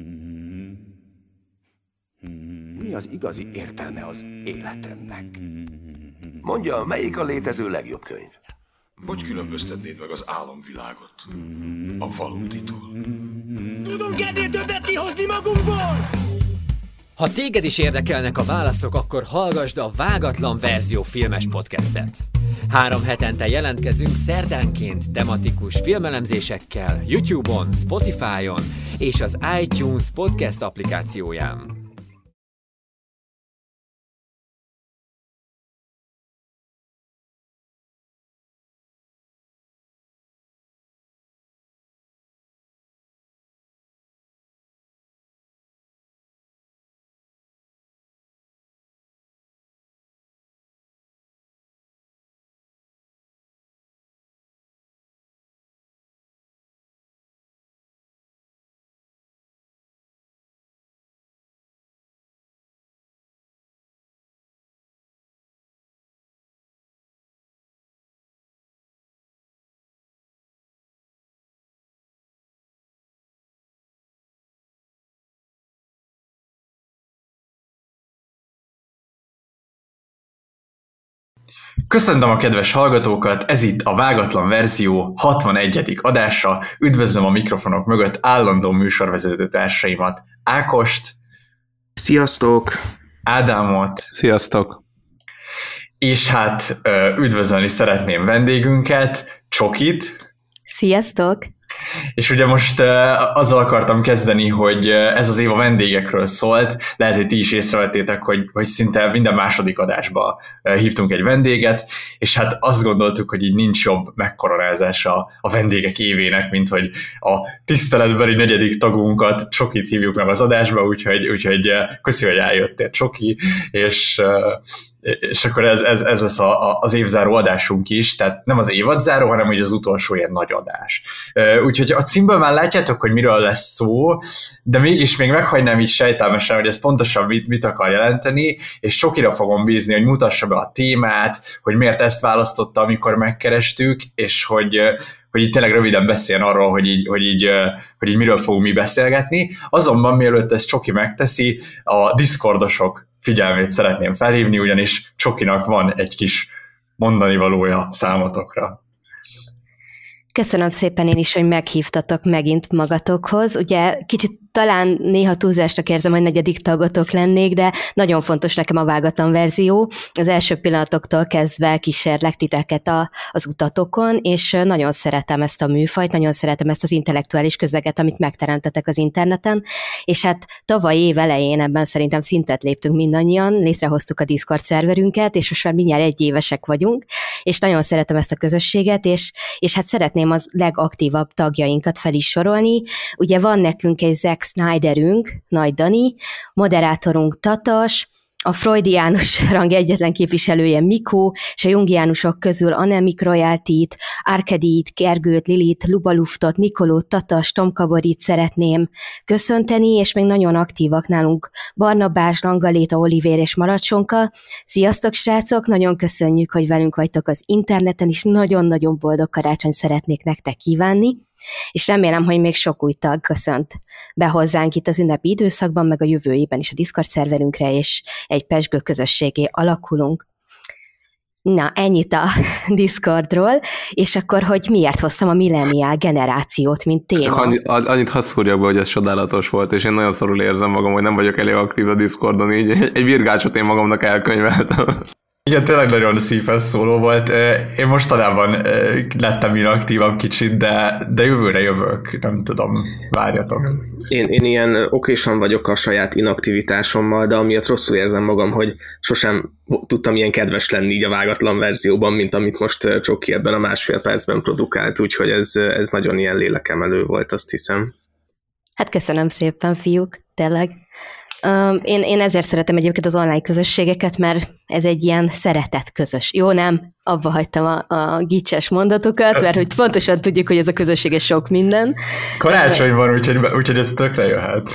Mi az igazi értelme az életemnek? Mondja, melyik a létező legjobb könyv? Hogy különböztetnéd meg az álomvilágot a valóditól? Tudunk ennél többet kihozni magunkból! Ha téged is érdekelnek a válaszok, akkor hallgasd a Vágatlan Verzió filmes podcastet. 3 hetente jelentkezünk szerdánként tematikus filmelemzésekkel YouTube-on, Spotify-on és az iTunes podcast applikációján. Köszöntöm a kedves hallgatókat, ez itt a Vágatlan Verzió 61. adása. Üdvözlöm a mikrofonok mögött állandó műsorvezető társaimat, Ákost. Sziasztok! Ádámot. Sziasztok! És hát üdvözölni szeretném vendégünket, Csokit. Sziasztok! És ugye most azzal akartam kezdeni, hogy ez az év a vendégekről szólt. Lehet, hogy ti is észrevettétek, hogy szinte minden második adásba hívtunk egy vendéget, és hát azt gondoltuk, hogy így nincs jobb megkoronázása a vendégek évének, mint hogy a tiszteletbeli 4. tagunkat, Csokit hívjuk meg az adásba, úgyhogy köszi, hogy eljöttél, Csoki, és akkor ez lesz az évzáró adásunk is, tehát nem az évadzáró, hanem hogy az utolsó ilyen nagy adás. Úgyhogy a címből már látjátok, hogy miről lesz szó, de mégis még meghagynám így sejtelmesen, hogy ez pontosan mit akar jelenteni, és Csokira fogom bízni, hogy mutassa be a témát, hogy miért ezt választotta, amikor megkerestük, és hogy így tényleg röviden beszéljen arról, hogy így miről fogunk mi beszélgetni. Azonban mielőtt ezt Csoki megteszi, a Discordosok figyelmét szeretném felhívni, ugyanis Csokinak van egy kis mondani valója számotokra. Köszönöm szépen én is, hogy meghívtatok megint magatokhoz. Ugye kicsit talán néha túlzásnak érzem, hogy 4. tagotok lennék, de nagyon fontos nekem a Vágatlan Verzió. Az első pillanatoktól kezdve kísérlek titeket az utatokon, és nagyon szeretem ezt a műfajt, nagyon szeretem ezt az intellektuális közeget, amit megteremtetek az interneten, és hát tavaly év elején ebben szerintem szintet léptünk mindannyian, létrehoztuk a Discord szerverünket, és most már mindjárt 1 évesek vagyunk, és nagyon szeretem ezt a közösséget, és hát szeretném az legaktívabb tagjainkat fel is sorolni. Ugye van nekünk egy Zack Snyderünk, Nagy Dani, moderátorunk Tatas, a freudiánus rang egyetlen képviselője Mikó, és a jungiánusok közül Anemik Royalty-t, Arkedit, Gergőt, Lilit, Lubaluftot, Nikolót, Tatas, Tomkaborit szeretném köszönteni, és még nagyon aktívak nálunk Barnabás, Rangaléta, Olivér és Maracsonka. Sziasztok, srácok! Nagyon köszönjük, hogy velünk vagytok az interneten, és nagyon-nagyon boldog karácsony szeretnék nektek kívánni, és remélem, hogy még sok új tag köszönt be hozzánk itt az ünnepi időszakban, meg a jövő évben is a Discord szerverünkre, és egy pezsgő közösségé alakulunk. Na, ennyit a Discordról, és akkor, hogy miért hoztam a millennial generációt, mint téma. Csak annyit hadd szúrjak be, hogy ez csodálatos volt, és én nagyon szorul érzem magam, hogy nem vagyok elég aktív a Discordon, így egy virgácsot én magamnak elkönyveltem. Igen, tényleg nagyon szívhez szóló volt. Én mostanában lettem inaktívabb kicsit, de jövőre jövök, nem tudom, várjatok. Én ilyen okésan vagyok a saját inaktivitásommal, de amiatt rosszul érzem magam, hogy sosem tudtam ilyen kedves lenni így a Vágatlan Verzióban, mint amit most Csoki ebben a 1,5 percben produkált, úgyhogy ez nagyon ilyen lélekemelő volt, azt hiszem. Hát köszönöm szépen, fiúk, tényleg. Én ezért szeretem egyébként az online közösségeket, mert ez egy ilyen szeretett közös. Jó, nem? Abba hagytam a gicses mondatokat, mert hogy pontosan tudjuk, hogy ez a közösség sok minden. Karácsony van, úgyhogy ez tökre jöhet.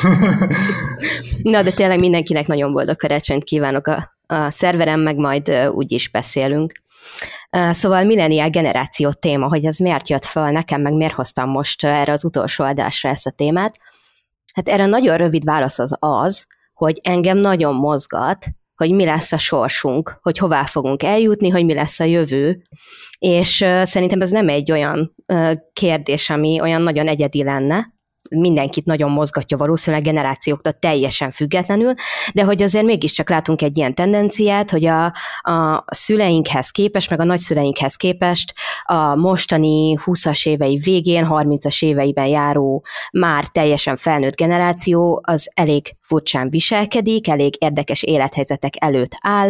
Na, de tényleg mindenkinek nagyon boldog karácsonyt kívánok a szerveren, meg majd úgy is beszélünk. Szóval millennial generáció téma, hogy ez miért jött fel nekem, meg miért hoztam most erre az utolsó adásra ezt a témát. Hát erre nagyon rövid válasz az, hogy engem nagyon mozgat, hogy mi lesz a sorsunk, hogy hová fogunk eljutni, hogy mi lesz a jövő, és szerintem ez nem egy olyan kérdés, ami olyan nagyon egyedi lenne, mindenkit nagyon mozgatja valószínűleg generációktól teljesen függetlenül, de hogy azért mégiscsak látunk egy ilyen tendenciát, hogy a szüleinkhez képest, meg a nagyszüleinkhez képest a mostani 20-as évei végén, 30-as éveiben járó már teljesen felnőtt generáció az elég furcsán viselkedik, elég érdekes élethelyzetek előtt áll,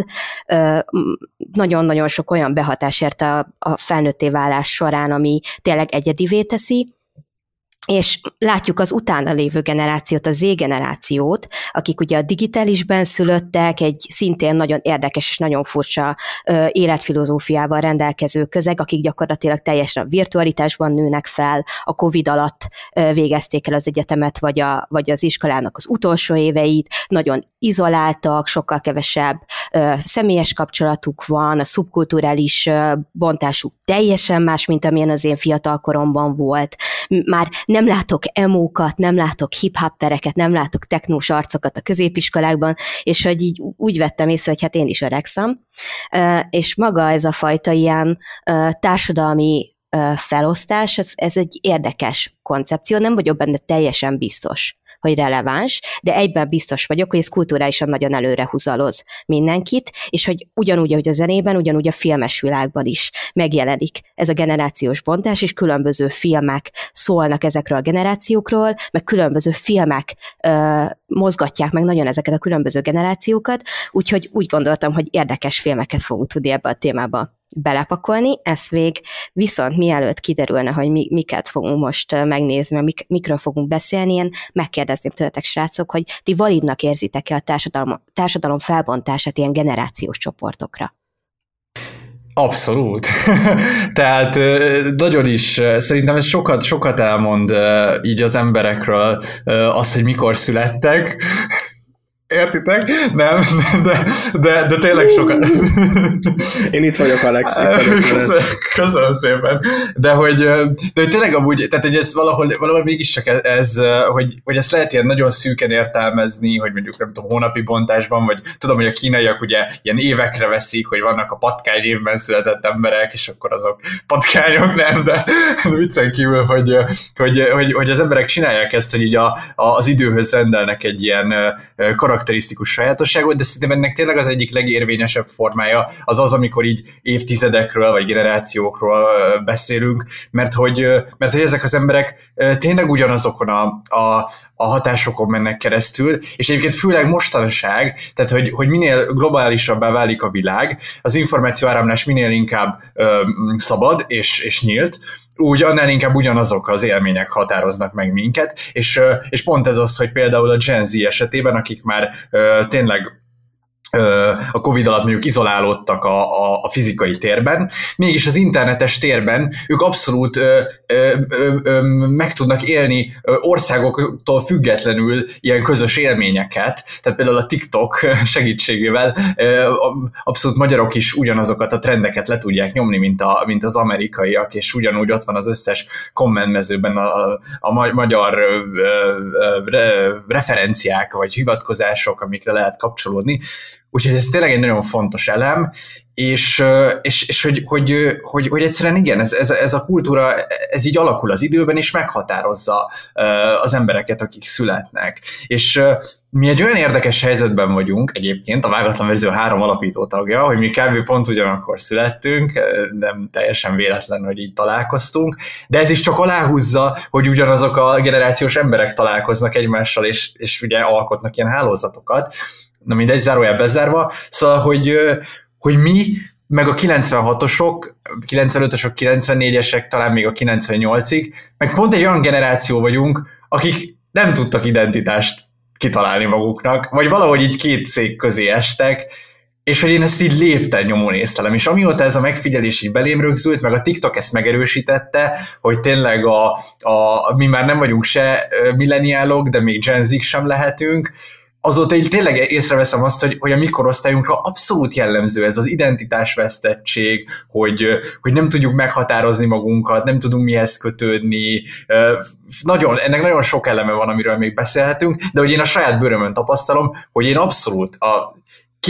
nagyon-nagyon sok olyan behatás ért a felnőtté válás során, ami tényleg egyedivé teszi, és látjuk az utána lévő generációt, a Z-generációt, akik ugye a digitálisben szülöttek, egy szintén nagyon érdekes és nagyon furcsa életfilozófiával rendelkező közeg, akik gyakorlatilag teljesen a virtualitásban nőnek fel, a Covid alatt végezték el az egyetemet, vagy az iskolának az utolsó éveit, nagyon izoláltak, sokkal kevesebb személyes kapcsolatuk van, a szubkulturális bontásuk teljesen más, mint amilyen az én fiatalkoromban volt. Már nem látok emókat, nem látok hip-hoppereket, nem látok technós arcokat a középiskolákban, és hogy így úgy vettem észre, hogy hát én is öregszem, és maga ez a fajta ilyen társadalmi felosztás, ez egy érdekes koncepció, nem vagyok benne teljesen biztos, hogy releváns, de egyben biztos vagyok, hogy ez kulturálisan nagyon előre húzaloz mindenkit, és hogy ugyanúgy, ahogy a zenében, ugyanúgy a filmes világban is megjelenik ez a generációs bontás, és különböző filmek szólnak ezekről a generációkról, meg különböző filmek mozgatják meg nagyon ezeket a különböző generációkat, úgyhogy úgy gondoltam, hogy érdekes filmeket fogunk tudni ebbe a témába belepakolni, ezt még viszont mielőtt kiderülne, hogy miket fogunk most megnézni, mikről fogunk beszélni, én megkérdezném tőletek, srácok, hogy ti validnak érzitek-e a társadalom felbontását ilyen generációs csoportokra? Abszolút. Tehát nagyon is, szerintem ez sokat elmond így az emberekről az, hogy mikor születtek. Értitek? Nem, de tényleg sokat. Én itt vagyok, Alexi. Köszönöm szépen. De hogy tényleg amúgy, tehát hogy ez valahol mégiscsak ez, hogy ezt lehet ilyen nagyon szűken értelmezni, hogy mondjuk nem tudom, hónapi bontásban, vagy tudom, hogy a kínaiak ugye ilyen évekre veszik, hogy vannak a patkány évben született emberek, és akkor azok patkányok, nem, de viccen kívül, hogy az emberek csinálják ezt, hogy így az időhöz rendelnek egy ilyen karakterisztikus sajátosságot, de szerintem ennek tényleg az egyik legérvényesebb formája az, amikor így évtizedekről vagy generációkról beszélünk, mert hogy ezek az emberek tényleg ugyanazokon a hatásokon mennek keresztül, és egyébként főleg mostanság, tehát hogy minél globálisabbá válik a világ, az információáramlás minél inkább szabad és nyílt, úgy annál inkább ugyanazok az élmények határoznak meg minket, és pont ez az, hogy például a Gen Z esetében, akik már tényleg a Covid alatt mondjuk izolálódtak a fizikai térben, mégis az internetes térben ők abszolút meg tudnak élni országoktól függetlenül ilyen közös élményeket, tehát például a TikTok segítségével abszolút magyarok is ugyanazokat a trendeket le tudják nyomni, mint az amerikaiak, és ugyanúgy ott van az összes kommentmezőben a magyar referenciák, vagy hivatkozások, amikre lehet kapcsolódni. Úgyhogy ez tényleg egy nagyon fontos elem, és hogy egyszerűen igen, ez a kultúra, ez így alakul az időben, és meghatározza az embereket, akik születnek. És mi egy olyan érdekes helyzetben vagyunk egyébként, a Vágatlan Verzió 3 alapító tagja, hogy mi kb. Pont ugyanakkor születtünk, nem teljesen véletlen, hogy így találkoztunk, de ez is csak aláhúzza, hogy ugyanazok a generációs emberek találkoznak egymással, és ugye alkotnak ilyen hálózatokat. Na mindegy, zárójel bezárva. Szóval, hogy mi, meg a 96-osok, 95-ösök, 94-esek, talán még a 98-ig, meg pont egy olyan generáció vagyunk, akik nem tudtak identitást kitalálni maguknak, vagy valahogy így két szék közé estek, és hogy én ezt így lépten nyomon észlelem, és amióta ez a megfigyelés így belém rögzült, meg a TikTok ezt megerősítette, hogy tényleg mi már nem vagyunk se milleniálok, de még Gen Z-k sem lehetünk, azóta így tényleg észreveszem azt, hogy a mi korosztályunkra abszolút jellemző ez az identitásvesztettség, hogy nem tudjuk meghatározni magunkat, nem tudunk mihez kötődni. Ennek nagyon sok eleme van, amiről még beszélhetünk, de hogy én a saját bőrömön tapasztalom, hogy én abszolút a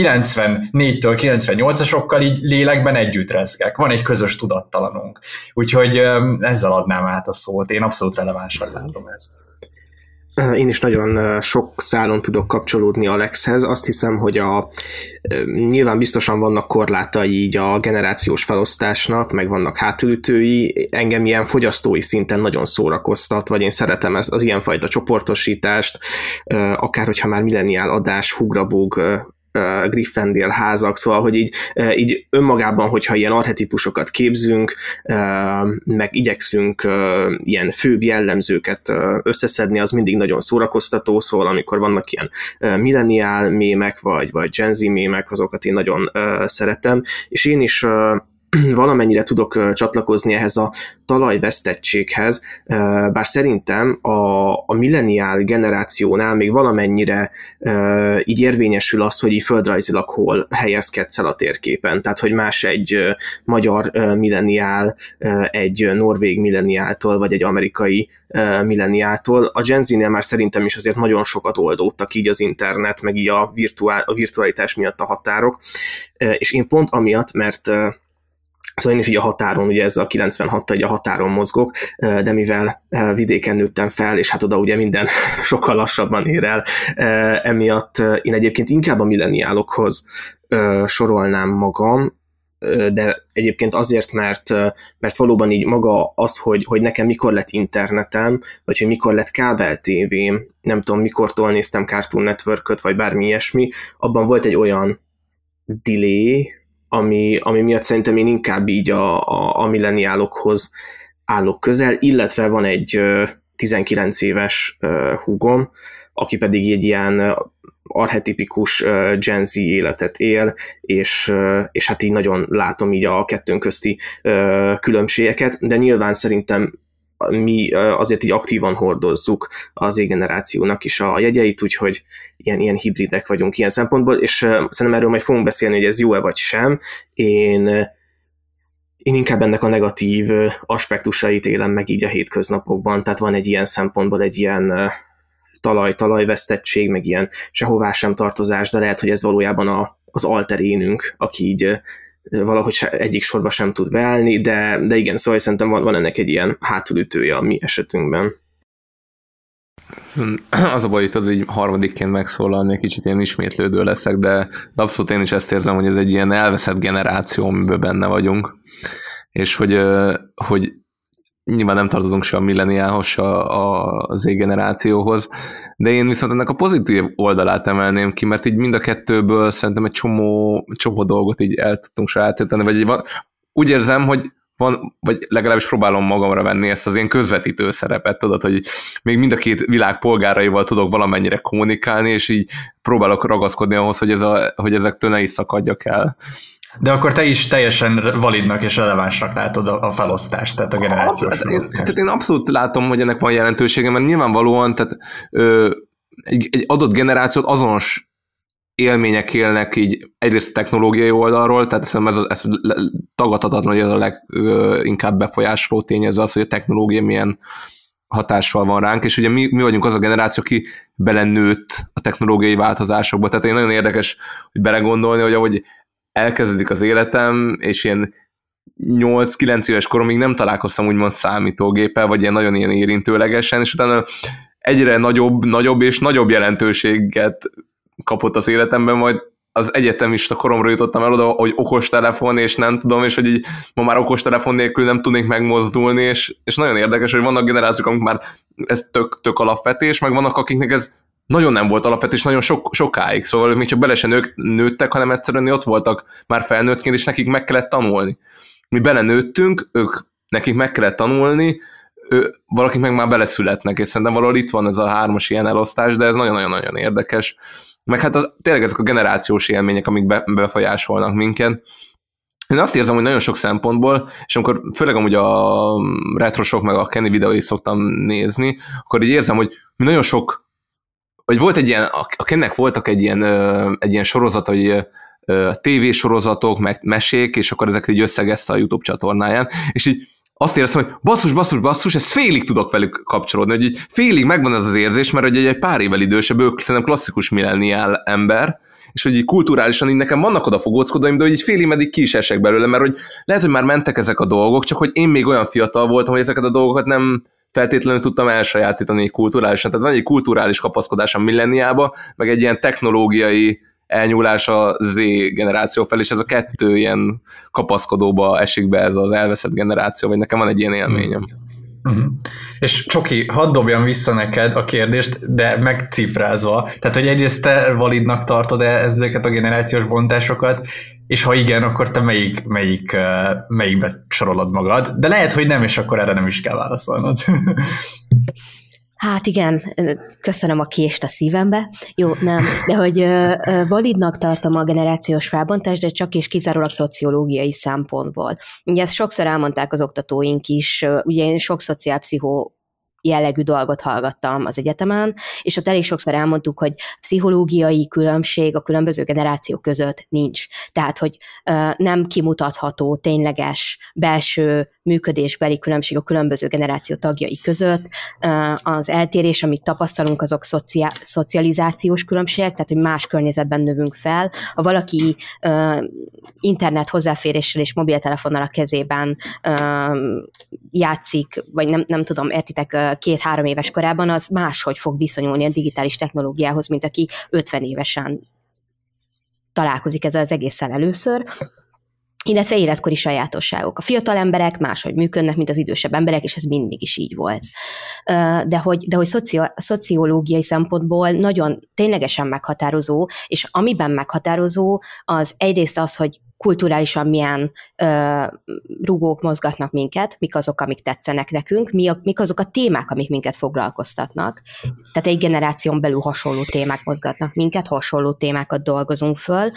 94-től 98-asokkal így lélekben együtt rezgek. Van egy közös tudattalanunk. Úgyhogy ezzel adnám át a szót. Én abszolút relevánsan látom ezt. Én is nagyon sok szálon tudok kapcsolódni Alexhez. Azt hiszem, hogy nyilván biztosan vannak korlátai így a generációs felosztásnak, meg vannak hátulütői. Engem ilyen fogyasztói szinten nagyon szórakoztat, vagy én szeretem az ilyenfajta csoportosítást, akár hogyha már milleniál adás, Hugrabug, Gryffindor házak, szóval, hogy így önmagában, hogyha ilyen archetipusokat képzünk, meg igyekszünk ilyen főbb jellemzőket összeszedni, az mindig nagyon szórakoztató, szóval amikor vannak ilyen millennial mémek, vagy Gen Z mémek, azokat én nagyon szeretem, és én is valamennyire tudok csatlakozni ehhez a talajvesztettséghez, bár szerintem a millenial generációnál még valamennyire így érvényesül az, hogy így földrajzilag hol helyezkedsz el a térképen, tehát hogy más egy magyar millenial, egy norvég milleniáltól, vagy egy amerikai milleniáltól. A Gen Z-nél már szerintem is azért nagyon sokat oldódtak így az internet, meg így a virtualitás miatt a határok, és én pont amiatt, mert szóval én is így a határon, ugye ez a 96-tal így a határon mozgok, de mivel vidéken nőttem fel, és hát oda ugye minden sokkal lassabban ér el, emiatt én egyébként inkább a milleniálokhoz sorolnám magam, de egyébként azért, mert valóban így maga az, hogy nekem mikor lett internetem, vagy hogy mikor lett kábel tévém, nem tudom, mikortól néztem Cartoon Networköt, vagy bármi ilyesmi, abban volt egy olyan delay, ami miatt szerintem én inkább így a milleniálokhoz állok közel, illetve van egy 19 éves húgom, aki pedig egy ilyen archetipikus Gen Z életet él, és hát így nagyon látom így a kettőnk közti különbségeket, de nyilván szerintem mi azért így aktívan hordozzuk az Z-generációnak is a jegyeit, úgyhogy ilyen hibridek vagyunk ilyen szempontból, és szerintem erről majd fogunk beszélni, hogy ez jó-e vagy sem. Én inkább ennek a negatív aspektusait élem meg így a hétköznapokban, tehát van egy ilyen szempontból egy ilyen talajvesztettség, meg ilyen sehová sem tartozás, de lehet, hogy ez valójában az alter énünk, aki így valahogy egyik sorba sem tud beállni, de igen, szóval szerintem van ennek egy ilyen hátulütője a mi esetünkben. Az a baj, hogy tudod, így harmadikként megszólalni, egy kicsit ilyen ismétlődő leszek, de abszolút én is ezt érzem, hogy ez egy ilyen elveszett generáció, amiben benne vagyunk, és hogy nyilván nem tartozunk se a milleniálhoz, se a Z-generációhoz, de én viszont ennek a pozitív oldalát emelném ki, mert így mind a kettőből szerintem egy csomó dolgot így el tudtunk sajátítani, vagy úgy érzem, hogy van, vagy legalábbis próbálom magamra venni ezt az ilyen közvetítő szerepet, tudod, hogy még mind a két világ polgáraival tudok valamennyire kommunikálni, és így próbálok ragaszkodni ahhoz, hogy ezektől ne is szakadjak el. De akkor te is teljesen validnak és relevánsnak látod a felosztást, tehát a generációs felosztást. Tehát én abszolút látom, hogy ennek van jelentősége, mert nyilvánvalóan tehát, egy adott generációt azonos élmények élnek így egyrészt technológiai oldalról, tehát szerintem ez tagadhatatlan, hogy ez a leginkább befolyásoló tényező az, hogy a technológia milyen hatással van ránk, és ugye mi vagyunk az a generáció, aki belenőtt a technológiai változásokba, tehát én nagyon érdekes, hogy belegondolni, hogy ahogy elkezdődik az életem, és ilyen 8-9 éves koromig nem találkoztam úgymond számítógéppel, vagy nagyon ilyen érintőlegesen, és utána egyre nagyobb és nagyobb jelentőséget kapott az életemben, majd az egyetemista koromra jutottam el oda, hogy okostelefon, és nem tudom, és hogy így ma már okostelefon nélkül nem tudnék megmozdulni, és nagyon érdekes, hogy vannak generációk, amik már ez tök alapvetés, meg vannak, akiknek ez nagyon nem volt alapvetés, nagyon sokáig, szóval még csak bele se nőttek, hanem egyszerűen ott voltak már felnőttként, és nekik meg kellett tanulni. Mi belenőttünk, nekik meg kellett tanulni, valakik meg már beleszületnek, és szerintem valahol itt van ez a 3-as ilyen elosztás, de ez nagyon-nagyon érdekes. Meg hát tényleg ezek a generációs élmények, amik befolyásolnak minket. Én azt érzem, hogy nagyon sok szempontból, és amikor főleg amúgy a retrosok meg a Kenny videóit szoktam nézni, akkor így érzem, hogy mi nagyon sok hogy volt egy ilyen, a Kennek voltak egy ilyen sorozat, hogy tévésorozatok, meg mesék, és akkor ezeket így összegezte a YouTube csatornáján, és így azt éreztem, hogy basszus, ezt félig tudok velük kapcsolódni, hogy így félig megvan ez az érzés, mert hogy egy pár évvel idősebb, ők szerintem klasszikus milleniál ember, és hogy így kulturálisan így nekem vannak oda fogóckodóim, de hogy így félig meddig ki is esek belőle, mert hogy lehet, hogy már mentek ezek a dolgok, csak hogy én még olyan fiatal voltam, hogy ezeket a dolgokat nem feltétlenül tudtam elsajátítani kulturálisan. Tehát van egy kulturális kapaszkodás a milleniába, meg egy ilyen technológiai elnyúlás a Z generáció fel, és ez a kettő ilyen kapaszkodóba esik be, ez az elveszett generáció, vagy nekem van egy ilyen élményem. És Csoki, hadd dobjam vissza neked a kérdést, de megcifrázva. Tehát, hogy egyrészt te validnak tartod ezeket a generációs bontásokat, és ha igen, akkor te melyikbe sorolod magad, de lehet, hogy nem, és akkor erre nem is kell válaszolnod. Hát igen, köszönöm a kést a szívembe. Jó, nem, de hogy validnak tartom a generációs felbontást, de csak és kizárólag szociológiai szempontból. Ugye ezt sokszor elmondták az oktatóink is, ugye én sok szociálpszichó jellegű dolgot hallgattam az egyetemen, és ott elég sokszor elmondtuk, hogy pszichológiai különbség a különböző generációk között nincs. Tehát, hogy nem kimutatható tényleges belső működésbeli különbség a különböző generáció tagjai között. Az eltérés, amit tapasztalunk, azok szocializációs különbségek, tehát, hogy más környezetben növünk fel. Ha valaki internet hozzáféréssel és mobiltelefonnal a kezében játszik, vagy nem tudom, értitek, 2-3 éves korában, az máshogy fog viszonyulni a digitális technológiához, mint aki 50 évesen találkozik ezzel az egésszel először, illetve életkori sajátosságok. A fiatal emberek máshogy működnek, mint az idősebb emberek, és ez mindig is így volt. De hogy szociológiai szempontból nagyon ténylegesen meghatározó, és amiben meghatározó, az egyrészt az, hogy kulturálisan milyen rugók mozgatnak minket, mik azok, amik tetszenek nekünk, mik azok a témák, amik minket foglalkoztatnak. Tehát egy generáción belül hasonló témák mozgatnak minket, hasonló témákat dolgozunk föl.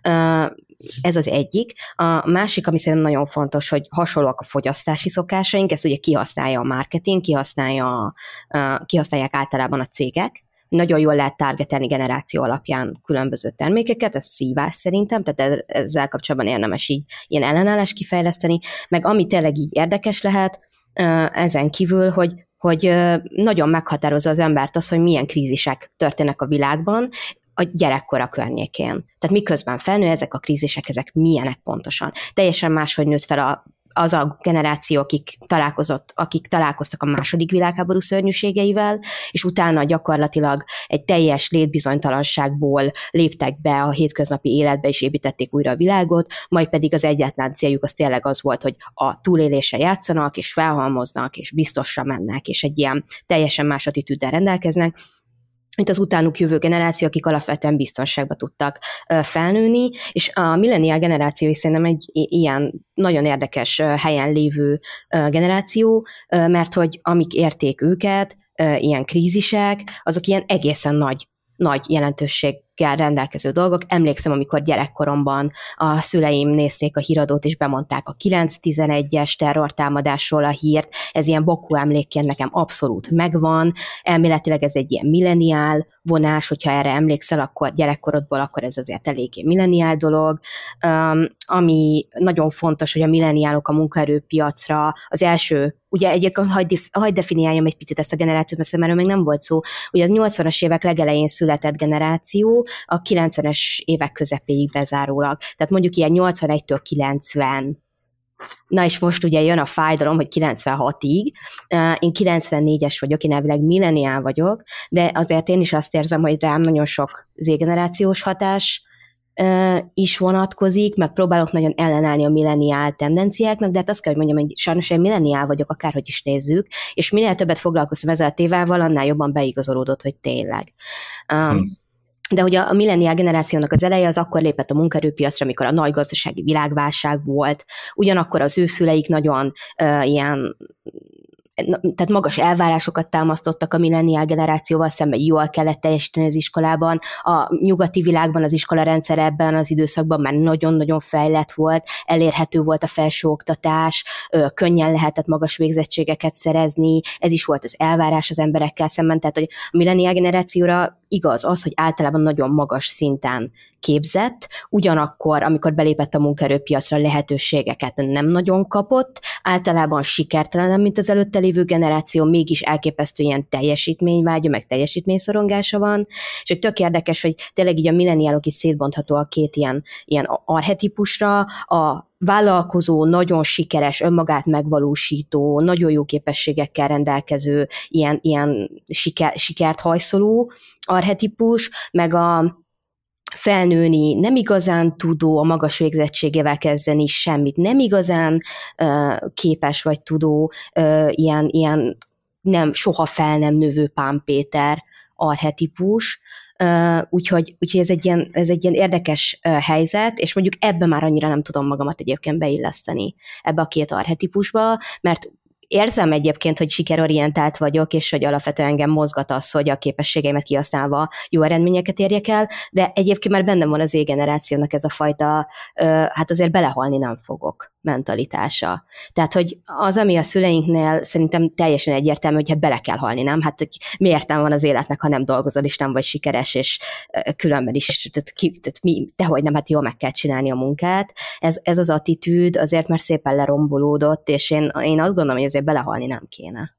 Ez az egyik. A másik, ami szerintem nagyon fontos, hogy hasonlóak a fogyasztási szokásaink, ezt ugye kihasználja a marketing, kihasználják általában a cégek. Nagyon jól lehet targetelni generáció alapján különböző termékeket, ez szívás szerintem, tehát ezzel kapcsolatban érdemes így ilyen ellenállást kifejleszteni, meg ami tényleg így érdekes lehet, ezen kívül, hogy nagyon meghatározza az embert az, hogy milyen krízisek történnek a világban, a gyerekkora környékén. Tehát miközben felnő, ezek a krízisek, ezek milyenek pontosan. Teljesen máshogy nőtt fel az a generáció, akik találkoztak a második világháború szörnyűségeivel, és utána gyakorlatilag egy teljes létbizonytalanságból léptek be a hétköznapi életbe, és építették újra a világot, majd pedig az egyetlen céljuk az tényleg az volt, hogy a túléléssel játszanak, és felhalmoznak, és biztosra mennek, és egy ilyen teljesen más attitűddel rendelkeznek, mint az utánuk jövő generáció, akik alapvetően biztonságba tudtak felnőni, és a millennial generáció is szerintem egy ilyen nagyon érdekes helyen lévő generáció, mert hogy amik érték őket, ilyen krízisek, azok ilyen egészen nagy jelentőséggel rendelkező dolgok. Emlékszem, amikor gyerekkoromban a szüleim nézték a híradót, és bemondták a 9/11-es terrortámadásról a hírt, ez ilyen Baku emlékként nekem abszolút megvan, elméletileg ez egy ilyen milleniál vonás, hogyha erre emlékszel, akkor gyerekkorodból, akkor ez azért eléggé milleniál dolog. Ami nagyon fontos, hogy a milleniálok a munkaerőpiacra az első, ugye egyébként hagyd definiáljam egy picit ezt a generációt, mert erről még nem volt szó, ugye az 80-as évek legelején született generáció, a 90-es évek közepéig bezárólag. Tehát mondjuk ilyen 81-től 90. Na és most ugye jön a fájdalom, hogy 96-ig. Én 94-es vagyok, én elvileg milleniál vagyok, de azért én is azt érzem, hogy rám nagyon sok Z-generációs hatás is vonatkozik, meg próbálok nagyon ellenállni a milleniál tendenciáknak, de hát azt kell, hogy mondjam, hogy sajnos én milleniál vagyok, akárhogy is nézzük, és minél többet foglalkoztam ezzel a tévával, annál jobban beigazolódott, hogy tényleg. De hogy a millenial generációnak az eleje az akkor lépett a munkaerőpiacra, amikor a nagy gazdasági világválság volt, ugyanakkor az ő szüleik nagyon ilyen tehát magas elvárásokat támasztottak a millenial generációval szemben, jól kellett teljesíteni az iskolában. A nyugati világban az iskolarendszer ebben az időszakban már nagyon-nagyon fejlett volt, elérhető volt a felsőoktatás, könnyen lehetett magas végzettségeket szerezni, ez is volt az elvárás az emberekkel szemben, tehát hogy a millenial generációra igaz az, hogy általában nagyon magas szinten képzett, ugyanakkor, amikor belépett a munkaerőpiacra, lehetőségeket nem nagyon kapott, általában sikertelenebb, mint az előtte lévő generáció, mégis elképesztő ilyen teljesítményvágya, meg teljesítményszorongása van, és hogy tök érdekes, hogy tényleg így a milleniálok is szétbontható a két ilyen archetípusra, a vállalkozó, nagyon sikeres, önmagát megvalósító, nagyon jó képességekkel rendelkező, ilyen sikert hajszoló archetípus, meg a felnőni, nem igazán tudó, a magas végzettségével kezdeni semmit, nem igazán képes vagy tudó, ilyen nem, soha fel nem növő Pán Péter archetípus, úgyhogy ez egy ilyen érdekes helyzet, és mondjuk ebbe már annyira nem tudom magamat egyébként beilleszteni ebbe a két archetípusba, mert érzem egyébként, hogy sikerorientált vagyok, és hogy alapvetően engem mozgat az, hogy a képességeimet kihasználva jó eredményeket érjek el, de egyébként már bennem van az Z-generációnak ez a fajta, hát azért belehalni nem fogok mentalitása. Tehát, hogy az, ami a szüleinknél szerintem teljesen egyértelmű, hogy hát bele kell halni, nem? Hát hogy mi értelme van az életnek, ha nem dolgozol, és nem vagy sikeres, és különben is, tehogy nem, hát jól meg kell csinálni a munkát. Ez az attitűd azért már szépen lerombolódott, és én azt gondolom, hogy azért belehalni nem kéne.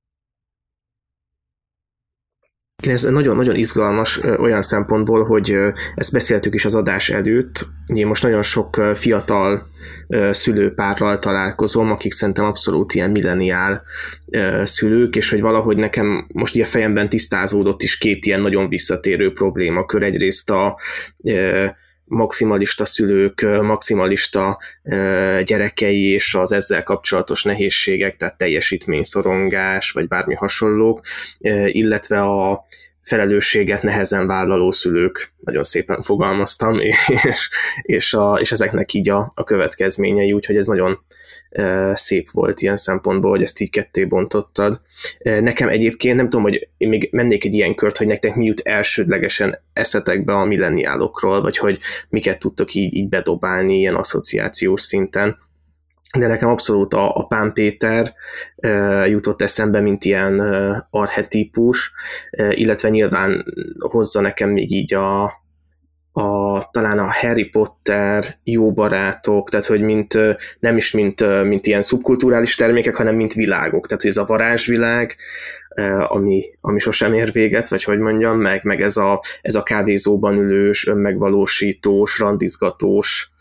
Ez nagyon-nagyon izgalmas olyan szempontból, hogy ezt beszéltük is az adás előtt. Én most nagyon sok fiatal szülőpárral találkozom, akik szerintem abszolút ilyen milleniál szülők, és hogy valahogy nekem most így a fejemben tisztázódott is két ilyen nagyon visszatérő problémakör. Egyrészt a maximalista szülők, maximalista gyerekei és az ezzel kapcsolatos nehézségek, tehát teljesítményszorongás, vagy bármi hasonlók, illetve a felelősséget nehezen vállaló szülők, nagyon szépen fogalmaztam, és ezeknek így a következményei, úgyhogy ez nagyon szép volt ilyen szempontból, hogy ezt így ketté bontottad. Nekem egyébként, nem tudom, hogy én még mennék egy ilyen kört, hogy nektek mi jut elsődlegesen eszetekbe a milleniálokról, vagy hogy miket tudtok így bedobálni ilyen asszociációs szinten. De nekem abszolút a Pán Péter jutott eszembe, mint ilyen archetípus, illetve nyilván hozza nekem még így talán a Harry Potter, Jó barátok, tehát hogy nem is mint ilyen szubkulturális termékek, hanem mint világok. Tehát ez a varázsvilág, ami sosem ér véget, vagy hogy mondjam, meg ez a kávézóban ülős, önmegvalósítós, randizgatós,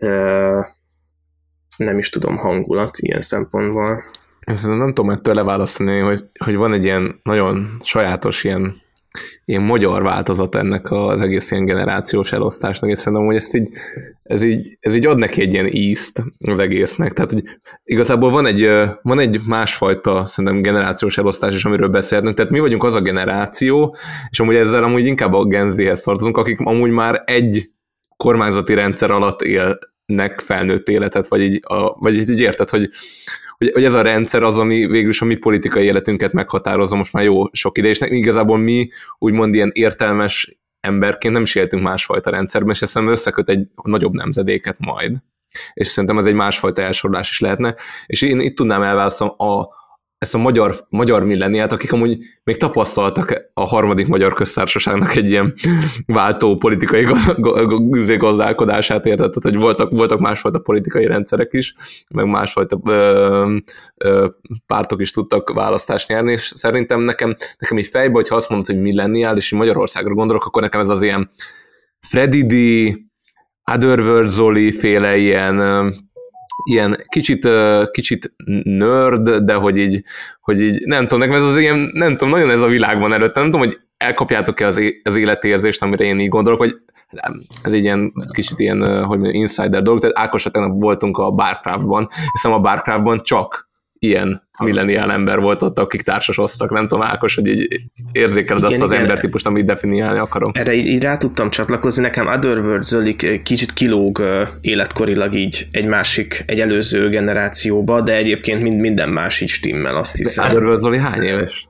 nem is tudom, hangulat ilyen szempontból. Én nem tudom ettől leválasztani, hogy van egy ilyen nagyon sajátos ilyen magyar változat ennek az egész ilyen generációs elosztásnak, és szerintem, hogy ez így ad neki egy ilyen ízt az egésznek. Tehát, hogy igazából van egy másfajta szerintem generációs elosztás is, amiről beszélhetünk. Tehát mi vagyunk az a generáció, és ezzel amúgy inkább a Gen Z-hez tartozunk, akik amúgy már egy kormányzati rendszer alatt élnek felnőtt életet, vagy így érted, hogy ez a rendszer az, ami végül is a mi politikai életünket meghatározza most már jó sok ide, és igazából mi úgymond ilyen értelmes emberként nem is éltünk másfajta rendszerben, és ezt szerintem összeköt egy nagyobb nemzedéket majd. És szerintem ez egy másfajta elsorolás is lehetne. És én itt tudnám elválasztani ezt a magyar milleniát, akik amúgy még tapasztaltak a harmadik magyar köztársaságnak egy ilyen váltó politikai gazdálkodását, érted? Tehát, hogy voltak másfajta politikai rendszerek is, meg másfajta pártok is tudtak választást nyerni, és szerintem nekem így fejben, hogyha azt mondod, hogy milleniál, és Magyarországra gondolok, akkor nekem ez az ilyen Freddy D, Otherworld Zoli féle ilyen kicsit nerd, de hogy így nem tudom, nekem ez az ilyen, nem tudom, nagyon ez a világban előtte, nem tudom, hogy elkapjátok-e az életérzést, amire én így gondolok, hogy ez egy ilyen kicsit ilyen, hogy insider dolog, tehát Ákosra tegnap voltunk a Barcraftban, hiszem a Barcraftban csak ilyen milleniál ember volt ott, akik társasoztak. Nem tudom, Ákos, hogy így érzékeled azt az embertípust, amit definiálni akarom. Erre így rá tudtam csatlakozni, nekem Otherworld kicsit kilóg életkorilag így egy előző generációba, de egyébként minden más így stimmel, azt hiszem. Otherworld Zoli hány éves?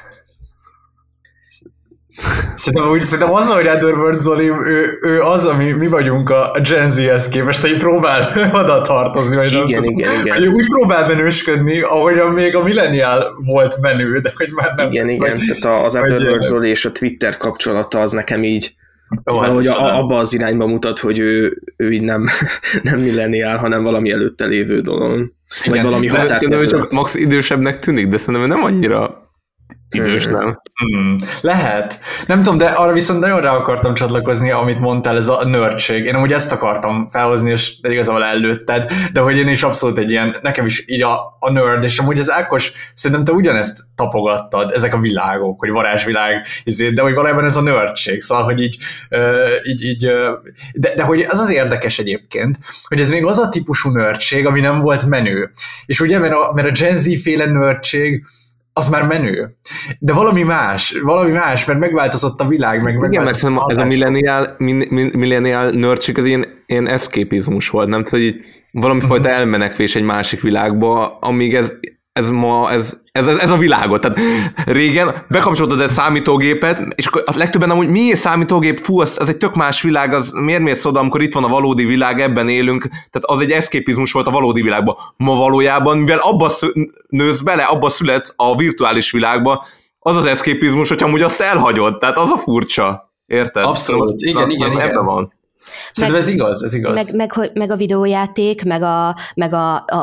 Szerintem az, hogy Otherworld Zoli, ő az, ami mi vagyunk a Gen Z-hez képest, hogy próbál adatartozni, vagy nem tudom. Igen. Úgy próbál menősködni, ahogyan még a millennial volt menő, de hogy már nem. Igen, tehát az Otherworld Zoli és a Twitter kapcsolata az nekem így valahogy abba az irányba mutat, hogy ő így nem millennial, hanem valami előtte lévő dolog. Vagy valami határt. Csak max idősebbnek tűnik, de szerintem nem annyira idős, nem? Lehet. Nem tudom, de arra viszont nagyon rá akartam csatlakozni, amit mondtál, ez a nördség. Én amúgy ezt akartam felhozni, és igazából előtted, de hogy én is abszolút egy ilyen, nekem is így a nerd, és amúgy az Ákos, szerintem te ugyanezt tapogattad, ezek a világok, hogy varázsvilág, de hogy valójában ez a nördség, szóval, hogy de hogy az érdekes egyébként, hogy ez még az a típusú nördség, ami nem volt menő. És ugye, mert a Gen Z-féle nördség az már menő. De valami más, mert megváltozott a világ, igen, mert szerintem ez a millennial nördség, ez ilyen eszképizmus volt, nem? Tehát, hogy valami fajta elmenekvés egy másik világba, amíg ez a világot. Tehát régen bekapcsoltad egy számítógépet, és akkor a legtöbben amúgy miért számítógép? Fú, az egy tök más világ, az miért mész oda, amikor itt van a valódi világ, ebben élünk. Tehát az egy eszképizmus volt a valódi világban. Ma valójában, mivel abba nősz bele, abba születsz a virtuális világba, az az eszképizmus, hogy amúgy azt elhagyod. Tehát az a furcsa. Érted? Abszolút. Igen. Ebben van. Szerintem ez igaz. Meg a videójáték, meg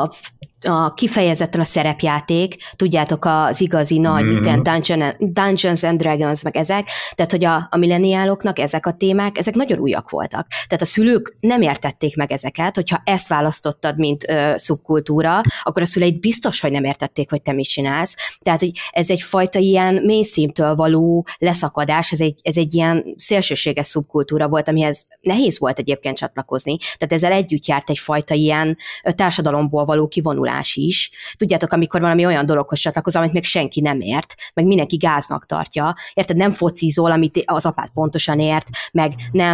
a kifejezetten a szerepjáték, tudjátok, az igazi nagy Dungeons and Dragons, meg ezek, tehát hogy a milleniáloknak ezek a témák, ezek nagyon újak voltak. Tehát a szülők nem értették meg ezeket, hogyha ezt választottad, mint szubkultúra, akkor a szüleid biztos, hogy nem értették, hogy te mit csinálsz. Tehát, hogy ez egyfajta ilyen mainstreamtől való leszakadás, ez egy ilyen szélsőséges szubkultúra volt, amihez nehéz volt egyébként csatlakozni. Tehát ezzel együtt járt egyfajta ilyen társadalomból való kivonulás is. Tudjátok, amikor valami olyan dologhoz csatlakozol, amit még senki nem ért, meg mindenki gáznak tartja. Érted? Nem focizol, amit az apád pontosan ért, meg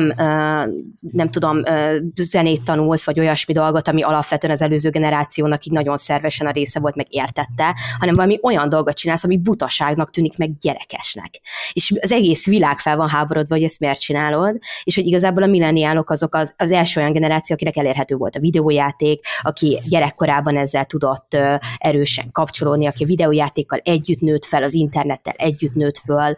nem tudom, zenét tanulsz, vagy olyasmi dolgot, ami alapvetően az előző generációnak így nagyon szervesen a része volt, meg értette, hanem valami olyan dolgot csinálsz, ami butaságnak tűnik, meg gyerekesnek. És az egész világ fel van háborodva, hogy ezt miért csinálod, és hogy igazából a milleniálok azok az első olyan generáció, akinek elérhető volt a videójáték, aki gyerekkorában ezzel tudott erősen kapcsolódni, aki a videójátékkal együtt nőtt fel, az internettel együtt nőtt föl.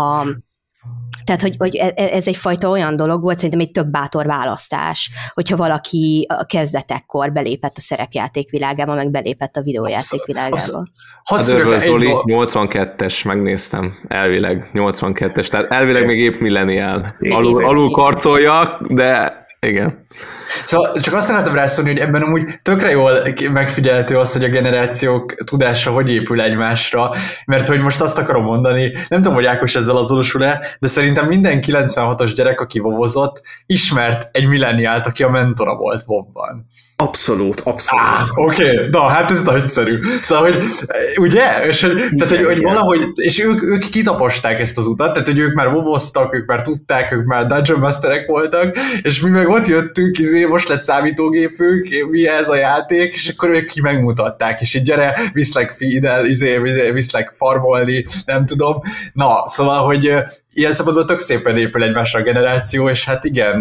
Tehát, hogy ez egyfajta olyan dolog volt, szerintem egy tök bátor választás, hogyha valaki a kezdetekkor belépett a szerepjáték világába, meg belépett a videójáték világába. Zoli 82-es, megnéztem, elvileg 82-es, tehát elvileg még épp milleniál. Alul karcolja, de igen. Szóval csak azt akartam rászólni, hogy ebben amúgy tökre jól megfigyelhető az, hogy a generációk tudása hogy épül egymásra, mert hogy most azt akarom mondani, nem tudom, hogy Ákos ezzel azonosul-e, de szerintem minden 96-os gyerek, aki vovozott, ismert egy milleniált, aki a mentora volt WoW-ban. Abszolút. Oké, na hát ez nagyszerű. Szóval, hogy ugye? És hogy valahogy, és ők kitaposták ezt az utat, tehát hogy ők már vovoztak, ők már tudták, ők már Dungeon Masterek voltak, és mi meg ott jöttünk, most lett számítógépünk, mi ez a játék, és akkor ők ki megmutatták, és így gyere, viszlek feed-el, viszlek farmolni, nem tudom. Na, szóval, hogy ilyen szabadban tök szépen épül egymásra a generáció, és hát igen,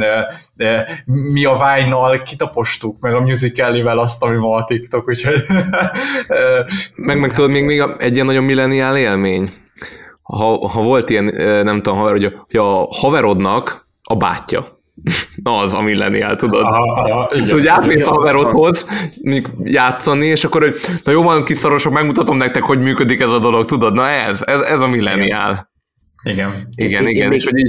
mi a Vine-nal kitapostuk, meg a Musical.ly-vel azt, ami ma a TikTok, úgyhogy... meg tudod, még egy ilyen nagyon milleniál élmény. Ha volt ilyen, nem tudom, haver, hogy a haverodnak a bátyja. Na, az a milleniál, tudod? Hogy átmész a haverodhoz játszani, és akkor, hogy na jó van, kiszarosok, megmutatom nektek, hogy működik ez a dolog, tudod? Na ez a milleniál. Igen, és hogy így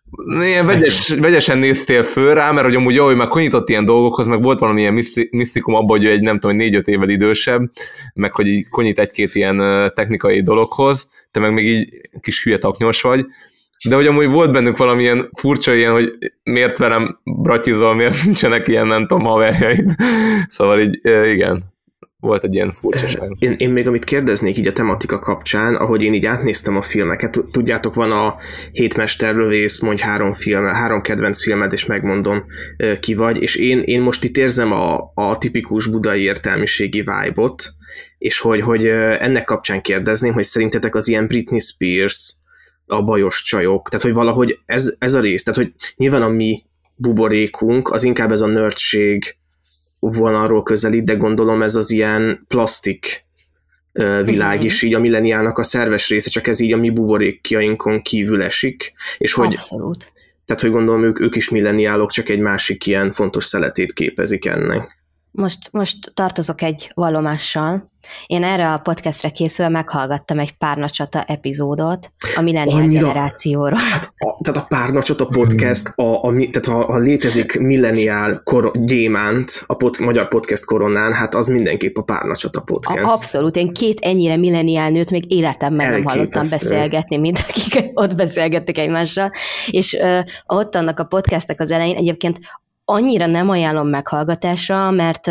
vegyesen néztél föl rá, mert hogy amúgy jó, hogy meg konyított ilyen dolgokhoz, meg volt valamilyen misztikum abban, hogy egy nem tudom, 4-5 évvel idősebb, meg hogy így konyít egy-két ilyen technikai dologhoz, te meg még így kis hülye taknyos vagy, de hogy amúgy volt bennük valamilyen furcsa ilyen, hogy miért velem bratyizol, miért nincsenek ilyen, nem tudom, haverjaid. Szóval így, igen. volt egy ilyen furcsaság. Én még amit kérdeznék így a tematika kapcsán, ahogy én így átnéztem a filmeket, tudjátok, van a Hétmesterlövész, mondj 3 kedvenc filmed, és megmondom ki vagy, és én most itt érzem a tipikus budai értelmiségi vibe-ot, és hogy ennek kapcsán kérdezném, hogy szerintetek az ilyen Britney Spears, a bajos csajok, tehát hogy valahogy ez a rész, tehát hogy nyilván a mi buborékunk, az inkább ez a nördség vonalról közelít, de gondolom ez az ilyen plastik világ is így a milleniálnak a szerves része, csak ez így a mi buborékjainkon kívül esik, és hogy abszolút. Tehát, hogy gondolom ők is milleniálok, csak egy másik ilyen fontos szeletét képezik ennek. Most tartozok egy vallomással. Én erre a podcastre készülve meghallgattam egy Párnacsata epizódot a millenial generációról. Tehát a Párnacsata podcast, tehát ha létezik millenial gyémánt a magyar podcast koronán, hát az mindenképp a Párnacsata podcast. Abszolút, én 2 ennyire millenial nőt még életemben nem hallottam beszélgetni, mint akik ott beszélgettek egymással. És ott annak a podcastnek az elején egyébként annyira nem ajánlom meghallgatásra, mert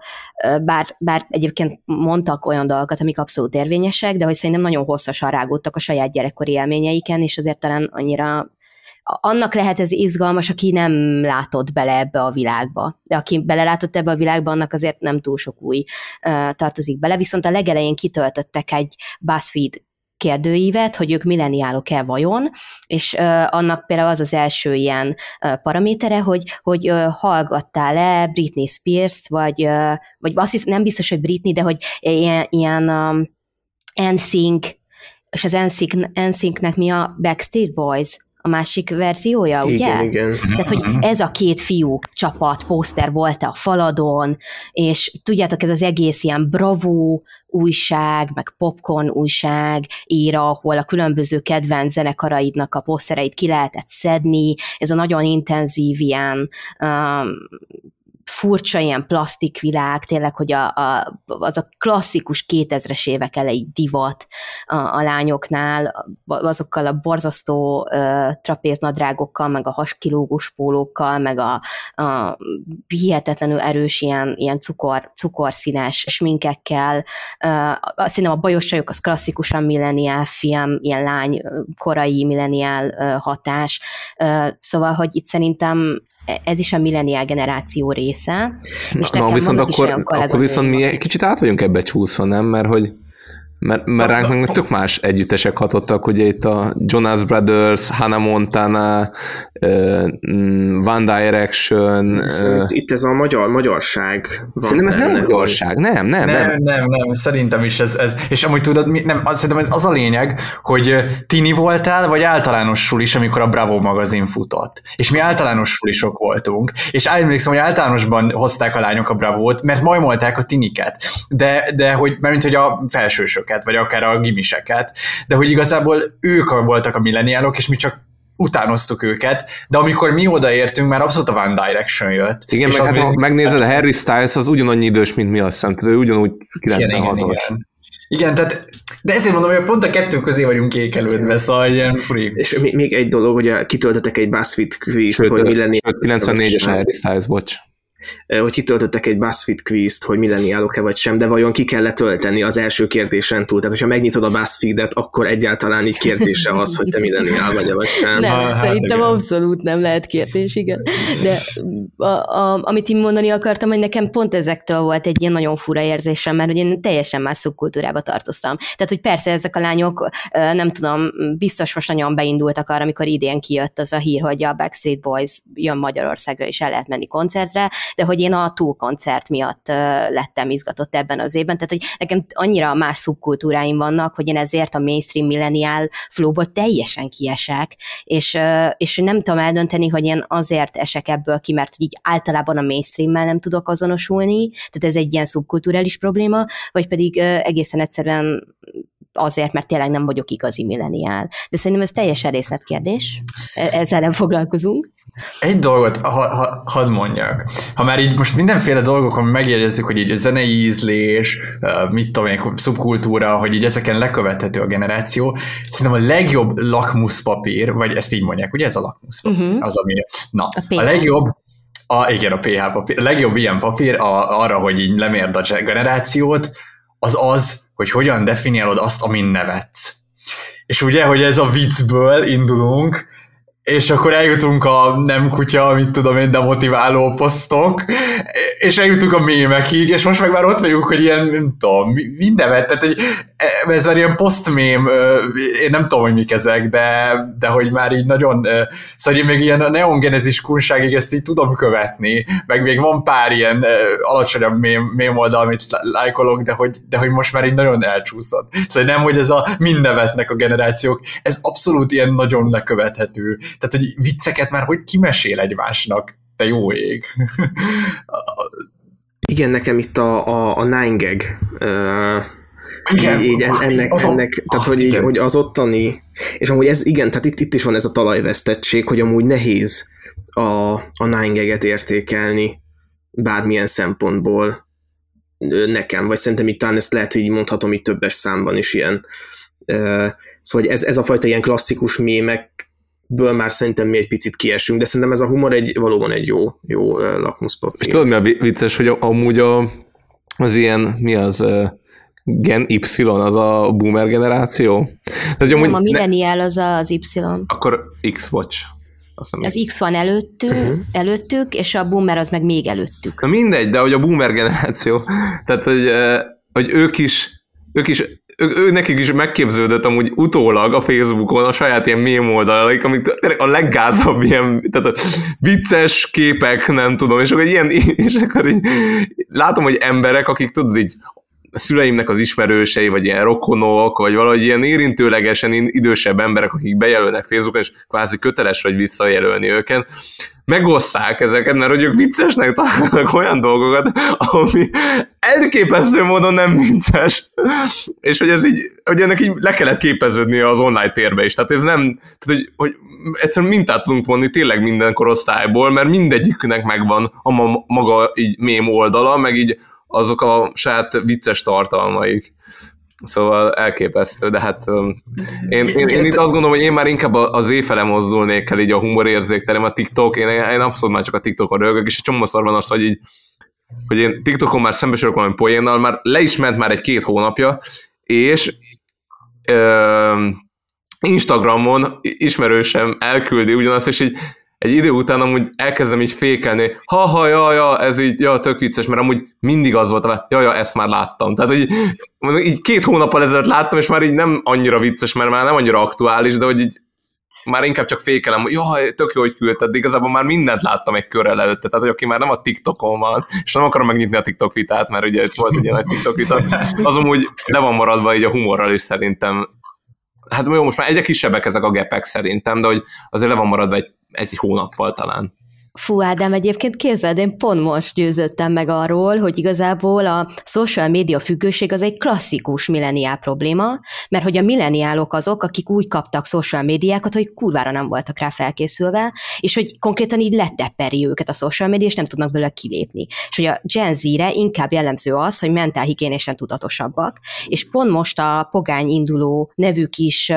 bár egyébként mondtak olyan dolgokat, amik abszolút érvényesek, de hogy szerintem nagyon hosszasan rágódtak a saját gyerekkori élményeiken, és azért talán annyira annak lehet ez izgalmas, aki nem látott bele ebbe a világba. De aki belelátott ebbe a világba, annak azért nem túl sok új tartozik bele. Viszont a legelején kitöltöttek egy BuzzFeed kérdőívet, hogy ők milleniálok-e vajon, és annak például az első ilyen paramétere, hogy hallgattál-e Britney Spears, vagy azt hiszem, nem biztos, hogy Britney, de hogy ilyen NSYNC, és az NSYNC-nek mi a Backstreet Boys, a másik verziója, ugye? Igen. Tehát, hogy ez a 2 fiú csapat poszter volt a faladon, és tudjátok, ez az egész ilyen Bravo újság, meg Popcorn újság éra, ahol a különböző kedvenc zenekaraidnak a posztereit ki lehetett szedni, ez a nagyon intenzív ilyen furcsa ilyen plastikvilág, tényleg, hogy az a klasszikus 2000-es évek elejé divat a lányoknál, azokkal a borzasztó trapéznadrágokkal, meg a haskilógós pólókkal, meg a hihetetlenül erős ilyen cukorszínes sminkekkel. Szerintem a bajos csajok az klasszikusan millenial film, ilyen lány korai millenial hatás. Szóval, hogy itt szerintem ez is a millenial generáció része. És viszont akkor viszont mi egy kicsit át vagyunk ebbe csúszva, nem? Mert ránk meg tök más együttesek hatottak, ugye itt a Jonas Brothers, Hannah Montana, One Direction. Itt ez a magyarság van. Szerintem ez nem magyarság, nem. Szerintem is ez. És amúgy tudod, szerintem az a lényeg, hogy tini voltál, vagy általános sulis, amikor a Bravo magazin futott. És mi általános sulisok voltunk. És emlékszem, hogy általánosban hozták a lányok a Bravót, mert majmolták a tiniket. De hogy, mert mint hogy a felsősöket, vagy akár a gimiseket. De hogy igazából ők voltak a milleniálok, és mi csak utánoztuk őket, de amikor mi odaértünk, már abszolút a One Direction jött. Igen, meg hát, ha megnézed, a Harry Styles az ugyanannyi idős, mint mi, azt hiszem, tehát ő ugyanúgy 96-os. Igen, tehát, de ezért mondom, hogy pont a 2 közé vagyunk ékelődve, szóval ilyen furi. És még egy dolog, hogy kitöltöttek egy BuzzFeed quizt, hogy milleniálok. 94-es a Harry Styles, bocs. Hogy kitöltöttek egy BuzzFeed quizt, hogy milleniálok-e vagy sem, de vajon ki kell letölteni az első kérdésen túl? Tehát, hogyha megnyitod a BuzzFeed-et, akkor egyáltalán így kérdése az, hogy te milleniál vagy sem. Nem, szerintem abszolút nem lehet kérdés, igen. De amit én mondani akartam, hogy nekem pont ezektől volt egy ilyen nagyon fura érzésem, mert hogy én teljesen más szubkultúrába tartoztam. Tehát, hogy persze ezek a lányok, nem tudom, biztos most nagyon beindultak arra, amikor idén kijött az a hír, hogy a Backstreet Boys jön Magyarországra, és el lehet menni koncertre, de hogy én a Tool koncert miatt lettem izgatott ebben az évben, tehát hogy nekem annyira más szubkultúráim vannak, hogy én ezért a mainstream millennial flowból teljesen kiesek, és nem tudom eldönteni, hogy én azért esek ebből ki, mert hogy így általában a mainstreammel nem tudok azonosulni, tehát ez egy ilyen szubkulturális probléma, vagy pedig egészen egyszerűen azért, mert tényleg nem vagyok igazi milleniál. De szerintem ez teljesen részletkérdés. Ezzel nem foglalkozunk. Egy dolgot hadd mondjak. Ha már így most mindenféle dolgokon megjegyezzük, hogy így a zenei ízlés, mit tudom én, szubkultúra, hogy így ezeken lekövethető a generáció, szerintem a legjobb lakmuszpapír, vagy ezt így mondják, ugye ez a lakmuszpapír? Az, ami... Na, a legjobb Igen, a PH papír. A legjobb ilyen papír arra, hogy így lemérd a generációt, az, hogy hogyan definiálod azt, amin nevetsz. És ugye, hogy ez a viccből indulunk, és akkor eljutunk a nem kutya, mit tudom én, demotiváló posztok, és eljutunk a mémekig, és most meg már ott vagyunk, hogy ilyen, nem tudom, mindenvet, tehát hogy ez már ilyen posztmém, én nem tudom, hogy mik ezek, de hogy már így nagyon, szóval én még ilyen a neongenezis kunságig ezt így tudom követni, meg még van pár ilyen alacsonyabb mém oldal, amit lájkolok, de hogy most már így nagyon elcsúszott. Szóval nem, hogy ez a mindenvetnek a generációk, ez abszolút ilyen nagyon lekövethető. Tehát, hogy vicceket már hogy kimesél egymásnak, te jó ég. Igen, nekem itt a 9gag, igen, így ennek tehát hogy az ottani, és amúgy ez, igen, tehát itt is van ez a talajvesztettség, hogy amúgy nehéz a 9gaget értékelni bármilyen szempontból nekem, vagy szerintem itt talán ezt lehet, hogy így mondhatom itt többes számban is ilyen. Szóval ez a fajta ilyen klasszikus mémekből már szerintem mi egy picit kiesünk, de szerintem ez a humor valóban egy jó lakmuszpapír. És tudod, mi a vicces, hogy amúgy az ilyen, mi az Gen Y, az a boomer generáció? Tehát, nem, a millenial az Y. Akkor X-Watch. Az X van előttük, és a boomer az meg még előttük. Na mindegy, de hogy a boomer generáció, tehát hogy ők nekik is megképződött amúgy utólag a Facebookon a saját ilyen mém oldalaik, amik a leggázabb ilyen, tehát a vicces képek, nem tudom, és akkor így látom, hogy emberek, akik tudod így a szüleimnek az ismerősei, vagy ilyen rokonok, vagy valahogy ilyen érintőlegesen idősebb emberek, akik bejelölnek Facebookon, és kvázi köteles vagy visszajelölni őket, megosszák ezeket, mert hogy ők viccesnek találnak olyan dolgokat, ami elképesztő módon nem vicces. És hogy ez így, hogy ennek így le kellett képeződnie az online térbe is. Tehát ez nem, tehát hogy egyszerűen mintát tudunk vonni tényleg minden korosztályból, mert mindegyiknek megvan a maga így mém oldala, meg így azok a saját vicces tartalmaik. Szóval elképesztő, de hát én itt azt gondolom, hogy én már inkább az Z fele mozdulnék el így a humorérzékterem, a TikTok, én abszolút már csak a TikTokon rögök, és egy csomószor van az, hogy én TikTokon már szembesülök valami poénnal, már le is ment már 1-2 hónapja, és Instagramon ismerősem elküldi ugyanazt, és így egy idő után amúgy elkezdem így fékelni, ez így, tök vicces, mert amúgy mindig az volt, ezt már láttam. Tehát, hogy így 2 hónappal ezelőtt láttam, és már így nem annyira vicces, mert már nem annyira aktuális, de hogy így már inkább csak fékelem, hogy tök jó, hogy küldted, de igazából már mindent láttam egy körrel előtte, tehát hogy aki már nem a TikTokon van, és nem akarom megnyitni a TikTok vitát, mert ugye itt volt egy ilyen TikTok vita, az amúgy le van maradva így a humorral is szerintem. Hát jó, most már egyre kisebbek ezek a gepek szerintem, de hogy azért le van maradva egy hónappal talán. Fú, Ádám, egyébként képzeld, én pont most győződtem meg arról, hogy igazából a social média függőség az egy klasszikus milleniál probléma, mert hogy a milleniálok azok, akik úgy kaptak social médiákat, hogy kurvára nem voltak rá felkészülve, és hogy konkrétan így letepperi őket a social média, és nem tudnak belőle kilépni. És hogy a Gen Z-re inkább jellemző az, hogy mentálhigiénésen tudatosabbak, és pont most a Pogány induló nevű kis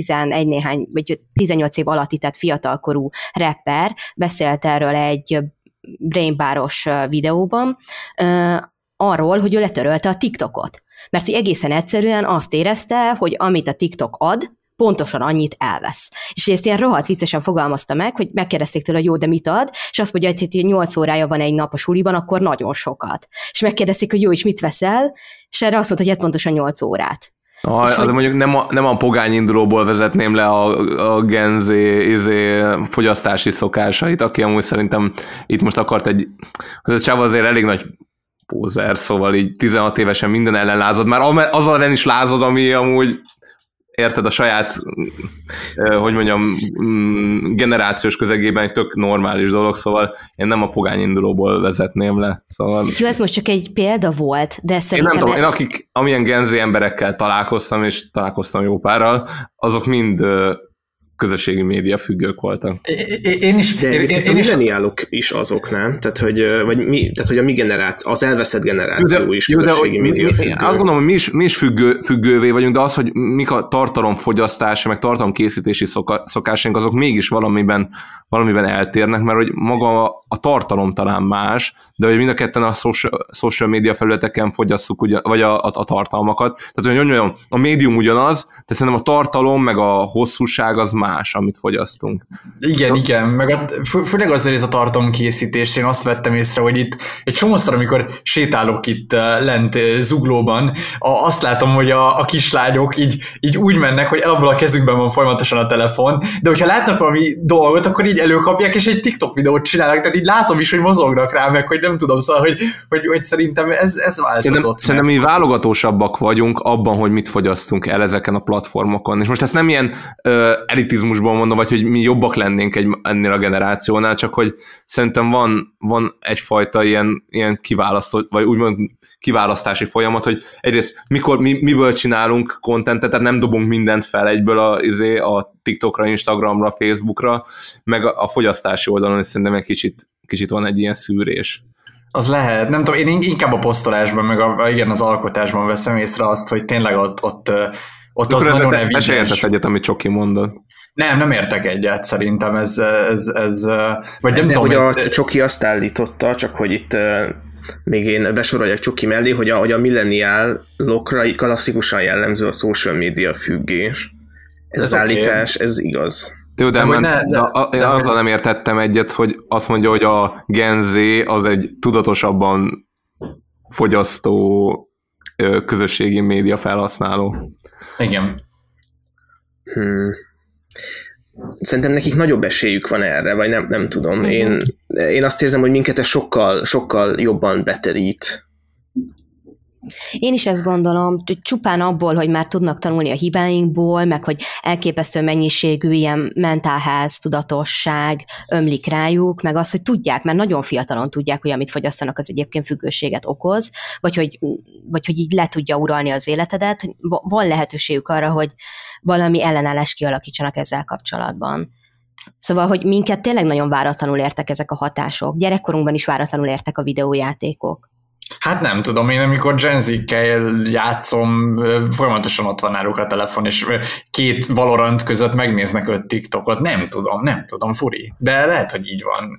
18 év alatti, tehát fiatalkorú rapper beszélt erről egy brainbaros videóban arról, hogy ő letörölte a TikTokot. Mert hogy egészen egyszerűen azt érezte, hogy amit a TikTok ad, pontosan annyit elvesz. És ezt ilyen rohadt viccesen fogalmazta meg, hogy megkérdezték tőle, hogy jó, de mit ad, és azt mondja, hogy 8 órája van egy nap a suliban, akkor nagyon sokat. És megkérdezték, hogy jó, és mit veszel, és erre azt mondta, hogy hát pontosan 8 órát. De mondjuk nem a Pogány indulóból vezetném le a Gen Z fogyasztási szokásait, aki amúgy szerintem itt most akart ez csáva azért elég nagy pózer, szóval így 16 évesen minden ellen lázad, már az ellen is lázad, ami amúgy érted, a saját, hogy mondjam, generációs közegében egy tök normális dolog, szóval én nem a Pogány indulóból vezetném le. Szóval... Jó, ez most csak egy példa volt, de szerintem... Én nem tudom, amilyen Gen Z emberekkel találkoztam, és találkoztam jó párral, azok mind közösségi média függők voltak. Én is. De a milleniálok is azok, nem? Tehát, hogy a mi generáció, az elveszett generáció is közösségi média függő. Azt gondolom, hogy mi is függővé vagyunk, de az, hogy mik a tartalomfogyasztási, meg tartalomkészítési szokásaink, azok mégis valamiben eltérnek, mert hogy maga a tartalom talán más, de hogy mind a ketten a social media felületeken fogyasszuk vagy a tartalmakat. Tehát, hogy mondjam, a médium ugyanaz, de szerintem a tartalom meg a hosszúság az más, amit fogyasztunk. Igen, meg főleg azért ez a tartalomkészítés, én azt vettem észre, hogy itt egy csomószor, amikor sétálok itt lent Zuglóban, azt látom, hogy a kislányok így úgy mennek, hogy abból a kezükben van folyamatosan a telefon, de hogyha látnak valami dolgot, akkor így előkapják, és egy TikTok videót csinálnak, tehát így látom is, hogy mozognak rá, meg hogy nem tudom, szóval, hogy szerintem ez változott. Szerintem mi válogatósabbak vagyunk abban, hogy mit fogyasztunk el ezeken a platformokon. És most ezt nem ilyen elitizmusból mondom, vagy hogy mi jobbak lennénk ennél a generációnál, csak hogy szerintem van egyfajta ilyen kiválasztó, vagy úgymond kiválasztási folyamat, hogy egyrészt miből csinálunk contentet, tehát nem dobunk mindent fel egyből a TikTokra, Instagramra, Facebookra, meg a fogyasztási oldalon is szerintem egy kicsit van egy ilyen szűrés. Az lehet, nem tudom, én inkább a posztolásban, meg az alkotásban veszem észre azt, hogy tényleg ott az nagyon evidens. Mesélhetsz egyet, amit Csoki mondott. Nem értek egyet, szerintem ez vagy nem tudom. Hogy a Csoki azt állította, csak hogy itt még én besoroljak Csoki mellé, hogy a milleniálokra klasszikusan jellemző a social media függés. Ez az állítás, ez igaz. Jó, de azzal nem értettem egyet, hogy azt mondja, hogy a Gen Z az egy tudatosabban fogyasztó közösségi média felhasználó. Igen. Szerintem nekik nagyobb esélyük van erre, vagy nem tudom. Én azt érzem, hogy minket ez sokkal jobban beterít. Én is ezt gondolom, csupán abból, hogy már tudnak tanulni a hibáinkból, meg hogy elképesztő mennyiségű ilyen mentálház, tudatosság ömlik rájuk, meg az, hogy tudják, mert nagyon fiatalon tudják, hogy amit fogyasztanak, az egyébként függőséget okoz, vagy hogy így le tudja uralni az életedet. Van lehetőségük arra, hogy valami ellenállást kialakítsanak ezzel kapcsolatban. Szóval, hogy minket tényleg nagyon váratlanul értek ezek a hatások. Gyerekkorunkban is váratlanul értek a videójátékok. Hát nem tudom, én amikor Gen Z-kkel játszom, folyamatosan ott van náluk a telefon, és 2 Valorant között megnéznek 5 TikTokot, nem tudom, furi. De lehet, hogy így van.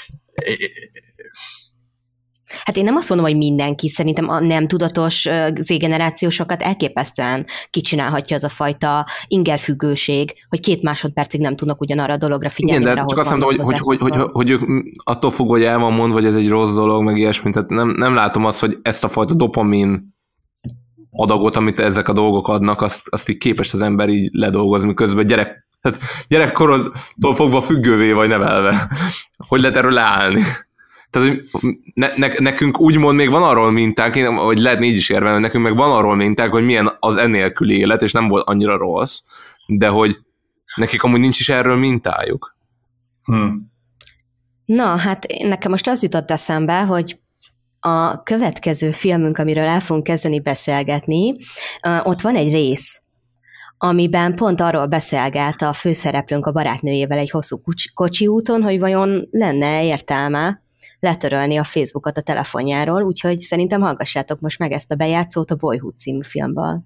Hát én nem azt mondom, hogy mindenki, szerintem a nem tudatos Z-generációsokat elképesztően kicsinálhatja az a fajta ingerfüggőség, hogy 2 másodpercig nem tudnak ugyanarra a dologra figyelni. Igen, de csak azt mondom, hogy ők attól fogva, hogy el van mondva, hogy ez egy rossz dolog, meg ilyesmi, tehát nem látom azt, hogy ezt a fajta dopamin adagot, amit ezek a dolgok adnak, azt így képes az ember így ledolgozni, közben gyerekkorodtól fogva függővé vagy nevelve. Hogy lehet erről leállni? Tehát, nekünk úgymond még van arról mintánk, vagy lehet így is érvelni, hogy nekünk meg van arról mintánk, hogy milyen az ennélküli élet, és nem volt annyira rossz, de hogy nekik amúgy nincs is erről mintájuk. Na, hát nekem most az jutott eszembe, hogy a következő filmünk, amiről el fogunk kezdeni beszélgetni, ott van egy rész, amiben pont arról beszélget a főszereplőnk a barátnőjével egy hosszú kocsi úton, hogy vajon lenne értelme letörölni a Facebookot a telefonjáról, úgyhogy szerintem hallgassátok most meg ezt a bejátszót a Boyhood című filmből.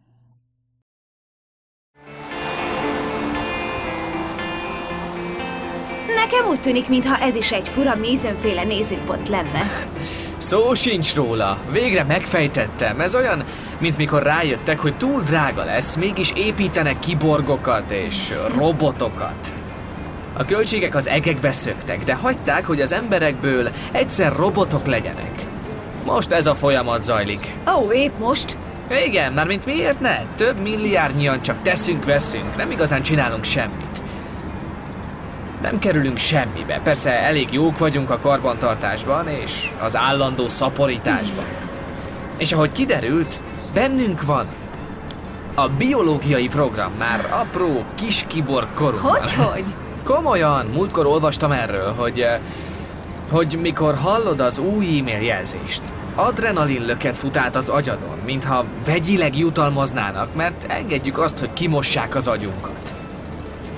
Nekem úgy tűnik, mintha ez is egy fura mézönféle nézőpont lenne. Szó sincs róla. Végre megfejtettem. Ez olyan, mint mikor rájöttek, hogy túl drága lesz, mégis építenek kiborgokat és robotokat. A költségek az egekbe szöktek, de hagyták, hogy az emberekből egyszer robotok legyenek. Most ez a folyamat zajlik. Ó, épp most? Igen, már mint miért ne? Több milliárdnyian csak teszünk-veszünk, nem igazán csinálunk semmit. Nem kerülünk semmibe. Persze elég jók vagyunk a karbantartásban és az állandó szaporításban. És ahogy kiderült, bennünk van a biológiai program már apró kis kiborg korunkban. Hogy? Komolyan, múltkor olvastam erről, hogy mikor hallod az új e-mail jelzést, adrenalin löket fut át az agyadon, mintha vegyileg jutalmaznának, mert engedjük azt, hogy kimossák az agyunkat.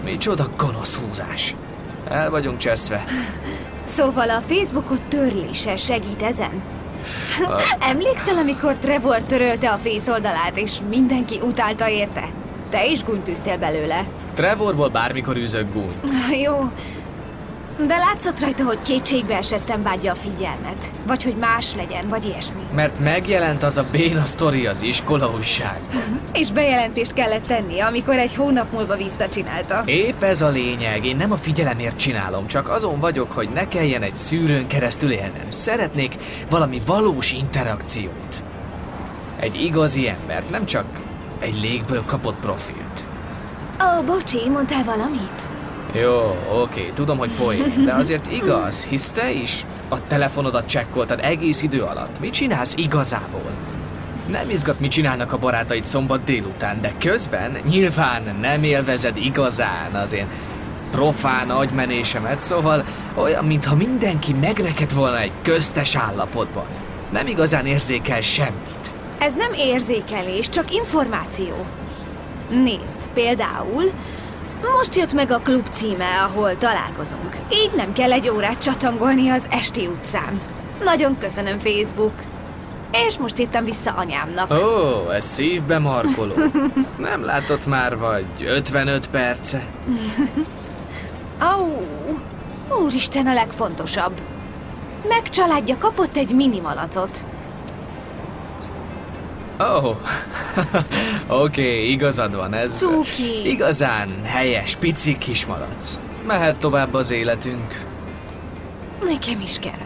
Micsoda gonosz húzás. El vagyunk cseszve. Szóval a Facebookot törlése segít ezen? Emlékszel, amikor Trevor törölte a Face oldalát, és mindenki utálta érte? Te is gúnytűztél belőle. Trevorból bármikor üzök gúny. Jó, de látszott rajta, hogy kétségbe esettem vágyja a figyelmet. Vagy hogy más legyen, vagy ilyesmi. Mert megjelent az a béna sztori az iskola újság. És bejelentést kellett tenni, amikor egy hónap múlva visszacsinálta. Épp ez a lényeg, én nem a figyelemért csinálom, csak azon vagyok, hogy ne kelljen egy szűrőn keresztül élnem. Szeretnék valami valós interakciót. Egy igazi embert, nem csak egy légből kapott profilt. Bocsi, mondtál valamit? Jó, oké, tudom, hogy poén, de azért igaz, hisz te is a telefonodat csekkoltad egész idő alatt. Mit csinálsz igazából? Nem izgat, mit csinálnak a barátaid szombat délután, de közben nyilván nem élvezed igazán az én profán agymenésemet, szóval olyan, mintha mindenki megrekedt volna egy köztes állapotban. Nem igazán érzékel semmit. Ez nem érzékelés, csak információ. Nézd, például most jött meg a klub címe, ahol találkozunk. Így nem kell egy órát csatangolni az esti utcán. Nagyon köszönöm, Facebook. És most írtam vissza anyámnak. Ó, ez szívbe markoló. Nem látott már vagy 55 perce? Úristen, a legfontosabb. Meg családja kapott egy mini malacot. Oké, igazad van, ez Cuki. igazán helyes, pici kismalac. Mehet tovább az életünk. Nekem is kell.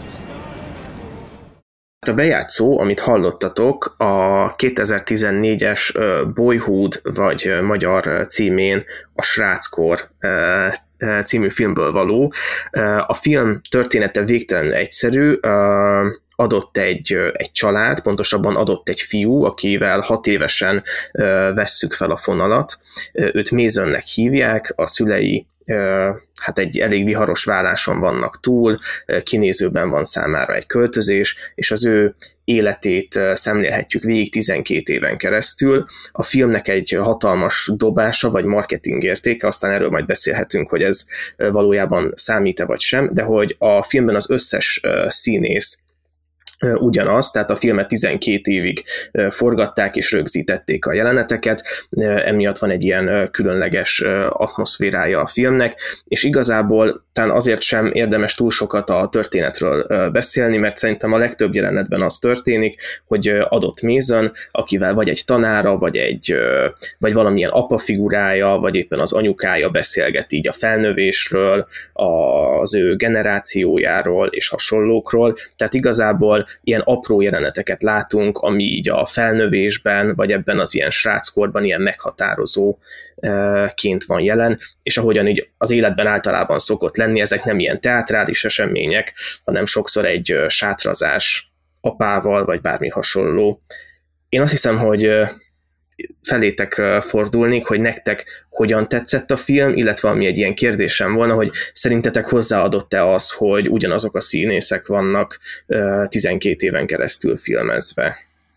A bejátszó, amit hallottatok, a 2014-es Boyhood, vagy magyar címén a Sráckor című filmből való. A film története végtelenül egyszerű. Adott egy család, pontosabban adott egy fiú, akivel 6 évesen vesszük fel a fonalat. Őt Masonnek hívják, a szülei hát egy elég viharos válláson vannak túl, kinézőben van számára egy költözés, és az ő életét szemlélhetjük végig 12 éven keresztül. A filmnek egy hatalmas dobása, vagy marketing értéke, aztán erről majd beszélhetünk, hogy ez valójában számít-e vagy sem, de hogy a filmben az összes színész ugyanaz, tehát a filmet 12 évig forgatták és rögzítették a jeleneteket, emiatt van egy ilyen különleges atmoszférája a filmnek, és igazából talán azért sem érdemes túl sokat a történetről beszélni, mert szerintem a legtöbb jelenetben az történik, hogy adott Mason, akivel vagy egy tanára, vagy valamilyen apa figurája, vagy éppen az anyukája beszélget így a felnövésről, az ő generációjáról és hasonlókról, tehát igazából ilyen apró jeleneteket látunk, ami így a felnövésben, vagy ebben az ilyen sráckorban ilyen meghatározóként van jelen, és ahogyan így az életben általában szokott lenni, ezek nem ilyen teátrális események, hanem sokszor egy sátrazás apával, vagy bármi hasonló. Én azt hiszem, hogy felétek fordulnék, hogy nektek hogyan tetszett a film, illetve ami egy ilyen kérdésem volna, hogy szerintetek hozzáadott-e az, hogy ugyanazok a színészek vannak 12 éven keresztül filmezve?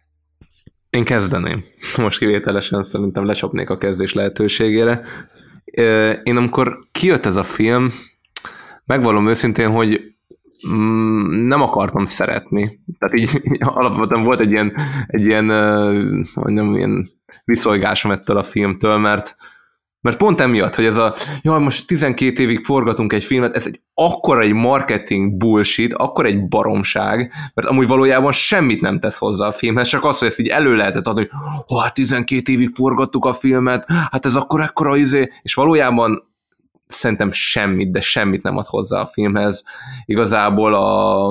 Én kezdeném. Most kivételesen szerintem lecsapnék a kezdés lehetőségére. Én amikor kijött ez a film, megvallom őszintén, hogy nem akartam szeretni. Tehát így alapvetően volt egy ilyen viszolgásom ettől a filmtől, mert pont emiatt, hogy ez most 12 évig forgatunk egy filmet, ez akkora egy marketing bullshit, akkora egy baromság, mert amúgy valójában semmit nem tesz hozzá a filmhez, csak az, hogy ezt így elő lehetett adni, hogy hát 12 évig forgattuk a filmet, hát ez akkor ekkora és valójában szerintem semmit, de semmit nem ad hozzá a filmhez. Igazából a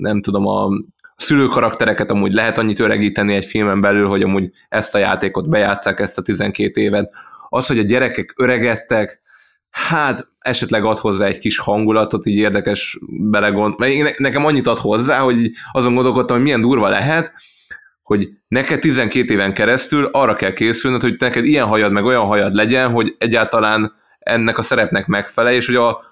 szülőkaraktereket amúgy lehet annyit öregíteni egy filmen belül, hogy amúgy ezt a játékot bejátsszák, ezt a 12 évet. Az, hogy a gyerekek öregedtek, hát esetleg ad hozzá egy kis hangulatot, így érdekes nekem annyit ad hozzá, hogy azon gondolkodtam, hogy milyen durva lehet, hogy neked 12 éven keresztül arra kell készülnöd, hogy neked ilyen hajad, meg olyan hajad legyen, hogy egyáltalán ennek a szerepnek megfelelj, és hogy a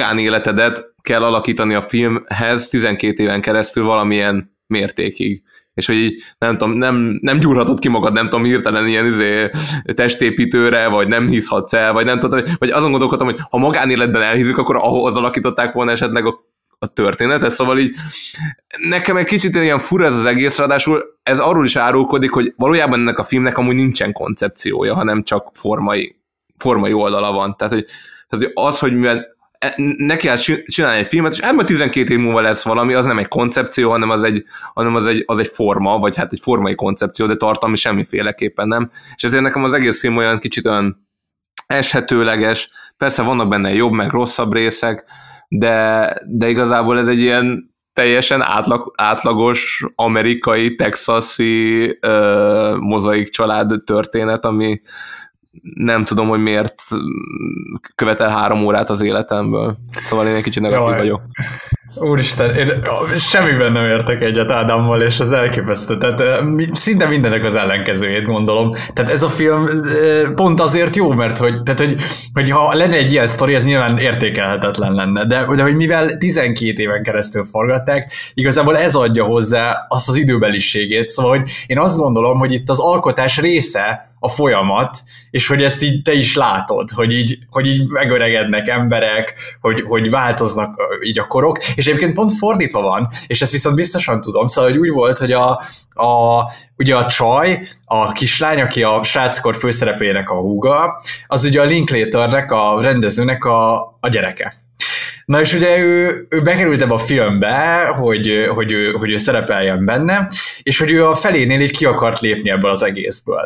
magánéletedet kell alakítani a filmhez 12 éven keresztül valamilyen mértékig. és hogy így, nem tudom, nem gyúrhatod ki magad, nem tudom, hirtelen ilyen testépítőre, vagy nem hiszhatsz el, vagy nem tudom, vagy azon gondolkodtam, hogy ha magánéletben elhízik, akkor ahhoz alakították volna esetleg a történetet, szóval így nekem egy kicsit ilyen fura ez az egész, ráadásul ez arról is árulkodik, hogy valójában ennek a filmnek amúgy nincsen koncepciója, hanem csak formai oldala van. Tehát hogy az, hogy mivel neki kell csinálni egy filmet, és ebben 12 év múlva lesz valami, az nem egy koncepció, hanem az egy forma, vagy hát egy formai koncepció, de tartalmi semmiféleképpen nem. És ezért nekem az egész film olyan kicsit olyan eshetőleges, persze vannak benne jobb, meg rosszabb részek, de igazából ez egy ilyen teljesen átlagos amerikai, texasi mozaik család történet, ami nem tudom, hogy miért követel 3 órát az életemből. Szóval én egy kicsit negatív vagyok. Úristen, én semmiben nem értek egyet Ádámmal, és ez elképesztő. Tehát szinte mindenek az ellenkezőjét gondolom. Tehát ez a film pont azért jó, mert hogy ha lenne egy ilyen sztori, ez nyilván értékelhetetlen lenne. De hogy mivel 12 éven keresztül forgatták, igazából ez adja hozzá azt az időbeliségét. Szóval hogy én azt gondolom, hogy itt az alkotás része a folyamat, és hogy ezt így te is látod, hogy így megöregednek emberek, hogy változnak így a korok, és egyébként pont fordítva van, és ezt viszont biztosan tudom, szóval hogy úgy volt, hogy ugye a csaj, a kislány, aki a sráckor főszereplőjének a húga, az ugye a Linklaternek, a rendezőnek a gyereke. Na és ugye ő bekerült ebbe a filmbe, hogy ő szerepeljen benne, és hogy ő a felénél így ki akart lépni ebből az egészből.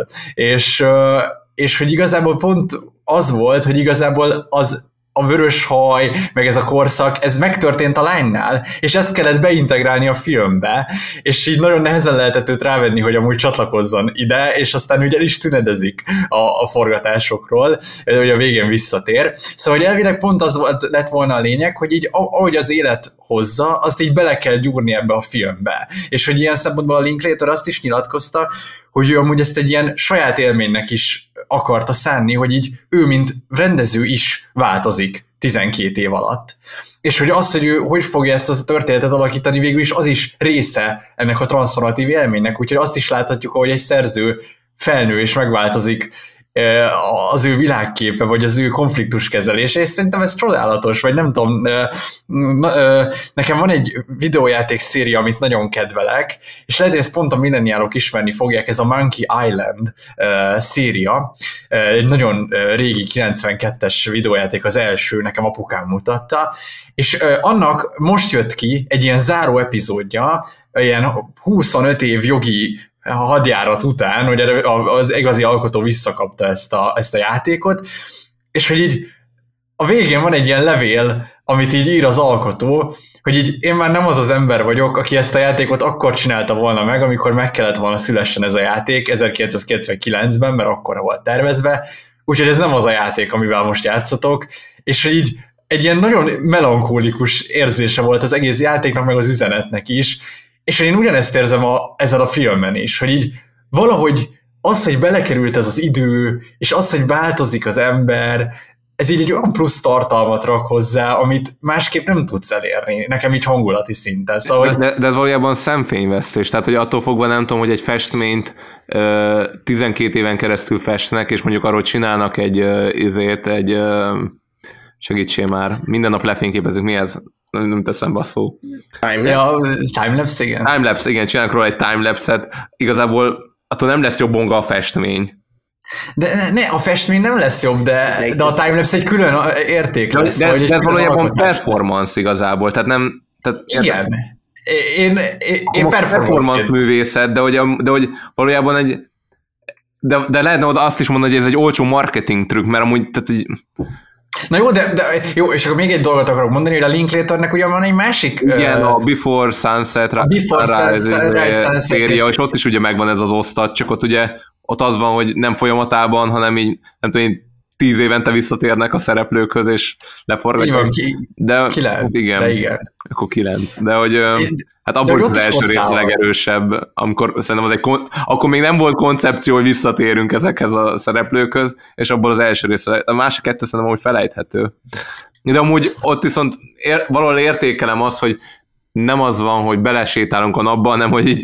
És hogy igazából pont az volt, hogy igazából a vörös haj, meg ez a korszak, ez megtörtént a lánynál, és ezt kellett beintegrálni a filmbe, és így nagyon nehezen lehetett őt rávenni, hogy amúgy csatlakozzon ide, és aztán ugye el is tünedezik a forgatásokról, hogy a végén visszatér. Szóval hogy elvileg pont az lett volna a lényeg, hogy így ahogy az élet hozza, azt így bele kell gyúrni ebbe a filmbe. És hogy ilyen szempontból a Linklater azt is nyilatkozta, hogy ő amúgy ezt egy ilyen saját élménynek is akarta szánni, hogy így ő, mint rendező is változik 12 év alatt. És hogy az, hogy ő hogy fogja ezt a történetet alakítani, végül is az is része ennek a transformatív élménynek, úgyhogy azt is láthatjuk, ahogy egy szerző felnő és megváltozik az ő világképe, vagy az ő konfliktuskezelése, és szerintem ez csodálatos, vagy nem tudom, nekem van egy videójáték széria, amit nagyon kedvelek, és lehet, hogy ezt pont a milleniálok ismerni fogják, ez a Monkey Island széria, egy nagyon régi 92-es videójáték, az első, nekem apukám mutatta, és annak most jött ki egy ilyen záró epizódja, ilyen 25 év jogi hadjárat után, hogy az igazi alkotó visszakapta ezt a játékot, és hogy így a végén van egy ilyen levél, amit így ír az alkotó, hogy így én már nem az az ember vagyok, aki ezt a játékot akkor csinálta volna meg, amikor meg kellett volna szülessen ez a játék 1999-ben, mert akkora volt tervezve, úgyhogy ez nem az a játék, amivel most játszatok, és hogy így egy ilyen nagyon melankólikus érzése volt az egész játéknak, meg az üzenetnek is, és én ugyanezt érzem ezzel a filmen is, hogy így valahogy az, hogy belekerült ez az idő, és az, hogy változik az ember, ez így egy olyan plusz tartalmat rak hozzá, amit másképp nem tudsz elérni, nekem így hangulati szinten. Szóval, de ez valójában szemfényvesztés, tehát hogy attól fogva nem tudom, hogy egy festményt 12 éven keresztül festnek, és mondjuk arról csinálnak egy segítsél már, minden nap lefényképezzük, mi ez? Nem teszem be a szó. Timelapse, igen. Timelapse, igen, csinálnak róla egy timelapse-et. Igazából attól nem lesz jobbonga a festmény. De a festmény nem lesz jobb, de a timelapse egy külön érték lesz. De ez valójában performance igazából, tehát nem... Tehát igen. Én performance művészet, de hogy valójában egy... De lehetne oda azt is mondani, hogy ez egy olcsó marketing trükk, mert amúgy... Tehát így, na jó, de jó, és akkor még egy dolgot akarok mondani, hogy a Linklaternek ugye van egy másik... Igen, a Before Sunset széria, és ott is ugye megvan ez az osztat, csak ott ugye ott az van, hogy nem folyamatában, hanem így, nem tudom én, 10 évente visszatérnek a szereplőkhöz, és leforgatják. De 9, igen, de igen. Akkor 9. De hogy hát abból az első rész a legerősebb, amikor szerintem akkor még nem volt koncepció, hogy visszatérünk ezekhez a szereplőkhöz, és abból az első része, a másik 2 szerintem úgy felejthető. De amúgy ott viszont valahol értékelem azt, hogy nem az van, hogy belesétálunk a napba, hanem hogy így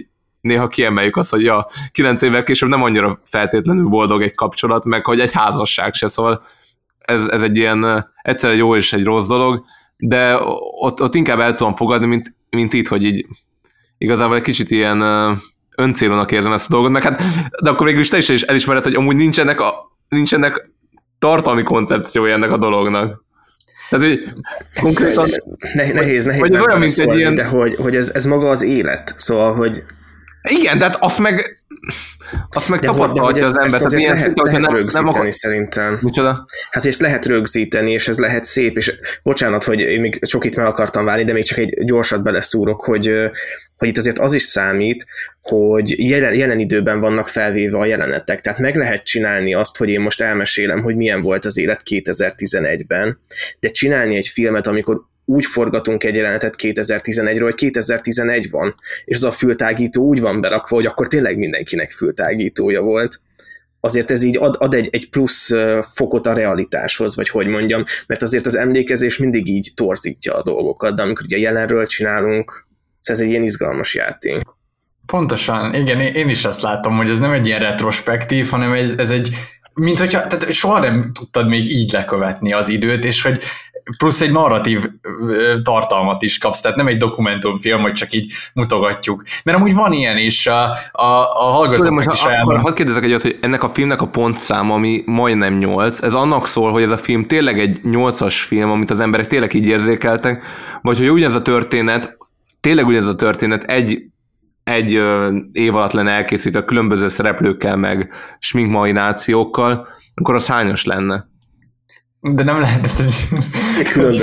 néha kiemeljük azt, hogy 9 évvel később nem annyira feltétlenül boldog egy kapcsolat, meg hogy egy házasság se, szóval ez egy ilyen egyszer egy jó és egy rossz dolog, de ott inkább el tudom fogadni, mint itt, hogy így igazából egy kicsit ilyen öncélúnak érzem ezt a dolgot, meg hát, de akkor végül is te is elismered, hogy amúgy nincsenek tartalmi koncepciója ennek a dolognak. Tehát, hogy konkrétan... Nehéz vagy ez olyan, mint egy ilyen... de hogy ez maga az élet, szóval, hogy... Igen, de hát azt meg tapasztalhatja az ember. Ezt lehet rögzíteni szerintem. Micsoda? Hát ezt lehet rögzíteni, és ez lehet szép, és bocsánat, hogy én még csak itt meg akartam válni, de még csak egy gyorsat beleszúrok, hogy itt azért az is számít, hogy jelen időben vannak felvéve a jelenetek. Tehát meg lehet csinálni azt, hogy én most elmesélem, hogy milyen volt az élet 2011-ben, de csinálni egy filmet, amikor úgy forgatunk egy jelenetet 2011-ről, hogy 2011 van, és az a fültágító úgy van berakva, hogy akkor tényleg mindenkinek fültágítója volt. Azért ez így ad egy plusz fokot a realitáshoz, vagy hogy mondjam, mert azért az emlékezés mindig így torzítja a dolgokat, de amikor ugye jelenről csinálunk, ez egy ilyen izgalmas játék. Pontosan, igen, én is azt látom, hogy ez nem egy ilyen retrospektív, hanem ez egy, mint hogyha, tehát soha nem tudtad még így lekövetni az időt, és hogy plusz egy narratív tartalmat is kapsz, tehát nem egy dokumentumfilm, hogy csak így mutogatjuk. Mert amúgy van ilyen is, a hallgatóknak is elmondom. Hadd kérdezek egyet, hogy ennek a filmnek a pontszám, ami majdnem 8, ez annak szól, hogy ez a film tényleg egy 8-as film, amit az emberek tényleg így érzékeltek, vagy hogy ugyanez a történet, tényleg ugyanez a történet egy év alatt lenne elkészítve különböző szereplőkkel, meg sminkmarinációkkal, akkor az hányas lenne? De nem lehetett, hogy...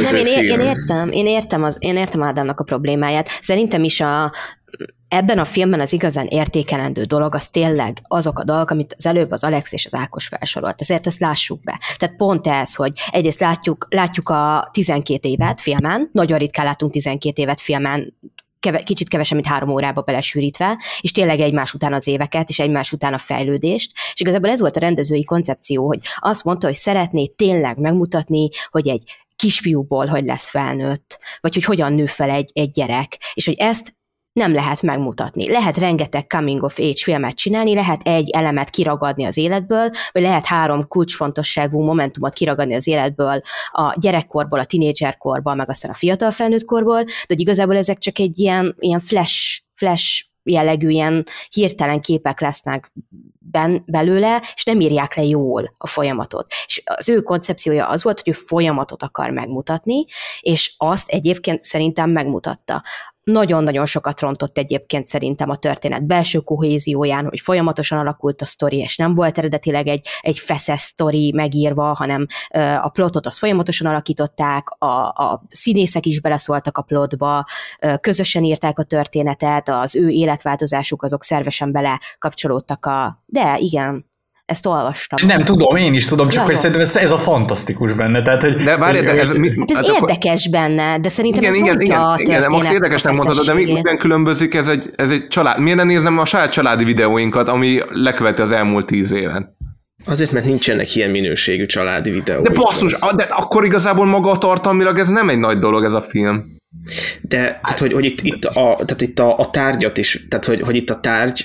Én értem Ádámnak a problémáját. Szerintem is ebben a filmben az igazán értékelendő dolog, az tényleg azok a dolgok, amit az előbb az Alex és az Ákos felsorolt. Ezért ezt lássuk be. Tehát pont ez, hogy egyrészt látjuk a 12 évet filmen, nagyon ritkán látunk 12 évet filmen, kicsit kevesebb, mint 3 órába belesűrítve, és tényleg egymás után az éveket, és egymás után a fejlődést, és igazából ez volt a rendezői koncepció, hogy azt mondta, hogy szeretné tényleg megmutatni, hogy egy kisfiúból hogy lesz felnőtt, vagy hogy hogyan nő fel egy gyerek, és hogy ezt nem lehet megmutatni. Lehet rengeteg coming of age filmet csinálni, lehet egy elemet kiragadni az életből, vagy lehet 3 kulcsfontosságú momentumot kiragadni az életből, a gyerekkorból, a tinédzserkorból, meg aztán a fiatal felnőtt korból, de hogy igazából ezek csak egy ilyen flash jellegű, ilyen hirtelen képek lesznek belőle, és nem írják le jól a folyamatot. És az ő koncepciója az volt, hogy ő folyamatot akar megmutatni, és azt egyébként szerintem megmutatta. Nagyon-nagyon sokat rontott egyébként szerintem a történet belső kohézióján, hogy folyamatosan alakult a sztori, és nem volt eredetileg egy feszes sztori megírva, hanem a plotot azt folyamatosan alakították, a színészek is beleszóltak a plotba, közösen írták a történetet, az ő életváltozásuk azok szervesen belekapcsolódtak De igen, ezt olvastam. Nem tudom, én is tudom, csak hogy szerintem ez a fantasztikus benne. Tehát, hogy, de várj, ez érdekes benne, de szerintem ez mondja a történet. Igen, most érdekesnek mondhatod, de miben különbözik ez egy család? Miért nem nézem a saját családi videóinkat, ami leköveti az elmúlt 10 éven? Azért, mert nincsenek ilyen minőségű családi videók. De basszus, de akkor igazából maga tartalmilag ez nem egy nagy dolog ez a film. De tehát, hogy itt a tárgyat is, tehát hogy itt a tárgy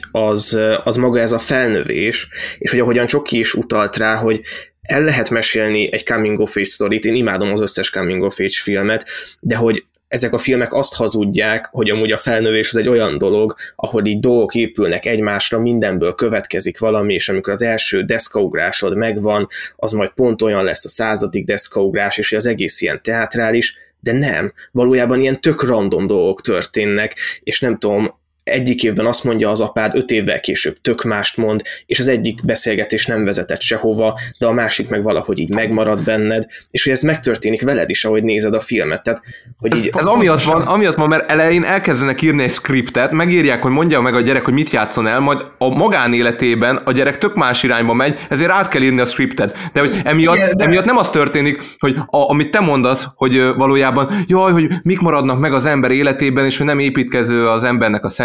az maga ez a felnövés, és hogy ahogyan Csoki is utalt rá, hogy el lehet mesélni egy coming of age sztorit, én imádom az összes coming of age filmet, de hogy ezek a filmek azt hazudják, hogy amúgy a felnövés az egy olyan dolog, ahol így dolgok épülnek egymásra, mindenből következik valami, és amikor az első deszkaugrásod megvan, az majd pont olyan lesz a 100. deszkaugrás, és az egész ilyen teátrális, de nem. Valójában ilyen tök random dolgok történnek, és nem tudom, egyik évben azt mondja az apád, 5 évvel később tök mást mond, és az egyik beszélgetés nem vezetett sehova, de a másik meg valahogy így megmarad benned, és hogy ez megtörténik veled is, ahogy nézed a filmet. Tehát, hogy így ez amiatt van, mert elején elkezdenek írni egy scriptet, megírják, hogy mondja meg a gyerek, hogy mit játszon el, majd a magánéletében a gyerek tök más irányba megy, ezért át kell írni a scriptet. De hogy emiatt nem az történik, hogy amit te mondasz, hogy valójában, jaj, hogy mik maradnak meg az ember életében, és hogy nem építkező az embernek a személy,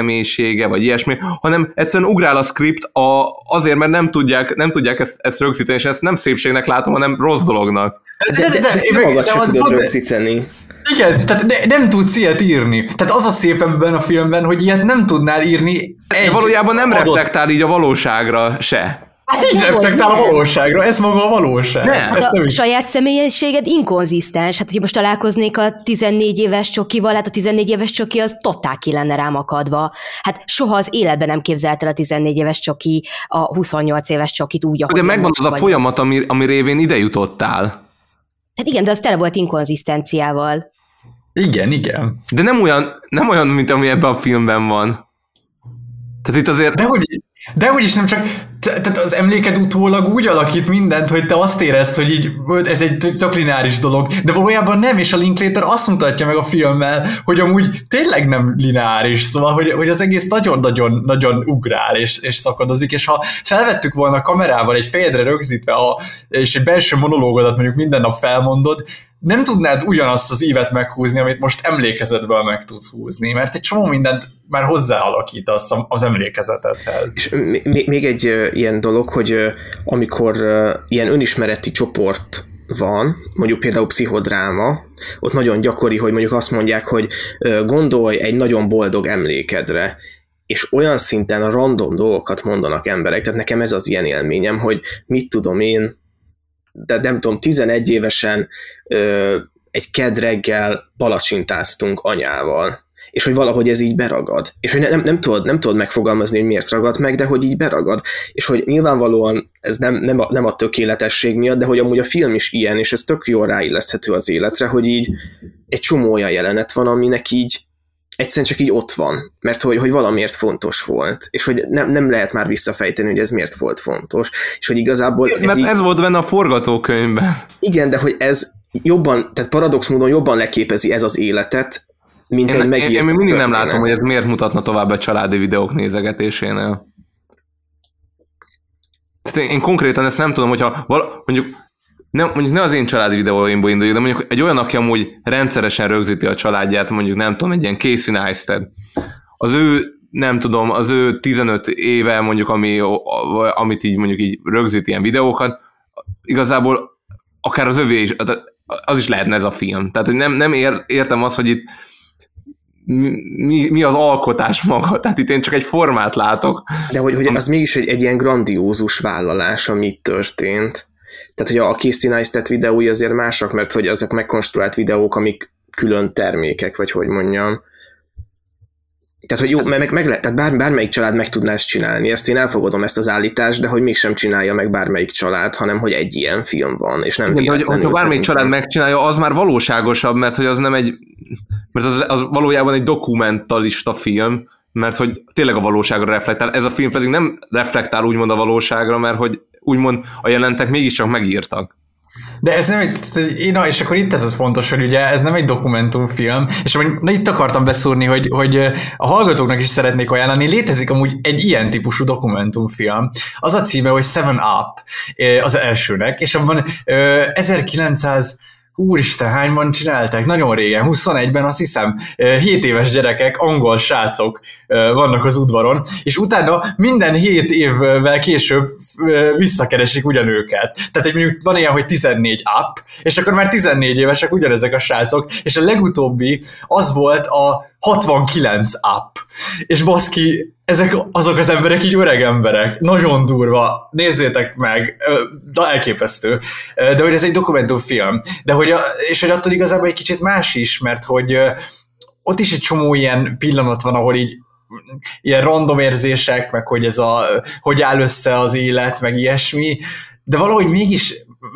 személyisége, vagy ilyesmi, hanem egyszerűen ugrál a script azért, mert nem tudják ezt rögzíteni, és ezt nem szépségnek látom, hanem rossz dolognak. De magad sem tudod rögzíteni. Igen, tehát nem tudsz ilyet írni. Tehát az a szép ebben a filmben, hogy ilyet nem tudnál írni. Valójában nem reflektál így a valóságra se. Hát így reflektál a valóságra, ez maga a valóság. Hát a saját személyiséged inkonzisztens. Hát, hogyha most találkoznék a 14 éves csokival, hát a 14 éves csoki az totál ki lenne rám akadva. Hát soha az életben nem képzelt el a 14 éves csoki a 28 éves csokit úgy, ahogy de megvan az a folyamat, ami révén ide jutottál. Hát igen, de az tele volt inkonzisztenciával. Igen. De nem olyan, mint ami ebben a filmben van. Tehát itt azért... Dehogy is nem csak, tehát az emléked utólag úgy alakít mindent, hogy te azt érezd, hogy így ez egy tök lineáris dolog, de valójában nem, és a Linklater azt mutatja meg a filmmel, hogy amúgy tényleg nem lineáris, szóval, hogy az egész nagyon ugrál és szakadozik, és ha felvettük volna a kamerával egy fejedre rögzítve, és egy belső monológodat mondjuk minden nap felmondod, nem tudnád ugyanazt az ívet meghúzni, amit most emlékezetből meg tudsz húzni, mert egy csomó mindent már hozzáalakítasz az emlékezetedhez. És még egy ilyen dolog, hogy amikor ilyen önismereti csoport van, mondjuk például pszichodráma, ott nagyon gyakori, hogy mondjuk azt mondják, hogy gondolj egy nagyon boldog emlékedre, és olyan szinten random dolgokat mondanak emberek, tehát nekem ez az ilyen élményem, hogy mit tudom én, de nem tudom, 11 évesen egy kedd reggel palacsintáztunk anyával, és hogy valahogy ez így beragad, és hogy nem tudod megfogalmazni, hogy miért ragad meg, de hogy így beragad, és hogy nyilvánvalóan ez nem a tökéletesség miatt, de hogy amúgy a film is ilyen, és ez tök jól ráilleszthető az életre, hogy így egy csomó olyan jelenet van, aminek így egyszerűen csak így ott van, mert hogy valamiért fontos volt, és hogy nem lehet már visszafejteni, hogy ez miért volt fontos, és hogy igazából... Ez volt benne a forgatókönyvben. Igen, de hogy ez jobban, tehát paradox módon jobban leképezi ez az életet, mint egy megírt Én mindig történet. nem látom, hogy ez miért mutatna tovább a családi videók nézegetésénél. Tehát én konkrétan ezt nem tudom, hogyha mondjuk ne az én családi videóimból induljuk, de mondjuk egy olyan, aki amúgy rendszeresen rögzíti a családját, mondjuk nem tudom, egy ilyen Casey Neistat, az ő 15 éve mondjuk, amit így mondjuk így rögzít ilyen videókat, igazából akár az övé is, az is lehetne ez a film. Tehát hogy nem értem azt, hogy itt mi az alkotás maga, tehát itt én csak egy formát látok. De hogy az mégis egy ilyen grandiózus vállalás, ami itt történt. Tehát, hogy a Casey Neistat videói azért mások, mert hogy azok megkonstruált videók, amik külön termékek, vagy hogy mondjam. Tehát, hogy jó, tehát bármelyik család meg tudná ezt csinálni. Ezt én elfogadom, ezt az állítást, de hogy mégsem csinálja meg bármelyik család, hanem hogy egy ilyen film van, és nem véletlenül. Ha bármelyik család megcsinálja, az már valóságosabb, mert hogy az nem mert az valójában egy dokumentalista film, mert hogy tényleg a valóságra reflektál. Ez a film pedig nem reflektál úgymond a valóságra, mert hogy úgymond a jelentek mégiscsak megírtak. De ez nem és akkor itt ez az fontos, hogy ugye ez nem egy dokumentumfilm, és itt akartam beszúrni, hogy a hallgatóknak is szeretnék ajánlani, létezik amúgy egy ilyen típusú dokumentumfilm. Az a címe, hogy Seven Up, az elsőnek, és abban 1900 úristen, hányban csinálták? Nagyon régen, 21-ben azt hiszem, 7 éves gyerekek, angol srácok vannak az udvaron, és utána minden 7 évvel később visszakeresik ugyanőket. Tehát, hogy mondjuk van ilyen, hogy 14 up, és akkor már 14 évesek ugyanezek a srácok, és a legutóbbi az volt a 69 up. És baszki, ezek azok az emberek így öreg emberek. Nagyon durva. Nézzétek meg. Elképesztő. De hogy ez egy dokumentumfilm. De hogy és hogy attól igazából egy kicsit más is, mert hogy ott is egy csomó ilyen pillanat van, ahol így ilyen random érzések, meg hogy hogy áll össze az élet, meg ilyesmi. De valahogy mégis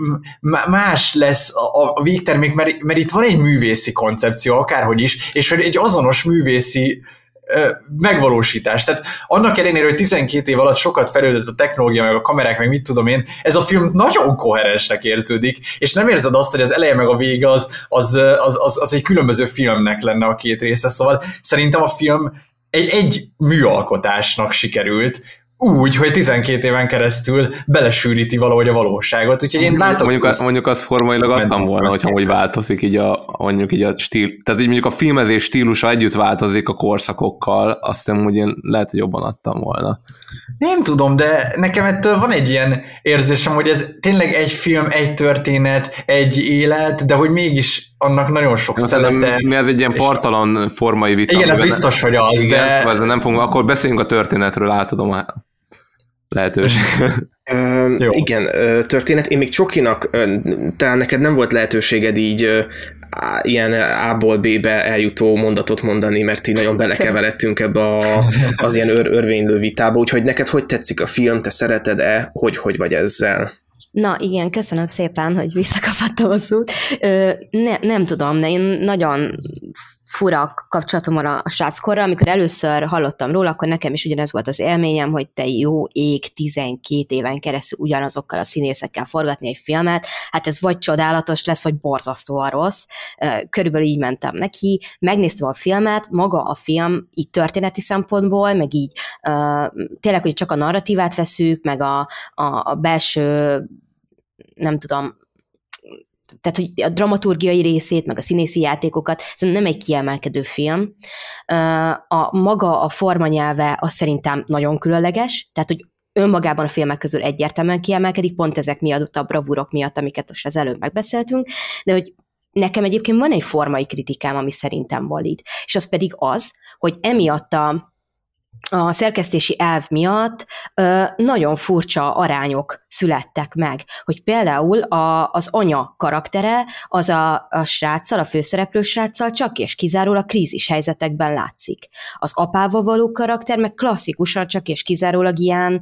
más lesz a végtermék, mert itt van egy művészi koncepció, akárhogy is, és hogy egy azonos művészi megvalósítás. Tehát annak ellenére, hogy 12 év alatt sokat fejlődött a technológia, meg a kamerák, meg mit tudom én, ez a film nagyon koherensnek érződik, és nem érzed azt, hogy az eleje meg a vége az egy különböző filmnek lenne a két része, szóval szerintem a film egy műalkotásnak sikerült, úgy, hogy 12 éven keresztül belesűríti valahogy a valóságot, úgyhogy én látom... Mondjuk az formailag adtam volna, hogyha úgy változik így a mondjuk így a stíl, tehát így mondjuk a filmezés stílusa együtt változik a korszakokkal, azt úgy én lehet, hogy jobban adtam volna. Nem tudom, de nekem ettől van egy ilyen érzésem, hogy ez tényleg egy film, egy történet, egy élet, de hogy mégis annak nagyon sok szelete. Mi ez egy ilyen partalan formai vita. Igen, ez biztos, hogy az, igen, de... nem fogunk, akkor beszéljünk a történetről, átadom a lehetőség. Igen, történet. Én még Csokinak, talán neked nem volt lehetőséged így ilyen A-ból B-be eljutó mondatot mondani, mert így nagyon belekeveredtünk ebbe az ilyen örvénylő vitába, úgyhogy neked hogy tetszik a film, te szereted-e, hogy vagy ezzel? Na igen, köszönöm szépen, hogy visszakaphattam a szót. Nem tudom, de én nagyon fura kapcsolatom van a sráckorral, amikor először hallottam róla, akkor nekem is ugyanez volt az élményem, hogy te jó ég 12 éven keresztül ugyanazokkal a színészekkel forgatni egy filmet, hát ez vagy csodálatos lesz, vagy borzasztóan rossz. Körülbelül így mentem neki, megnéztem a filmet, maga a film így történeti szempontból, meg így tényleg, hogy csak a narratívát veszük, meg a belső, nem tudom, tehát, hogy a dramaturgiai részét, meg a színészi játékokat, ez nem egy kiemelkedő film. Maga a formanyelve az szerintem nagyon különleges, tehát, hogy önmagában a filmek közül egyértelműen kiemelkedik, pont ezek miatt, a bravúrok miatt, amiket most az előbb megbeszéltünk, de hogy nekem egyébként van egy formai kritikám, ami szerintem valid, és az pedig az, hogy emiatt a szerkesztési elv miatt nagyon furcsa arányok születtek meg, hogy például az anya karaktere az a sráccal, a főszereplő sráccal csak és kizárólag krízis helyzetekben látszik. Az apával való karakter meg klasszikusan csak és kizárólag ilyen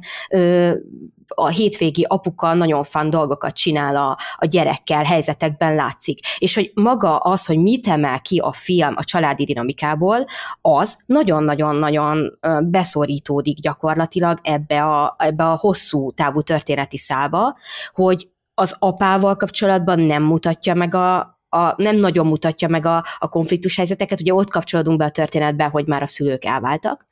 a hétvégi apuka nagyon fun dolgokat csinál a gyerekkel, helyzetekben látszik. És hogy maga az, hogy mit emel ki a film a családi dinamikából, az nagyon-nagyon-nagyon beszorítódik gyakorlatilag ebbe a hosszú távú történeti szálba, hogy az apával kapcsolatban nem mutatja meg nem nagyon mutatja meg a konfliktus helyzeteket, ugye ott kapcsolódunk be a történetbe, hogy már a szülők elváltak.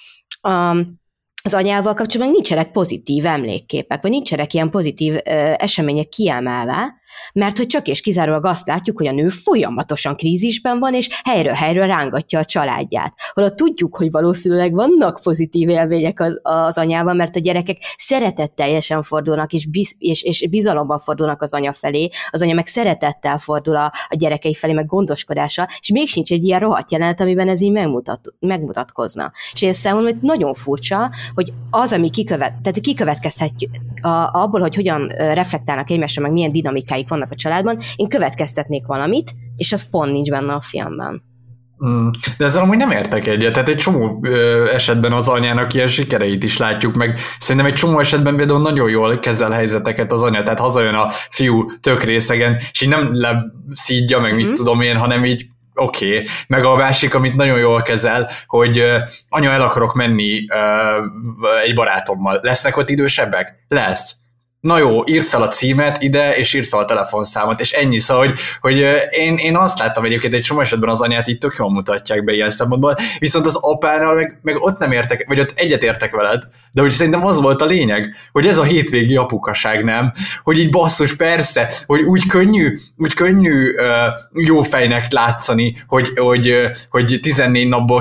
Az anyával kapcsolatban nincsenek pozitív emlékképek, vagy nincsenek ilyen pozitív események kiemelve, mert hogy csak és kizárólag azt látjuk, hogy a nő folyamatosan krízisben van, és helyről helyről rángatja a családját. Holott tudjuk, hogy valószínűleg vannak pozitív élmények az anyában, mert a gyerekek szeretetteljesen fordulnak, és bizalomban fordulnak az anya felé, az anya meg szeretettel fordul a gyerekei felé, meg gondoskodása, és még sincs egy ilyen rohadt jelenet, amiben ez így megmutatkozna. És ez számomra nagyon furcsa, hogy az, ami kikövetkezhet abból, hogy hogyan reflektálnak egymásra, meg milyen dinamikáik vannak a családban, én következtetnék valamit, és az pont nincs benne a filmben. De ezzel amúgy nem értek egyet, tehát egy csomó esetben az anyának ilyen sikereit is látjuk, meg szerintem egy csomó esetben például nagyon jól kezel helyzeteket az anya, tehát hazajön a fiú tök részegen, és így nem leszídja meg mit tudom én, hanem így oké. Meg a másik, amit nagyon jól kezel, hogy anya, el akarok menni egy barátommal. Lesznek ott idősebbek? Lesz. Na jó, írd fel a címet ide, és írd fel a telefonszámot, és ennyi. Szóval, hogy én azt láttam egyébként, egy csomó esetben az anyát így tök jól mutatják be ilyen szempontból, viszont az apánál meg ott nem értek, vagy ott egyet értek veled, de hogy szerintem az volt a lényeg, hogy ez a hétvégi apukaság, nem? Hogy így basszus, persze, hogy úgy könnyű jó fejnek látszani, hogy 14 napból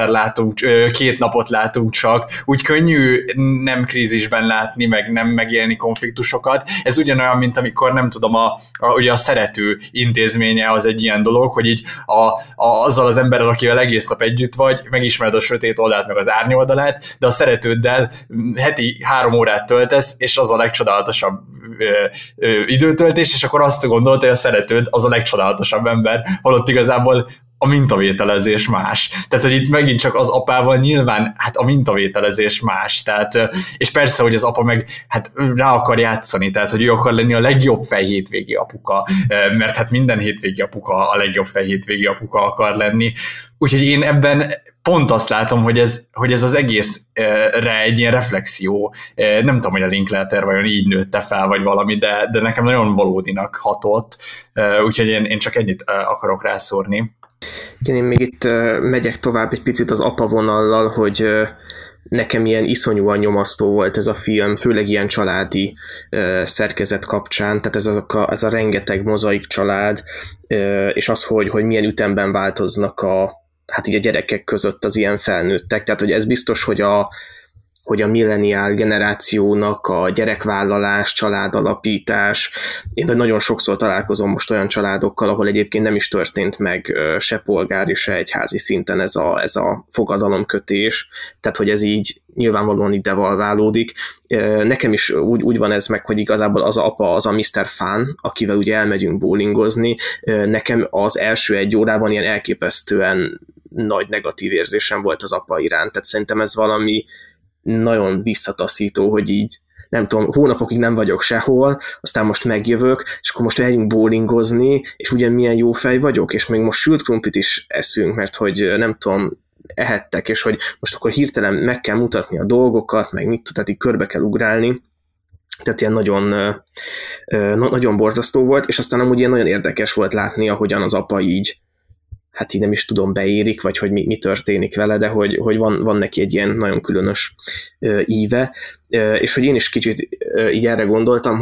2 napot látunk csak, úgy könnyű nem krízisben látni, meg nem megélni konfliktusokat. Ez ugyanolyan, mint amikor nem tudom, ugye a szerető intézménye az egy ilyen dolog, hogy így azzal az emberrel, akivel egész nap együtt vagy, megismered a sötét oldalt, meg az árnyoldalát, de a szeretőddel heti 3 órát töltesz, és az a legcsodálatosabb időtöltés, és akkor azt gondolod, hogy a szeretőd az a legcsodálatosabb ember, holott igazából a mintavételezés más. Tehát, hogy itt megint csak az apával nyilván, hát a mintavételezés más. Tehát, és persze, hogy az apa meg hát rá akar játszani, tehát, hogy ő akar lenni a legjobb fej hétvégi apuka, mert hát minden hétvégi apuka a legjobb fej hétvégi apuka akar lenni. Úgyhogy én ebben pont azt látom, hogy ez az egészre egy ilyen reflexió. Nem tudom, hogy a Linklater vajon így nőtte fel, vagy valami, de nekem nagyon valódinak hatott. Úgyhogy én csak ennyit akarok rászórni. Igen, én még itt megyek tovább egy picit az apa vonallal, hogy nekem ilyen iszonyúan nyomasztó volt ez a film, főleg ilyen családi szerkezet kapcsán, tehát ez a rengeteg mozaik család, és az, hogy milyen ütemben változnak hát így a gyerekek között az ilyen felnőttek, tehát hogy ez biztos, hogy a milleniál generációnak a gyerekvállalás, családalapítás. Én nagyon sokszor találkozom most olyan családokkal, ahol egyébként nem is történt meg se polgári, se egyházi szinten ez a fogadalomkötés, tehát hogy ez így nyilvánvalóan így devalválódik. Nekem is úgy van ez meg, hogy igazából az apa, az a Mr. Fun, akivel ugye elmegyünk bowlingozni, nekem az első 1 órában ilyen elképesztően nagy negatív érzésem volt az apa iránt, tehát szerintem ez valami nagyon visszataszító, hogy így nem tudom, hónapokig nem vagyok sehol, aztán most megjövök, és akkor most megyünk bowlingozni, és ugye milyen jó fej vagyok, és még most sült krumplit is eszünk, mert hogy nem tudom, ehettek, és hogy most akkor hirtelen meg kell mutatni a dolgokat, meg mit tehát így körbe kell ugrálni, tehát ilyen nagyon borzasztó volt, és aztán amúgy ilyen nagyon érdekes volt látni, ahogyan az apa így hát így nem is tudom, beérik, vagy hogy mi történik vele, de hogy van neki egy ilyen nagyon különös íve, és hogy én is kicsit így erre gondoltam,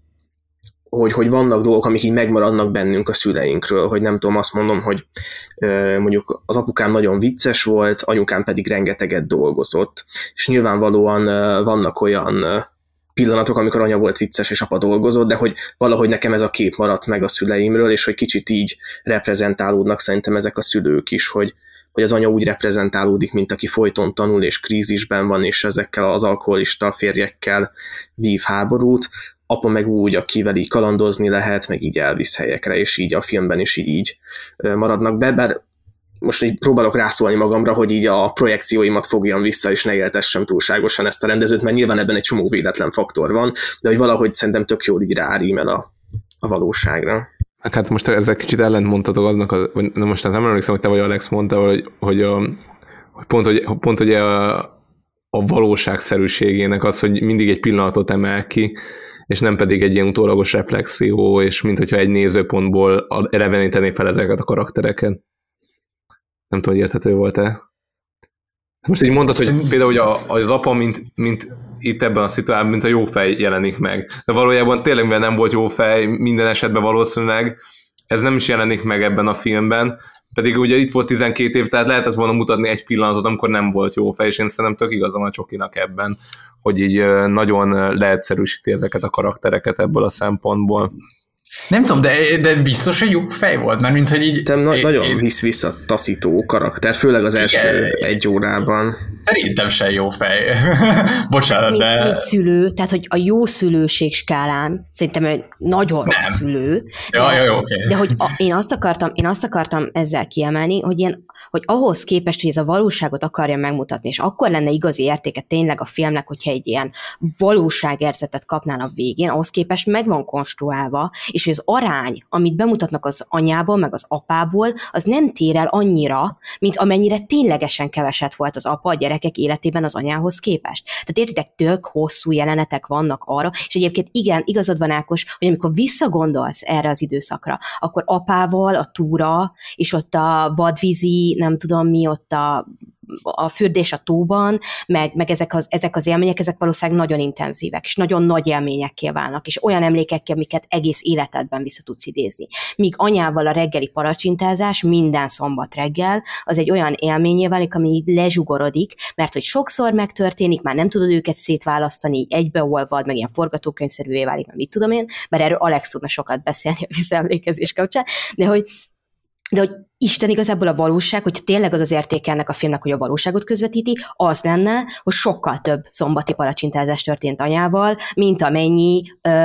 hogy vannak dolgok, amik így megmaradnak bennünk a szüleinkről, hogy nem tudom, azt mondom, hogy mondjuk az apukám nagyon vicces volt, anyukám pedig rengeteget dolgozott, és nyilvánvalóan vannak olyan pillanatok, amikor anya volt vicces és apa dolgozott, de hogy valahogy nekem ez a kép maradt meg a szüleimről, és hogy kicsit így reprezentálódnak szerintem ezek a szülők is, hogy az anya úgy reprezentálódik, mint aki folyton tanul és krízisben van, és ezekkel az alkoholista férjekkel vív háborút, apa meg úgy, akivel így kalandozni lehet, meg így elvisz helyekre, és így a filmben is így maradnak be, bár most így próbálok rászólni magamra, hogy így a projekcióimat fogjam vissza, és ne éltessem túlságosan ezt a rendezőt, mert nyilván ebben egy csomó véletlen faktor van, de hogy valahogy szerintem tök jól így rárímel a valóságra. Hát most ezzel kicsit ellentmondtatok aznak, de most nem emlékszem, hogy te vagy Alex mondta, hogy pont hogy a valóságszerűségének az, hogy mindig egy pillanatot emel ki, és nem pedig egy ilyen utólagos reflexió, és mint hogyha egy nézőpontból elevenítené fel ezeket a karaktereket. Nem tudom, hogy érthető volt-e. Most így mondtad, hogy például hogy az apa, mint itt ebben a szituációban, mint a jó fej jelenik meg. De valójában tényleg, mivel nem volt jó fej, minden esetben valószínűleg ez nem is jelenik meg ebben a filmben, pedig ugye itt volt 12 év, tehát lehetett volna mutatni egy pillanatot, amikor nem volt jó fej, és én szerintem tök igazam a Csokinak ebben, hogy így nagyon leegyszerűsíti ezeket a karaktereket ebből a szempontból. Nem tudom, de biztos, hogy jó fej volt, mert mint hogy így... Nagyon visszataszító karakter, főleg az első 1 órában. Szerintem se jó fej. Bocsánat, de... Mint szülő, tehát hogy a jó szülőség skálán szerintem egy nagyon rossz szülő. Jó, oké. De hogy én azt akartam ezzel kiemelni, hogy ahhoz képest, hogy ez a valóságot akarja megmutatni, és akkor lenne igazi értéke tényleg a filmnek, hogyha egy ilyen valóságérzetet kapnál a végén, ahhoz képest meg van konstruálva, és hogy az arány, amit bemutatnak az anyából, meg az apából, az nem tér el annyira, mint amennyire ténylegesen keveset volt az apa a gyerekek életében az anyához képest. Tehát értitek, tök hosszú jelenetek vannak arra, és egyébként igen, igazad van, Ákos, hogy amikor visszagondolsz erre az időszakra, akkor apával a túra, és ott a vadvízi, nem tudom mi, ott a fürdés a tóban, meg ezek az élmények, ezek valószínűleg nagyon intenzívek, és nagyon nagy élményekké válnak, és olyan emlékekkel, amiket egész életedben vissza tudsz idézni. Míg anyával a reggeli palacsintázás minden szombat reggel, az egy olyan élményé válik, ami így lezsugorodik, mert hogy sokszor megtörténik, már nem tudod őket szétválasztani, egybeolvad, meg ilyen forgatókönyvszerűvé válik, meg mit tudom én, bár erről Alex tudna sokat beszélni a visszaemlékezés kapcsán, de hogy Isten igazából a valóság, hogy tényleg az értéke ennek a filmnek, hogy a valóságot közvetíti, az lenne, hogy sokkal több szombati palacsintázás történt anyával, mint amennyi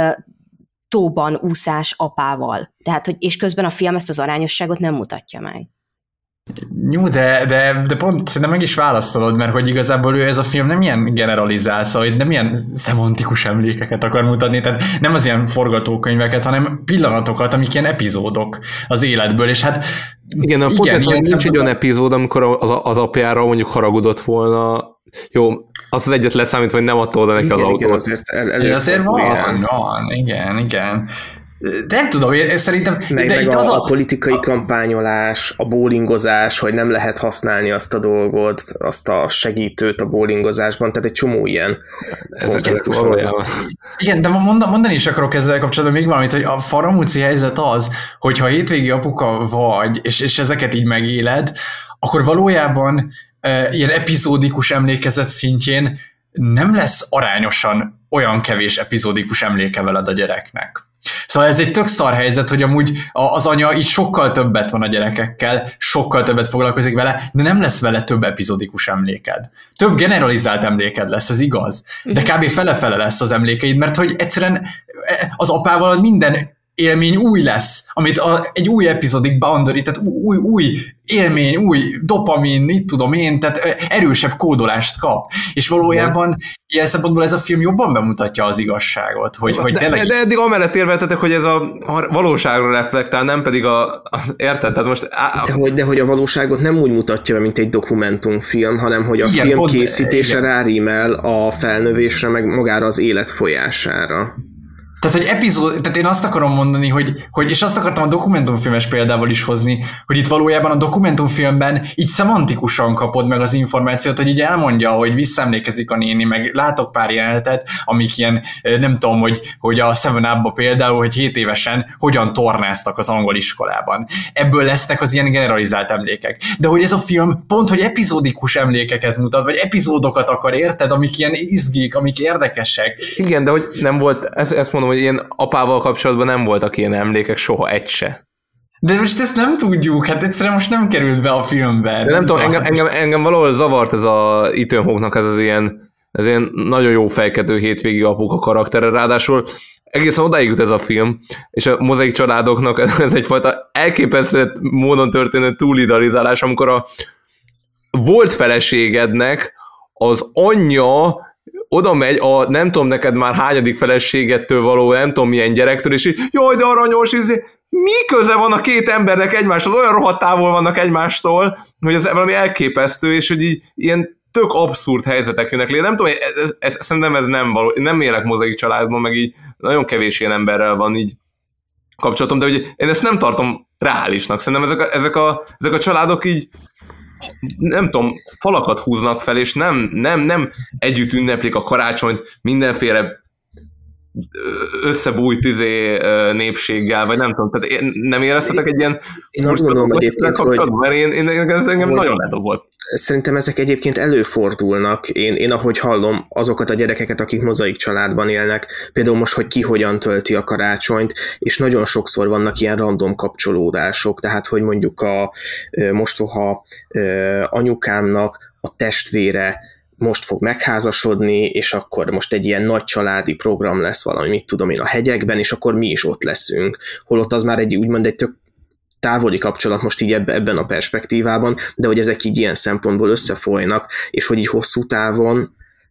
tóban úszás apával. Tehát, hogy, és közben a film ezt az arányosságot nem mutatja meg. Jó, de pont szerintem meg is válaszolod, mert hogy igazából ez a film nem ilyen generalizál, szóval nem ilyen szemantikus emlékeket akar mutatni, tehát nem az ilyen forgatókönyveket, hanem pillanatokat, amik ilyen epizódok az életből, és hát igen, a podcastban nincs egy olyan epizód, amikor az apjára mondjuk haragudott volna. Jó, az egyet leszámítva, hogy nem adta oda neki az autót. Azért van, igen. nem tudom, szerintem... Meg a politikai kampányolás, a bowlingozás, hogy nem lehet használni azt a dolgot, azt a segítőt a bowlingozásban, tehát egy csomó ilyen konfliktus van. Igen, de mondani is akarok ezzel kapcsolatban még valamit, hogy a faramúci helyzet az, hogyha hétvégi apuka vagy, és ezeket így megéled, akkor valójában ilyen epizódikus emlékezet szintjén nem lesz arányosan olyan kevés epizódikus emléke veled a gyereknek. Szóval ez egy tök szar helyzet, hogy amúgy az anya így sokkal többet van a gyerekekkel, sokkal többet foglalkozik vele, de nem lesz vele több epizódikus emléked. Több generalizált emléked lesz, ez igaz, de kb. Fele-fele lesz az emlékeid, mert hogy egyszerűen az apával minden élmény új lesz, amit egy új epizódik boundary, tehát új élmény, új dopamin, mit tudom én, tehát erősebb kódolást kap. És valójában ilyen szempontból ez a film jobban bemutatja az igazságot. De eddig amellett érveltetek, hogy ez a valóságra reflektál, nem pedig érted? Tehát most... De hogy a valóságot nem úgy mutatja be, mint egy dokumentumfilm, hanem hogy a film készítése rárímel a felnövésre, meg magára az élet folyására. Tehát, tehát én azt akarom mondani, hogy és azt akartam a dokumentumfilmes példával is hozni, hogy itt valójában a dokumentumfilmben így szemantikusan kapod meg az információt, hogy így elmondja, hogy visszaemlékezik a néni, meg látok pár jelenetet, amik ilyen, nem tudom, hogy a Seven Up-ba például, hogy 7 évesen hogyan tornáztak az angol iskolában. Ebből lesznek az ilyen generalizált emlékek. De hogy ez a film pont, hogy epizódikus emlékeket mutat, vagy epizódokat akar, érted, amik ilyen izgik, amik érdekesek. Igen, de hogy nem volt, ezt mondom, hogy ilyen apával kapcsolatban nem voltak ilyen emlékek, soha egy se. De most ezt nem tudjuk, hát egyszerűen most nem került be a filmbe. De nem tudom, engem valahol zavart ez a Ethan Hawke-nak ez ilyen nagyon jó fejkedő hétvégi apuka karaktere, ráadásul egészen odáig jut ez a film, és a Mozaik családoknak ez egyfajta elképesztő módon történő túlidealizálás, amikor a volt feleségednek az anyja oda megy a nem tudom neked már hányadik feleségettől való nem tudom milyen gyerektől, és így, jaj, de aranyos, mi köze van a két embernek egymáshoz, olyan rohadt távol vannak egymástól, hogy ez valami elképesztő, és hogy így ilyen tök abszurd helyzetek jönnek létre. Nem tudom, szerintem ez nem való, nem élek Mozaik családban, meg így nagyon kevés ilyen emberrel van így kapcsolatom, de hogy én ezt nem tartom reálisnak. Szerintem ezek a családok így nem tudom, falakat húznak fel, és nem együtt ünneplik a karácsonyt mindenféle összebújt népséggel, vagy nem tudom, tehát nem éreztetek egy ilyen... Én azt gondolom egyébként, hogy... Mert ez engem nagyon ledobolt. Szerintem ezek egyébként előfordulnak. Én ahogy hallom azokat a gyerekeket, akik Mozaik családban élnek, például most, hogy ki hogyan tölti a karácsonyt, és nagyon sokszor vannak ilyen random kapcsolódások, tehát, hogy mondjuk a mostoha anyukámnak a testvére most fog megházasodni, és akkor most egy ilyen nagy családi program lesz valami, mit tudom én, a hegyekben, és akkor mi is ott leszünk. Holott az már úgymond egy tök távoli kapcsolat most így ebben a perspektívában, de hogy ezek így ilyen szempontból összefolynak, és hogy így hosszú távon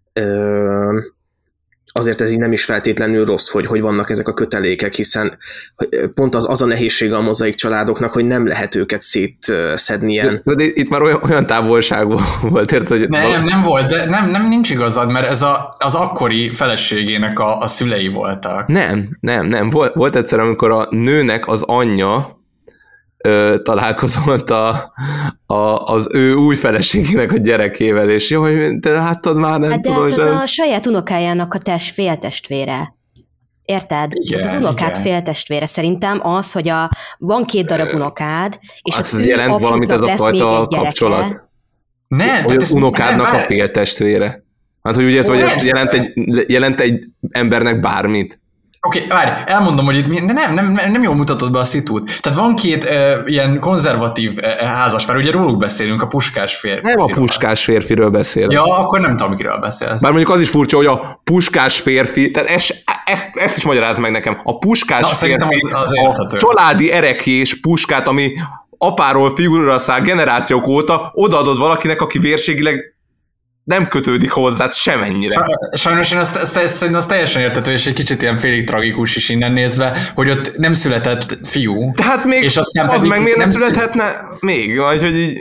azért ez így nem is feltétlenül rossz, hogy vannak ezek a kötelékek, hiszen pont az a nehézsége a Mozaik családoknak, hogy nem lehet őket szétszedni ilyen. De itt már olyan távolság volt, érted? Hogy nem volt, de nem nincs igazad, mert ez az akkori feleségének a szülei voltak. Nem. Volt egyszer, amikor a nőnek az anyja találkozott az ő új feleségének a gyerekével, és jó, hogy te láttad már, nem tudom. Hát az a saját unokájának a féltestvére. Érted? Igen, az unokát féltestvére. Szerintem az, hogy van 2 darab unokád, és az ő jelent valamit ez a fajta kapcsolat. Nem, hogy az unokádnak a féltestvére. Hát, hogy ugye ez jelent egy embernek bármit. Oké, várj, elmondom, hogy itt de nem jól mutatod be a szitút. Tehát van 2 ilyen konzervatív házaspár, ugye róluk beszélünk, a puskás férfi. Nem a puskás férfiről beszélek. Ja, akkor nem tudom, miről beszélsz. Bár mondjuk az is furcsa, hogy a puskás férfi, tehát ezt is magyarázd meg nekem. A puskás férfi, a családi erekés puskát, ami apáról figurra száll generációk óta, odaadod valakinek, aki vérségileg nem kötődik hozzá semennyire. Sajnos én szerintem az teljesen értető, és egy kicsit ilyen félig tragikus is innen nézve, hogy ott nem született fiú. Tehát még és az meg miért nem születhetne még? Vagy hogy így...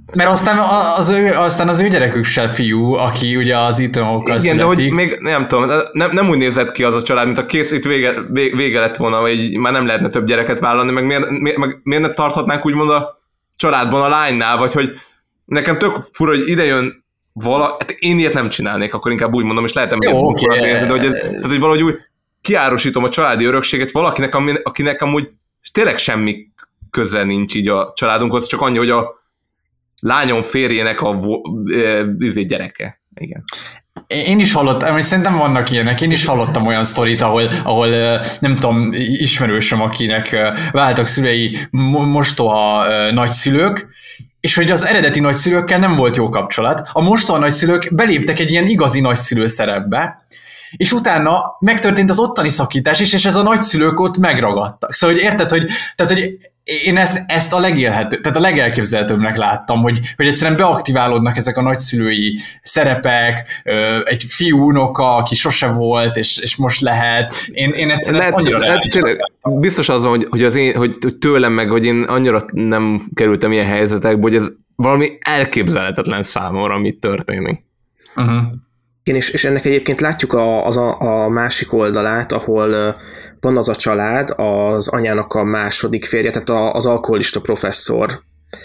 Mert aztán az ő gyerekük se fiú, aki ugye az Ethan Hawke-kal igen, születik. de hogy még nem tudom, nem úgy nézett ki az a család, mint a kész, itt vége lett volna, vagy már nem lehetne több gyereket vállalni, meg miért ne tarthatnánk úgymond a családban a lánynál, vagy hogy nekem tök fura, hogy ide jön hát én ilyet nem csinálnék, akkor inkább úgy mondom, és lehetem de hogy valahogy úgy kiárusítom a családi örökséget valakinek, akinek amúgy tényleg semmi köze nincs így a családunkhoz, csak annyi, hogy a lányom férjének a gyereke. Igen. Én is hallottam, és szerintem vannak ilyenek, én is hallottam olyan sztorit, ahol nem tudom, ismerősöm, akinek váltak szülei mostoha nagyszülők, és hogy az eredeti nagyszülőkkel nem volt jó kapcsolat. A mostoha nagyszülők beléptek egy ilyen igazi nagyszülő szerepbe, és utána megtörtént az ottani szakítás is, és ez a nagyszülők ott megragadtak. Szóval, hogy érted, hogy én ezt a tehát a legelképzelhetőbbnek láttam, hogy egyszerűen beaktiválódnak ezek a nagyszülői szerepek, egy fiú unoka, aki sose volt, és most lehet. Én egyszerűen ezt annyira lehetően. Biztos azon, hogy tőlem meg, hogy én annyira nem kerültem ilyen helyzetekbe, hogy ez valami elképzelhetetlen számomra, amit történik. Uh-huh. És ennek egyébként látjuk a másik oldalát, ahol van az a család, az anyának a második férje, tehát az alkoholista professzorról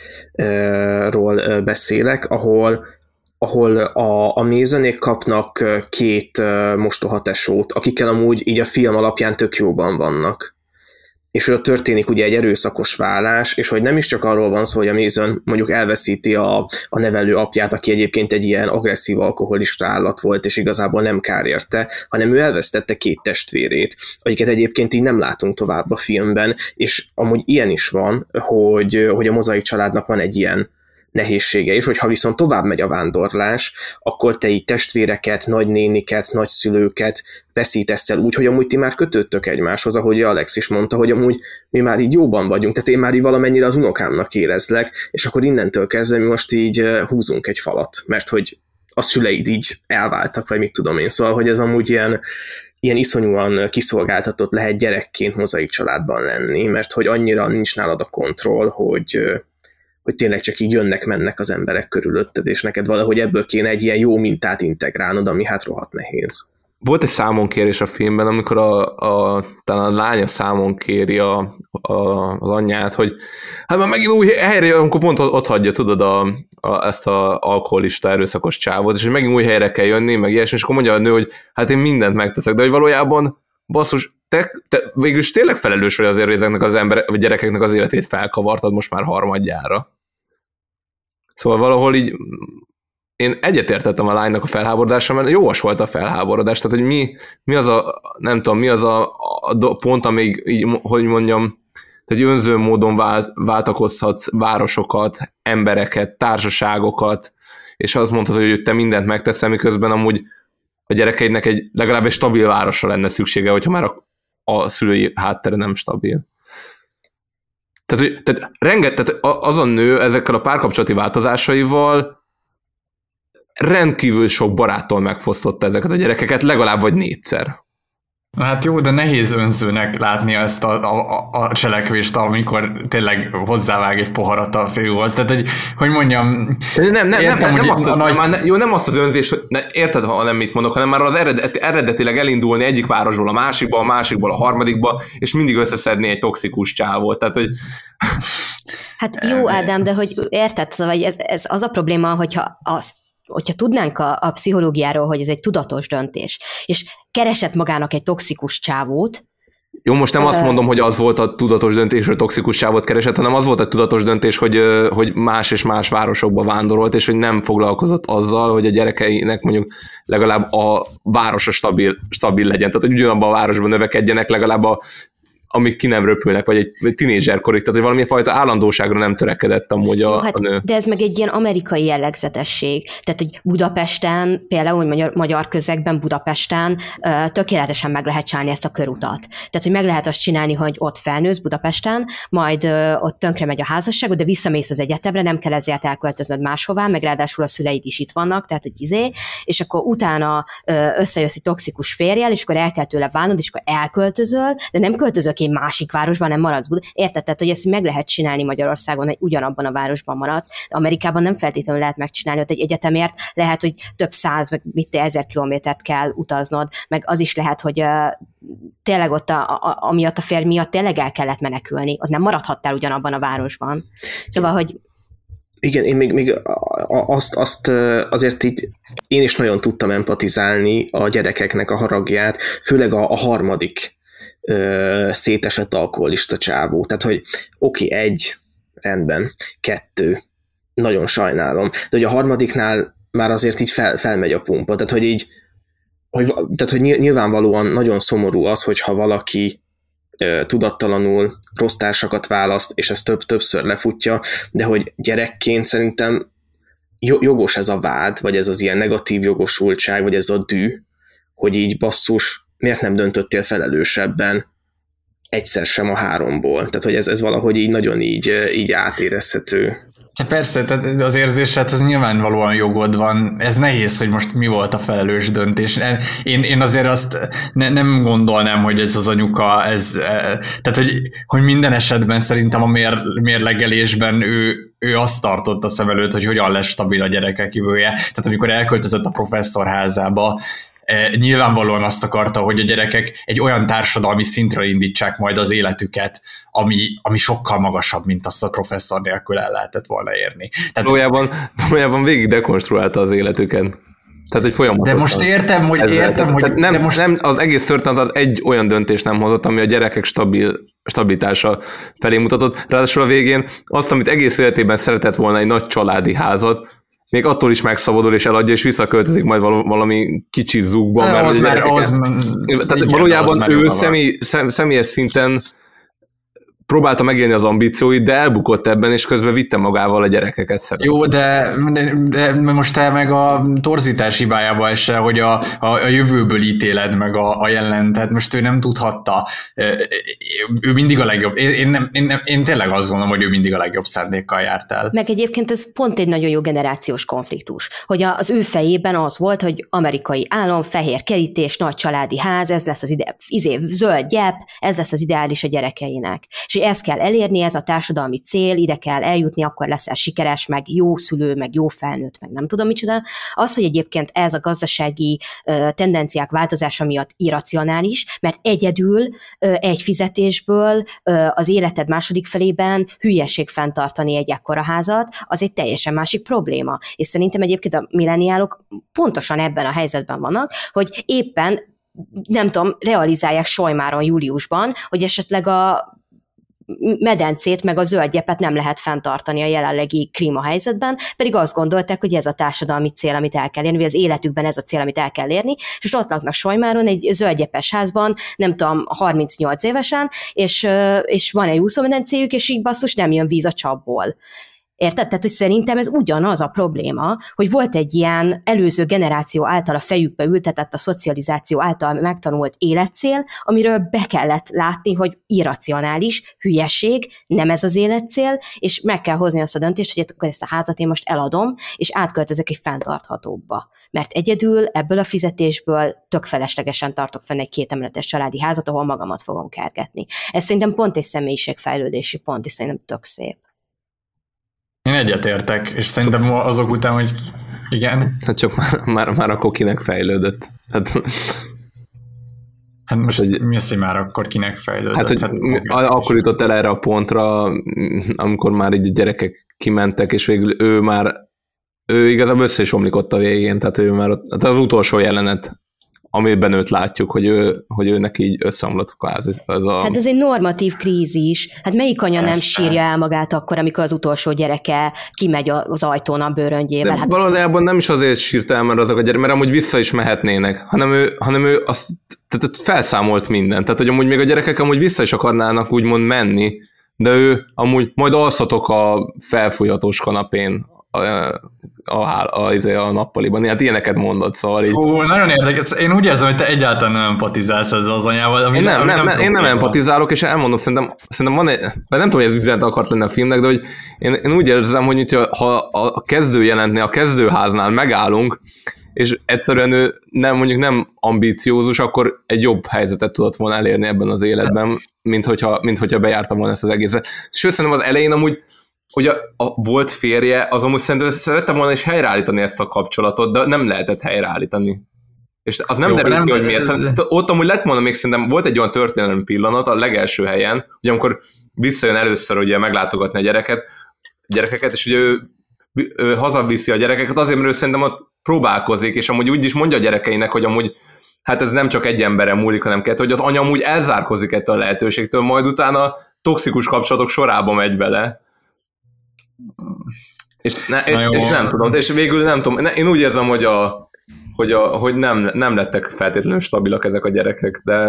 beszélek, ahol a Masonék kapnak 2 mostohatesót, akikkel amúgy így a film alapján tök jóban vannak. És ott történik ugye egy erőszakos válás, és hogy nem is csak arról van szó, hogy a Mason mondjuk elveszíti a nevelő apját, aki egyébként egy ilyen agresszív alkoholista állat volt, és igazából nem kár érte, hanem ő elvesztette 2 testvérét, akiket egyébként így nem látunk tovább a filmben, és amúgy ilyen is van, hogy a Mozaik családnak van egy ilyen nehézsége is, hogyha viszont tovább megy a vándorlás, akkor te így testvéreket, nagynéniket, nagyszülőket veszítesz el úgy, hogy amúgy ti már kötődtök egymáshoz, ahogy Alex is mondta, hogy amúgy mi már így jóban vagyunk, tehát én már így valamennyire az unokámnak érezlek, és akkor innentől kezdve mi most így húzunk egy falat, mert hogy a szüleid így elváltak, vagy mit tudom én, szóval, hogy ez amúgy ilyen iszonyúan kiszolgáltatott lehet gyerekként Mozaik családban lenni, mert hogy annyira nincs nálad a kontroll, hogy tényleg csak így jönnek-mennek az emberek körülötted, és neked valahogy ebből kéne egy ilyen jó mintát integrálnod, ami hát rohadt nehéz. Volt egy számonkérés a filmben, amikor talán a lánya számon kéri az anyját, hogy hát már megint új helyre, amikor pont ott hagyja, tudod, ezt az alkoholista erőszakos csávot, és hogy megint új helyre kell jönni, meg ilyesmi, és akkor mondja a nő, hogy hát én mindent megteszek, de hogy valójában basszus, te végülis tényleg felelős vagy azért, hogy ezeknek az emberek, vagy gyerekeknek az életét felkavartad most már harmadjára. Szóval valahol így én egyetértettem a lánynak a felháborodása, mert jogos volt a felháborodás, tehát hogy mi az a, nem tudom, mi az a pont, amíg így, hogy mondjam, tehát önző módon váltakozhatsz városokat, embereket, társaságokat, és azt mondhatod, hogy te mindent megteszel, miközben amúgy a gyerekeidnek legalább egy stabil városra lenne szüksége, hogyha már a szülői háttere nem stabil. Tehát az a nő ezekkel a párkapcsolati változásaival rendkívül sok baráttól megfosztotta ezeket a gyerekeket, legalább vagy 4-szer. Hát jó, de nehéz önzőnek látni ezt a cselekvést, amikor tényleg hozzávág egy poharat a fiúhoz. Tehát, hogy mondjam... Nem azt az önzés, hogy érted, ha nem mit mondok, hanem már az eredetileg elindulni egyik városból a másikból a harmadikba, és mindig összeszedni egy toxikus csávót. Tehát, hogy... Hát jó, Ádám, de hogy érted, szóval ez az a probléma, hogyha tudnánk a pszichológiáról, hogy ez egy tudatos döntés, és keresett magának egy toxikus csávót. Jó, most nem azt mondom, hogy az volt a tudatos döntés, hogy toxikus csávót keresett, hanem az volt a tudatos döntés, hogy más és más városokba vándorolt, és hogy nem foglalkozott azzal, hogy a gyerekeinek mondjuk legalább a városa stabil legyen. Tehát, hogy ugyanabban a városban növekedjenek, legalább amíg ki nem röpülnek, vagy egy tinédzserkorig, tehát hogy valami fajta állandóságra nem törekedett amúgy a nő. De ez meg egy ilyen amerikai jellegzetesség. Tehát, hogy Budapesten, például magyar közegben Budapesten tökéletesen meg lehet csinálni ezt a körutat. Tehát, hogy meg lehet azt csinálni, hogy ott felnősz Budapesten, majd ott tönkre megy a házasságod, de visszamész az egyetemre, nem kell ezért elköltöznöd máshová, meg ráadásul a szüleid is itt vannak, tehát, hogy és akkor utána összejössz egy toxikus férjel, és akkor el kell tőle válnod, és akkor elköltözöl, de nem költözök egy másik városban, nem maradsz érted? Tehát, hogy ezt meg lehet csinálni Magyarországon, hogy ugyanabban a városban maradsz. Amerikában nem feltétlenül lehet megcsinálni, ott egy egyetemért lehet, hogy több 100, meg 1000 kilométert kell utaznod, meg az is lehet, hogy tényleg ott amiatt a férj miatt tényleg el kellett menekülni, ott nem maradhattál ugyanabban a városban. Szóval, hogy igen, én még azt azért így én is nagyon tudtam empatizálni a gyerekeknek a haragját, főleg a harmadik szétesett alkoholista csávó. Tehát, hogy oké, 1, rendben, 2, nagyon sajnálom, de hogy a harmadiknál már azért így felmegy a pumpa. Tehát, hogy nyilvánvalóan nagyon szomorú az, hogyha valaki tudattalanul rossz társakat választ, és ezt többször lefutja, de hogy gyerekként szerintem jogos ez a vád, vagy ez az ilyen negatív jogosultság, vagy ez a dű, hogy így basszus, miért nem döntöttél felelősebben egyszer sem a 3-ból. Tehát, hogy ez valahogy így nagyon így átérezhető. Persze, tehát az érzésed, ez nyilvánvalóan jogod van. Ez nehéz, hogy most mi volt a felelős döntés. Én azért azt nem gondolnám, hogy ez az anyuka, tehát hogy minden esetben szerintem a mérlegelésben ő azt tartotta szem előtt, hogy hogyan lesz stabil a gyerekek jövője. Tehát amikor elköltözött a professzor házába, nyilvánvalóan azt akarta, hogy a gyerekek egy olyan társadalmi szintre indítsák majd az életüket, ami sokkal magasabb, mint azt a professzor nélkül el lehetett volna érni. Tehát valójában végig dekonstruálta az életüket. Tehát egy folyamatos. De most értem, hogy nem az egész történet egy olyan döntés nem hozott, ami a gyerekek stabilitása felé mutatott. Ráadásul a végén azt, amit egész életében szeretett volna, egy nagy családi házat, még attól is megszabadul és eladja, és visszaköltözik majd valami kicsi zugba. Tehát valójában ő személyes szinten próbálta megélni az ambícióit, de elbukott ebben, és közben vitte magával a gyerekeket szeretni. Jó, de most te meg a torzítás hibájába esel, hogy a jövőből ítéled meg a jelen, tehát most ő nem tudhatta. Ő mindig a legjobb. Én tényleg azt gondolom, hogy ő mindig a legjobb szándékkal járt el. Meg egyébként ez pont egy nagyon jó generációs konfliktus, hogy az ő fejében az volt, hogy amerikai állam, fehér kerítés, nagy családi ház, ez lesz az zöld gyep, ez lesz az ideális a gyerekeinek. És hogy ezt kell elérni, ez a társadalmi cél, ide kell eljutni, akkor leszel sikeres, meg jó szülő, meg jó felnőtt, meg nem tudom micsoda. Az, hogy egyébként ez a gazdasági tendenciák változása miatt irracionális, mert egyedül egy fizetésből az életed második felében hülyeség fenntartani egy ekkora házat, az egy teljesen másik probléma. És szerintem egyébként a milleniálok pontosan ebben a helyzetben vannak, hogy éppen, nem tudom, realizálják Solymáron júliusban, hogy esetleg a medencét meg a zöldgyepet nem lehet fenntartani a jelenlegi klímahelyzetben, pedig azt gondolták, hogy ez a társadalmi cél, amit el kell érni, vagy az életükben ez a cél, amit el kell érni, és ott laknak Solymáron egy zöldgyepes házban, nem tudom, 38 évesen, és van egy úszómedencéjük, és így basszus nem jön víz a csapból. Érted? Tehát, hogy szerintem ez ugyanaz a probléma, hogy volt egy ilyen előző generáció által a fejükbe ültetett, a szocializáció által megtanult életcél, amiről be kellett látni, hogy irracionális, hülyeség, nem ez az életcél, és meg kell hozni azt a döntést, hogy ezt a házat én most eladom, és átköltözök egy fenntarthatóbbba. Mert egyedül ebből a fizetésből tök feleslegesen tartok fenn egy 2 emeletes családi házat, ahol magamat fogom kergetni. Ez szerintem pont egy személyiségfejlődési pont, és szerintem tök szép. Én egyetértek, és szerintem azok után, hogy igen. Hát csak már akkor kinek fejlődött. Hát most mi az, hogy már akkor kinek fejlődött? Akkor jutott el erre a pontra, amikor már így a gyerekek kimentek, és végül ő igazából össze is omlikott a végén, tehát ő már az utolsó jelenet, amiben őt látjuk, hogy őnek így összeomlott kvázi. Hát ez egy normatív krízis. Hát melyik anya nem sírja el magát akkor, amikor az utolsó gyereke kimegy az ajtón a bőröngyével? Hát valójában nem is azért sírt el, mert azok a gyerek, mert amúgy vissza is mehetnének, hanem ő azt, tehát felszámolt mindent. Tehát, hogy amúgy még a gyerekek amúgy vissza is akarnának úgymond menni, de ő amúgy majd alszatok a felfújhatós kanapén a nappaliban. Hát ilyeneket mondod, szóval így. Fú, nagyon érdekes. Én úgy érzem, hogy te egyáltalán nem empatizálsz ezzel az anyával. Én nem empatizálok, és elmondom, szerintem van egy, nem tudom, hogy ez üzenet akart lenni a filmnek, de hogy én úgy érzem, hogy ha a kezdő jelentnél, a kezdőháznál megállunk, és egyszerűen ő mondjuk nem ambíciózus, akkor egy jobb helyzetet tudott volna elérni ebben az életben, mint hogyha bejárta volna ezt az egészet. Sőt, szerintem az elején amúgy, hogy a volt férje, az amúgy szerintem szerette volna is helyreállítani ezt a kapcsolatot, de nem lehetett helyreállítani. És az nem derül ki, hogy miért. Ott amúgy lett volna még szerintem, volt egy olyan történelmi pillanat a legelső helyen, hogy amikor visszajön először ugye meglátogatni a gyerekeket, és ugye ő hazaviszi a gyerekeket, azért, mert ő szerintem ott próbálkozik, és amúgy úgy is mondja a gyerekeinek, hogy amúgy hát ez nem csak egy emberre múlik, hanem kettő, hogy az anya amúgy elzárkozik ettől a lehetőségtől, majd utána toxikus kapcsolatok sorába megy vele. És nem tudom, és végül nem tudom, én úgy érzem, hogy nem lettek feltétlenül stabilak ezek a gyerekek, de...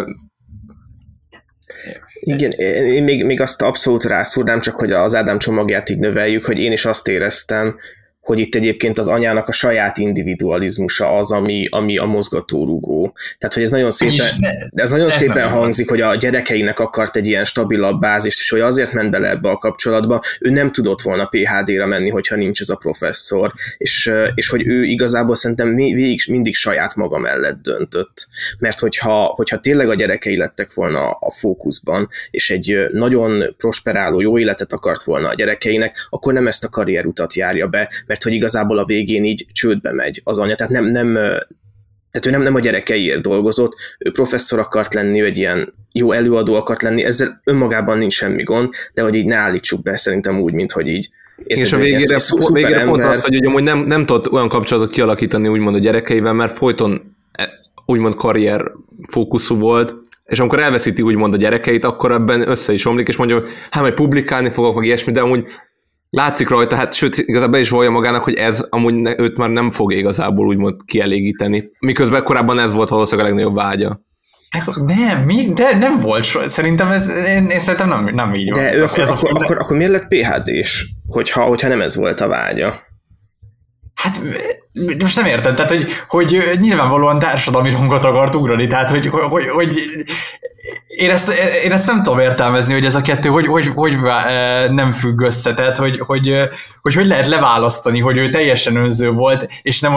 Igen, én még azt abszolút rászúrnám, csak hogy az Ádám csomagját így növeljük, hogy én is azt éreztem, hogy itt egyébként az anyának a saját individualizmusa az, ami a mozgatórugó. Tehát, hogy ez nagyon szépen hangzik, hogy a gyerekeinek akart egy ilyen stabilabb bázist, és hogy azért ment bele ebbe a kapcsolatba, ő nem tudott volna PhD-ra menni, hogyha nincs ez a professzor, és hogy ő igazából szerintem mindig saját maga mellett döntött. Mert hogyha tényleg a gyerekei lettek volna a fókuszban, és egy nagyon prosperáló, jó életet akart volna a gyerekeinek, akkor nem ezt a karrierutat járja be, mert hogy igazából a végén így csődbe megy az anya, tehát tehát ő nem a gyerekeiért dolgozott, ő professzor akart lenni, ő egy ilyen jó előadó akart lenni, ezzel önmagában nincs semmi gond, de hogy így ne állítsuk be szerintem úgy, mint hogy így. És a végére pont azt, hogy nem tudott olyan kapcsolatot kialakítani úgymond a gyerekeivel, mert folyton úgymond karrier fókuszú volt, és amikor elveszíti úgymond a gyerekeit, akkor ebben össze is omlik, és mondja, hogy hát majd publikálni fogok, meg ilyesmi, de amúgy látszik rajta, hát sőt, igazából be is vallja magának, hogy ez amúgy őt már nem fog igazából úgymond kielégíteni. Miközben korábban ez volt valószínűleg a legnagyobb vágya. De nem volt soha. Szerintem én szerintem nem így van. De akkor miért lett PhD-s, hogyha nem ez volt a vágya? Hát most nem érted, tehát hogy nyilvánvalóan társadalmi rangot akart ugrani, tehát hogy én ezt nem tudom értelmezni, hogy ez a kettő hogy nem függ össze, tehát hogy lehet leválasztani, hogy ő teljesen önző volt,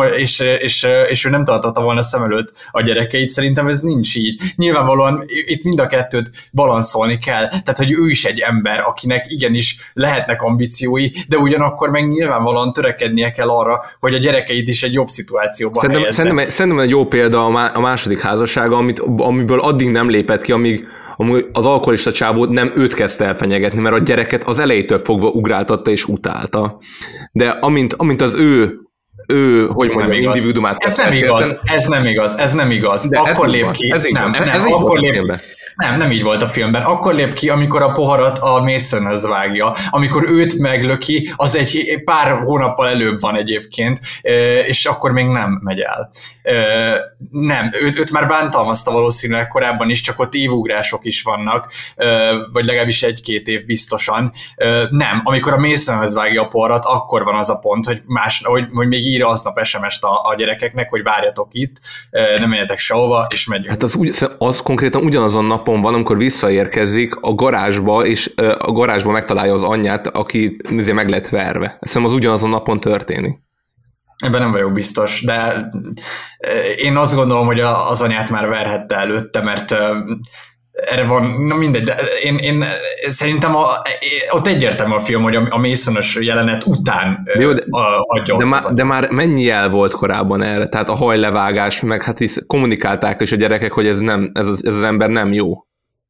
és ő nem tartotta volna szem előtt a gyerekeit, szerintem ez nincs így. Nyilvánvalóan itt mind a kettőt balanszolni kell, tehát hogy ő is egy ember, akinek igenis lehetnek ambíciói, de ugyanakkor meg nyilvánvalóan törekednie kell arra, hogy a gyerekeit is egy jobb szituációba helyezze. Szerintem egy jó példa a második házassága, amiből addig nem lépett ki, amíg az alkoholista csávó nem őt kezdte el fenyegetni, mert a gyereket az elejétől fogva ugráltatta és utálta. De amint az ő hogy mondjam, individuumát... Ez nem igaz. De akkor lép ki. Nem így volt a filmben. Akkor lép ki, amikor a poharat a Masonhöz vágja. Amikor őt meglöki, az egy pár hónappal előbb van egyébként, és akkor még nem megy el. Nem, őt már bántalmazta valószínűleg korábban is, csak ott évugrások is vannak, vagy legalábbis 1-2 év biztosan. Nem, amikor a Masonhöz vágja a poharat, akkor van az a pont, hogy még ír aznap SMS-t a gyerekeknek, hogy várjatok itt, nem menjetek sehova, és megyünk. Hát az konkrétan ugyanazon napon van, amikor visszaérkezik a garázsba, és a garázsba megtalálja az anyját, aki meg lett verve. Szerintem az ugyanazon napon történik. Ebben nem vagyok biztos, de én azt gondolom, hogy az anyát már verhette előtte, mert erre van, na mindegy, de én szerintem ott egyértelmű a film, hogy a Mason-ös jelenet után adja. De már mennyi jel volt korábban erre? Tehát a hajlevágás, meg hát is kommunikálták is a gyerekek, hogy ez az ember nem jó.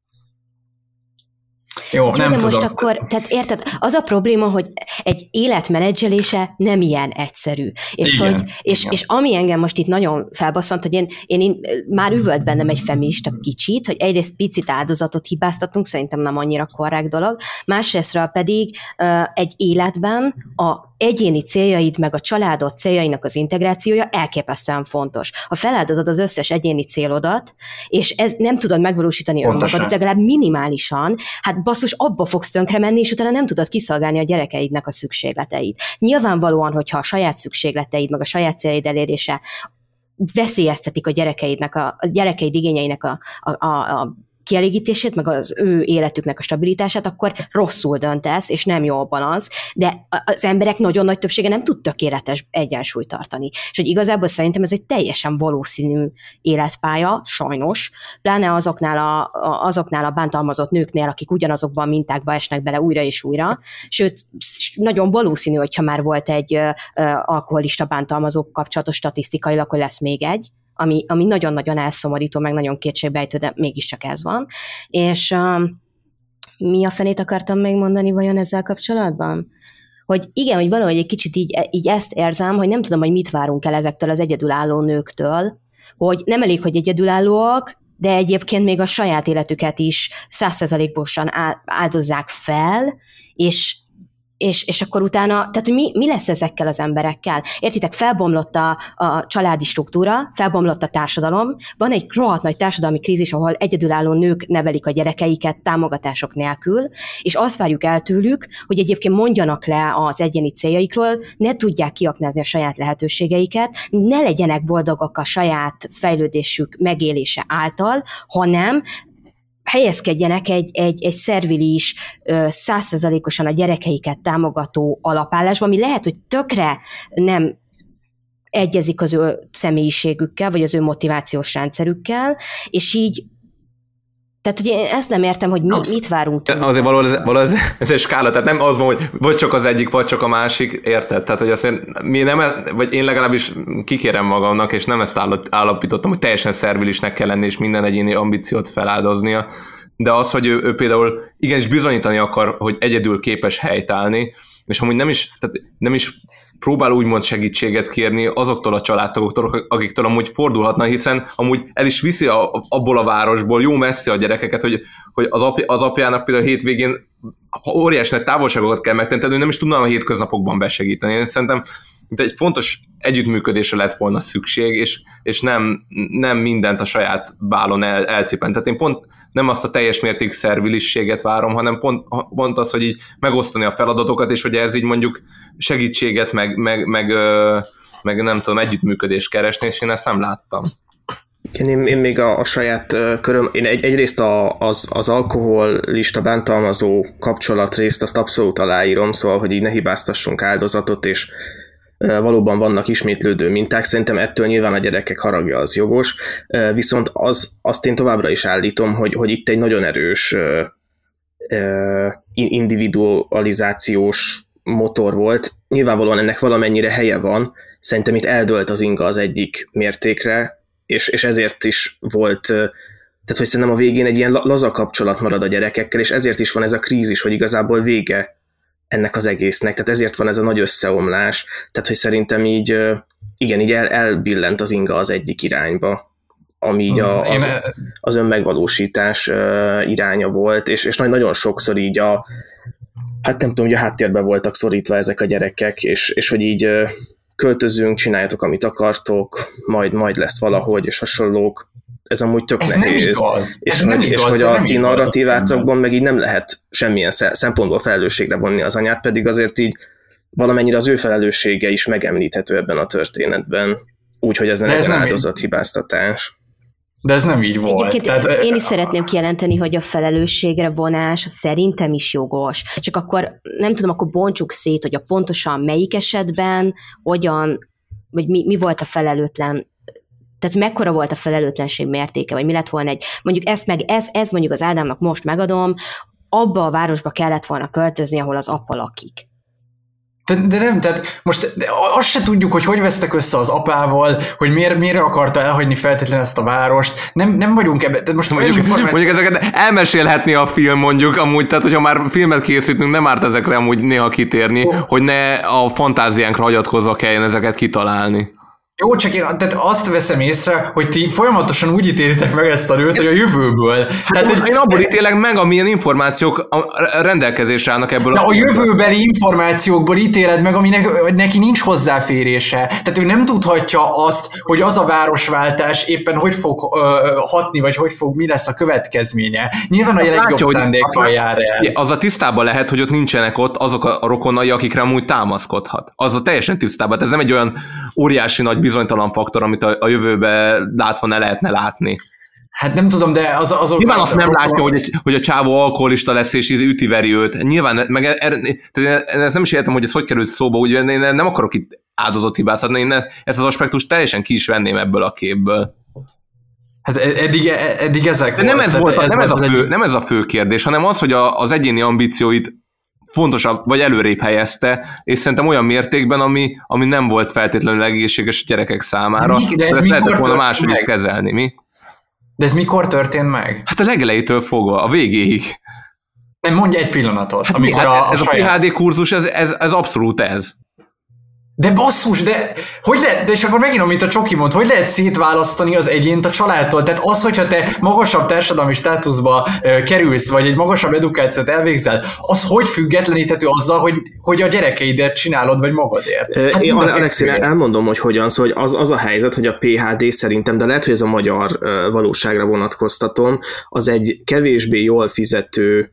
Jó, nem tudom. Most akkor, tehát érted, az a probléma, hogy egy életmenedzselése nem ilyen egyszerű. És ami engem most itt nagyon felbasszant, hogy én már üvölt bennem egy feminista kicsit, hogy egyrészt picit áldozatot hibáztatunk, szerintem nem annyira korrekt dolog, másrésztről pedig egy életben a egyéni céljaid meg a családod céljainak az integrációja elképesztően fontos. Ha feláldozod az összes egyéni célodat, és ez nem tudod megvalósítani önmagadat, legalább minimálisan, hát basszus, abba fogsz tönkre menni, és utána nem tudod kiszolgálni a gyerekeidnek a szükségleteit. Nyilvánvalóan, hogyha a saját szükségleteid, meg a saját céljaid elérése veszélyeztetik a gyerekeidnek, a gyerekeid igényeinek a kielégítését, meg az ő életüknek a stabilitását, akkor rosszul döntesz, és nem jobban az, de az emberek nagyon nagy többsége nem tud tökéletes egyensúlyt tartani. És hogy igazából szerintem ez egy teljesen valószínű életpálya, sajnos, pláne azoknál a bántalmazott nőknél, akik ugyanazokban a mintákba esnek bele újra és újra, sőt, nagyon valószínű, hogyha már volt egy alkoholista bántalmazók kapcsolatos statisztikailag, hogy lesz még egy, ami nagyon-nagyon elszomorító, meg nagyon kétségbejtő, de mégiscsak ez van. És mi a fenét akartam még mondani vajon ezzel kapcsolatban? Hogy igen, hogy valahogy egy kicsit így ezt érzem, hogy nem tudom, hogy mit várunk el ezektől az egyedülálló nőktől, hogy nem elég, hogy egyedülállóak, de egyébként még a saját életüket is 100%-osan áldozzák fel, és akkor utána, tehát mi lesz ezekkel az emberekkel? Értitek, felbomlott a családi struktúra, felbomlott a társadalom, van egy rohadt nagy társadalmi krízis, ahol egyedülálló nők nevelik a gyerekeiket támogatások nélkül, és azt várjuk el tőlük, hogy egyébként mondjanak le az egyéni céljaikról, ne tudják kiaknázni a saját lehetőségeiket, ne legyenek boldogok a saját fejlődésük megélése által, hanem helyezkedjenek egy szervilis, 100%-osan a gyerekeiket támogató alapállásba, ami lehet, hogy tökre nem egyezik az ő személyiségükkel, vagy az ő motivációs rendszerükkel, és így tehát, hogy én ezt nem értem, hogy mit várunk tőle. Azért valahol ez egy skála, tehát nem az van, hogy vagy csak az egyik, vagy csak a másik, érted? Tehát, hogy azért vagy én legalábbis kikérem magamnak, és nem ezt állapítottam, hogy teljesen szervilisnek kell lenni, és minden egyéni ambíciót feláldoznia, de az, hogy ő például igenis bizonyítani akar, hogy egyedül képes helytállni, és amúgy nem is próbál úgymond segítséget kérni azoktól a családtagoktól, akiktől amúgy fordulhatna, hiszen amúgy el is viszi abból a városból jó messze a gyerekeket, hogy az apjának például hétvégén óriási nagy távolságokat kell megtenni, ő nem is tudna a hétköznapokban besegíteni. Én szerintem egy fontos együttműködésre lett volna szükség, és nem mindent a saját bálon elcipen. Tehát én pont nem azt a teljes mértékű szervilisséget várom, hanem pont az, hogy így megosztani a feladatokat, és hogy ez így mondjuk segítséget, meg nem tudom, együttműködést keresni, és én ezt nem láttam. Igen, én még a saját köröm, én egyrészt az alkoholista bántalmazó kapcsolatrészt azt abszolút aláírom, szóval, hogy így ne hibáztassunk áldozatot, és valóban vannak ismétlődő minták, szerintem ettől nyilván a gyerekek haragja az jogos, viszont azt én továbbra is állítom, hogy itt egy nagyon erős individualizációs motor volt, nyilvánvalóan ennek valamennyire helye van, szerintem itt eldőlt az inga az egyik mértékre, és ezért is volt, tehát hogy szerintem a végén egy ilyen laza kapcsolat marad a gyerekekkel, és ezért is van ez a krízis, hogy igazából vége ennek az egésznek, tehát ezért van ez a nagy összeomlás, tehát hogy szerintem így, igen, így elbillent az inga az egyik irányba, ami így az önmegvalósítás iránya volt, és nagyon sokszor így hát nem tudom, hogy a háttérben voltak szorítva ezek a gyerekek, és hogy így költözünk, csináljatok, amit akartok, majd lesz valahogy, és hasonlók. Ez amúgy tök ez nehéz. Nem igaz. És hogy a ti narratívátokban meg így nem lehet semmilyen szempontból felelősségre vonni az anyát, pedig azért így valamennyire az ő felelőssége is megemlíthető ebben a történetben, úgyhogy ez nem egy áldozathibáztatás. De ez nem így volt. Egyébként én is szeretném kijelenteni, hogy a felelősségre vonás szerintem is jogos. Csak akkor, nem tudom, akkor bontsuk szét, hogy a pontosan melyik esetben, hogyan, vagy mi volt a felelőtlen, tehát mekkora volt a felelőtlenség mértéke, vagy mi lett volna mondjuk ez mondjuk az Ádámnak most megadom, abba a városba kellett volna költözni, ahol az apa lakik. De nem, tehát most azt se tudjuk, hogy vesztek össze az apával, hogy miért akarta elhagyni feltétlenül ezt a várost. Nem vagyunk ebben. Tehát most mondjuk ezeket elmesélhetni a film mondjuk, amúgy, tehát hogyha már filmet készítünk, nem árt ezekre amúgy néha kitérni, hogy ne a fantáziánkra hagyatkozva kelljen ezeket kitalálni. Jó, csak én tehát azt veszem észre, hogy ti folyamatosan úgy ítélitek meg ezt a nőt, hogy a jövőből. Tehát én abból ítélek meg, amilyen információk rendelkezésre állnak ebből. De a jövőbeli információkból ítéled meg, aminek neki nincs hozzáférése. Tehát ő nem tudhatja azt, hogy az a városváltás éppen hogy fog hatni, vagy mi lesz a következménye. Nyilván a legjobb szándékkal jár el. Az a tisztában lehet, hogy ott nincsenek ott azok a rokonai, akikre amúgy támaszkodhat. Az a teljesen tisztában. Ez nem egy olyan óriási nagy bizonytalan faktor, amit a jövőbe látva ne lehetne látni. Hát nem tudom, de azok... Nyilván azt nem látja, hogy a csávó alkoholista lesz, és ütiveri őt. Nyilván, meg ezt nem is értem, hogy ez hogy került szóba, ugye én nem akarok itt áldozott hibáztatni, én ezt az aspektust teljesen ki is venném ebből a képből. Hát eddig ezek de nem nem ez a fő kérdés, hanem az, hogy az egyéni ambícióit fontosabb, vagy előrébb helyezte, és szerintem olyan mértékben, ami nem volt feltétlenül egészséges gyerekek számára. De ez lehetett volna máshogy is kezelni, mi? De ez mikor történt meg? Hát a legelejétől fogva, a végéig. Nem, mondj egy pillanatot. Hát amikor ez a PhD kurzus, ez abszolút ez. De basszus, de hogy lehet, de és akkor megint, amit a Csoki mond, hogy lehet szétválasztani az egyént a családtól? Tehát az, hogyha te magasabb társadalmi státuszba kerülsz, vagy egy magasabb edukációt elvégzel, az hogy függetleníthető azzal, hogy a gyerekeidet csinálod, vagy magadért? Hát én Alex, én elmondom, hogy hogyan, szóval az a helyzet, hogy a PhD szerintem, de lehet, hogy ez a magyar valóságra vonatkoztatom, az egy kevésbé jól fizető,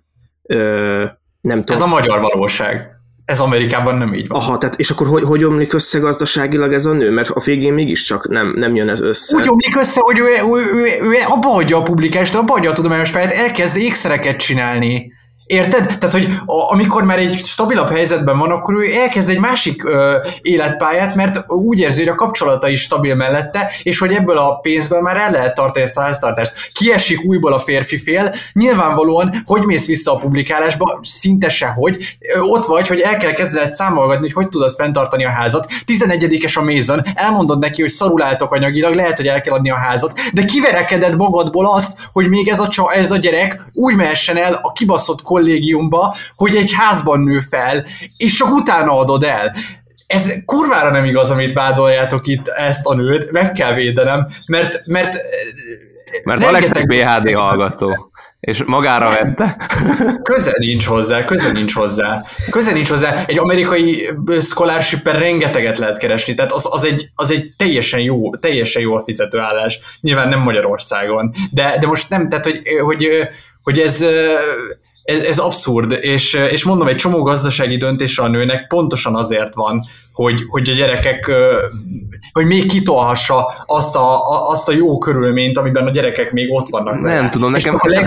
nem tudom. Ez a magyar valóság. Ez Amerikában nem így van. Aha, tehát és akkor hogy omlik össze gazdaságilag ez a nő? Mert a végén mégiscsak nem jön ez össze. Úgy omlik össze, hogy ő abba hagyja a publikást, abba hagyja a tudományos pályát, elkezd ékszereket csinálni. Érted? Tehát, hogy amikor már egy stabilabb helyzetben van, akkor ő elkezd egy másik életpályát, mert úgy érzi, hogy a kapcsolata is stabil mellette, és hogy ebből a pénzből már el lehet tartani ezt a háztartást. Kiesik újból a férfi fél, nyilvánvalóan, hogy mész vissza a publikálásba, szinte sehogy. Ott vagy, hogy el kell kezdened számolgatni, hogy tudod fenntartani a házat. 11-es a Mason, elmondod neki, hogy szarul álltok anyagilag, lehet, hogy el kell adni a házat, de kiverekeded magadból azt, hogy még ez a gyerek úgy mehessen el a kibaszott kollégiumba, hogy egy házban nő fel, és csak utána adod el. Ez kurvára nem igaz, amit vádoljátok itt ezt a nőt, meg kell védenem, mert Alex PhD hallgató, és magára vette. Köze nincs hozzá. Egy amerikai scholarship-en rengeteget lehet keresni, tehát az egy teljesen jól fizető állás. Nyilván nem Magyarországon, de most nem, tehát hogy ez abszurd, és mondom, egy csomó gazdasági döntése a nőnek pontosan azért van, hogy a gyerekek, hogy még kitolhassa azt a jó körülményt, amiben a gyerekek még ott vannak vele. Nem tudom,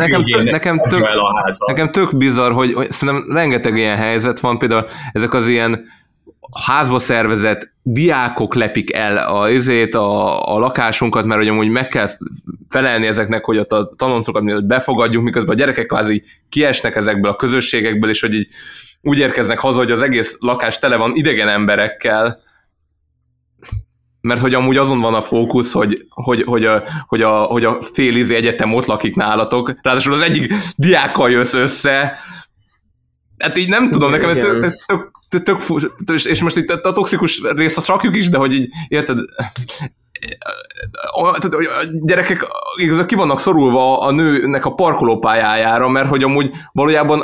nekem tök bizarr, hogy szerintem rengeteg ilyen helyzet van, például ezek az ilyen házba szervezett diákok lepik el a lakásunkat, mert hogy amúgy meg kell felelni ezeknek, hogy a tanoncokat befogadjuk, miközben a gyerekek kvázi kiesnek ezekből a közösségekből, és hogy így úgy érkeznek haza, hogy az egész lakás tele van idegen emberekkel, mert hogy amúgy azon van a fókusz, hogy a fél egyetem ott lakik nálatok, ráadásul az egyik diákkal jössz össze, hát így nem tudom, nekem tök és most itt a toxikus részt azt rakjuk is, de hogy így, érted, a gyerekek igazán ki vannak szorulva a nőnek a parkolópályájára, mert hogy amúgy valójában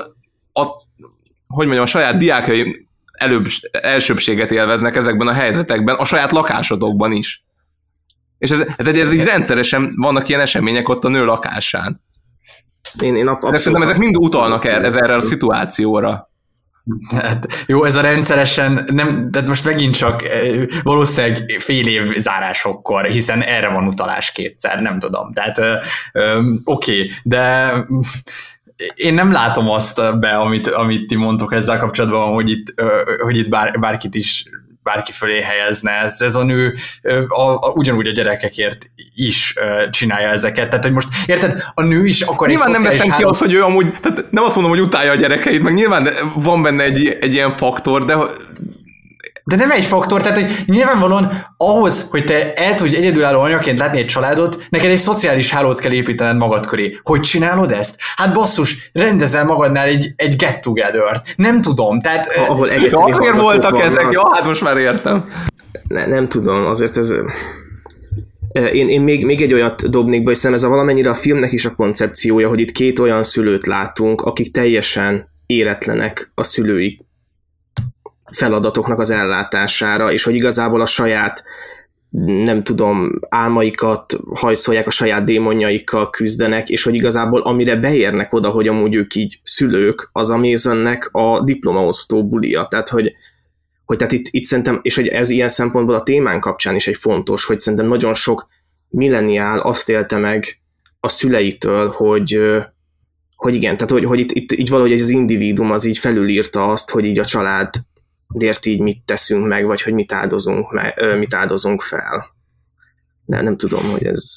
a saját diákjai elsőbséget élveznek ezekben a helyzetekben, a saját lakásodokban is. És ez így rendszeresen vannak ilyen események ott a nő lakásán. De szerintem ezek mind utalnak erre a szituációra. Hát, jó, ez a rendszeresen, nem, de most megint csak valószínűleg fél év zárásokkor, hiszen erre van utalás kétszer, nem tudom. Tehát oké, de én nem látom azt be, amit ti mondtok ezzel kapcsolatban, hogy itt bárkit is bárki fölé helyezne. Ez a nő ugyanúgy a gyerekekért is csinálja ezeket. Tehát, hogy most érted, a nő is akar nyilván nem veszem ki azt, hogy ő amúgy, tehát nem azt mondom, hogy utálja a gyerekeit, meg nyilván van benne egy ilyen faktor, de nem egy faktor, tehát hogy nyilvánvalóan ahhoz, hogy te el tudj egyedülálló anyaként látni egy családot, neked egy szociális hálót kell építened magad köré. Hogy csinálod ezt? Hát basszus, rendezel magadnál egy get together-t. Nem tudom, tehát... Ahol azért voltak ezek, jó, hát most már értem. Nem tudom, azért ez... Én még egy olyat dobnék be, hiszen ez valamennyire a filmnek is a koncepciója, hogy itt két olyan szülőt látunk, akik teljesen éretlenek a szülői feladatoknak az ellátására, és hogy igazából a saját, nem tudom, álmaikat hajszolják, a saját démonjaikkal küzdenek, és hogy igazából amire beérnek oda, hogy amúgy ők így szülők, az a Masonnek a diplomaosztó bulia. Tehát, hogy tehát itt szerintem, és hogy ez ilyen szempontból a témán kapcsán is egy fontos, hogy szerintem nagyon sok milleniál azt élte meg a szüleitől, hogy igen, tehát hogy itt így valahogy ez az individuum az így felülírta azt, hogy így a családért így mit teszünk meg, vagy hogy mit áldozunk fel. Nem tudom, hogy ez...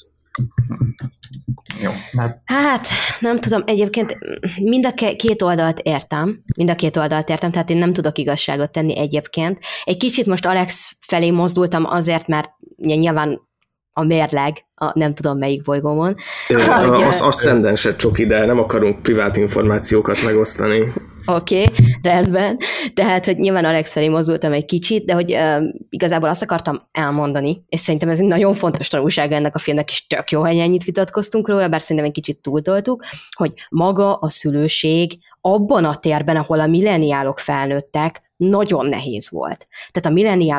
Jó, Hát, nem tudom, egyébként mind a két oldalt értem, tehát én nem tudok igazságot tenni egyébként. Egy kicsit most Alex felé mozdultam azért, mert nyilván a mérleg, nem tudom melyik bolygómon. Ascendenset csak ide, nem akarunk privát információkat megosztani. Oké, rendben. Tehát, hogy nyilván Alex felé mozdultam egy kicsit, de hogy igazából azt akartam elmondani, és szerintem ez egy nagyon fontos tanulsága ennek a filmnek, és tök jó, hogy ennyit vitatkoztunk róla, bár szerintem egy kicsit túltoltuk, hogy maga a szülőség abban a térben, ahol a milleniálok felnőttek, nagyon nehéz volt. Tehát a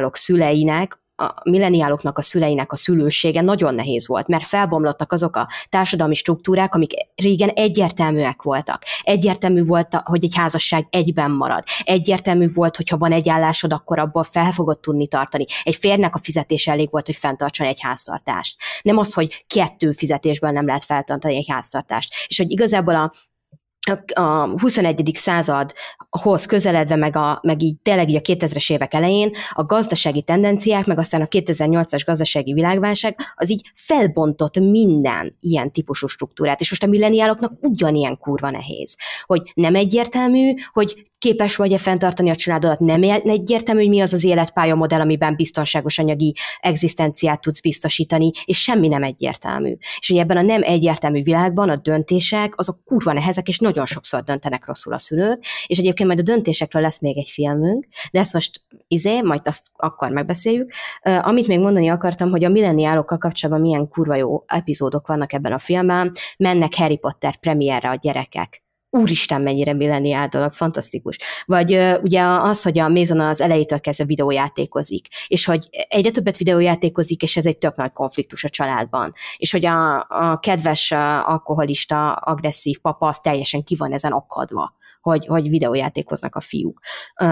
milleniáloknak a szüleinek a szülősége nagyon nehéz volt, mert felbomlottak azok a társadalmi struktúrák, amik régen egyértelműek voltak. Egyértelmű volt, hogy egy házasság egyben marad. Egyértelmű volt, hogy ha van egy állásod, akkor abból fel fogod tudni tartani. Egy férjnek a fizetése elég volt, hogy fenntartson egy háztartást. Nem az, hogy 2 fizetésből nem lehet feltartani egy háztartást. És hogy igazából a 21. századhoz közeledve, meg így tényleg így a 2000-es évek elején a gazdasági tendenciák, meg aztán a 2008-as gazdasági világválság, az így felbontott minden ilyen típusú struktúrát, és most a milleniáloknak ugyanilyen kurva nehéz, hogy nem egyértelmű, hogy képes vagy-e fenntartani a családodat, nem egyértelmű, hogy mi az az életpályamodell, amiben biztonságos anyagi egzisztenciát tudsz biztosítani, és semmi nem egyértelmű. És hogy ebben a nem egyértelmű világban a döntések, azok kurva nehezek, és nagyon sokszor döntenek rosszul a szülők, és egyébként majd a döntésekről lesz még egy filmünk, de ezt most majd azt akkor megbeszéljük. Amit még mondani akartam, hogy a milleniálokkal kapcsolatban milyen kurva jó epizódok vannak ebben a filmben, mennek Harry Potter premierre a gyerekek. Úristen, mennyire milleniál dolog, fantasztikus. Vagy ugye az, hogy a Mason az elejétől kezdve videójátékozik, és hogy egyre többet videójátékozik, és ez egy tök nagy konfliktus a családban. És hogy a kedves alkoholista, agresszív papa az teljesen ki van ezen akadva, hogy videójátékoznak a fiúk.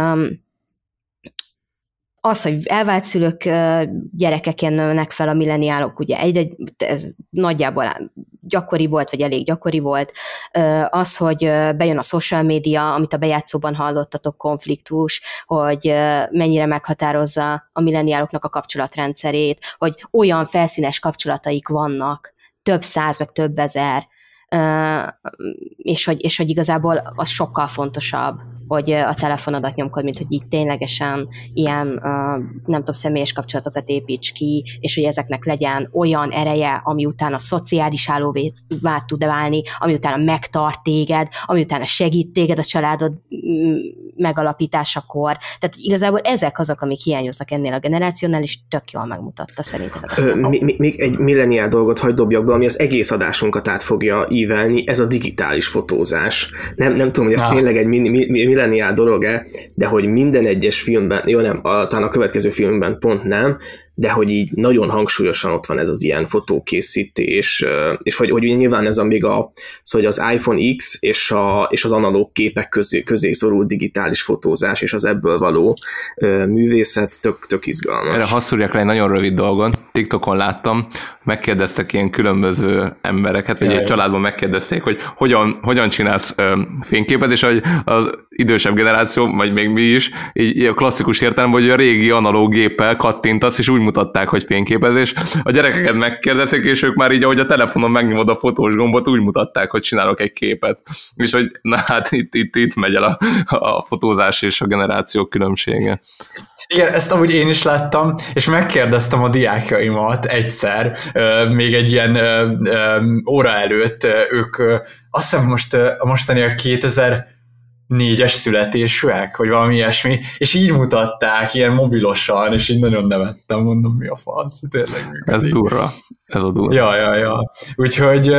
Az, hogy elvált szülők gyerekeken nőnek fel a milleniálok, ugye ez nagyjából gyakori volt, vagy elég gyakori volt. Az, hogy bejön a social media, amit a bejátszóban hallottatok, konfliktus, hogy mennyire meghatározza a milleniáloknak a kapcsolatrendszerét, hogy olyan felszínes kapcsolataik vannak, több száz, meg több ezer, és hogy igazából az sokkal fontosabb, hogy a telefonodat nyomkod, mint hogy így ténylegesen ilyen, nem tudom, személyes kapcsolatokat építs ki, és hogy ezeknek legyen olyan ereje, ami utána szociális állóvá tud válni, ami utána megtart téged, ami utána segít téged a családod megalapításakor. Tehát igazából ezek azok, amik hiányoznak ennél a generációnál, és tök jól megmutatta szerintem. Még egy milleniál dolgot hadd dobjak be, ami az egész adásunkat át fogja ívelni, ez a digitális fotózás. Nem tudom, hogy ez tényleg egy milleniál dolog-e, de hogy minden egyes filmben, jó nem, talán a következő filmben pont nem, de hogy így nagyon hangsúlyosan ott van ez az ilyen fotókészítés, és hogy ugye nyilván ez még szóval az iPhone X és az analóg képek közé szorul digitális fotózás, és az ebből való művészet tök izgalmas. Erre hadd szúrjak le egy nagyon rövid dolgot. TikTokon láttam, megkérdeztek ilyen különböző embereket, vagy egy családban megkérdezték, hogy hogyan csinálsz fényképet, és hogy az idősebb generáció, vagy még mi is, így a klasszikus értelemben, hogy a régi analóg géppel kattintasz, és úgy mutatták, hogy fényképezés. A gyerekeket megkérdezték, és ők már így, ahogy a telefonon megnyomod a fotós gombot, úgy mutatták, hogy csinálok egy képet. És hogy na hát itt megy el a fotózás és a generációk különbsége. Igen, ezt amúgy én is láttam, és megkérdeztem a diákjaimat egyszer, még egy ilyen óra előtt, ők azt hiszem most a mostaniak 2004-es születésűek, vagy valami ilyesmi, és így mutatták, ilyen mobilosan, és így nagyon nevettem, mondom, mi a fasz, tényleg működik. Ez durva. Ez a durva. Ja. Úgyhogy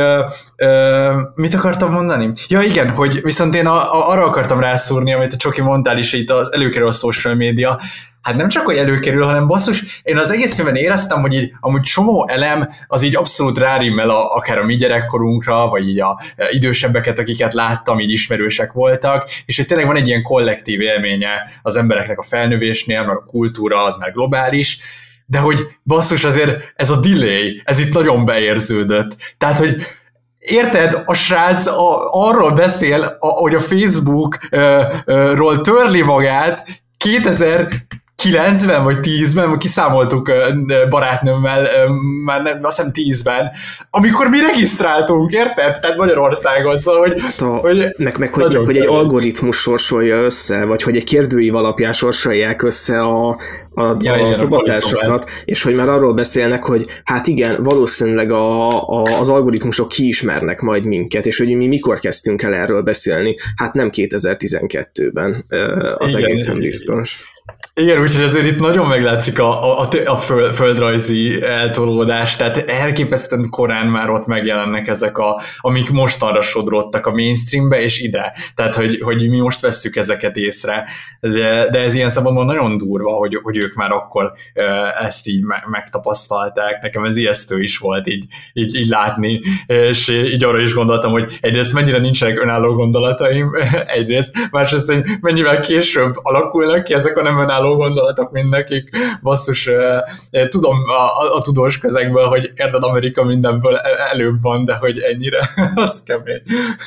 mit akartam mondani? Ja igen, hogy viszont én arra akartam rászúrni, amit a Csoki mondtál is, itt az előkerül a social media. Hát nem csak, hogy előkerül, hanem basszus, én az egész filmben éreztem, hogy így amúgy csomó elem az így abszolút rárimmel akár a mi gyerekkorunkra, vagy így a idősebbeket, akiket láttam, így ismerősek voltak, és hogy tényleg van egy ilyen kollektív élménye az embereknek a felnövésnél, meg a kultúra az már globális, de hogy basszus azért ez a delay, ez itt nagyon beérződött. Tehát, hogy érted, a srác arról beszél, hogy a Facebookról törli magát 2009-ben vagy 10-ben, kiszámoltuk barátnőmmel, már nem, azt hiszem 10-ben, amikor mi regisztráltunk, érted? Tehát Magyarországon, szóval, hogy egy algoritmus sorsolja össze, vagy hogy egy kérdőív alapján sorsolják össze a szobatársakat, és hogy már arról beszélnek, hogy hát igen, valószínűleg az algoritmusok kiismernek majd minket, és hogy mi mikor kezdtünk el erről beszélni, hát nem 2012-ben, az igen, egészen biztos. Igen, úgyhogy azért itt nagyon meglátszik a földrajzi eltolódás, tehát elképesztően korán már ott megjelennek ezek amik mostanra sodródtak a mainstreambe és ide, tehát hogy mi most vesszük ezeket észre, de ez ilyen szempontból nagyon durva, hogy ők már akkor ezt így megtapasztalták, nekem ez ijesztő is volt így látni, és így arra is gondoltam, hogy egyrészt mennyire nincsenek önálló gondolataim, egyrészt, másrészt, hogy mennyivel később alakulnak ki ezek a nem önálló gondolatok mindenkik. Basszus, tudom a tudós közegből, hogy érted, Amerika mindenből előbb van, de hogy ennyire, az kemény.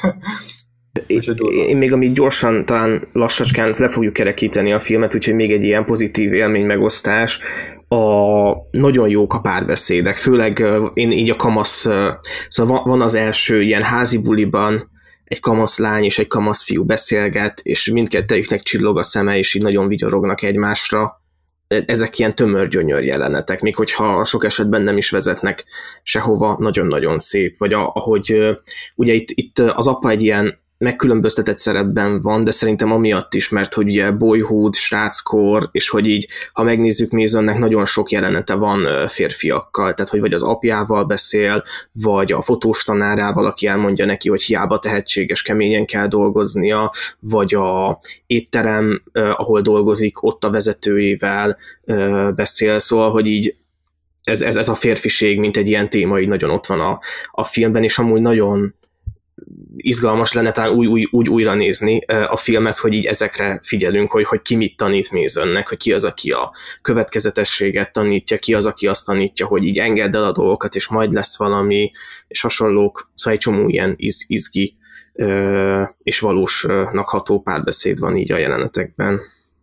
Én még amit gyorsan, talán lassacskán le fogjuk kerekíteni a filmet, úgyhogy még egy ilyen pozitív élmény megosztás. Nagyon jók a párbeszédek, főleg én így a kamasz, szóval van az első ilyen házi buliban, egy kamasz lány és egy kamasz fiú beszélget, és mindkettejüknek csillog a szeme, és így nagyon vigyorognak egymásra. Ezek ilyen tömör-gyönyör jelenetek, még hogyha sok esetben nem is vezetnek sehova, nagyon-nagyon szép. Vagy ahogy ugye itt az apa egy ilyen megkülönböztetett szerepben van, de szerintem amiatt is, mert hogy ugye boyhood, sráckor, és hogy így, ha megnézzük, Masonnek nagyon sok jelenete van férfiakkal, tehát hogy vagy az apjával beszél, vagy a fotós tanárával, aki elmondja neki, hogy hiába tehetséges, keményen kell dolgoznia, vagy a étterem, ahol dolgozik, ott a vezetőjével beszél, szóval, hogy így ez a férfiség, mint egy ilyen téma, így nagyon ott van a filmben, és amúgy nagyon izgalmas lenne talán úgy újra nézni a filmet, hogy így ezekre figyelünk, hogy ki mit tanít Masonnek, hogy ki az, aki a következetességet tanítja, ki az, aki azt tanítja, hogy így engedd el a dolgokat, és majd lesz valami, és hasonlók, szóval egy csomó ilyen izgi és valósnak ható párbeszéd van így a jelenetekben.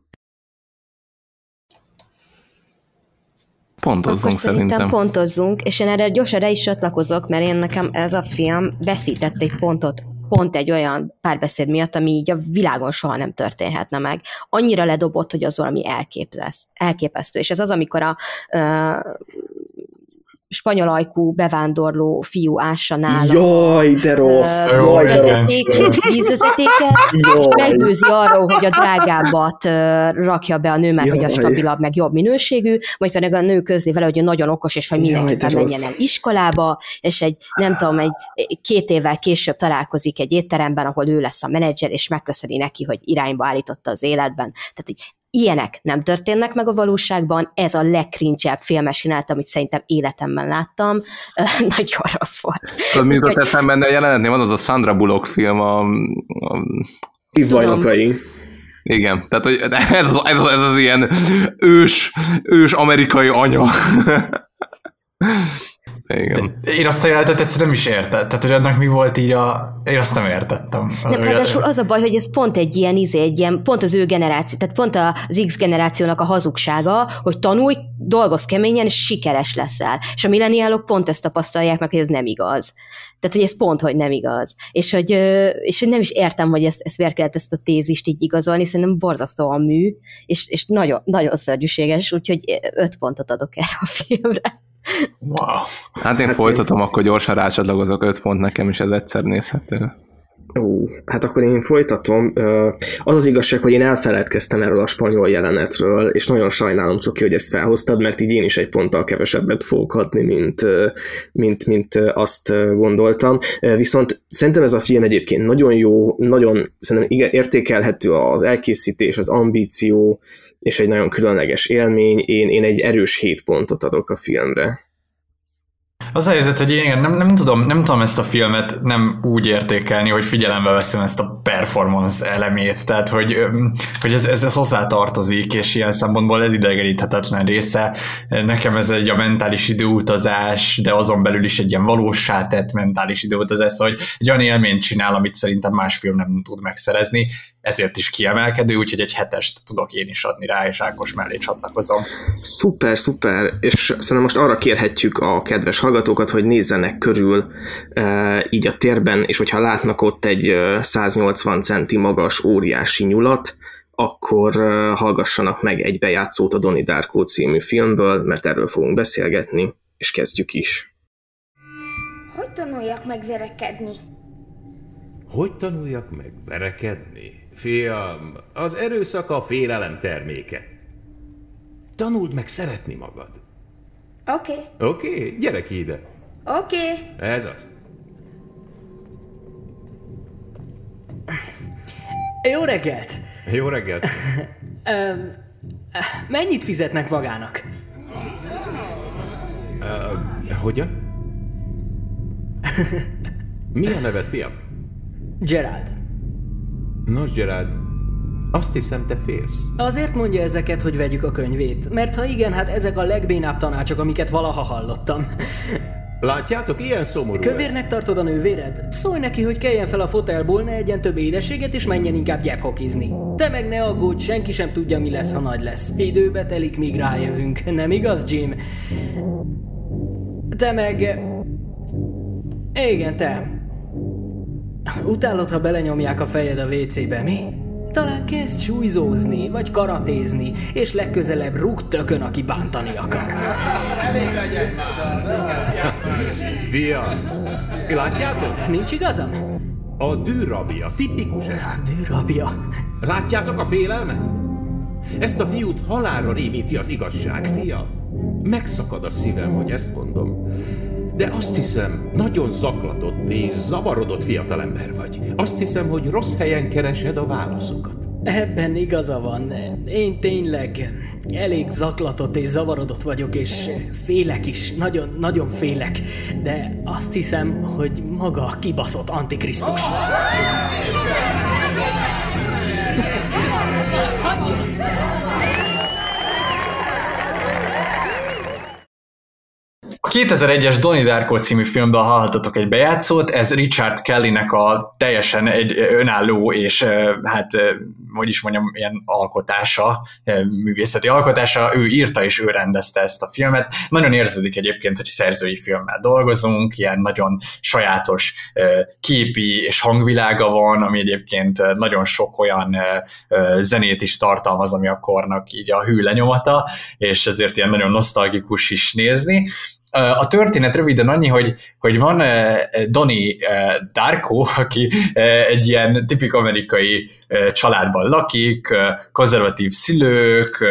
Pontozzunk szerintem. Pontozzunk, és én erre gyorsan is csatlakozok, mert én nekem ez a film veszített egy pontot, pont egy olyan párbeszéd miatt, ami így a világon soha nem történhetne meg. Annyira ledobott, hogy az valami elképesztő. És ez az, amikor a spanyol ajkú bevándorló fiú ássa nála. Jaj, de rossz! Vízvezetéket, és meggyőzi arról, hogy a drágábbat rakja be a nő, mert hogy a stabilabb, meg jobb minőségű, majd pedig a nő közli vele, hogy nagyon okos, és hogy mindenképpen menjen el iskolába, és egy 2 évvel később találkozik egy étteremben, ahol ő lesz a menedzser, és megköszöni neki, hogy irányba állította az életben. Tehát, hogy ilyenek nem történnek meg a valóságban, ez a legcringe-ebb filmes jelenet, amit szerintem életemben láttam. Nagyon rossz volt. Tudod, mi jutott eszembe a jelenetnél? Van az a Sandra Bullock film, Évbajnokai. Igen, tehát hogy ez az ilyen ős amerikai anya. Igen. Én azt a jelenetet egyszerűen nem is értettem. Tehát, hogy annak mi volt így én azt nem értettem. Nem, ráadásul az a baj, hogy ez pont egy ilyen, pont az ő generáció, tehát pont az X generációnak a hazugsága, hogy tanulj, dolgozz keményen, és sikeres leszel. És a milleniálok pont ezt tapasztalják meg, hogy ez nem igaz. Tehát, hogy ez pont, hogy nem igaz. És hogy nem is értem, hogy ezt miért kellett ezt a tézist így igazolni, szerintem borzasztóan mű, és nagyon, nagyon szörnyűséges, úgyhogy 5 pontot adok erre a filmre. Wow. Hát én folytatom, akkor gyorsan rácsatlakozok, 5 pont nekem is ez egyszer nézhető. Hát akkor én folytatom. Az az igazság, hogy én elfeledkeztem erről a spanyol jelenetről, és nagyon sajnálom, Csoki, hogy ezt felhoztad, mert így én is egy ponttal kevesebbet fogok adni, mint azt gondoltam. Viszont szerintem ez a film egyébként nagyon jó, nagyon szerintem értékelhető az elkészítés, az ambíció, és egy nagyon különleges élmény. Én egy erős 7 pontot adok a filmre. Az a helyzet, hogy én nem tudom ezt a filmet nem úgy értékelni, hogy figyelembe veszem ezt a performance elemét, tehát hogy ez hozzátartozik, és ilyen szempontból elidegeníthetetlen része. Nekem ez egy a mentális időutazás, de azon belül is egy ilyen valóssá tett mentális időutazás, hogy egy olyan élményt csinál, amit szerintem más film nem tud megszerezni, ezért is kiemelkedő, úgyhogy egy 7-est tudok én is adni rá, és Ákos mellé csatlakozom. Szuper, és szerintem most arra kérhetjük a kedves hallgatókat, hogy nézzenek körül így a térben, és hogyha látnak ott egy 180 centi magas óriási nyulat, akkor hallgassanak meg egy bejátszót a Donnie Darko című filmből, mert erről fogunk beszélgetni, és kezdjük is. Hogy tanuljak meg verekedni? Hogy tanuljak meg verekedni? Fiam, az erőszak a félelem terméke. Tanuld meg szeretni magad. Oké, gyere ki ide. Ez az. Jó reggelt! Jó reggelt! Mennyit fizetnek magának? Hogyan? Mi a neved, fiam? Gerald. Nos, Gerald, azt hiszem, te félsz. Azért mondja ezeket, hogy vegyük a könyvét, mert ha igen, hát ezek a legbénább tanácsok, amiket valaha hallottam. Látjátok, ilyen szomorú. Kövérnek tartod a nővéred? Szólj neki, hogy keljen fel a fotelból, ne egyen több édességet, és menjen inkább gyephokizni. Te meg ne aggódj, senki sem tudja, mi lesz, ha nagy lesz. Időbe telik, míg rájövünk. Nem igaz, Jim? Te meg... Igen, te. Utálod, ha belenyomják a fejed a WC-be, mi? Talán kezd súlyzózni, vagy karatézni, és legközelebb rúg tökön, aki bántani akar. Elég legyen már! Fiam, látjátok? Nincs igazam? A dűrabja, tipikus eset. Dűrabja. Látjátok a félelmet? Ezt a fiút halálra rémíti az igazság, fiam. Megszakad a szívem, hogy ezt mondom. De azt hiszem, nagyon zaklatott és zavarodott fiatalember vagy. Azt hiszem, hogy rossz helyen keresed a válaszokat. Ebben igaza van. Én tényleg elég zaklatott és zavarodott vagyok, és félek is. Nagyon, nagyon félek. De azt hiszem, hogy maga a kibaszott Antikrisztus. A 2001-es Donnie Darko című filmből hallhatatok egy bejátszót, ez Richard Kellynek a teljesen egy önálló és hogy is mondjam, ilyen alkotása, művészeti alkotása, ő írta és ő rendezte ezt a filmet. Nagyon érződik egyébként, hogy szerzői filmmel dolgozunk, ilyen nagyon sajátos képi és hangvilága van, ami egyébként nagyon sok olyan zenét is tartalmaz, ami a kornak így a hű lenyomata, és ezért ilyen nagyon nosztalgikus is nézni. A történet röviden annyi, hogy van Donnie Darko, aki egy ilyen tipik amerikai családban lakik, konzervatív szülők,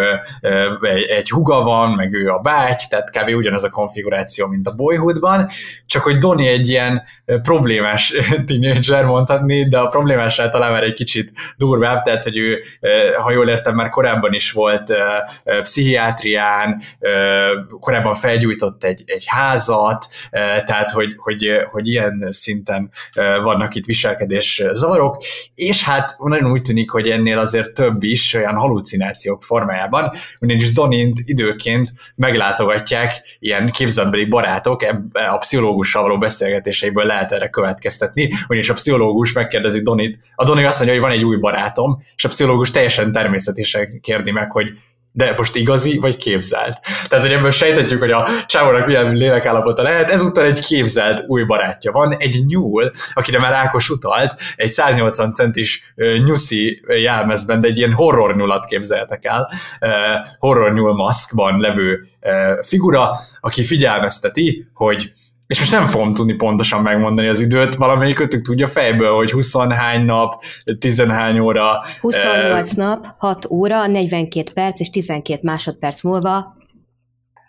egy húga van, meg ő a báty, tehát kb. Ugyanaz a konfiguráció, mint a Boyhoodban, csak hogy Donnie egy ilyen problémás tínédzser mondhatni, de a problémásnál talán már egy kicsit durvább, tehát hogy ő, ha jól értem, már korábban is volt pszichiátrián, korábban felgyújtott egy házat, tehát hogy ilyen szinten vannak itt viselkedés zavarok, és hát nagyon úgy tűnik, hogy ennél azért több is olyan halucinációk formájában, ugyanis Donnie-t időként meglátogatják ilyen képzeletbeli barátok, a pszichológussal való beszélgetéseiből lehet erre következtetni, ugyanis a pszichológus megkérdezi Donnie-t, a Donnie azt mondja, hogy van egy új barátom, és a pszichológus teljesen természetesen kérdi meg, hogy de most igazi, vagy képzelt? Tehát, hogy ebből sejtetjük, hogy a csávónak milyen lélekállapota lehet, ezúttal egy képzelt új barátja van, egy nyúl, akire már Ákos utalt, egy 180 centis nyuszi jelmezben, de egy ilyen horror nyulat képzeltek el, horror nyúl maszkban levő figura, aki figyelmezteti, hogy és most nem fogom tudni pontosan megmondani az időt, valamelyikötük tudja fejből, hogy 20 hány nap, 10 hány óra. 28 nap, 6 óra, 42 perc és 12 másodperc múlva.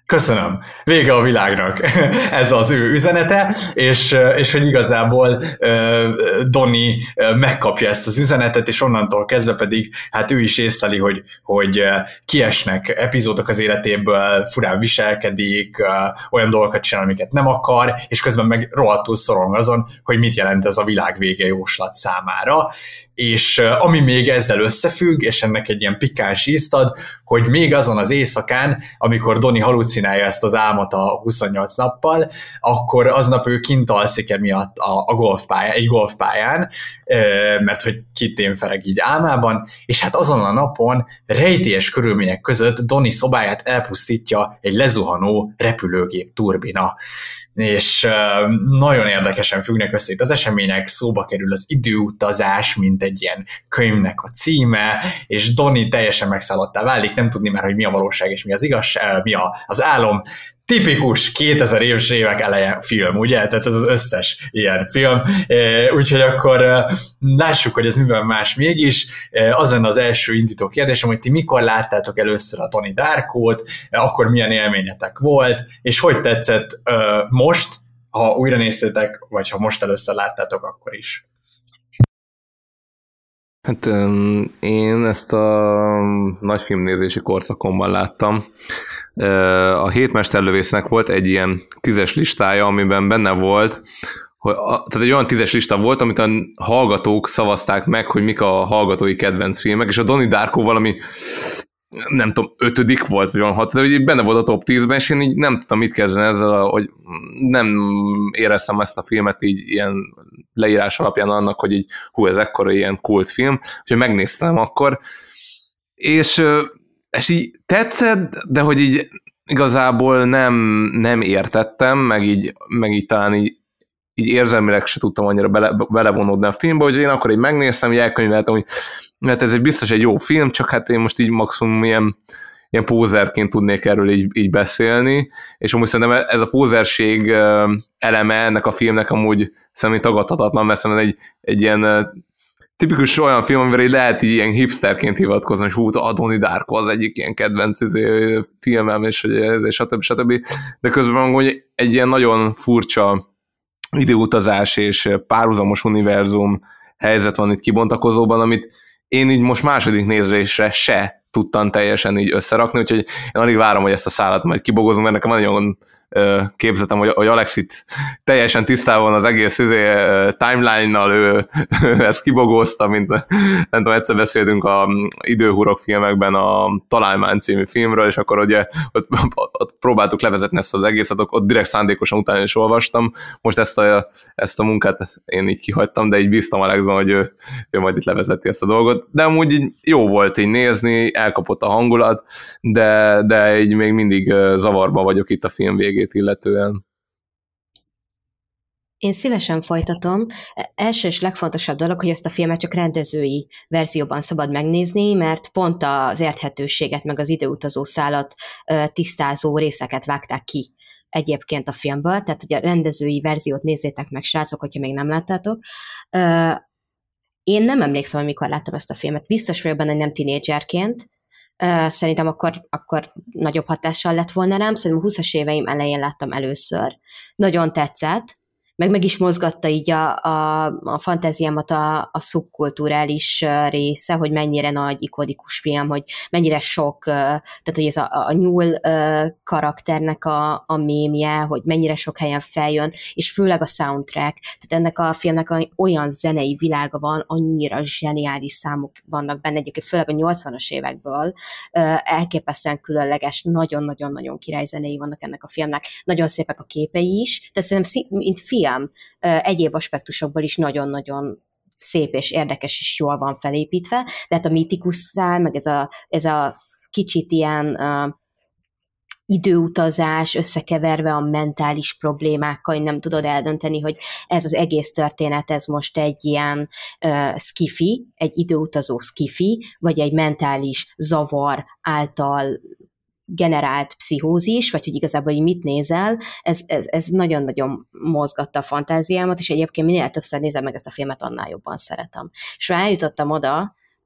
köszönöm, vége a világnak. Ez az ő üzenete, és hogy igazából Donnie megkapja ezt az üzenetet, és onnantól kezdve pedig hát ő is észleli, hogy kiesnek epizódok az életéből, furán viselkedik, olyan dolgokat csinál, amiket nem akar, és közben meg rohadtul szorong azon, hogy mit jelent ez a világ vége jóslat számára. És ami még ezzel összefügg, és ennek egy ilyen pikáns ízt ad, hogy még azon az éjszakán, amikor Donnie halucinálja ezt az álmot a 28 nappal, akkor aznap ő kint alszik emiatt egy golfpályán, mert hogy kitémfereg így álmában, és hát azon a napon rejtélyes körülmények között Donnie szobáját elpusztítja egy lezuhanó repülőgép turbina. És nagyon érdekesen függnek össze itt az események, szóba kerül az időutazás, mint egy ilyen könyvnek a címe, és Donnie teljesen megszállottá válik, nem tudni már, hogy mi a valóság és mi az igazság, mi az álom. Tipikus 2000 éves évek eleje film, ugye? Tehát ez az összes ilyen film. Úgyhogy akkor lássuk, hogy ez miben más mégis. Az lenne az első indító kérdésem, hogy ti mikor láttátok először a Donnie Darkot, akkor milyen élményetek volt, és hogy tetszett most, ha újra néztétek, vagy ha most először láttátok, akkor is. Hát én ezt a nagy filmnézési korszakomban láttam. A Hétmesterlövésznek volt egy ilyen 10-es listája, amiben benne volt, tehát egy olyan 10-es lista volt, amit a hallgatók szavazták meg, hogy mik a hallgatói kedvenc filmek, és a Donnie Darko valami, nem tudom, 5. volt, vagy olyan 6, de így benne volt a top 10-ben, és én így nem tudtam mit kezdeni ezzel, hogy nem éreztem ezt a filmet így ilyen leírás alapján annak, hogy így ez ekkora ilyen kultfilm, úgyhogy megnéztem akkor, és így tetszett, de hogy így igazából nem értettem, meg így talán így érzelmileg se tudtam annyira belevonódni a filmbe, hogy én akkor így megnéztem, hogy elkönyveltem, hogy mert ez biztos egy jó film, csak hát én most így maximum ilyen pózerként tudnék erről így beszélni, és amúgy szerintem ez a pózerség eleme ennek a filmnek amúgy szerintem tagadhatatlan, mert szerintem egy ilyen tipikus olyan film, amire lehet így ilyen hipsterként hivatkozni, hogy a Donnie Darko az egyik ilyen kedvenc filmem, és stb. De közben hogy egy ilyen nagyon furcsa időutazás és párhuzamos univerzum helyzet van itt kibontakozóban, amit én így most második nézésre se tudtam teljesen így összerakni, úgyhogy én alig várom, hogy ezt a szálat majd kibogozom, mert nekem nagyon képzetem, hogy Alexit teljesen tisztában van az egész timeline-nal, ő ezt kibogozta, mint nem tudom, egyszer beszéltünk a Időhurok filmekben a Találmány című filmről, és akkor ugye ott próbáltuk levezetni ezt az egészet, ott direkt szándékosan utána is olvastam, most ezt a munkát én így kihagytam, de így bíztam Alexon, hogy ő majd itt levezeti ezt a dolgot, de amúgy így jó volt így nézni, elkapott a hangulat, de így még mindig zavarban vagyok itt a film végén illetően. Én szívesen folytatom. Első és legfontosabb dolog, hogy ezt a filmet csak rendezői verzióban szabad megnézni, mert pont az érthetőséget, meg az időutazó szálat tisztázó részeket vágták ki egyébként a filmből, tehát hogy a rendezői verziót nézzétek meg, srácok, hogyha még nem láttátok. Én nem emlékszem, hogy mikor láttam ezt a filmet. Biztos vagyok benne, hogy nem tinédzserként. Szerintem akkor nagyobb hatással lett volna rám, szerintem 20-as éveim elején láttam először. Nagyon tetszett, meg is mozgatta így a fantáziámat a szubkulturális része, hogy mennyire nagy, ikonikus film, hogy mennyire sok, tehát hogy ez a nyúl karakternek a mémje, hogy mennyire sok helyen feljön, és főleg a soundtrack, tehát ennek a filmnek olyan zenei világa van, annyira zseniális számok vannak benne, egyébként főleg a 80-as évekből, elképesztően különleges, nagyon-nagyon-nagyon királyzenei vannak ennek a filmnek, nagyon szépek a képei is, tehát szerintem mint film, egyéb aspektusokból is nagyon-nagyon szép és érdekes és jól van felépítve, de hát a mítikus szál, meg ez a kicsit ilyen időutazás összekeverve a mentális problémákkal, hogy nem tudod eldönteni, hogy ez az egész történet, ez most egy ilyen skifi, egy időutazó skifi, vagy egy mentális zavar által generált pszichózis, vagy hogy igazából így mit nézel, ez nagyon-nagyon mozgatta a fantáziámat, és egyébként minél többször nézem meg ezt a filmet, annál jobban szeretem. És rájutottam oda,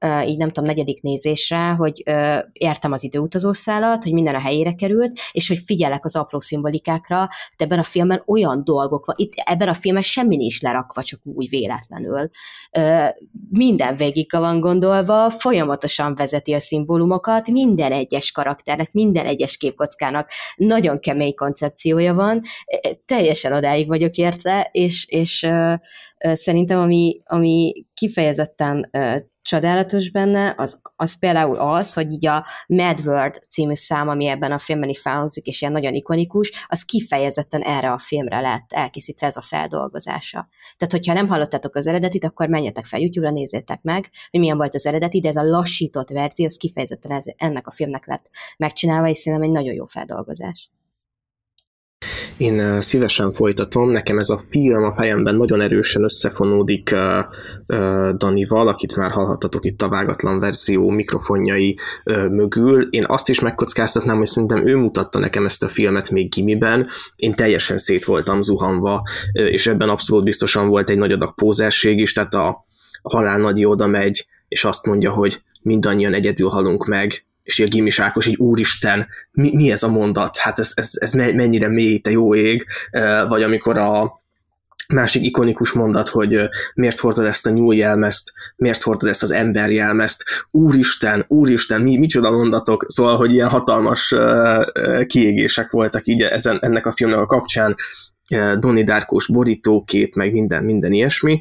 így nem tudom, 4. nézésre, hogy értem az időutazószálat, hogy minden a helyére került, és hogy figyelek az apró szimbolikákra, de ebben a filmben olyan dolgok van, itt ebben a filmben semmi nincs lerakva, csak úgy véletlenül. Minden végig van gondolva, folyamatosan vezeti a szimbólumokat, minden egyes karakternek, minden egyes képkockának nagyon kemény koncepciója van, teljesen odáig vagyok értve, és szerintem ami kifejezetten csodálatos benne, az például az, hogy így a Mad World című szám, ami ebben a filmben is felhangzik, és ilyen nagyon ikonikus, az kifejezetten erre a filmre lett elkészítve ez a feldolgozása. Tehát, hogyha nem hallottátok az eredetit, akkor menjetek fel YouTube-ra, nézzétek meg, hogy milyen volt az eredeti, de ez a lassított verzió, az kifejezetten ennek a filmnek lett megcsinálva, és szerintem egy nagyon jó feldolgozás. Én szívesen folytatom, nekem ez a film a fejemben nagyon erősen összefonódik Danival, akit már hallhattatok itt a vágatlan verzió mikrofonjai mögül. Én azt is megkockáztatnám, hogy szerintem ő mutatta nekem ezt a filmet még gimiben, én teljesen szét voltam zuhanva, és ebben abszolút biztosan volt egy nagy adag pózerség is, tehát a halál nagy oda megy, és azt mondja, hogy mindannyian egyedül halunk meg, és a Gimis Ákos így úristen, mi ez a mondat? Hát ez mennyire mély, te jó ég, vagy amikor a másik ikonikus mondat, hogy miért hordod ezt a nyúljelmezt, miért hordod ezt az emberjelmezt, úristen, micsoda mondatok, szóval, hogy ilyen hatalmas kiégések voltak így ennek a filmnek a kapcsán, Donnie Darkos borítókép, meg minden ilyesmi,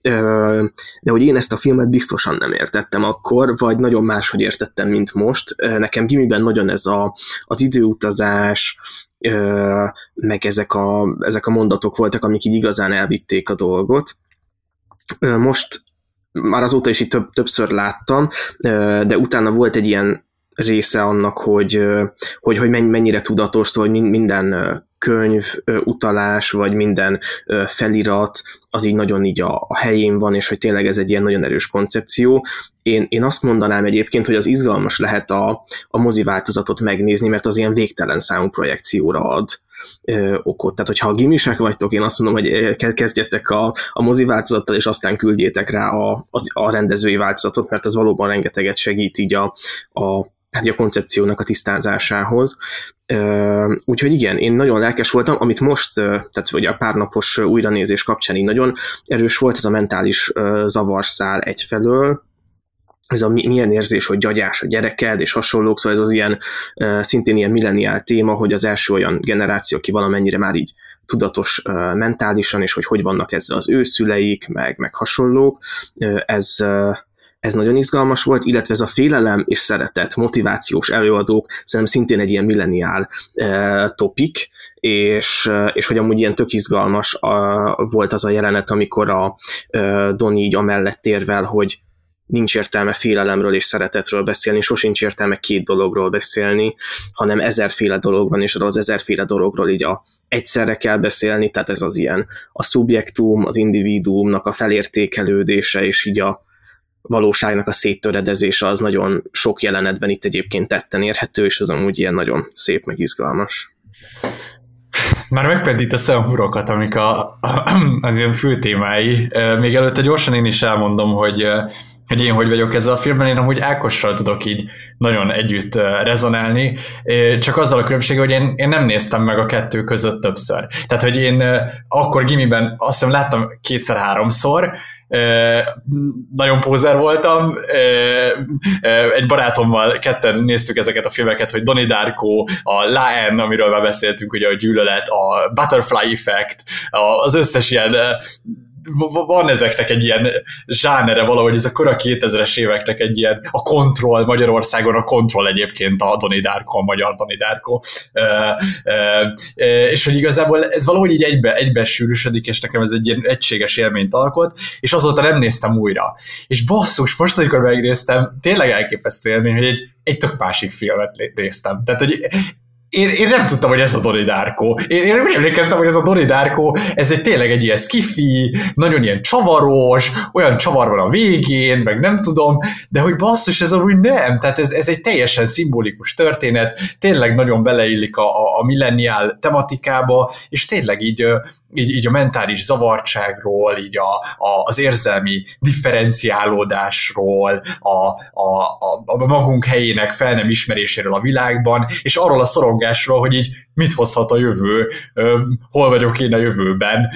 de hogy én ezt a filmet biztosan nem értettem akkor, vagy nagyon máshogy értettem, mint most. Nekem gimiben nagyon ez az időutazás, meg ezek a mondatok voltak, amik így igazán elvitték a dolgot. Most már azóta is így többször láttam, de utána volt egy ilyen része annak, hogy mennyire tudatos, szóval hogy minden könyv, utalás, vagy minden felirat, az így nagyon így a helyén van, és hogy tényleg ez egy ilyen nagyon erős koncepció. Én azt mondanám egyébként, hogy az izgalmas lehet a mozi változatot megnézni, mert az ilyen végtelen számú projekcióra ad okot. Tehát, hogyha gimisek vagytok, én azt mondom, hogy kezdjetek a mozi változattal, és aztán küldjétek rá a rendezői változatot, mert az valóban rengeteget segít így a koncepciónak a tisztázásához. Úgyhogy igen, én nagyon lelkes voltam, amit most, tehát hogy a párnapos újranézés kapcsán így nagyon erős volt, ez a mentális zavarszál egyfelől, ez a milyen érzés, hogy gyagyás a gyereked, és hasonlók, szóval ez az ilyen, szintén ilyen milleniál téma, hogy az első olyan generáció, aki valamennyire már így tudatos mentálisan, és hogy vannak ezzel az ő szüleik, meg hasonlók, ez nagyon izgalmas volt, illetve ez a félelem és szeretet, motivációs előadók szerintem szintén egy ilyen milleniál topik, és hogy amúgy ilyen tök izgalmas volt az a jelenet, amikor a Donnie így amellett érvel, hogy nincs értelme félelemről és szeretetről beszélni, sosincs értelme két dologról beszélni, hanem 1000-féle dolog van, és az 1000-féle dologról így egyszerre kell beszélni, tehát ez az ilyen a szubjektum, az individuumnak a felértékelődése, és így a valóságnak a széttöredezése az nagyon sok jelenetben itt egyébként tetten érhető, és az amúgy ilyen nagyon szép, meg izgalmas. Már megpendítesz olyan hurokat, amik az ilyen fő témái. Még előtte gyorsan én is elmondom, hogy én hogy vagyok ezzel a filmben, én amúgy Ákossal tudok így nagyon együtt rezonálni, csak azzal a különbséggel, hogy én nem néztem meg a kettő között többször. Tehát, hogy én akkor gimiben azt hiszem láttam 2-3-szor, nagyon pózer voltam, egy barátommal ketten néztük ezeket a filmeket, hogy Donnie Darko, a La Haine, amiről már beszéltünk, ugye a gyűlölet, a Butterfly Effect, az összes ilyen, van ezeknek egy ilyen zsánere valahogy, ez a kora 2000-es éveknek egy ilyen, a Control Magyarországon, a Control egyébként a Donnie Darko, a magyar Donnie Darko, és hogy igazából ez valahogy így egybe sűrűsödik, és nekem ez egy ilyen egységes élményt alkot, és azóta nem néztem újra. És basszus, most amikor megnéztem, tényleg elképesztő élmény, hogy egy tök másik filmet néztem. Tehát, hogy én nem tudtam, hogy ez a Donnie Darko. Én úgy emlékeztem, hogy ez a Donnie Darko, ez tényleg egy ilyen skifi, nagyon ilyen csavaros, olyan csavar van a végén, meg nem tudom, de hogy basszus, ez amúgy nem. Tehát ez egy teljesen szimbolikus történet, tényleg nagyon beleillik a milleniál tematikába, és tényleg így a mentális zavartságról, így az érzelmi differenciálódásról, a magunk helyének fel nem ismeréséről a világban, és arról a szorongásról, hogy így mit hozhat a jövő, hol vagyok én a jövőben,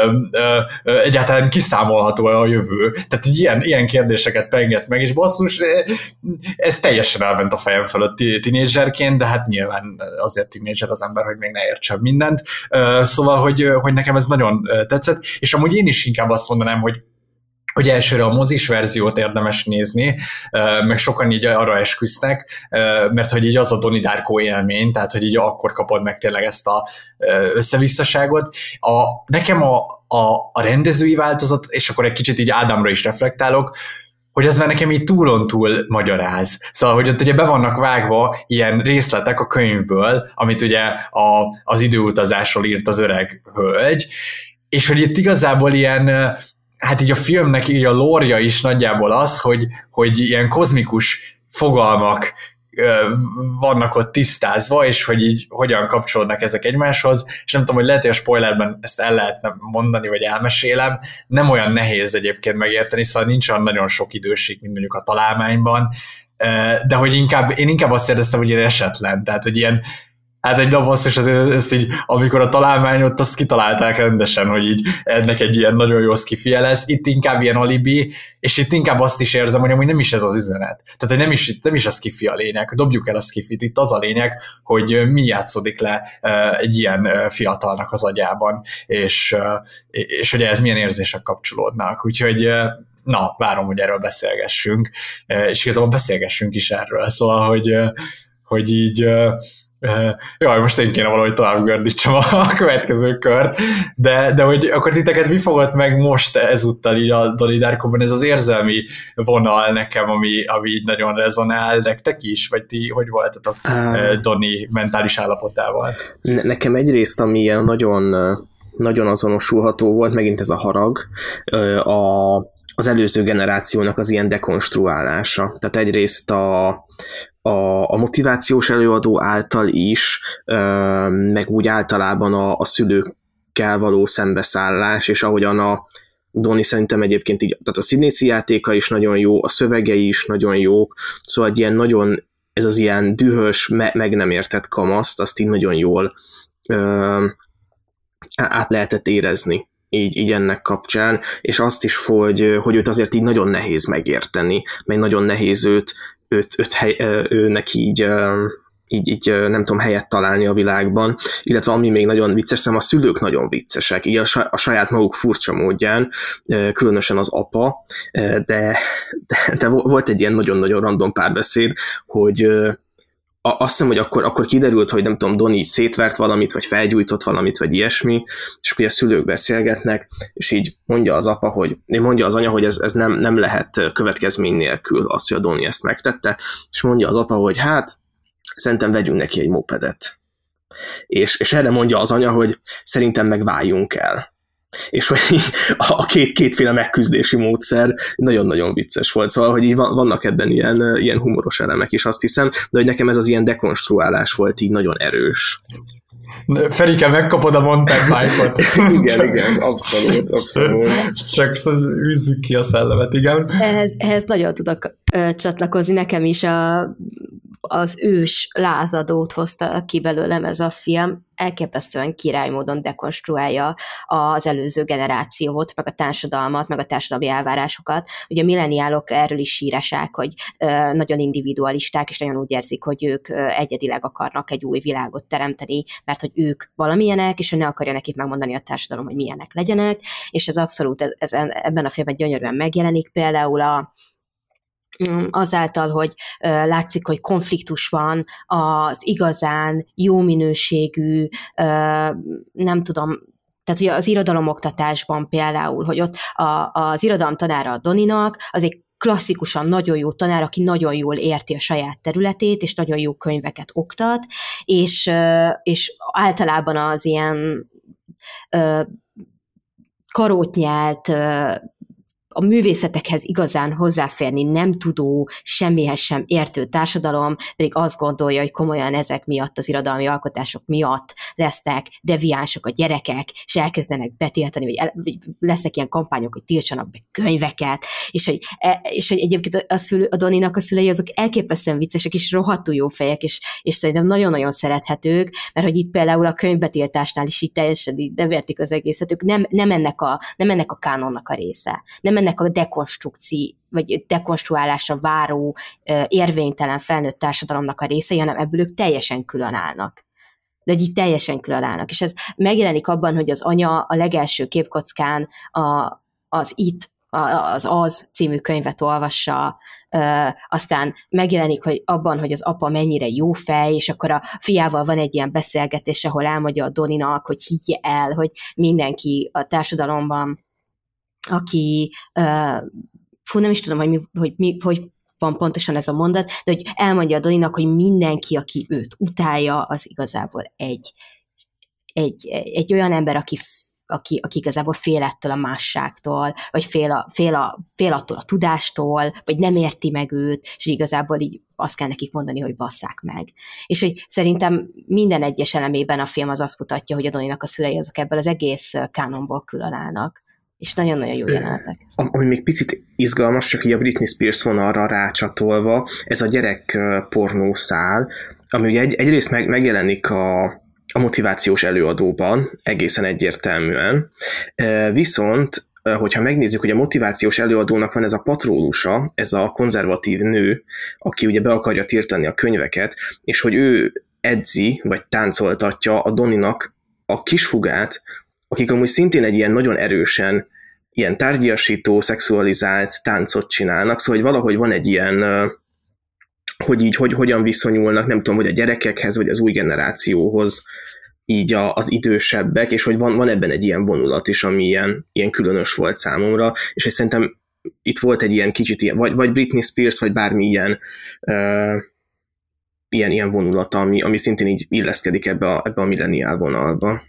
egyáltalán kiszámolható a jövő. Tehát így ilyen kérdéseket penget meg, és basszus, ez teljesen elment a fejem fölött tínédzserként, de hát nyilván azért tínédzser az ember, hogy még ne értsen mindent. Szóval, hogy nekem ez nagyon tetszett, és amúgy én is inkább azt mondanám, hogy elsőre a mozis verziót érdemes nézni, meg sokan így arra esküsznek, mert hogy így az a Donnie Darko élmény, tehát hogy így akkor kapod meg tényleg ezt a összevisszaságot. Nekem a rendezői változat, és akkor egy kicsit így Ádámra is reflektálok, hogy ez már nekem így túlontúl magyaráz. Szóval, hogy ott ugye be vannak vágva ilyen részletek a könyvből, amit ugye az időutazásról írt az öreg hölgy, és hogy itt igazából ilyen, hát így a filmnek így a lore-ja is nagyjából az, hogy ilyen kozmikus fogalmak vannak ott tisztázva, és hogy így hogyan kapcsolódnak ezek egymáshoz, és nem tudom, hogy lehet, hogy a spoilerben ezt el lehetne mondani, vagy elmesélem, nem olyan nehéz egyébként megérteni, szóval nincs olyan nagyon sok időség, mint mondjuk a találmányban, de hogy én inkább azt éreztem, hogy ilyen esetlen, tehát hogy ilyen, hát egy basszus, ezt így, amikor a találmány ott azt kitalálták rendesen, hogy így ennek egy ilyen nagyon jó szkifie lesz, itt inkább ilyen alibi, és itt inkább azt is érzem, hogy amúgy nem is ez az üzenet. Tehát, hogy nem is a skifi a lényeg, dobjuk el a skifit, itt az a lényeg, hogy mi játszódik le egy ilyen fiatalnak az agyában, és hogy ez milyen érzések kapcsolódnak. Úgyhogy na, várom, hogy erről beszélgessünk, és igazából beszélgessünk is erről, szóval, hogy így jaj, most én kéne valahogy tovább gördítsem a következő kört, de hogy akkor titeket mi fogott meg most ezúttal így a Donnie Darkóban, ez az érzelmi vonal nekem, ami így nagyon rezonál, de te is, vagy ti hogy voltatok Donnie mentális állapotával? Nekem egyrészt, ami ilyen nagyon, nagyon azonosulható volt, megint ez a harag, az előző generációnak az ilyen dekonstruálása. Tehát egyrészt a motivációs előadó által is, meg úgy általában a szülőkkel való szembeszállás, és ahogyan a Donnie szerintem egyébként így, tehát a színészi játéka is nagyon jó, a szövegei is nagyon jó, szóval egy ilyen nagyon, ez az ilyen dühös, meg nem értett kamaszt, azt így nagyon jól át lehetett érezni. Így ennek kapcsán, és azt is, hogy őt azért így nagyon nehéz megérteni, meg nagyon nehéz őnek így nem tudom, helyet találni a világban, illetve ami még nagyon vicces, szerintem a szülők nagyon viccesek, így a saját maguk furcsa módján, különösen az apa, de volt egy ilyen nagyon-nagyon random párbeszéd, hogy azt hiszem, hogy akkor kiderült, hogy nem tudom, Donnie szétvert valamit, vagy felgyújtott valamit, vagy ilyesmi, és akkor a szülők beszélgetnek, és így mondja az apa, mondja az anya, hogy ez nem lehet következmény nélkül az, hogy a Donnie ezt megtette, és mondja az apa, hogy hát, szerintem vegyünk neki egy mopedet. És erre mondja az anya, hogy szerintem meg váljunk el. És hogy a kétféle megküzdési módszer nagyon-nagyon vicces volt, szóval, hogy így vannak ebben ilyen humoros elemek is, azt hiszem, de hogy nekem ez az ilyen dekonstruálás volt így nagyon erős. Ferike, megkapod a mountain bike-ot. igen, abszolút. Csak üzzük ki a szellemet, igen. Ehhez nagyon tudok csatlakozni, nekem is az ős lázadót hozta ki belőlem ez a film, elképesztően király módon dekonstruálja az előző generációt, meg a társadalmat, meg a társadalmi elvárásokat. Ugye a milleniálok erről is híresek, hogy nagyon individualisták, és nagyon úgy érzik, hogy ők egyedileg akarnak egy új világot teremteni, mert hogy ők valamilyenek, és hogy ne akarja nekik megmondani a társadalom, hogy milyenek legyenek, és ez abszolút ebben a filmben gyönyörűen megjelenik, például azáltal, hogy látszik, hogy konfliktus van az igazán jó minőségű, nem tudom, tehát ugye az irodalomoktatásban például, hogy ott az irodalomtanára a Donnie-nak, az egy klasszikusan nagyon jó tanár, aki nagyon jól érti a saját területét, és nagyon jó könyveket oktat, és általában az ilyen karótnyelt, a művészetekhez igazán hozzáférni nem tudó, semmihez sem értő társadalom pedig azt gondolja, hogy komolyan ezek miatt, az irodalmi alkotások miatt lesznek deviánsok a gyerekek, és elkezdenek betiltani, vagy lesznek ilyen kampányok, hogy tiltsanak be könyveket, és hogy egyébként a Donnie-nak a szülei azok elképesztően viccesek, és rohadtul jó fejek, és szerintem nagyon-nagyon szerethetők, mert hogy itt például a könyvbetiltásnál is így teljesen így nevertik az egészet, ők nem ennek a kánonnak a része, nem ennek a vagy dekonstruálásra váró érvénytelen felnőtt társadalomnak a részei, hanem ebből ők teljesen külön állnak. De így teljesen külön állnak. És ez megjelenik abban, hogy az anya a legelső képkockán az című könyvet olvassa, aztán megjelenik hogy abban, hogy az apa mennyire jó fej, és akkor a fiával van egy ilyen beszélgetés, ahol elmondja a Donnie-nak, hogy higgye el, hogy mindenki a társadalomban, aki, nem is tudom, hogy van pontosan ez a mondat, de hogy elmondja a Donnie-nak, hogy mindenki, aki őt utálja, az igazából egy olyan ember, aki igazából fél ettől a másságtól, vagy fél attól a tudástól, vagy nem érti meg őt, és igazából így azt kell nekik mondani, hogy basszák meg. És hogy szerintem minden egyes elemében a film az azt mutatja, hogy a Donnie-nak a szülei azok ebből az egész kánonból külön állnak. És nagyon-nagyon jó jelenetek. Ami még picit izgalmas, csak így a Britney Spears vonalra rácsatolva, ez a gyerek pornószál, ami ugye egyrészt megjelenik a motivációs előadóban egészen egyértelműen, viszont hogyha megnézzük, hogy a motivációs előadónak van ez a patrónusa, ez a konzervatív nő, aki ugye be akarja tiltani a könyveket, és hogy ő edzi, vagy táncoltatja a Donnie-nak a kisfugát, akik amúgy szintén egy ilyen nagyon erősen ilyen tárgyasító, szexualizált táncot csinálnak, szóval hogy valahogy van egy ilyen, hogy hogyan viszonyulnak, nem tudom, hogy a gyerekekhez, vagy az új generációhoz így az idősebbek, és hogy van ebben egy ilyen vonulat is, ami ilyen különös volt számomra, és hogy szerintem itt volt egy ilyen kicsit ilyen, vagy Britney Spears, vagy bármi ilyen vonulata, ami szintén így illeszkedik ebbe a millenial vonalba.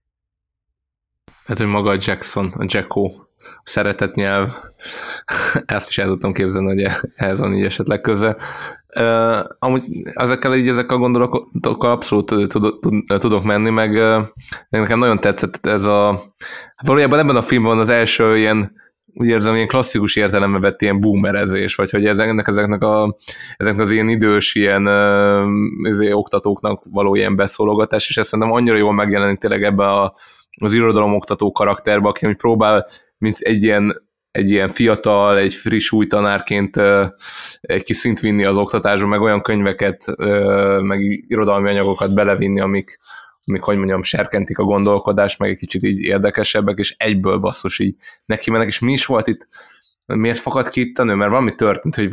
Hát, hogy maga a Jackson, a Jacko, szeretett nyelv, ezt is el tudtam képzelni, hogy ehhez van így esetleg köze. Amúgy ezekkel a gondolatokkal abszolút tudok menni, meg nekem nagyon tetszett ez valójában ebben a filmben az első ilyen, úgy érzem, ilyen klasszikus értelemben vett ilyen boomerezés, vagy hogy ezeknek az ilyen idős ilyen oktatóknak való ilyen beszólogatás, és ezt szerintem annyira jól megjelenik tényleg ebben az irodalomoktató karakterbe, aki próbál, mint egy ilyen fiatal, egy friss új tanárként egy kis szint vinni az oktatásba, meg olyan könyveket, meg irodalmi anyagokat belevinni, amik hogy mondjam, serkentik a gondolkodást, meg egy kicsit így érdekesebbek, és egyből basszus így neki mennek, és mi is volt itt, miért fakadt ki itt a nő? Mert valami történt, hogy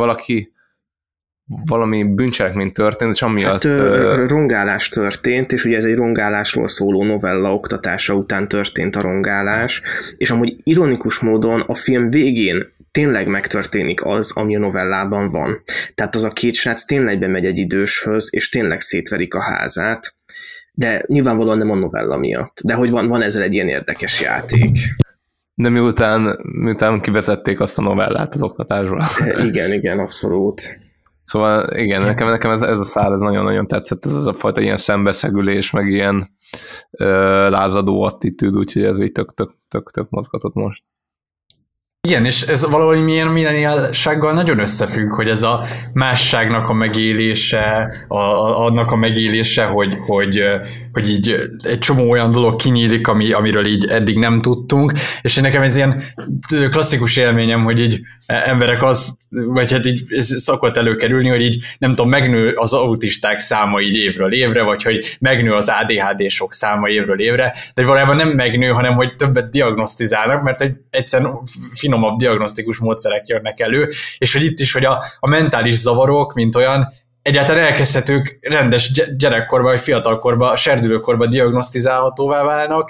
valami bűncselekmény történt, és amiatt... Rongálás történt, és ugye ez egy rongálásról szóló novella oktatása után történt a rongálás, és amúgy ironikus módon a film végén tényleg megtörténik az, ami a novellában van. Tehát az a két srác tényleg bemegy egy időshöz, és tényleg szétverik a házát, de nyilvánvalóan nem a novella miatt. De hogy van ezzel egy ilyen érdekes játék. De miután kivezették azt a novellát az oktatásról. Igen, abszolút. Szóval igen, nekem ez a szál ez nagyon-nagyon tetszett, ez a fajta ilyen szembeszegülés, meg ilyen lázadó attitűd, úgyhogy ez így tök mozgatott most. Igen, és ez valahogy milyen milleniálsággal nagyon összefügg, hogy ez a másságnak a megélése, annak a megélése, hogy így egy csomó olyan dolog kinyílik, amiről így eddig nem tudtunk, és nekem ez ilyen klasszikus élményem, hogy így emberek vagy hát így szokott előkerülni, hogy így nem tudom, megnő az autisták száma így évről évre, vagy hogy megnő az ADHD-sok száma évről évre, de valójában nem megnő, hanem hogy többet diagnosztizálnak, mert hogy egyszerűen finomabb diagnosztikus módszerek jönnek elő, és hogy itt is, hogy a mentális zavarok, mint olyan, egyáltalán elkezdhetők rendes gyerekkorban, vagy fiatalkorban, serdülőkorban diagnosztizálhatóvá válnak,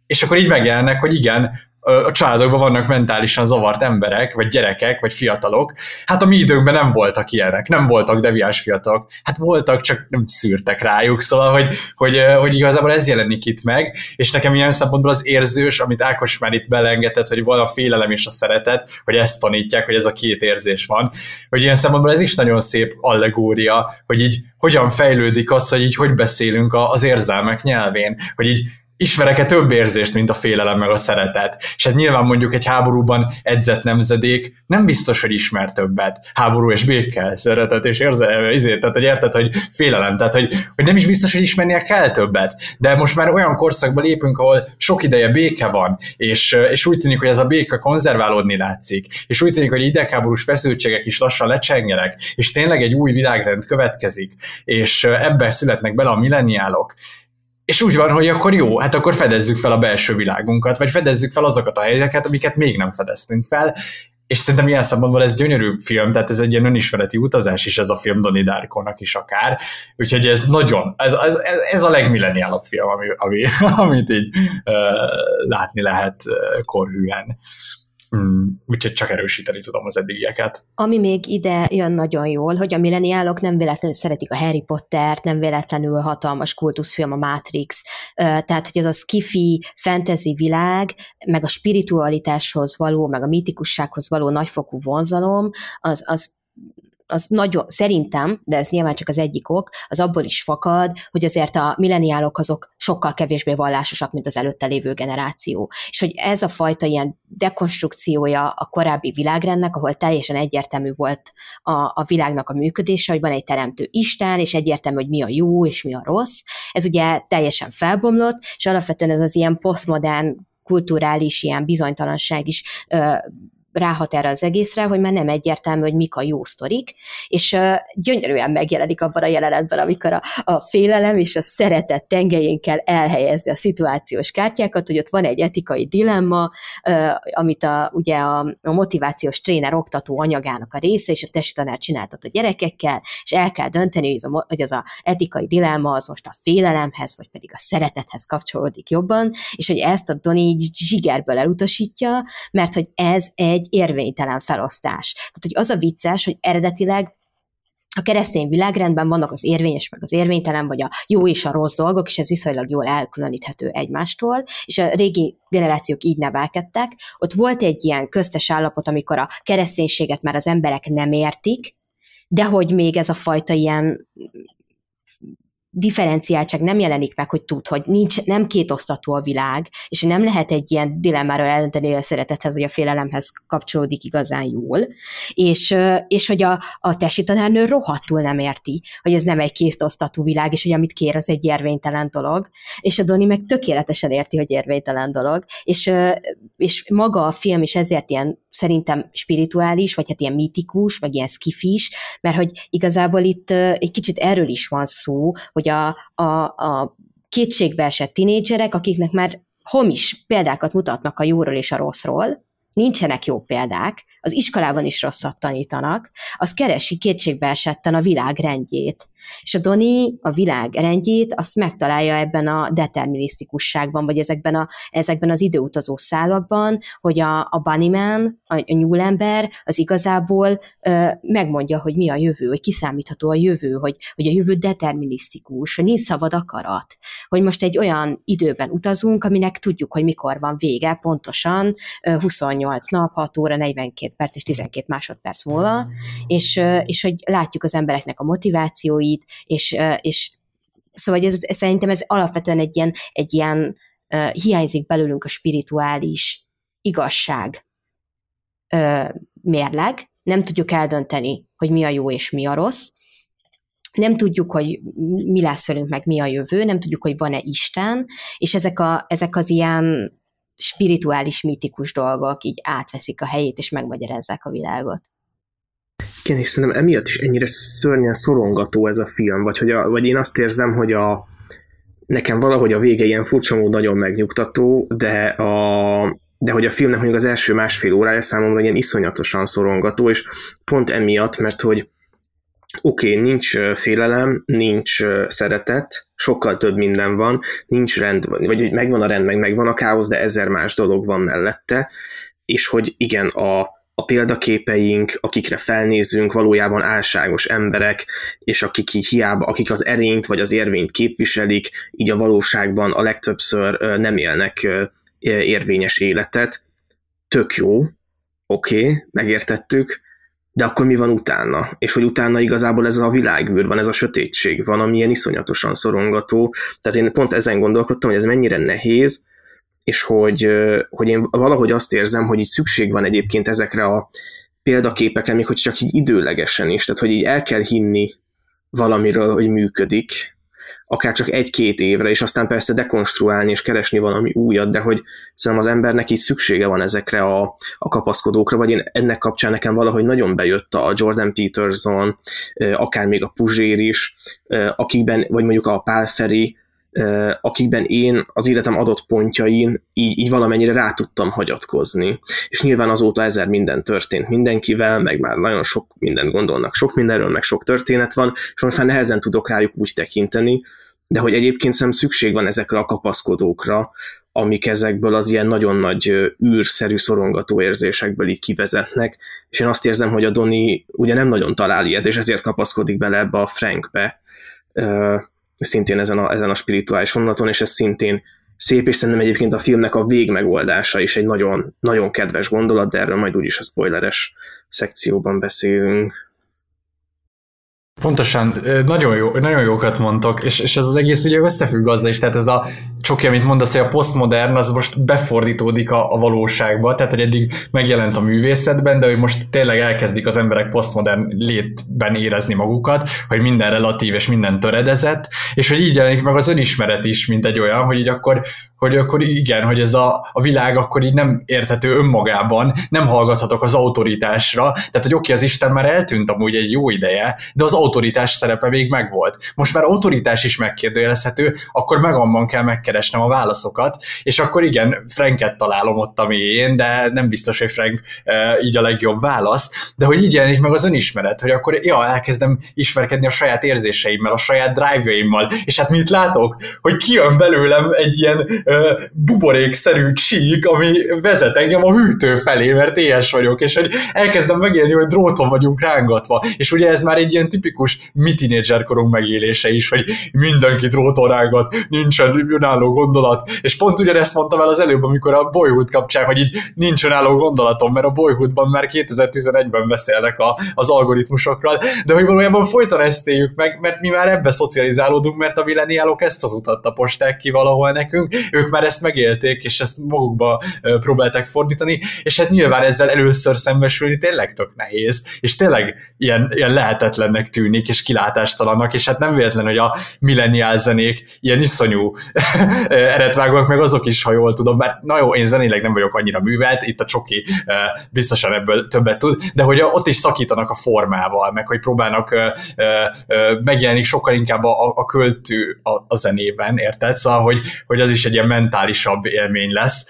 és akkor így megjelennek, hogy igen, a családokban vannak mentálisan zavart emberek, vagy gyerekek, vagy fiatalok. Hát a mi időnkben nem voltak ilyenek, nem voltak deviáns fiatalok. Hát voltak, csak nem szűrtek rájuk, szóval, hogy igazából ez jelenik itt meg, és nekem ilyen szempontból az érzős, amit Ákos már itt belengedett, hogy van a félelem és a szeretet, hogy ezt tanítják, hogy ez a két érzés van. Hogy ilyen szempontból ez is nagyon szép allegória, hogy így hogyan fejlődik az, hogy így hogy beszélünk az érzelmek nyelvén, hogy így ismerek-e több érzést, mint a félelem meg a szeretet. És hát nyilván mondjuk egy háborúban edzett nemzedék nem biztos, hogy ismer többet. Háború és béke, szeretet és tehát hogy érted, hogy félelem, tehát hogy nem is biztos, hogy ismernie kell többet. De most már olyan korszakba lépünk, ahol sok ideje béke van, és úgy tűnik, hogy ez a béke konzerválódni látszik, és úgy tűnik, hogy idegháborús feszültségek is lassan lecsengenek, és tényleg egy új világrend következik, és ebben születnek bele a milleniálok. És úgy van, hogy akkor jó, hát akkor fedezzük fel a belső világunkat, vagy fedezzük fel azokat a helyzeteket, amiket még nem fedeztünk fel, és szerintem ilyen szempontból ez gyönyörű film, tehát ez egy ilyen önismereti utazás is ez a film Donnie Darko-nak is akár, úgyhogy ez nagyon, ez a legmilleniálabb film, amit így látni lehet korhűen. Úgyhogy csak erősíteni tudom az eddigieket. Ami még ide jön nagyon jól, hogy a milleniálok nem véletlenül szeretik a Harry Pottert, nem véletlenül hatalmas kultuszfilm a Matrix, tehát hogy ez a sci-fi, fantasy világ, meg a spiritualitáshoz való, meg a mítikussághoz való nagyfokú vonzalom, az nagyon, szerintem, de ez nyilván csak az egyik ok, az abból is fakad, hogy azért a milleniálok azok sokkal kevésbé vallásosak, mint az előtte lévő generáció. És hogy ez a fajta ilyen dekonstrukciója a korábbi világrendnek, ahol teljesen egyértelmű volt a világnak a működése, hogy van egy teremtő Isten, és egyértelmű, hogy mi a jó és mi a rossz. Ez ugye teljesen felbomlott, és alapvetően ez az ilyen posztmodern, kulturális ilyen bizonytalanság is ráhat erre az egészre, hogy már nem egyértelmű, hogy mik a jó sztorik, és gyönyörűen megjelenik abban a jelenetben, amikor a félelem és a szeretet tengelyén kell elhelyezni a szituációs kártyákat, hogy ott van egy etikai dilemma, amit ugye a motivációs tréner oktató anyagának a része, és a testtanár csináltat a gyerekekkel, és el kell dönteni, hogy az a etikai dilemma az most a félelemhez, vagy pedig a szeretethez kapcsolódik jobban, és hogy ezt a Donnie zsigerből elutasítja, mert hogy ez egy érvénytelen felosztás. Tehát, hogy az a vicces, hogy eredetileg a keresztény világrendben vannak az érvényes, meg az érvénytelen, vagy a jó és a rossz dolgok, és ez viszonylag jól elkülöníthető egymástól, és a régi generációk így nevelkedtek. Ott volt egy ilyen köztes állapot, amikor a kereszténységet már az emberek nem értik, de hogy még ez a fajta ilyen differenciáltság nem jelenik meg, hogy tud, hogy nem kétosztatú a világ, és nem lehet egy ilyen dilemmáról eldönteni, hogy a szeretethez vagy a félelemhez kapcsolódik igazán jól, és hogy a testi tanárnő rohadtul nem érti, hogy ez nem egy kétosztatú világ, és hogy amit kér, az egy érvénytelen dolog, és a Donnie meg tökéletesen érti, hogy érvénytelen dolog, és maga a film is ezért ilyen szerintem spirituális, vagy hát ilyen mítikus, vagy ilyen skifis, mert hogy igazából itt egy kicsit erről is van szó, hogy a kétségbe esett tinédzserek, akiknek már hamis példákat mutatnak a jóról és a rosszról, nincsenek jó példák, az iskolában is rosszat tanítanak, az keresi kétségbe esetten a világ rendjét. És a Donnie a világ rendjét azt megtalálja ebben a determinisztikusságban, vagy ezekben az időutazó szálakban, hogy a Bunnyman, a nyúlember, az igazából megmondja, hogy mi a jövő, hogy kiszámítható a jövő, hogy a jövő determinisztikus, hogy nincs szabad akarat, hogy most egy olyan időben utazunk, aminek tudjuk, hogy mikor van vége, pontosan 28 nap, 6 óra, 42 perc és 12 másodperc múlva, és hogy látjuk az embereknek a motivációit, és szóval ez szerintem ez alapvetően egy ilyen hiányzik belőlünk a spirituális igazság mérleg, nem tudjuk eldönteni, hogy mi a jó és mi a rossz, nem tudjuk, hogy mi lesz velünk, meg mi a jövő, nem tudjuk, hogy van-e Isten, és ezek az ilyen spirituális, mítikus dolgok így átveszik a helyét, és megmagyarázzák a világot. Igen, és szerintem emiatt is ennyire szörnyen szorongató ez a film, vagy én azt érzem, hogy nekem valahogy a vége ilyen furcsa mód nagyon megnyugtató, de hogy a filmnek mondjuk az első másfél órája számomra ilyen iszonyatosan szorongató, és pont emiatt, mert hogy Oké, nincs félelem, nincs szeretet, sokkal több minden van, nincs rend, vagy megvan a rend, megvan a káosz, de 1000 más dolog van mellette, és hogy igen, a példaképeink, akikre felnézünk, valójában álságos emberek, és akik így hiába, akik az erényt vagy az érvényt képviselik, így a valóságban a legtöbbször nem élnek érvényes életet. Tök jó, oké, megértettük, de akkor mi van utána? És hogy utána igazából ez a világűr van, ez a sötétség van, ami ilyen iszonyatosan szorongató. Tehát én pont ezen gondolkodtam, hogy ez mennyire nehéz, és hogy én valahogy azt érzem, hogy így szükség van egyébként ezekre a példaképekre, még hogy csak így időlegesen is, tehát hogy így el kell hinni valamiről, hogy működik, akár csak 1-2 évre, és aztán persze dekonstruálni és keresni valami újat, de hogy szerintem az embernek így szüksége van ezekre a kapaszkodókra, vagy én ennek kapcsán nekem valahogy nagyon bejött a Jordan Peterson, akár még a Puzsér is, akikben, vagy mondjuk a Pál Feri, akikben én az életem adott pontjain így valamennyire rá tudtam hagyatkozni. És nyilván azóta 1000 minden történt mindenkivel, meg már nagyon sok mindent gondolnak, sok mindenről, meg sok történet van, és most már nehezen tudok rájuk úgy tekinteni, de hogy egyébként szerintem szükség van ezekre a kapaszkodókra, amik ezekből az ilyen nagyon nagy űrszerű szorongató érzésekből így kivezetnek, és én azt érzem, hogy a Donnie ugye nem nagyon talál ilyet, és ezért kapaszkodik bele ebbe a Frankbe, szintén ezen a spirituális vonulaton, és ez szintén szép, és szerintem egyébként a filmnek a végmegoldása is egy nagyon, nagyon kedves gondolat, de erről majd úgyis a spoileres szekcióban beszélünk. Pontosan, nagyon jókat mondtok, és ez az egész ugye összefügg azzal is, tehát ez a Csoki, amit mondasz, hogy a posztmodern, az most befordítódik a valóságba, tehát hogy eddig megjelent a művészetben, de hogy most tényleg elkezdik az emberek posztmodern létben érezni magukat, hogy minden relatív és minden töredezett, és hogy így jelenik meg az önismeret is, mint egy olyan, hogy így akkor igen, hogy ez a világ akkor így nem érthető önmagában, nem hallgathatok az autoritásra, tehát hogy oké, az Isten már eltűnt amúgy egy jó ideje, de az autoritás szerepe még megvolt. Most már autoritás is megkérdőjelezhető, akkor magamban kell megkeresnem a válaszokat, és akkor igen, Franket találom ott a mélyén, de nem biztos, hogy Frank így a legjobb válasz, de hogy így jelenik meg az önismeret, hogy akkor elkezdem ismerkedni a saját érzéseimmel, a saját drive-jaimmal, és hát mit látok? Hogy kijön belőlem egy ilyen buborékszerű csík, ami vezet engem a hűtő felé, mert éhes vagyok, és hogy elkezdem megélni, hogy dróton vagyunk rángatva, és ugye ez már egy ilyen tipikus mi tínédzserkorunk megélése is, hogy mindenki dróton rángat, nincsen önálló gondolat, és pont ugyanezt mondtam el az előbb, amikor a Boyhood kapcsán, hogy így nincs önálló gondolatom, mert a Boyhoodban már 2011-ben beszélnek az algoritmusokról, de hogy valójában folyton ezt éljük meg, mert mi már ebbe szocializálódunk, mert a milleniálok ezt az utat taposták ki valahol nekünk, ők már ezt megélték, és ezt magukba próbálták fordítani, és hát nyilván ezzel először szembesülni tényleg tök nehéz, és tényleg ilyen lehetetlennek tűnik, és kilátástalannak, és hát nem véletlen, hogy a milleniál zenék ilyen iszonyú eretvágóak, meg azok is, ha jól tudom, bár na jó, én zenéleg nem vagyok annyira művelt, itt a Csoki biztosan ebből többet tud, de hogy ott is szakítanak a formával, meg hogy próbálnak megjelenik sokkal inkább a költő a zenében, érted? Szóval, hogy az is egy ilyen mentálisabb élmény lesz,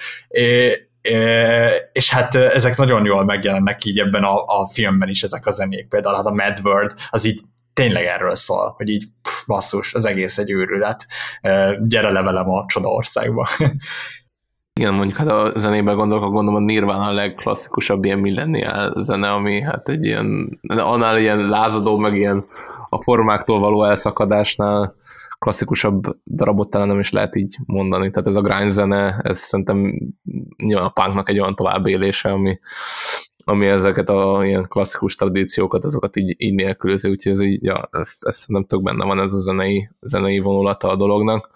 és hát ezek nagyon jól megjelennek így ebben a filmben is, ezek a zenék, például hát a Mad World, az így tényleg erről szól, hogy így basszus, az egész egy őrület, gyere le velem a Csodaországba. Igen, mondjuk hát a zenében gondolom a Nirvana a legklasszikusabb ilyen millennial zene, ami hát egy ilyen, annál ilyen lázadó, meg ilyen a formáktól való elszakadásnál klasszikusabb darabot talán nem is lehet így mondani. Tehát ez a grind zene, ez szerintem nyilván a punknak egy olyan továbbélése, ami ezeket a ilyen klasszikus tradíciókat, azokat így nélkülözi, úgyhogy ez így, ja, ez szerintem tök benne van ez a zenei vonulata a dolognak.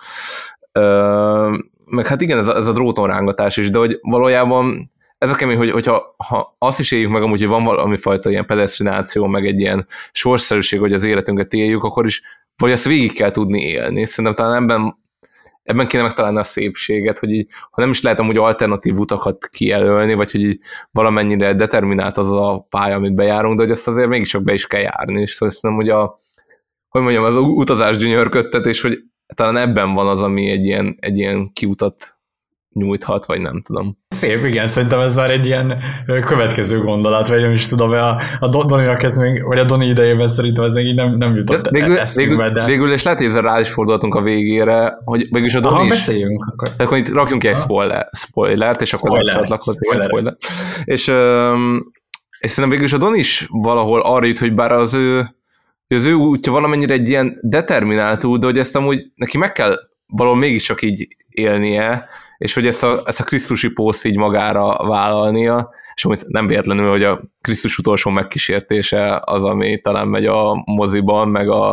Meg hát igen, ez a dróton rángatás is, de hogy valójában ez a kemény, hogyha azt is éljük meg amúgy, hogy van valami fajta ilyen pedestrináció, meg egy ilyen sorsszerűség, hogy az életünket éljük, akkor is vagy ezt végig kell tudni élni. Szerintem talán ebben kéne megtalálni a szépséget, hogy így, ha nem is lehet amúgy alternatív utakat kijelölni, vagy hogy így valamennyire determinált az a pálya, amit bejárunk, de hogy ezt azért mégis be is kell járni. És szerintem, hogy az utazás gyönyörködtet, és hogy talán ebben van az, ami egy ilyen kiutat nyújthat, vagy nem tudom. Szép, igen, szerintem ez már egy ilyen következő gondolat, vagy nem is tudom, a Doninak ez még, vagy a Doni idejében szerintem ez még nem jutott eszünkbe, de... Végül, és lehet, hogy ezzel rá is fordultunk a végére, hogy végülis a Doni is... beszéljünk akkor. Tehát akkor itt rakjunk ki egy spoilert, és akkor csatlakozni. Spoiler. És szerintem végülis a Doni is valahol arra jut, hogy bár az ő útja valamennyire egy ilyen determinált út, de hogy ezt amúgy neki meg kell valahol mégiscsak így élnie, és hogy ezt a Krisztusi pószt így magára vállalnia, és amit nem véletlenül, hogy a Krisztus utolsó megkísértése az, ami talán megy a moziban,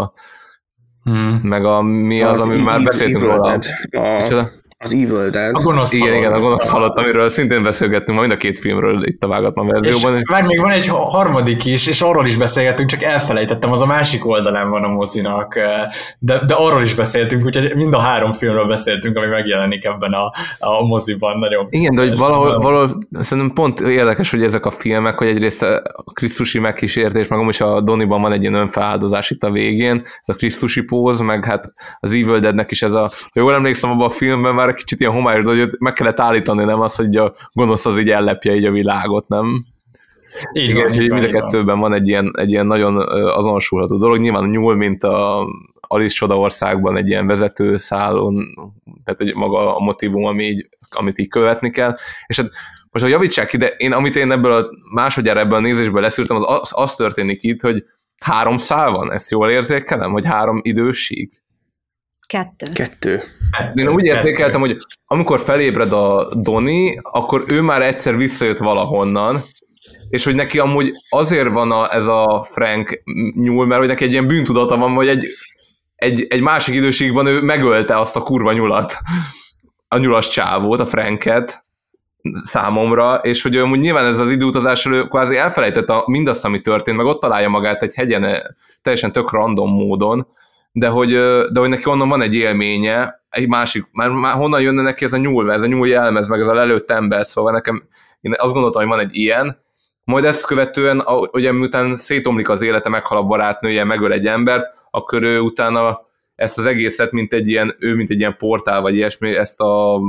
meg a mi az, ami már beszéltünk róla. Az Evil Dead. A gonosz igen, a gonosz halott, amiről szintén beszélgettünk mind a két filmről itt a vágatlan verzióban. És még van egy harmadik is, és arról is beszélgettünk, csak elfelejtettem, az a másik oldalán van a mozinak, de arról is beszéltünk, úgyhogy mind a 3 filmről beszéltünk, ami megjelenik ebben a moziban. Nagyon igen, de hogy valahol szerintem pont érdekes, hogy ezek a filmek, hogy egyrészt a Krisztusi megkísértés, meg amúgy a Doniban van egy ilyen önfeláldozás itt a végén, ez a Krisztusi póz, meg hát az Evil Deadnek is ez ha jól emlékszem, abban a filmben már egy kicsit ilyen homályos, de hogy meg kellett állítani, nem az, hogy a gonosz az így ellepje így a világot, nem? Így igen, hogy mind a kettőben van egy ilyen nagyon azonosulható dolog. Nyilván a nyúl, mint a Alice Csodaországban egy ilyen vezetőszálon, tehát hogy maga a motivum, amit így követni kell. És hát most a javítsák ki, de amit én ebből a másodjára ebből a nézésből leszűrtem, az történik itt, hogy 3 szál van, ezt jól érzékelem, hogy 3 időség? 2. Én úgy értékeltem, hogy amikor felébred a Donnie, akkor ő már egyszer visszajött valahonnan, és hogy neki amúgy azért van ez a Frank nyúl, mert hogy neki egy ilyen bűntudata van, hogy egy másik időségben ő megölte azt a kurva nyulat, a nyulas csávót, a Franket számomra, és hogy amúgy nyilván ez az időutazásról ő kvázi elfelejtett mindazt, ami történt, meg ott találja magát egy hegyen teljesen tök random módon, de hogy neki onnan van egy élménye, egy másik, már honnan jönne neki ez a nyúl jelmez, meg ez a lelőtt ember, szóval nekem, én azt gondoltam, hogy van egy ilyen, majd ezt követően, ugye miután szétomlik az élete, meghal a barátnője, megöl egy embert, akkor ő utána ezt az egészet, mint egy ilyen portál, vagy ilyesmi, ezt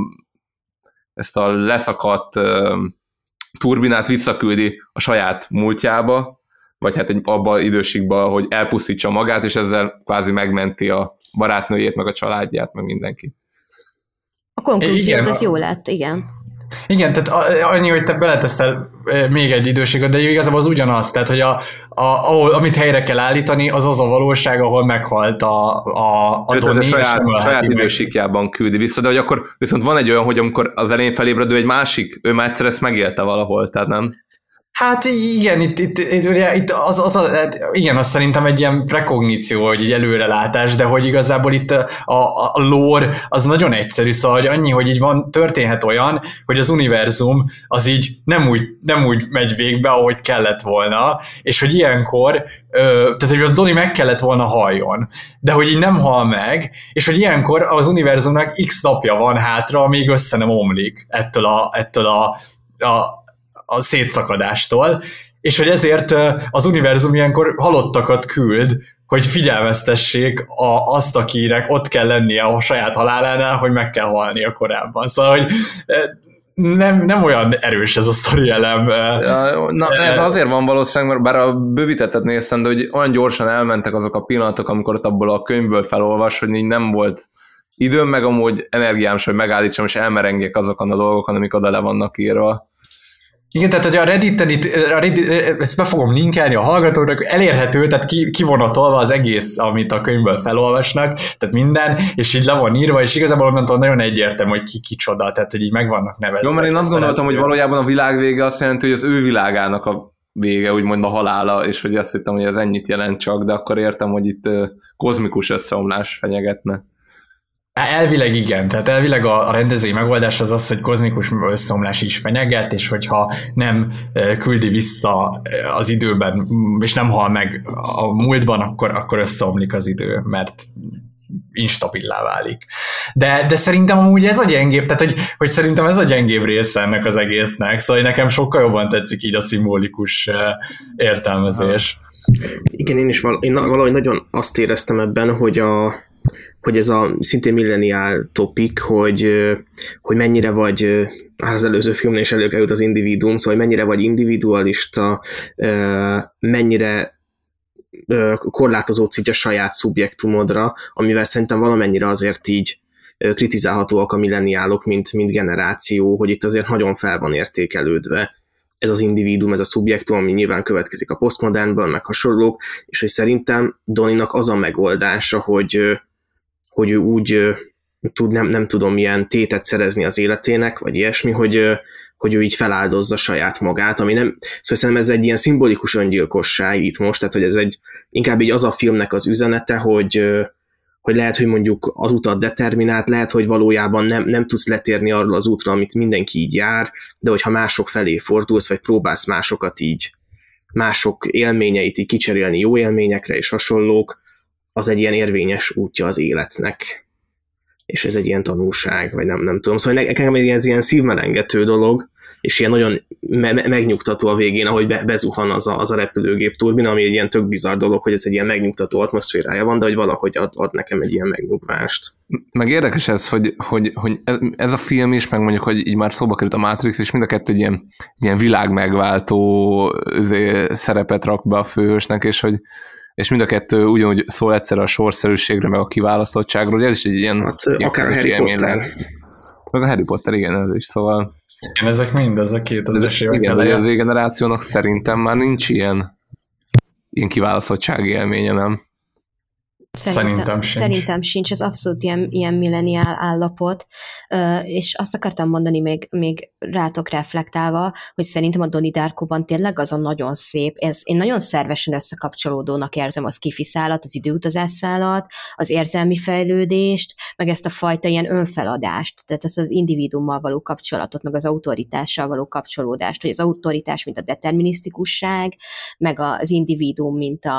a leszakadt turbinát visszaküldi a saját múltjába, vagy hát abban az időségben, hogy elpusztítsa magát, és ezzel kvázi megmenti a barátnőjét, meg a családját, meg mindenki. A konklúziót az jó lett, igen. Igen, tehát annyi, hogy te beleteszel még egy időséget, de igazából az ugyanaz, tehát hogy ahol, amit helyre kell állítani, az a valóság, ahol meghalt a Donnie. Saját idősíkjában küldi vissza, de hogy akkor viszont van egy olyan, hogy amikor az elején felébredő egy másik, ő már egyszer ezt megélte valahol, tehát nem? Hát igen, itt igen, az szerintem egy ilyen prekogníció, hogy egy előrelátás, de hogy igazából itt a lore az nagyon egyszerű, szóval hogy annyi, hogy így történhet olyan, hogy az univerzum az így nem úgy megy végbe, ahogy kellett volna, és hogy ilyenkor, tehát hogy a Donnie meg kellett volna haljon, de hogy így nem hal meg, és hogy ilyenkor az univerzumnak x napja van hátra, amíg össze nem omlik ettől a szétszakadástól, és hogy ezért az univerzum ilyenkor halottakat küld, hogy figyelmeztessék azt, akinek ott kell lennie a saját halálánál, hogy meg kell halnia korábban. Szóval, hogy nem olyan erős ez a sztori elem. Ez azért van valószínűleg, mert bár a bővítettet néztem, de hogy olyan gyorsan elmentek azok a pillanatok, amikor ott abból a könyvből felolvas, hogy így nem volt időm, meg amúgy energiám sem, hogy megállítsam, és elmerengjek azokon a dolgokon, amik oda le vannak írva. Igen, tehát hogy a Redditen ezt be fogom linkelni a hallgatóknak, elérhető, tehát kivonatolva az egész, amit a könyvből felolvasnak, tehát minden, és így le van írva, és igazából onnantól nagyon egyértelmű, hogy ki kicsoda, tehát hogy így meg vannak nevezve. Jó, mert én azt gondoltam, hogy valójában a világ vége azt jelenti, hogy az ő világának a vége, úgymond a halála, és hogy azt hittem, hogy ez ennyit jelent csak, de akkor értem, hogy itt kozmikus összeomlás fenyegetne. Elvileg igen, tehát elvileg a rendezői megoldás az, hogy kozmikus összeomlás is fenyeget, és hogyha nem küldi vissza az időben, és nem hal meg a múltban, akkor összeomlik az idő, mert instabilá válik. De szerintem amúgy ez a gyengébb, tehát hogy szerintem ez a gyengébb része ennek az egésznek, szóval nekem sokkal jobban tetszik így a szimbolikus értelmezés. Igen, én valahogy nagyon azt éreztem ebben, hogy hogy ez a szintén millenial topik, hogy mennyire vagy, az előző filmnél is előkerült az individuum, szóval hogy mennyire vagy individualista, mennyire korlátozódsz így a saját szubjektumodra, amivel szerintem valamennyire azért így kritizálhatóak a milleniálok, mint generáció, hogy itt azért nagyon fel van értékelődve ez az individuum, ez a szubjektum, ami nyilván következik a posztmodernből, meg hasonlók, és hogy szerintem Donnie-nak az a megoldása, hogy ő úgy tud, nem tudom, milyen tétet szerezni az életének, vagy ilyesmi, hogy ő így feláldozza saját magát, ami nem, szóval szerintem ez egy ilyen szimbolikus öngyilkosság itt most, tehát hogy ez inkább így az a filmnek az üzenete, hogy lehet, hogy mondjuk az utat determinált, lehet, hogy valójában nem tudsz letérni arról az útra, amit mindenki így jár, de hogyha mások felé fordulsz, vagy próbálsz másokat így, mások élményeit így kicserélni jó élményekre és hasonlók, az egy ilyen érvényes útja az életnek. És ez egy ilyen tanulság, vagy nem tudom. Szóval nekem ez ilyen szívmelengető dolog, és ilyen nagyon megnyugtató a végén, ahogy bezuhan az a repülőgép turbina, ami egy ilyen tök bizarr dolog, hogy ez egy ilyen megnyugtató atmoszférája van, de hogy valahogy ad nekem egy ilyen megnyugvást. Meg érdekes ez, hogy ez a film is, meg mondjuk, hogy így már szóba került a Matrix, és mind a kettő egy ilyen világmegváltó szerepet rak be a főhősnek, és mind a kettő ugyanúgy szól egyszerre a sorszerűségről, meg a kiválasztottságról, ez is egy ilyen akár a Harry Potter. Meg a Harry Potter, igen, ez is, szóval igen, ezek mind, ez a 2000-es évek eleje. Az generációnak szerintem már nincs ilyen kiválasztottsági élménye, nem? Szerintem sincs, ez abszolút ilyen millenial állapot, és azt akartam mondani még rátok reflektálva, hogy szerintem a Donnie Darko-ban tényleg az a nagyon szép, én nagyon szervesen összekapcsolódónak érzem a sci-fi szálat, az időutazás szálat, az érzelmi fejlődést, meg ezt a fajta ilyen önfeladást, tehát ezt az individuummal való kapcsolatot, meg az autoritással való kapcsolódást, hogy az autoritás, mint a determinisztikusság, meg az individuum,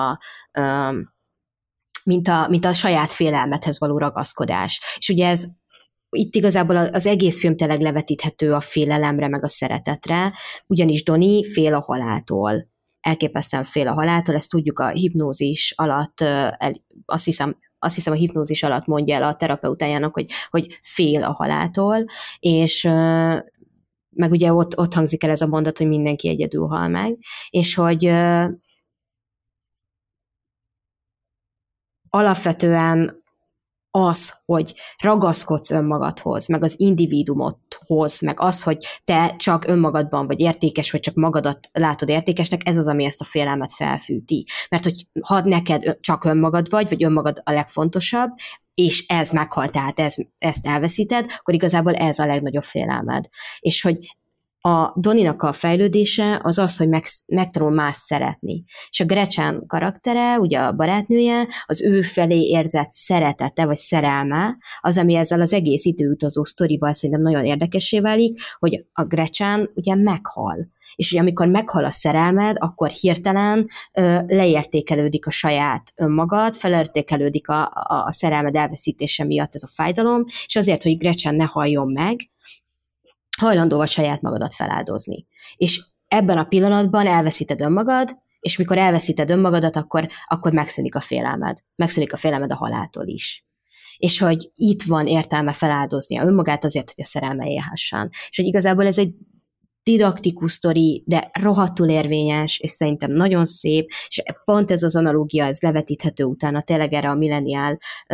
mint a saját félelmethez való ragaszkodás. És ugye ez itt igazából az egész film tényleg levetíthető a félelemre, meg a szeretetre, ugyanis Donnie fél a haláltól. Elképesztően fél a haláltól, ezt tudjuk a hipnózis alatt, azt hiszem a hipnózis alatt mondja el a terapeutájának, hogy fél a haláltól, és meg ugye ott hangzik el ez a mondat, hogy mindenki egyedül hal meg, és hogy alapvetően az, hogy ragaszkodsz önmagadhoz, meg az individuumodhoz, meg az, hogy te csak önmagadban vagy értékes, vagy csak magadat látod értékesnek, ez az, ami ezt a félelmet felfűti. Mert hogy ha neked csak önmagad vagy önmagad a legfontosabb, és ez meghalt, tehát ezt elveszíted, akkor igazából ez a legnagyobb félelmed. És hogy a Donnie-nak a fejlődése az, hogy megtanul más szeretni. És a Gretchen karaktere, ugye a barátnője, az ő felé érzett szeretete, vagy szerelme, az, ami ezzel az egész időutazó sztorival szerintem nagyon érdekessé válik, hogy a Gretchen ugye meghal. És ugye amikor meghal a szerelmed, akkor hirtelen leértékelődik a saját önmagad, felértékelődik a szerelmed elveszítése miatt ez a fájdalom, és azért, hogy Gretchen ne haljon meg, hajlandó vagy saját magadat feláldozni. És ebben a pillanatban elveszíted önmagad, és mikor elveszíted önmagadat, akkor megszűnik a félelmed. Megszűnik a félelmed a haláltól is. És hogy itt van értelme feláldoznia önmagát azért, hogy a szerelme élhessen. És hogy igazából ez egy didaktikus sztori, de rohadtul érvényes, és szerintem nagyon szép, és pont ez az analógia, ez levetíthető utána tényleg erre a millenial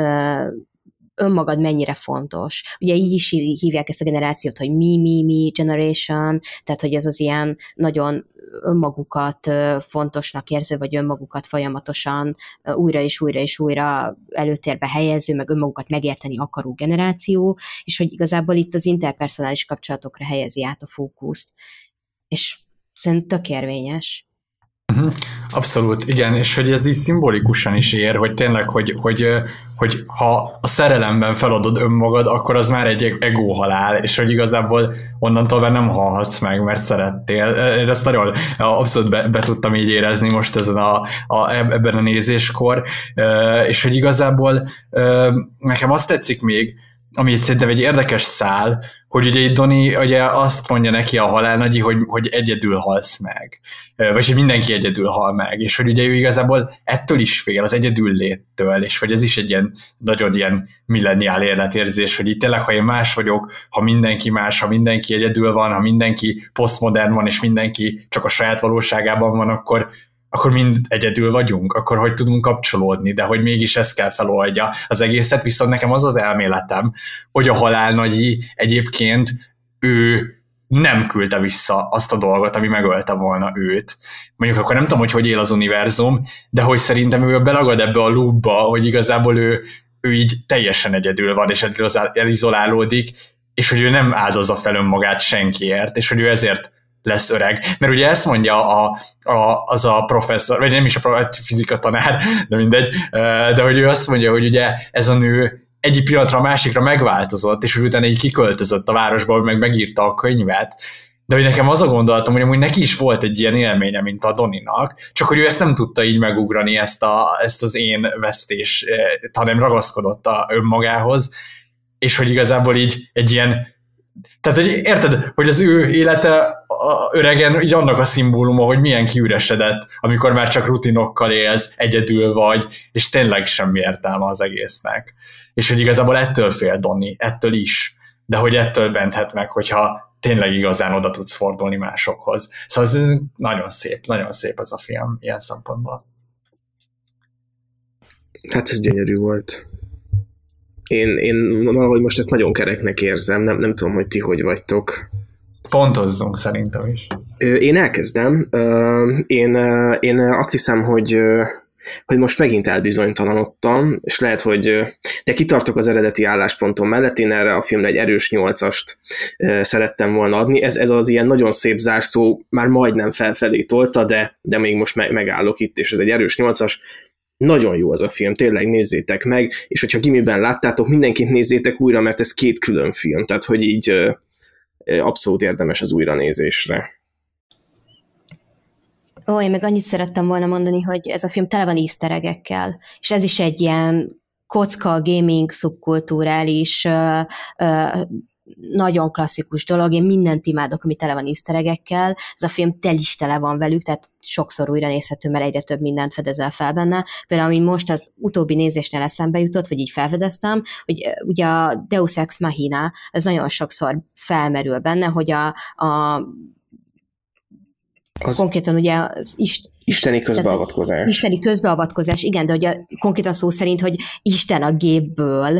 önmagad mennyire fontos. Ugye így is hívják ezt a generációt, hogy me generation, tehát hogy ez az ilyen nagyon önmagukat fontosnak érző, vagy önmagukat folyamatosan újra és újra előtérbe helyező, meg önmagukat megérteni akaró generáció, és hogy igazából itt az interpersonális kapcsolatokra helyezi át a fókuszt. És szerintem tök érvényes. Abszolút, igen, és hogy ez így szimbolikusan is ér, hogy tényleg, hogy ha a szerelemben feladod önmagad, akkor az már egy egóhalál, és hogy igazából onnantól már nem halhatsz meg, mert szerettél. Én ezt nagyon abszolút be tudtam így érezni most ebben a nézéskor, és hogy igazából nekem azt tetszik még, ami szerintem egy érdekes szál, hogy ugye Donnie ugye azt mondja neki a halálnagyi, hogy egyedül halsz meg. Vagy hogy mindenki egyedül hal meg. És hogy ugye ő igazából ettől is fél, az egyedül léttől, és hogy ez is egy ilyen nagyon ilyen milleniál életérzés, hogy itt tényleg, ha én más vagyok, ha mindenki más, ha mindenki egyedül van, ha mindenki posztmodern van, és mindenki csak a saját valóságában van, akkor mind egyedül vagyunk, akkor hogy tudunk kapcsolódni, de hogy mégis ez kell feloldja az egészet, viszont nekem az az elméletem, hogy a halálnagyi egyébként ő nem küldte vissza azt a dolgot, ami megölte volna őt. Mondjuk akkor nem tudom, hogy él az univerzum, de hogy szerintem ő belagad ebbe a loopba, hogy igazából ő így teljesen egyedül van, és elizolálódik, és hogy ő nem áldozza fel önmagát senkiért, és hogy ő ezért lesz öreg. Mert ugye ezt mondja az a professzor, vagy nem is a fizika tanár, de mindegy, de hogy ő azt mondja, hogy ugye ez a nő egyik pillanatra a másikra megváltozott, és hogy utána így kiköltözött a városba, meg megírta a könyvet. De hogy nekem az a gondolatom, hogy amúgy neki is volt egy ilyen élménye, mint a Donnie-nak, csak hogy ő ezt nem tudta így megugrani, ezt az én vesztés, hanem ragaszkodott önmagához, és hogy igazából így egy ilyen. Tehát, hogy érted, hogy az ő élete öregen így annak a szimbóluma, hogy milyen kiüresedett, amikor már csak rutinokkal élsz, egyedül vagy, és tényleg semmi értelme az egésznek. És hogy igazából ettől fél Donnie, ettől is, de hogy ettől benthet meg, hogyha tényleg igazán oda tudsz fordulni másokhoz. Szóval ez nagyon szép ez a film ilyen szempontból. Hát ez gyönyörű volt. Én valahogy most ezt nagyon kereknek érzem, nem tudom, hogy ti hogy vagytok. Pontozzunk szerintem is. Én elkezdem. Én azt hiszem, hogy most megint elbizonytalanodtam, és lehet, hogy de kitartok az eredeti álláspontom mellett, én erre a filmre egy erős 8-ast szerettem volna adni. Ez az ilyen nagyon szép zárszó, már majdnem felfelé tolta, de még most megállok itt, és ez egy erős 8-as. Nagyon jó az a film, tényleg nézzétek meg, és hogyha gimiben láttátok, mindenkit nézzétek újra, mert ez 2 külön film, tehát hogy így abszolút érdemes az újranézésre. Én meg annyit szerettem volna mondani, hogy ez a film tele van easter egg-ekkel, és ez is egy ilyen kocka, gaming, szubkulturális, nagyon klasszikus dolog, én mindent imádok, ami tele van easter egg-ekkel, ez a film tele van velük, tehát sokszor újra nézhető, mert egyre több mindent fedezel fel benne. Például, ami most az utóbbi nézésnél eszembe jutott, vagy így felfedeztem, hogy ugye a Deus Ex Machina, ez nagyon sokszor felmerül benne, hogy konkrétan ugye az isteni közbeavatkozás. Isteni közbeavatkozás, igen, de ugye konkrétan szó szerint, hogy Isten a gépből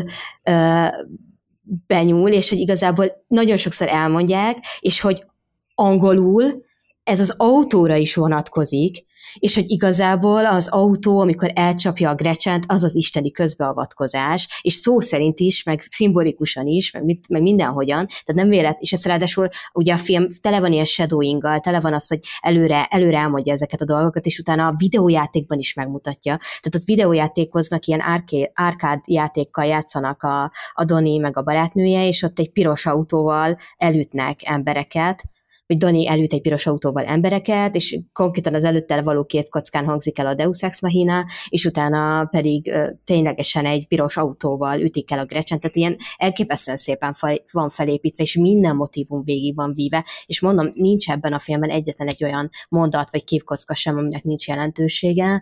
benyúl, és hogy igazából nagyon sokszor elmondják, és hogy angolul ez az autóra is vonatkozik, és hogy igazából az autó, amikor elcsapja a Gretchent, az az isteni közbeavatkozás, és szó szerint is, meg szimbolikusan is, meg mindenhogyan, tehát nem vélet, és ez ráadásul ugye a film tele van ilyen shadowinggal, tele van az, hogy előre elmondja ezeket a dolgokat, és utána a videójátékban is megmutatja. Tehát ott videójátékoznak, ilyen arcade játékkal játszanak a Donnie meg a barátnője, és ott egy piros autóval elütnek embereket, hogy Donnie elüt egy piros autóval embereket, és konkrétan az előttel való képkockán hangzik el a Deus Ex Machina, és utána pedig ténylegesen egy piros autóval ütik el a Gretchen, tehát ilyen elképesztően szépen van felépítve, és minden motívum végig van víve, és mondom, nincs ebben a filmben egyetlen egy olyan mondat, vagy képkocka sem, aminek nincs jelentősége.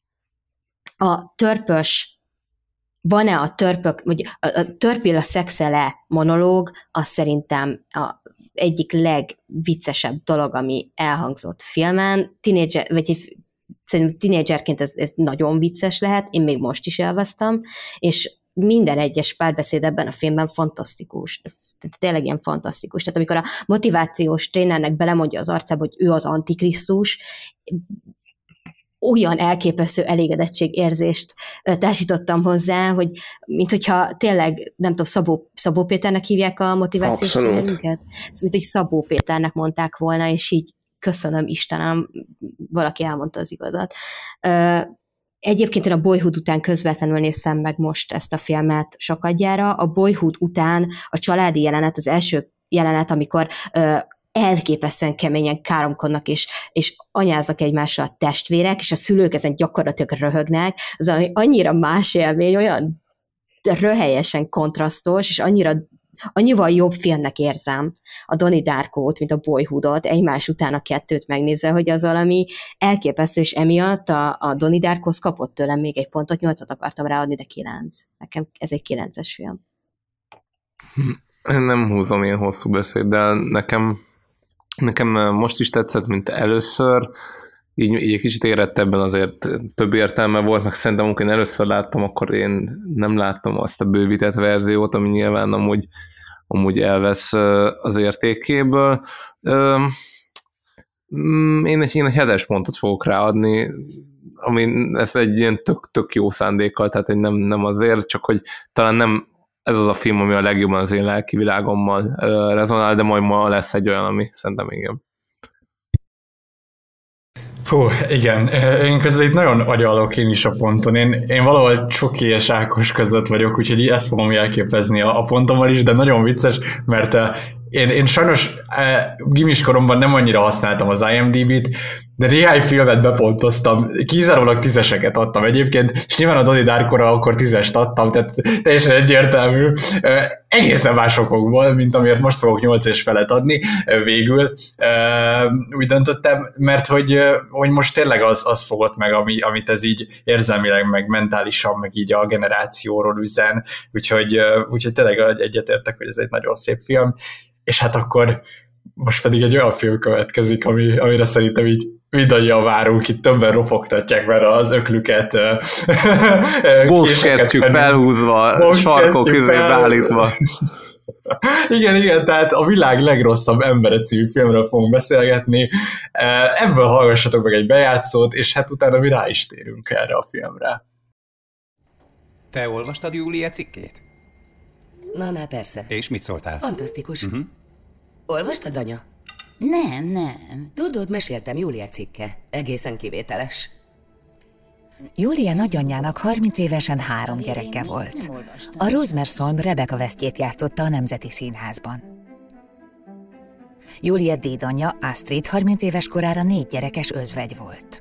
A törpös van-e a törpök, vagy a törpilla szexele monológ, az szerintem egyik legviccesebb dolog, ami elhangzott filmen. Szerintem tínédzserként ez nagyon vicces lehet, én még most is élveztem, és minden egyes párbeszéd ebben a filmben fantasztikus. Tényleg ilyen fantasztikus. Tehát amikor a motivációs trénernek belemondja az arcába, hogy ő az antikrisztus, olyan elképesztő elégedettségérzést társítottam hozzá, hogy mint hogyha tényleg, nem tudom, Szabó Péternek hívják a motivációs trénerünket? Mint hogy Szabó Péternek mondták volna, és így köszönöm Istenem, valaki elmondta az igazat. Egyébként én a Boyhood után közvetlenül néztem meg most ezt a filmet sokadjára. A Boyhood után a családi jelenet, az első jelenet, amikor elképesztően keményen káromkodnak, és anyáznak egymásra a testvérek, és a szülők ezen gyakorlatilag röhögnek, az annyira más élmény, olyan röhelyesen kontrasztos, és annyival jobb filmnek érzem a Donnie Darkót, mint a Boyhoodot, egymás után a kettőt megnézve, hogy az valami elképesztő, és emiatt a Donnie Darkhoz kapott tőlem még egy pontot, 8-at akartam ráadni, de 9. Nekem ez egy 9-es film. Nem húzom ilyen hosszú beszéddel, nekem most is tetszett, mint először, így egy kicsit érettebben azért több értelme volt, meg szerintem, amikor én először láttam, akkor én nem láttam azt a bővített verziót, ami nyilván amúgy elvesz az értékéből. Én egy 7-es pontot fogok ráadni, ami ez egy ilyen tök jó szándékkal, tehát hogy nem azért, csak hogy talán nem ez az a film, ami a legjobban az én lelki világommal rezonál, de majd ma lesz egy olyan, ami szerintem igen. Hú, igen. Én közben itt nagyon agyalok én is a ponton. Én valahol Csoki és Ákos között vagyok, úgyhogy ezt fogom jelképezni a pontommal is, de nagyon vicces, mert én sajnos gimis koromban nem annyira használtam az IMDb-t, de néhány filmet bepontoztam, kizárólag 10-eseket adtam egyébként, és nyilván a Donnie Darkra akkor 10-est adtam, tehát teljesen egyértelmű, egészen másokból, mint amiért most fogok 8 és felet adni végül. Úgy döntöttem, mert hogy most tényleg az fogott meg, amit ez így érzelmileg, meg mentálisan, meg így a generációról üzen, úgyhogy tényleg egyetértek, hogy ez egy nagyon szép film, és hát akkor most pedig egy olyan film következik, amire szerintem így mindannyian várunk, itt többen ropogtatják vele az öklüket. Boxkesztyűk felhúzva, sarkok közé beállítva. Igen, tehát a világ legrosszabb embere című filmről fogunk beszélgetni. Ebből hallgassatok meg egy bejátszót, és hát utána mi rá is térünk erre a filmre. Te olvastad Júlia cikkét? Na, persze. És mit szóltál? Fantasztikus. Olvastad, anya? Nem. Tudod, meséltem, Júlia cikke. Egészen kivételes. Júlia nagyanyjának 30 évesen 3 gyereke volt. A Rosemerson Rebecca Westjét játszotta a Nemzeti Színházban. Júlia dédanyja, Astrid 30 éves korára 4 gyerekes özvegy volt.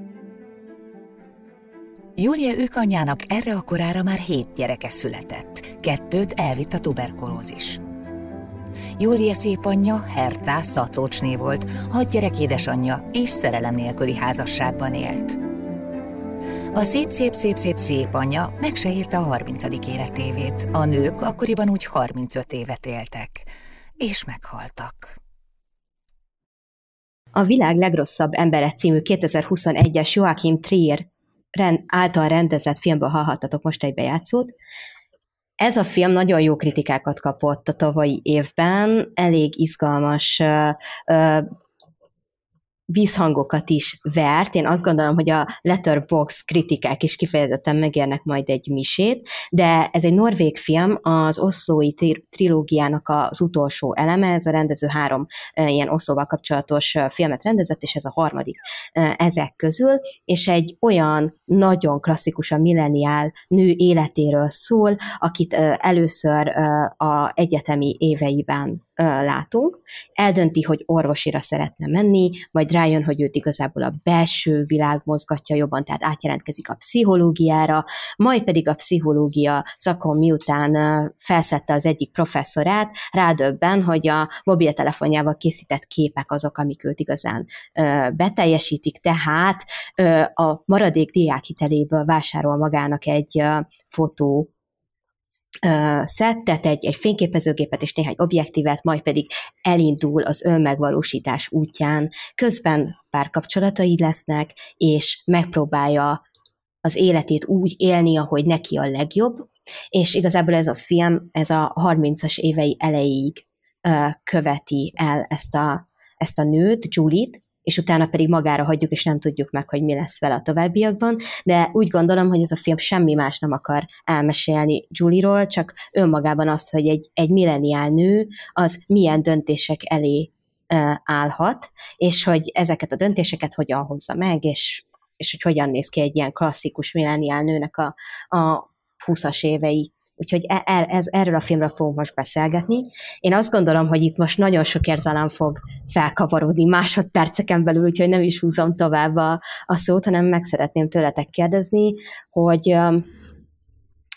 Júlia őkanyjának erre a korára már 7 gyereke született, 2-t elvitt a tuberkulózis. Júlia szépanyja, Herta szatócsné volt, 6 gyerek édesanyja és szerelem nélküli házasságban élt. A szép anyja meg se érte a 30. életévét, a nők akkoriban úgy 35 évet éltek, és meghaltak. A világ legrosszabb embere című 2021-es Joachim Trier által rendezett filmből hallhattatok most egy bejátszót. Ez a film nagyon jó kritikákat kapott a tavalyi évben, elég izgalmas vízhangokat is vert. Én azt gondolom, hogy a Letterboxd kritikák is kifejezetten megérnek majd egy misét, de ez egy norvég film, az oszlói trilógiának az utolsó eleme, ez a rendező 3 ilyen oszlóval kapcsolatos filmet rendezett, és ez a 3. ezek közül, és egy olyan nagyon klasszikusan milleniál nő életéről szól, akit először a egyetemi éveiben látunk, eldönti, hogy orvosira szeretne menni, majd rájön, hogy őt igazából a belső világ mozgatja jobban, tehát átjelentkezik a pszichológiára, majd pedig a pszichológia szakon miután felszedte az egyik professzorát, rádöbben, hogy a mobiltelefonjával készített képek azok, amik őt igazán beteljesítik, tehát a maradék diákhiteléből vásárol magának egy fotó szettet, egy fényképezőgépet és néhány objektívet, majd pedig elindul az önmegvalósítás útján. Közben párkapcsolatai lesznek, és megpróbálja az életét úgy élni, ahogy neki a legjobb, és igazából ez a film, ez a 30-as évei elejéig követi el ezt a nőt, Julie-t, és utána pedig magára hagyjuk, és nem tudjuk meg, hogy mi lesz vele a továbbiakban, de úgy gondolom, hogy ez a film semmi más nem akar elmesélni Julie-ról, csak önmagában az, hogy egy milleniál nő az milyen döntések elé állhat, és hogy ezeket a döntéseket hogyan hozza meg, és hogy hogyan néz ki egy ilyen klasszikus milleniál nőnek a 20-as évei. Úgyhogy erről a filmről fogunk most beszélgetni. Én azt gondolom, hogy itt most nagyon sok érzelem fog felkavarodni másodperceken belül, úgyhogy nem is húzom tovább a szót, hanem meg szeretném tőletek kérdezni, hogy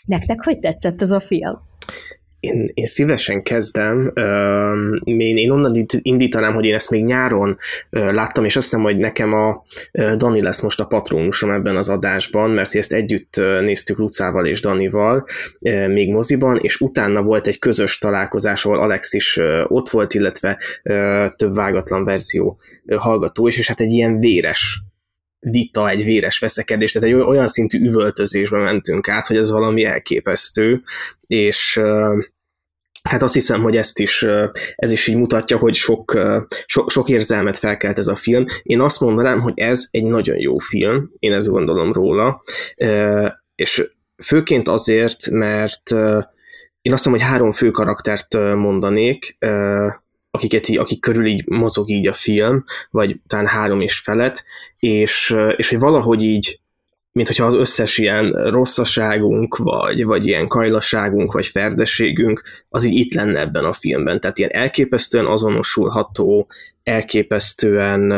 Nektek hogy tetszett ez a film? Én szívesen kezdem. Én onnan indítanám, hogy én ezt még nyáron láttam, és azt hiszem, hogy nekem a Dani lesz most a patronusom ebben az adásban, mert ezt együtt néztük Lucával és Danival még moziban, és utána volt egy közös találkozás, ahol Alex is ott volt, illetve több vágatlan verzió hallgató is, és hát egy ilyen véres vita, egy véres veszekedés, tehát egy olyan szintű üvöltözésbe mentünk át, hogy ez valami elképesztő, és hát azt hiszem, hogy ez is így mutatja, hogy sok érzelmet felkelt ez a film. Én azt mondanám, hogy ez egy nagyon jó film, én ezt gondolom róla, és főként azért, mert én azt hiszem, hogy 3 fő karaktert mondanék, akik körül így mozog így a film, vagy talán 3 és felett, és hogy valahogy így, mint hogyha az összes ilyen rosszaságunk, vagy ilyen kajlaságunk, vagy ferdességünk, az így itt lenne ebben a filmben. Tehát ilyen elképesztően azonosulható, elképesztően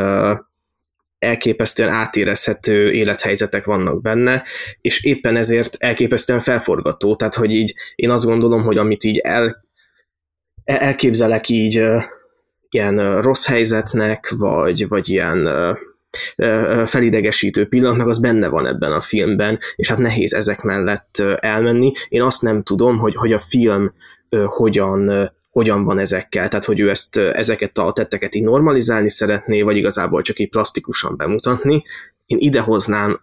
átérezhető élethelyzetek vannak benne, és éppen ezért elképesztően felforgató. Tehát, hogy így én azt gondolom, hogy amit így elképzelek így ilyen rossz helyzetnek, vagy ilyen felidegesítő pillanatnak, az benne van ebben a filmben, és hát nehéz ezek mellett elmenni. Én azt nem tudom, hogy a film hogyan van ezekkel, tehát hogy ő ezeket a tetteket így normalizálni szeretné, vagy igazából csak így plastikusan bemutatni. Én idehoznám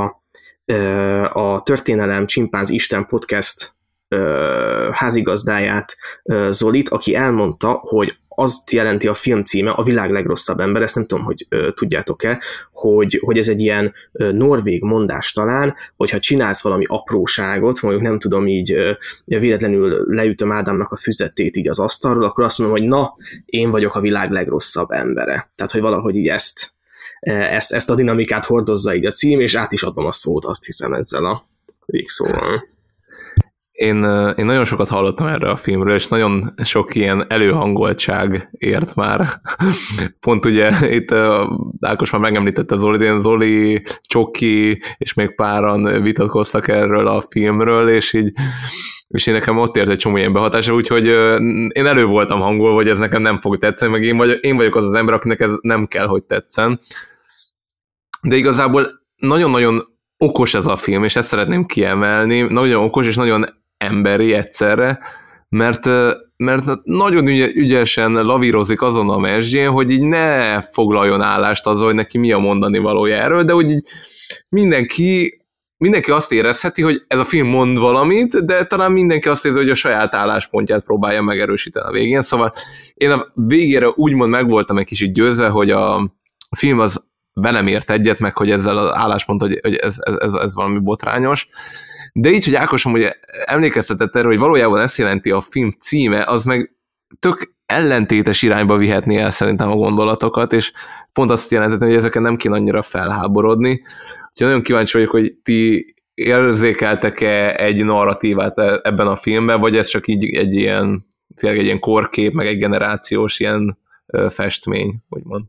a Történelem Csimpánz Isten podcast házigazdáját, Zolit, aki elmondta, hogy azt jelenti a film címe, a világ legrosszabb ember, ezt nem tudom, hogy tudjátok-e, hogy ez egy ilyen norvég mondás talán, hogyha csinálsz valami apróságot, mondjuk nem tudom, így véletlenül leütöm Ádámnak a füzetét így az asztalról, akkor azt mondom, hogy na, én vagyok a világ legrosszabb embere. Tehát, hogy valahogy így ezt a dinamikát hordozza így a cím, és át is adom a szót, azt hiszem, ezzel a végszóval. Én nagyon sokat hallottam erre a filmről, és nagyon sok ilyen előhangoltság ért már. Pont ugye itt Ákos már megemlítette Zoli, Csoki, és még páran vitatkoztak erről a filmről, és én nekem ott ért egy csomó ilyen behatása, úgyhogy én elő voltam hangolva, hogy ez nekem nem fog tetszeni, meg én vagyok az ember, akinek ez nem kell, hogy tetszen. De igazából nagyon-nagyon okos ez a film, és ezt szeretném kiemelni, nagyon okos és nagyon emberi egyszerre, mert nagyon ügyesen lavírozik azon a mesdjén, hogy így ne foglaljon állást azzal, hogy neki mi a mondani valója erről, de hogy így mindenki azt érezheti, hogy ez a film mond valamit, de talán mindenki azt érzi, hogy a saját álláspontját próbálja megerősíteni a végén. Szóval én a végére úgymond meg voltam egy kicsit győzve, hogy a film az velem ért egyet, meg hogy ezzel az álláspont, hogy ez valami botrányos. De így, hogy Ákosom hogy emlékeztetett erre, hogy valójában ezt jelenti a film címe, az meg tök ellentétes irányba vihetné el szerintem a gondolatokat, és pont azt jelentetni, hogy ezeken nem kéne annyira felháborodni. Úgyhogy nagyon kíváncsi vagyok, hogy ti érzékeltek-e egy narratívát ebben a filmben, vagy ez csak így egy ilyen korkép, meg egy generációs ilyen festmény, úgymond.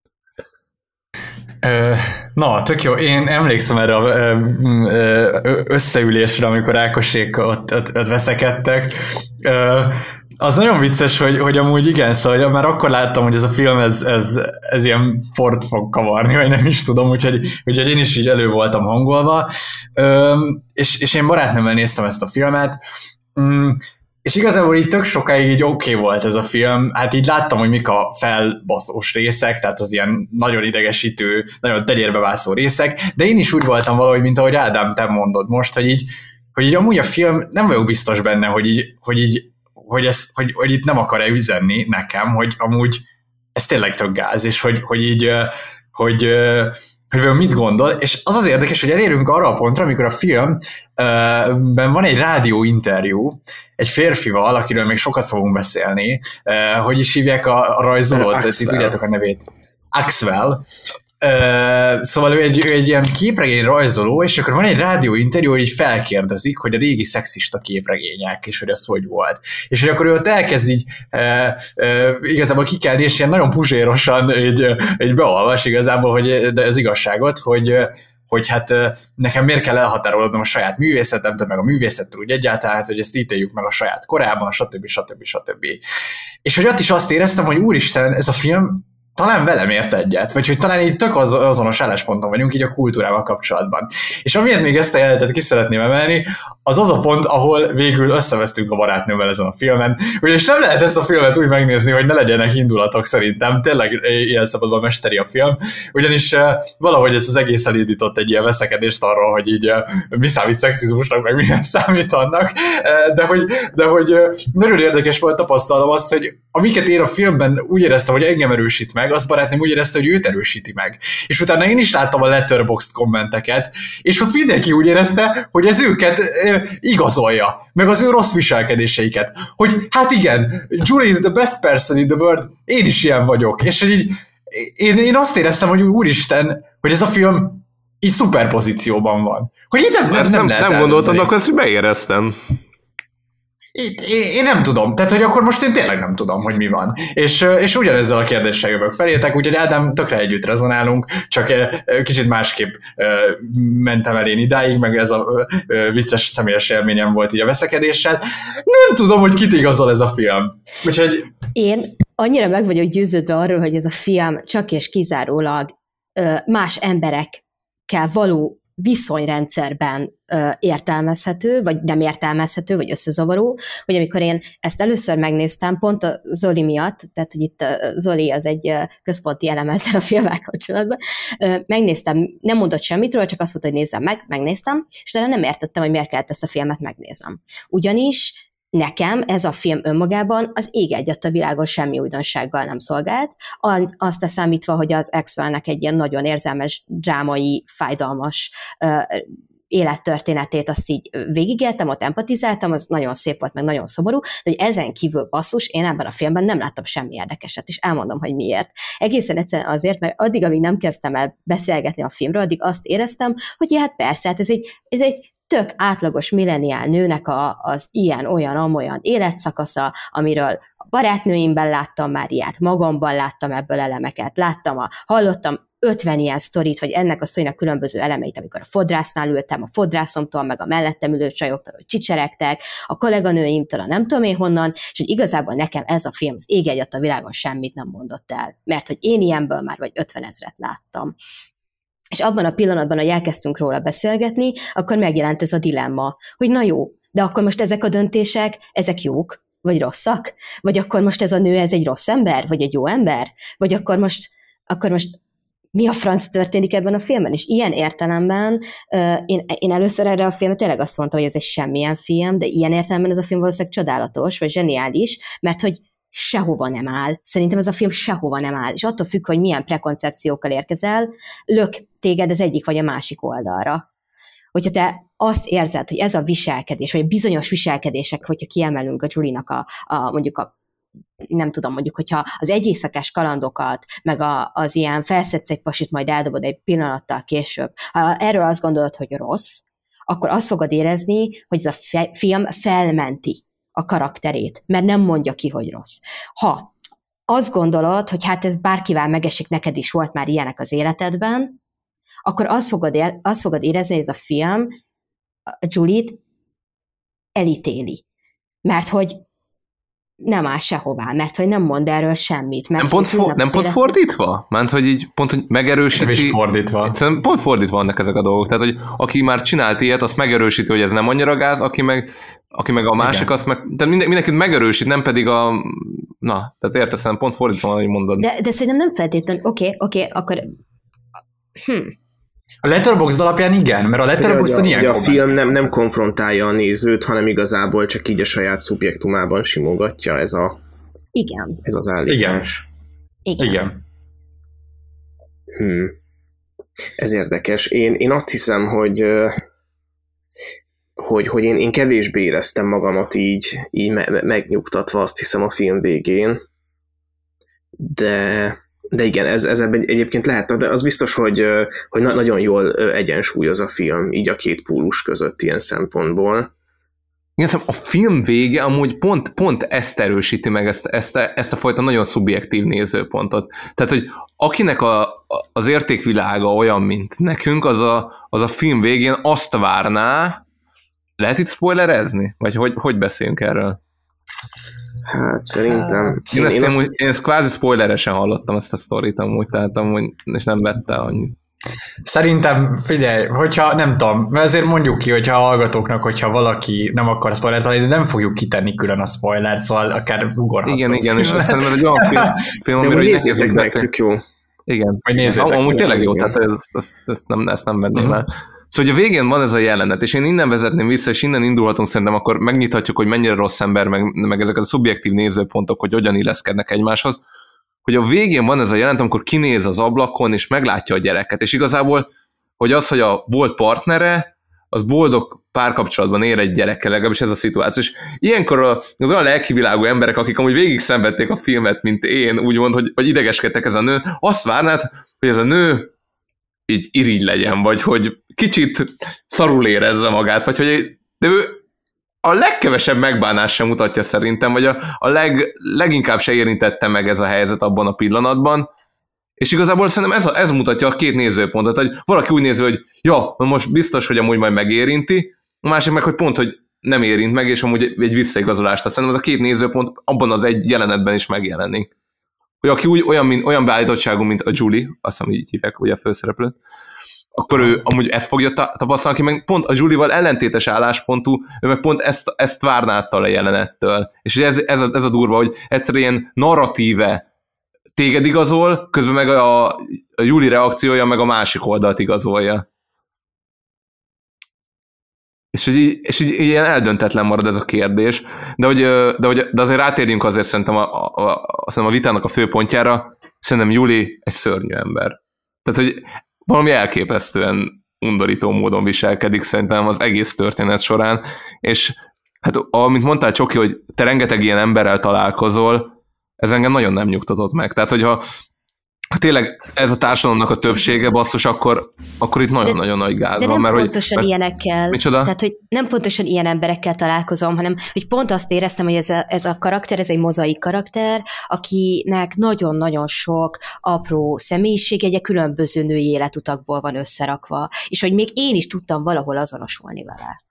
Na, tök jó. Én emlékszem erre összeülésre, amikor Ákosék ott veszekedtek. Az nagyon vicces, hogy amúgy igen, szóval már akkor láttam, hogy ez a film ez ilyen port fog kavarni, vagy nem is tudom, úgyhogy én is így elő voltam hangolva. És én barátnőmmel néztem ezt a filmet, és igazából így tök sokáig így oké volt ez a film, hát így láttam, hogy mik a felbaszós részek, tehát az ilyen nagyon idegesítő, nagyon tegyérbevászó részek, de én is úgy voltam valahogy, mint ahogy Ádám, te mondod most, hogy így amúgy a film, nem vagyok biztos benne, hogy itt nem akar-e üzenni nekem, hogy amúgy ez tényleg tök gáz, és hogy mit gondol, és az érdekes, hogy elérünk arra a pontra, amikor a filmben van egy rádióinterjú egy férfival, akiről még sokat fogunk beszélni, hogy is hívják a rajzolót, tudjátok a nevét? Axwell. Szóval ő egy ilyen képregény rajzoló, és akkor van egy rádióinterjú, hogy így felkérdezik, hogy a régi szexista képregények, és hogy az hogy volt. És hogy akkor ő ott elkezd így igazából kikelni, és ilyen nagyon puzsérosan így beolvas igazából, hogy de az igazságot, hogy hát nekem miért kell elhatárolodnom a saját művészetemtől, meg a művészettől úgy egyáltalán, hogy ezt ítéljük meg a saját korában, stb. És hogy ott is azt éreztem, hogy úristen, ez a film talán velem ért egyet, vagy hogy talán így tök azonos állásponton vagyunk így a kultúrával kapcsolatban. És amiért még ezt a jelenetet ki szeretném emelni, az a pont, ahol végül összevesztünk a barátnőmmel ezen a filmen. Ugyanis nem lehet ezt a filmet úgy megnézni, hogy ne legyenek indulatok szerintem. Tényleg ilyen szabadban mesteri a film. Ugyanis valahogy ez az egész elindított egy ilyen veszekedést arról, hogy így mi számít szexizmusnak, meg mi nem számít annak. De hogy nagyon érdekes volt tapasztalnom azt, hogy amiket én a filmben úgy éreztem, hogy engem erősít meg, azt barátnőm úgy érezte, hogy őt erősíti meg. És utána én is láttam a Letterboxd kommenteket, és ott mindenki úgy érezte, hogy ez őket igazolja, meg az ő rossz viselkedéseiket. Hogy hát igen, Julie is the best person in the world, én is ilyen vagyok. És így, én azt éreztem, hogy úristen, hogy ez a film így szuperpozícióban van. Hogy így nem lehet nem gondoltam, de akkor ezt beéreztem. Én nem tudom, tehát hogy akkor most én tényleg nem tudom, hogy mi van. És ugyanezzel a kérdéssel jövök felétek, úgyhogy Ádám, tökre együtt rezonálunk, csak kicsit másképp mentem el én idáig, meg ez a vicces személyes élményem volt így a veszekedéssel. Nem tudom, hogy kit igazol ez a film. Úgyhogy... Én annyira meg vagyok győződve arról, hogy ez a film csak és kizárólag más emberekkel való viszonyrendszerben értelmezhető, vagy nem értelmezhető, vagy összezavaró, hogy amikor én ezt először megnéztem, pont a Zoli miatt, tehát hogy itt Zoli az egy központi eleme ezzel a filmmel kapcsolatban, megnéztem, nem mondott semmit róla, csak azt mondta, hogy nézzem meg, megnéztem, és utána nem értettem, hogy miért kellett ezt a filmet megnéznem. Ugyanis nekem ez a film önmagában az ég egyet a világon semmi újdonsággal nem szolgált, azt számítva, hogy az X-Mennek egy ilyen nagyon érzelmes, drámai, fájdalmas élettörténetét azt így végigéltem, ott empatizáltam, az nagyon szép volt, meg nagyon szomorú, de hogy ezen kívül basszus, én ebben a filmben nem láttam semmi érdekeset, és elmondom, hogy miért. Egészen egyszerűen azért, mert addig, amíg nem kezdtem el beszélgetni a filmről, addig azt éreztem, hogy hát persze, hát ez egy tök átlagos milleniál nőnek az ilyen, olyan, amolyan életszakasza, amiről a barátnőimben láttam már ilyet, magamban láttam ebből elemeket, hallottam 50 ilyen sztorit, vagy ennek a sztorinak különböző elemeit, amikor a fodrásznál ültem, a fodrászomtól, meg a mellettem ülő csajoktól, hogy csicseregtek, a kolléganőimtől, a nem tudom én honnan, és hogy igazából nekem ez a film az ég egyet a világon semmit nem mondott el, mert hogy én ilyenből már vagy 50 000 láttam. És abban a pillanatban, hogy elkezdtünk róla beszélgetni, akkor megjelent ez a dilemma, hogy na jó, de akkor most ezek a döntések, ezek jók, vagy rosszak? Vagy akkor most ez a nő, ez egy rossz ember, vagy egy jó ember? Vagy akkor most mi a franc történik ebben a filmben? És ilyen értelemben én először erre a filmre tényleg azt mondtam, hogy ez egy semmilyen film, de ilyen értelemben ez a film valószínűleg csodálatos, vagy zseniális, mert hogy sehova nem áll. Szerintem ez a film sehova nem áll. És attól függ, hogy milyen prekoncepciókkal érkezel, lök téged az egyik vagy a másik oldalra. Hogyha te azt érzed, hogy ez a viselkedés, vagy a bizonyos viselkedések, hogyha kiemelünk a Julie-nak mondjuk nem tudom, mondjuk, hogyha az egy éjszakás kalandokat, meg az ilyen felszedsz egy pasit, majd eldobod egy pillanattal később, ha erről azt gondolod, hogy rossz, akkor azt fogod érezni, hogy ez a film felmenti a karakterét, mert nem mondja ki, hogy rossz. Ha azt gondolod, hogy hát ez bárkivel megesik, neked is volt már ilyenek az életedben, akkor azt fogod érezni, hogy ez a film a Julie-t elítéli. Mert hogy nem áll sehová, mert hogy nem mond erről semmit. Mert nem pont fordítva? Mert hogy így pont, hogy megerősíti... Nem is fordítva. Pont fordítva vannak ezek a dolgok. Tehát, hogy aki már csinált ilyet, azt megerősíti, hogy ez nem annyira gáz, aki meg a másik, igen, azt meg... Tehát mindenkit megerősít, nem pedig a... Na, tehát érteszem, pont fordítva van, hogy mondod. De szerintem nem feltétlenül... Oké, akkor... A Letterboxd alapján igen, mert a Letterboxdon ilyen a film nem konfrontálja a nézőt, hanem igazából csak így a saját szubjektumában simogatja ez az állítás. Igen. Ez érdekes. Én azt hiszem, hogy én kevésbé éreztem magamat így megnyugtatva, azt hiszem a film végén, de De igen, ez ebben egyébként lehet, de az biztos, hogy nagyon jól egyensúlyoz a film, így a két pólus között ilyen szempontból. Igen, a film vége amúgy pont ezt erősíti meg, ezt a fajta nagyon szubjektív nézőpontot. Tehát, hogy akinek az értékvilága olyan, mint nekünk, az a film végén azt várná, lehet itt spoilerezni? Vagy hogy beszélünk erről? Hát szerintem... Én ezt kvázi spoileresen hallottam ezt a sztorit amúgy, tehát amúgy, és nem vette annyit. Szerintem, figyelj, hogyha nem tudom, mert azért mondjuk ki, hogyha a hallgatóknak, hogyha valaki nem akar spoilert találni, de nem fogjuk kitenni külön a spoilert, szóval akár ugorhatunk. Igen, és aztán mert egy olyan film, amiről nézzétek meg, tök jó. Igen, amúgy tényleg jó, tehát ezt nem venném el. Szóval, hogy a végén van ez a jelenet, és én innen vezetném vissza, és innen indulhatunk, szerintem akkor megnyithatjuk, hogy mennyire rossz ember, meg ezek a szubjektív nézőpontok, hogy hogyan illeszkednek egymáshoz, hogy a végén van ez a jelenet, amikor kinéz az ablakon, és meglátja a gyereket, és igazából, hogy az, hogy a volt partnere, az boldog párkapcsolatban él egy gyerekkel, legalábbis ez a szituáció. És ilyenkor az olyan lelkivilágú emberek, akik amúgy végig szenvedték a filmet, mint én, úgymond, hogy idegeskedtek ez a nő, azt várnád, hogy ez a nő így irigy legyen, vagy hogy kicsit szarul érezze magát, vagy hogy de ő a legkevesebb megbánás sem mutatja szerintem, vagy a leginkább se érintette meg ez a helyzet abban a pillanatban, és igazából szerintem ez mutatja a két nézőpontot, hogy valaki úgy nézi, hogy ja, most biztos, hogy amúgy majd megérinti, a másik meg, hogy pont, hogy nem érint meg, és amúgy egy visszaigazolást. Tehát szerintem ez a két nézőpont abban az egy jelenetben is megjelenik. Hogy aki olyan beállítottságú, mint a Julie, azt hiszem így hívják, ugye a főszereplőt, akkor ő amúgy ezt fogja tapasztalni, aki meg pont a Julie-val ellentétes álláspontú, ő meg pont ezt várná attól a jelenettől. És ez a durva, hogy egyszerűen ilyen narratíve téged igazol, közben meg a Julie reakciója meg a másik oldalt igazolja. És így ilyen eldöntetlen marad ez a kérdés, de azért rátérjünk azért szerintem a vitának a főpontjára, szerintem Julie egy szörnyű ember. Tehát, hogy valami elképesztően undorító módon viselkedik szerintem az egész történet során, és hát amit mondtál, Csoki, hogy te rengeteg ilyen emberrel találkozol, ez engem nagyon nem nyugtatott meg. Tehát, hogyha tényleg ez a társadalomnak a többsége, basszus, akkor itt nagyon-nagyon nagy gáz van. Nem pontosan ilyenekkel. Micsoda? Tehát, hogy nem pontosan ilyen emberekkel találkozom, hanem hogy pont azt éreztem, hogy ez a karakter, ez egy mozaik karakter, akinek nagyon-nagyon sok apró személyisége, különböző női életutakból van összerakva, és hogy még én is tudtam valahol azonosulni vele.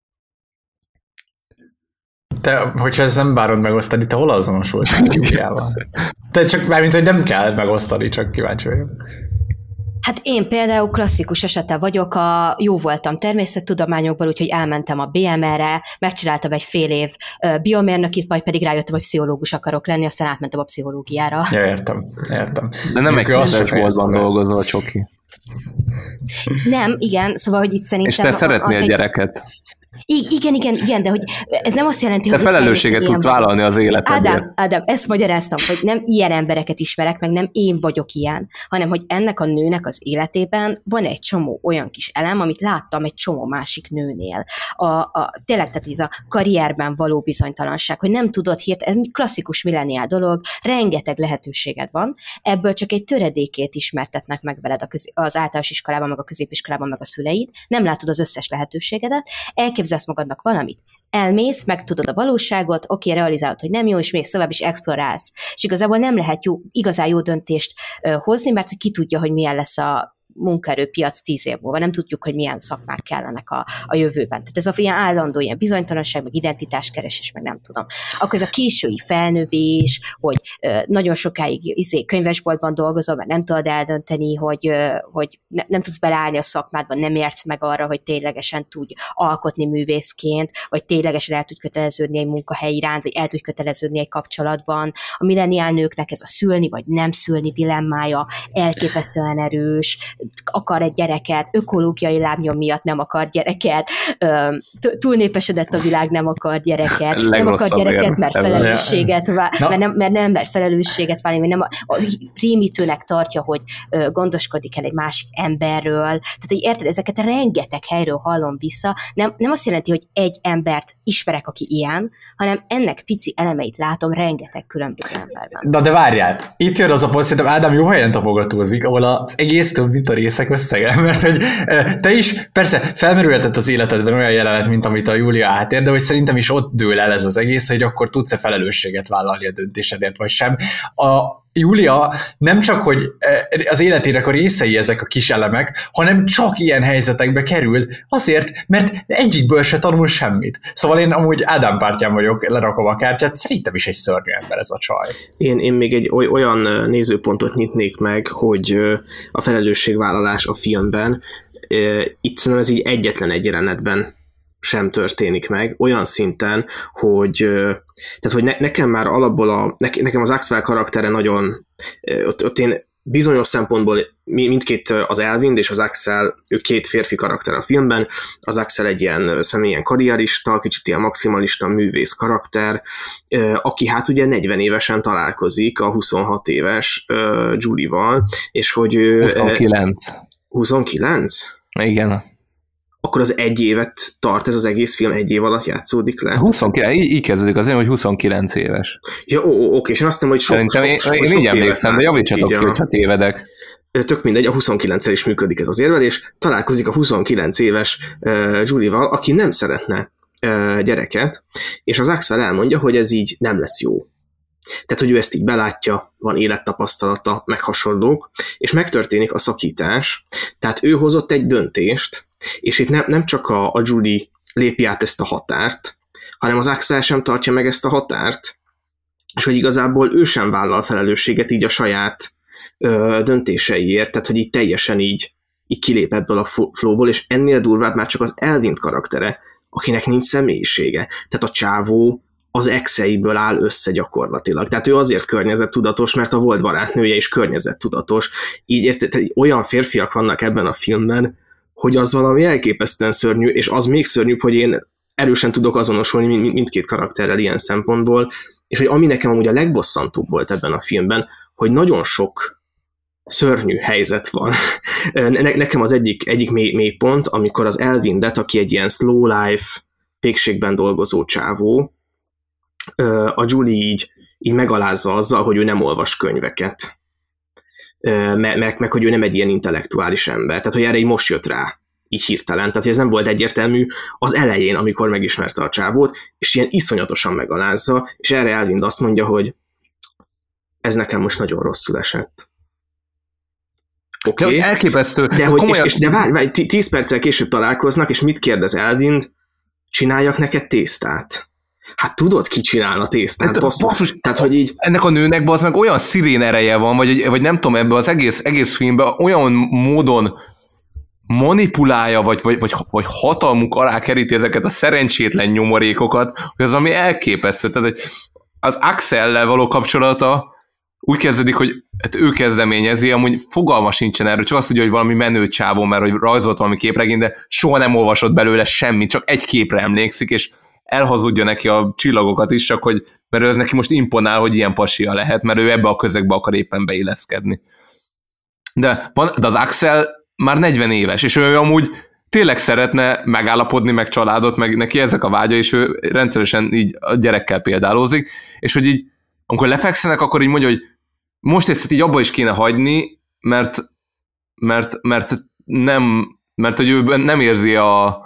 Te, hogyha ezt nem bárod megosztani, te hol azonosulsz Juliával? Te csak mármint, hogy nem kell megosztani, csak kíváncsi vagyok. Hát én például klasszikus esete vagyok, jó voltam természettudományokból, úgyhogy elmentem a BMR-re, megcsináltam egy fél év biomérnökit, majd pedig rájöttem, hogy pszichológus akarok lenni, aztán átmentem a pszichológiára. Ja, értem. De nem egy közös boltban dolgozol, Csoki. Nem, igen, szóval, hogy itt szerintem... És te szeretnél gyereket. Igen, de hogy ez nem azt jelenti, hogy... Te felelősséget tudsz vállalni az életedért. Ádám, ezt magyaráztam, hogy nem ilyen embereket ismerek, meg nem én vagyok ilyen, hanem hogy ennek a nőnek az életében van egy csomó olyan kis elem, amit láttam egy csomó másik nőnél. Tényleg, tehát ez a karrierben való bizonytalanság, hogy nem tudod ez klasszikus milleniál dolog, rengeteg lehetőséged van, ebből csak egy töredékét ismertetnek meg veled az általános iskolában, meg a középiskolában, meg a szüleid, nem látod az összes lehetőségedet, elképzelsz magadnak valamit, elmész, megtudod a valóságot, oké, realizálod, hogy nem jó, és még tovább is explorálsz. És igazából nem lehet igazán jó döntést hozni, mert hogy ki tudja, hogy milyen lesz a munkaerőpiac 10 év múlva, nem tudjuk, hogy milyen szakmák kellenek a jövőben. Tehát ez a ilyen állandó ilyen bizonytalanság, meg identitáskeresés, meg nem tudom. Akkor ez a késői felnövés, hogy nagyon sokáig könyvesboltban dolgozol, mert nem tudod eldönteni, hogy nem tudsz beleállni a szakmádban, nem értsz meg arra, hogy ténylegesen tudj alkotni művészként, vagy ténylegesen el tudj köteleződni egy munkahely iránt, vagy el tudj köteleződni egy kapcsolatban. A milleniál nőknek ez a szülni, vagy nem szülni dilemmája elképesztően erős, akar egy gyereket, ökológiai lábnyom miatt nem akar gyereket, túlnépesedett a világ, nem akar gyereket, nem akar gyereket, mert felelősséget mert nem mer felelősséget válni, mert nem rémítőnek tartja, hogy gondoskodik el egy másik emberről. Tehát, hogy érted, ezeket rengeteg helyről hallom vissza, nem azt jelenti, hogy egy embert ismerek, aki ilyen, hanem ennek pici elemeit látom rengeteg különböző emberben. Na de várjál, itt jön az a pont, szerintem Ádám jó helyen tapogatózik, ahol az egész több, mint a részek összege, mert hogy te is, persze felmerülhetett az életedben olyan jelenet, mint amit a Júlia átér, de hogy szerintem is ott dől el ez az egész, hogy akkor tudsz-e felelősséget vállalni a döntésedért, vagy sem. A Júlia nem csak, hogy az életének a részei ezek a kis elemek, hanem csak ilyen helyzetekbe kerül, azért, mert egyikből se tanul semmit. Szóval én amúgy Ádám pártján vagyok, lerakom a kártyát, szerintem is egy szörnyű ember ez a csaj. Én még egy olyan nézőpontot nyitnék meg, hogy a felelősségvállalás a filmben, itt szerintem ez így egyetlen egy jelenetben sem történik meg, olyan szinten, hogy nekem már alapból nekem az Axwell karaktere nagyon, ott én bizonyos szempontból mindkét az Elvind és az Axel, ők két férfi karakter a filmben, az Axel egy ilyen személyen karrierista, kicsit ilyen maximalista művész karakter, aki hát ugye 40 évesen találkozik a 26 éves Julie-val, és hogy ő... 29. 29? Igen. Akkor az egy évet tart ez az egész film, egy év alatt játszódik le? 29, így kezdődik azért, hogy 29 éves. Ja, oké, és én azt mondom, hogy én így emlékszem, de javítsatok ki, hogyha tévedek. Tök mindegy, a 29-el is működik ez az érvelés, találkozik a 29 éves Julie-val, aki nem szeretne gyereket, és az Axwell elmondja, hogy ez így nem lesz jó. Tehát, hogy ő ezt így belátja, van élettapasztalata, meg hasonlók, és megtörténik a szakítás, tehát ő hozott egy döntést, és itt nem csak a Julie lépi át ezt a határt, hanem az Axwell sem tartja meg ezt a határt, és hogy igazából ő sem vállal felelősséget így a saját döntéseiért, tehát hogy így teljesen így kilép ebből a flowból, és ennél durvább már csak az Elvind karaktere, akinek nincs személyisége. Tehát a csávó az exeiből áll össze gyakorlatilag. Tehát ő azért környezettudatos, mert a volt barátnője is környezettudatos. Így érted, olyan férfiak vannak ebben a filmben, hogy az valami elképesztően szörnyű, és az még szörnyűbb, hogy én erősen tudok azonosulni mindkét karakterrel ilyen szempontból, és hogy ami nekem amúgy a legbosszantóbb volt ebben a filmben, hogy nagyon sok szörnyű helyzet van. Nekem az egyik mély pont, amikor az Elvindet, aki egy ilyen slow life pékségben dolgozó csávó, a Julie így megalázza azzal, hogy ő nem olvas könyveket. Meg hogy ő nem egy ilyen intellektuális ember. Tehát, hogy erre így most jött rá, így hirtelen. Tehát, hogy ez nem volt egyértelmű az elején, amikor megismerte a csávót, és ilyen iszonyatosan megalázza, és erre Elvind azt mondja, hogy ez nekem most nagyon rosszul esett. Okay. De elképesztő. De várj, 10 perccel később találkoznak, és mit kérdez Elvind? Csináljak neked tésztát? Hát tudod, ki csinálna tésztát, basszus. Tehát, hogy így... Ennek a nőnek az meg olyan szirén ereje van, vagy nem tudom, ebben az egész filmben olyan módon manipulálja, vagy hatalmuk alá keríti ezeket a szerencsétlen nyomorékokat, hogy az ami elképesztő. Tehát az Axel-lel való kapcsolata úgy kezdődik, hogy hát ő kezdeményezi, amúgy fogalma sincsen erről, csak azt tudja, hogy valami menő csávó, mert hogy rajzolt valami képregény, de soha nem olvasott belőle semmit, csak egy képre emlékszik, és elhazudja neki a csillagokat is, csak hogy, mert ez neki most imponál, hogy ilyen pasia lehet, mert ő ebbe a közegbe akar éppen beilleszkedni. De az Axel már 40 éves, és ő amúgy tényleg szeretne megállapodni, meg családot, meg neki ezek a vágya, és ő rendszeresen így a gyerekkel példálózik, és hogy így, amikor lefekszenek, akkor így mondja, hogy most ezt így abba is kéne hagyni, mert hogy ő nem érzi a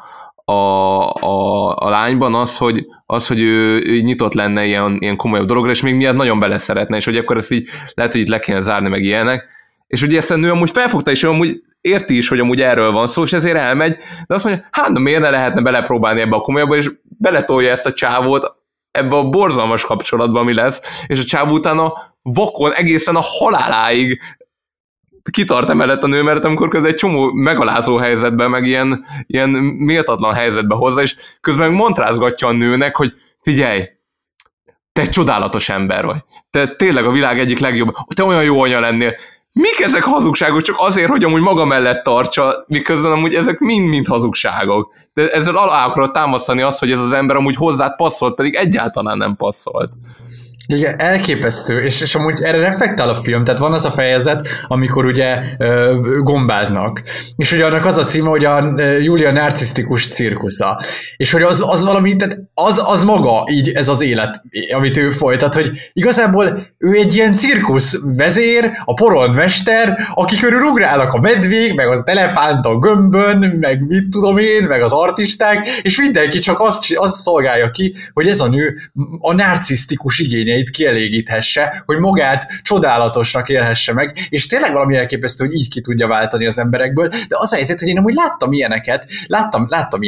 lányban az, hogy ő nyitott lenne ilyen komolyabb dologra, és még miatt nagyon bele szeretne, és hogy akkor ezt így lehet, hogy itt le kéne zárni, meg ilyenek. És ugye ezt a nő amúgy felfogta, és ő amúgy érti is, hogy amúgy erről van szó, és ezért elmegy, de azt mondja, hát de miért ne lehetne belepróbálni ebbe a komolyabba, és beletolja ezt a csávót ebbe a borzalmas kapcsolatba, ami lesz, és a csávó utána vakon egészen a haláláig kitart emellett a nő, mert amikor közben egy csomó megalázó helyzetben, meg ilyen méltatlan helyzetbe hozza, és közben montrázgatja a nőnek, hogy figyelj, te egy csodálatos ember vagy. Te tényleg a világ egyik legjobb, te olyan jó anya lennél. mik ezek hazugságok, csak azért, hogy amúgy maga mellett tartsa, miközben amúgy ezek mind hazugságok. De ezzel alá akarod támasztani azt, hogy ez az ember amúgy hozzád passzolt, pedig egyáltalán nem passzolt. Igen, elképesztő, és amúgy erre reflektál a film, tehát van az a fejezet, amikor ugye gombáznak, és ugye annak az a címe, hogy a Julia narcisztikus cirkusza, és hogy az valami, tehát az maga így ez az élet, amit ő folytat, hogy igazából ő egy ilyen cirkusz vezér, a porondmester, aki körül ugrálnak a medvék, meg az elefánt a gömbön, meg mit tudom én, meg az artisták, és mindenki csak azt szolgálja ki, hogy ez a nő a narcisztikus igényeit kielégíthesse, hogy magát csodálatosnak élhesse meg, és tényleg valami elképesztő, hogy így ki tudja váltani az emberekből, de az a helyzet, hogy én amúgy láttam ilyeneket, láttam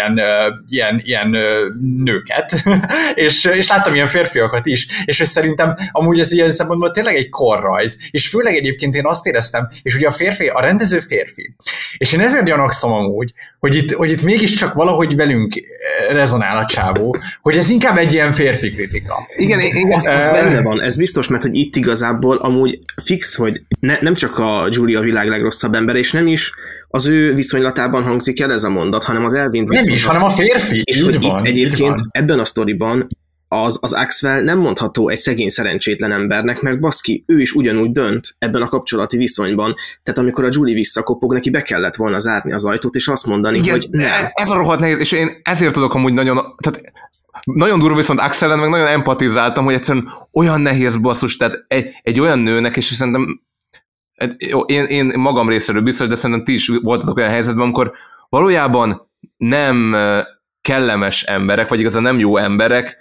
ilyen nőket, és láttam ilyen férfiakat is, és szerintem amúgy ez ilyen szempontból tényleg egy korrajz, és főleg egyébként én azt éreztem, és ugye a rendező férfi, és én ezért gyanakszom amúgy, hogy itt mégiscsak valahogy velünk rezonál a csávó, hogy ez inkább egy ilyen férfi kritika. Igen, az benne van, ez biztos, mert hogy itt igazából amúgy fix, hogy nem csak a Julia a világ legrosszabb embere, és nem is az ő viszonylatában hangzik el ez a mondat, hanem az Elvin viszonylatában. Nem is, hanem a férfi. És hogy itt egyébként ebben a sztoriban az Axwell nem mondható egy szegény szerencsétlen embernek, mert baszki, ő is ugyanúgy dönt ebben a kapcsolati viszonyban. Tehát amikor a Julie visszakopog, neki be kellett volna zárni az ajtót, és azt mondani, igen, hogy nem. Ez a rohadt nehéz, és én ezért tudok amúgy nagyon durva, viszont Axellen meg nagyon empatizáltam, hogy egyszerűen olyan nehéz basszus, tehát egy olyan nőnek, és szerintem én magam részéről biztos, de szerintem ti is voltatok olyan helyzetben, amikor valójában nem kellemes emberek, vagy igazán nem jó emberek,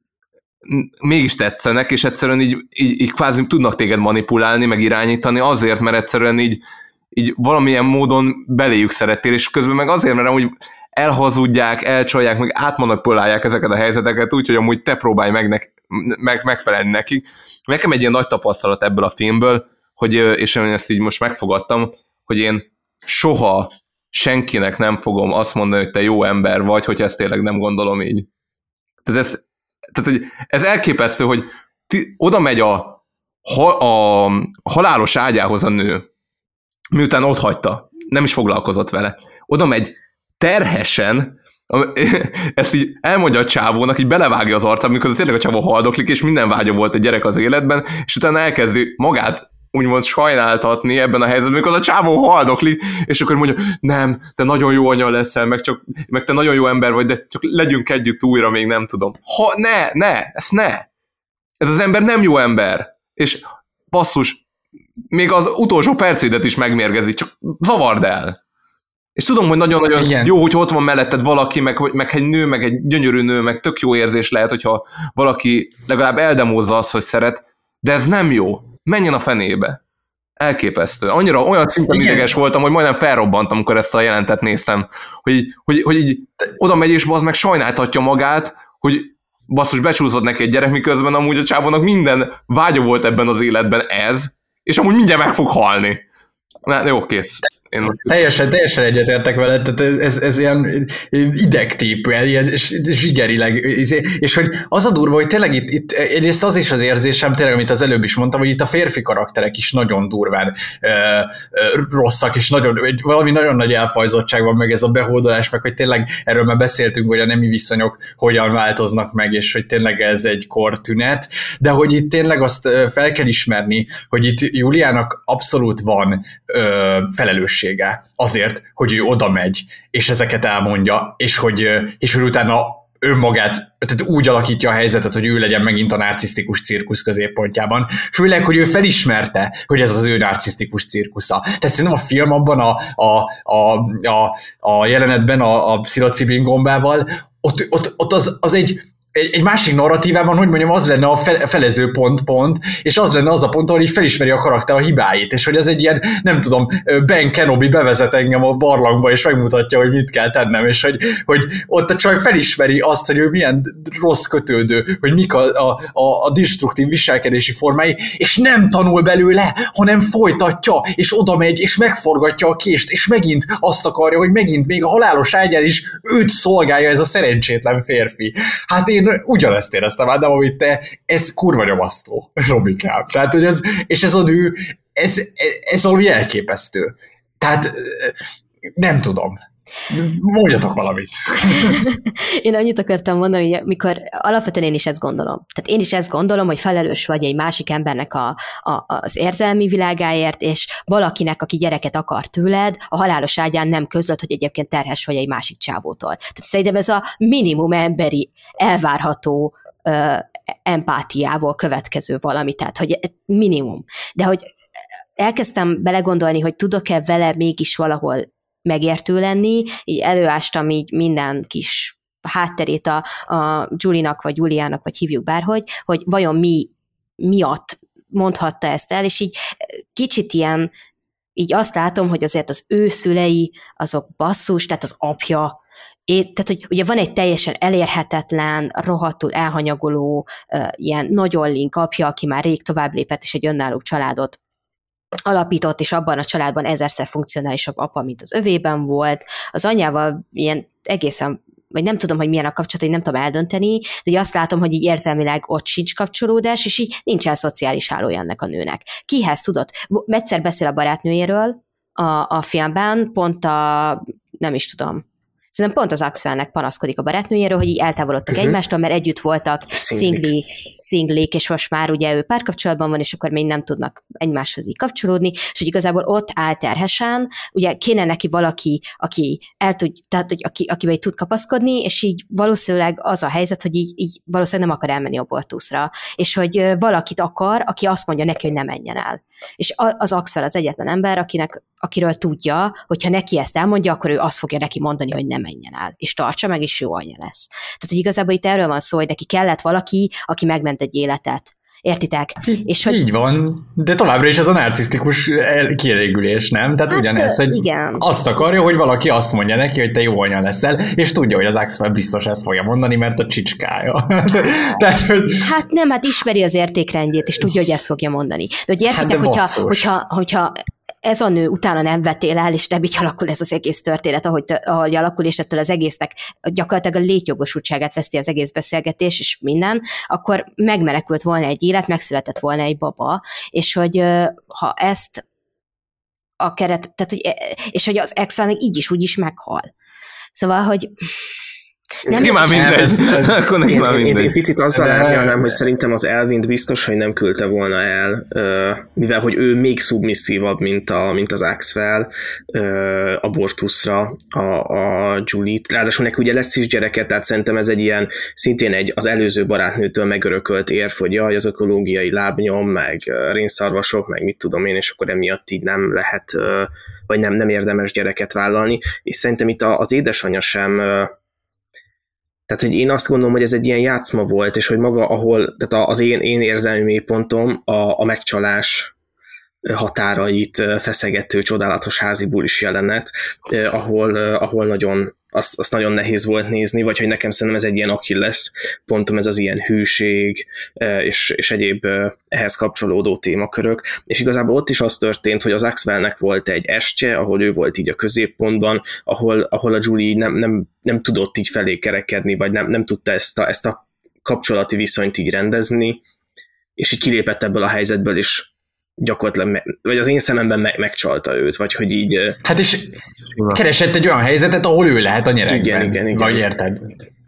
mégis tetszenek, és egyszerűen így kvázi tudnak téged manipulálni, meg irányítani azért, mert egyszerűen így valamilyen módon beléjük szerettél, és közben meg azért, mert amúgy elhazudják, elcsalják, meg átmanipulálják ezeket a helyzeteket úgy, hogy amúgy te próbálj megfelelni nekik. Nekem egy ilyen nagy tapasztalat ebből a filmből, és én ezt így most megfogadtam, hogy én soha senkinek nem fogom azt mondani, hogy te jó ember vagy, hogyha ezt tényleg nem gondolom így. Tehát ez elképesztő, hogy oda megy a halálos ágyához a nő, miután ott hagyta, nem is foglalkozott vele. Oda megy terhesen, ezt így elmondja a csávónak, így belevágja az arcába, mikor tényleg a csávó haldoklik, és minden vágya volt egy gyerek az életben, és utána elkezdi magát úgymond sajnáltatni ebben a helyzetben, mikor az a csávó haldoklik, és akkor mondja, nem, te nagyon jó anya leszel, meg te nagyon jó ember vagy, de csak legyünk együtt újra, még nem tudom. Ezt ne! Ez az ember nem jó ember. És basszus, még az utolsó percédet is megmérgezi, csak zavard el. És tudom, hogy nagyon-nagyon jó, hogy ott van melletted valaki, meg egy nő, meg egy gyönyörű nő, meg tök jó érzés lehet, hogyha valaki legalább eldemózza azt, hogy szeret, de ez nem jó. Menjen a fenébe. Elképesztő. Olyan szinten ideges voltam, hogy majdnem felrobbantam, amikor ezt a jelentet néztem, hogy így oda megy, és az meg sajnáltatja magát, hogy basszus, becsúszott neki egy gyerek, miközben amúgy a csávónak minden vágya volt ebben az életben és amúgy mindjárt meg fog halni. Jó, kész. Teljesen egyetértek veled, tehát ez ilyen idegtépő, ilyen zsigerileg, és hogy az a durva, hogy tényleg itt egyrészt az is az érzésem, tényleg, amit az előbb is mondtam, hogy itt a férfi karakterek is nagyon durván rosszak, és valami nagyon nagy elfajzottság van, meg ez a behódolás, meg hogy tényleg erről már beszéltünk, hogy a nemi viszonyok hogyan változnak meg, és hogy tényleg ez egy kortünet, de hogy itt tényleg azt fel kell ismerni, hogy itt Juliának abszolút van felelőssége azért, hogy ő oda megy, és ezeket elmondja, és hogy utána önmagát tehát úgy alakítja a helyzetet, hogy ő legyen megint a narcisztikus cirkusz középpontjában. Főleg, hogy ő felismerte, hogy ez az ő narcisztikus cirkusza. Tehát szerintem a film abban a jelenetben a pszilocibin gombával, ott az egy másik narratívában, hogy mondjam, az lenne a felező pont, és az lenne az a pont, ahol így felismeri a karakter a hibáit, és hogy ez egy ilyen, nem tudom, Ben Kenobi bevezet engem a barlangba, és megmutatja, hogy mit kell tennem, és hogy ott a csaj felismeri azt, hogy ő milyen rossz kötődő, hogy mik a destruktív viselkedési formái, és nem tanul belőle, hanem folytatja, és oda megy, és megforgatja a kést, és megint azt akarja, hogy megint még a halálos ágyán is őt szolgálja ez a szerencsétlen férfi. Hát én ugyanezt éreztem, Ádám, amit te, ez kurva nyomasztó, Robikám. Tehát, hogy ez a nő, ez valami elképesztő. Tehát nem tudom. Mondjatok valamit. Én annyit akartam mondani, hogy mikor alapvetően én is ezt gondolom. Tehát én is ezt gondolom, hogy felelős vagy egy másik embernek az érzelmi világáért, és valakinek, aki gyereket akar tőled, a halálos ágyán nem közölt, hogy egyébként terhes vagy egy másik csávótól. Tehát szerintem ez a minimum emberi elvárható empátiából következő valami, tehát hogy minimum. De hogy elkezdtem belegondolni, hogy tudok-e vele mégis valahol megértő lenni, így előástam így minden kis hátterét a Julie-nak, vagy Juliának, vagy hívjuk bárhogy, hogy vajon mi miatt mondhatta ezt el, és így kicsit ilyen, így azt látom, hogy azért az ő szülei, azok basszus, tehát az apja, tehát, hogy ugye van egy teljesen elérhetetlen, rohadtul elhanyagoló, ilyen nagyon link apja, aki már rég tovább lépett, és egy önálló családot alapított, és abban a családban ezerszer funkcionálisabb apa, mint az övében volt. Az anyával ilyen egészen, vagy nem tudom, hogy milyen a kapcsolat, hogy nem tudom eldönteni, de így azt látom, hogy így érzelmileg ott sincs kapcsolódás, és így nincsen szociális hálója ennek a nőnek. Kihez tudod? Egyszer beszél a barátnőjéről a filmben, pont nem is tudom, szerintem pont az Axwellnek panaszkodik a barátnőjéről, hogy így eltávolodtak egymástól, mert együtt voltak szinglék, és most már ugye ő párkapcsolatban van, és akkor még nem tudnak egymáshoz így kapcsolódni, és hogy igazából ott áll terhesen, ugye kéne neki valaki, aki el tud, tehát hogy akivel tud kapaszkodni, és így valószínűleg az a helyzet, hogy így valószínűleg nem akar elmenni abortuszra, és hogy valakit akar, aki azt mondja neki, hogy ne menjen el. És az Axwell az egyetlen ember, akiről tudja, hogyha neki ezt elmondja, akkor ő azt fogja neki mondani, hogy ne menjen el, és tartsa meg, és jó anya lesz. Tehát, hogy igazából itt erről van szó, hogy neki kellett valaki, aki megment egy életet. Értitek? És hogy... Így van, de továbbra is ez a narcisztikus kielégülés, nem? Tehát hát, ugyanez, hogy igen. Azt akarja, hogy valaki azt mondja neki, hogy te jó anya leszel, és tudja, hogy az Axwell biztos ezt fogja mondani, mert a csicskája. Tehát, hogy... Hát nem, hát ismeri az értékrendjét, és tudja, hogy ezt fogja mondani. De hogy értitek, hogyha ez a nő utána nem vettél el, és nem így alakul ez az egész történet, ahogy alakul, és ettől az egésznek gyakorlatilag a létjogosultságát veszti az egész beszélgetés, és minden, akkor megmenekült volna egy élet, megszületett volna egy baba, és hogy ha ezt a keret, tehát, hogy, és hogy az Axwell meg így is, úgy is meghal. Szóval, hogy Neki már mindegy. Akkor neki már mindegy. Én picit azzal árnyalnám, hogy szerintem az Elvint biztos, hogy nem küldte volna el, mivel hogy ő még szubmisszívabb, mint az Axwell abortuszra a Julie-t. Ráadásul neki ugye lesz is gyereke, tehát szerintem ez egy ilyen, szintén az előző barátnőtől megörökölt érv, hogy jaj, az ökológiai lábnyom, meg rénszarvasok, meg mit tudom én, és akkor emiatt így nem lehet, vagy nem érdemes gyereket vállalni. És szerintem itt az édesanyja sem. Tehát, hogy én azt gondolom, hogy ez egy ilyen játszma volt, és hogy maga, tehát az én érzelmi mélypontom a megcsalás határait feszegető csodálatos házi bulis jelenet, ahol nagyon, azt nagyon nehéz volt nézni, vagy hogy nekem szerintem ez egy ilyen Achilles pontom, ez az ilyen hűség, és egyéb ehhez kapcsolódó témakörök, és igazából ott is az történt, hogy az Axwellnek volt egy estje, ahol ő volt így a középpontban, ahol a Julie nem tudott így felé kerekedni, vagy nem tudta ezt a kapcsolati viszonyt így rendezni, és így kilépett ebből a helyzetből, és gyakorlatilag, vagy az én szememben megcsalta őt, vagy hogy így... Hát és keresett egy olyan helyzetet, ahol ő lehet a nyerekben. Igen. Vagy érted?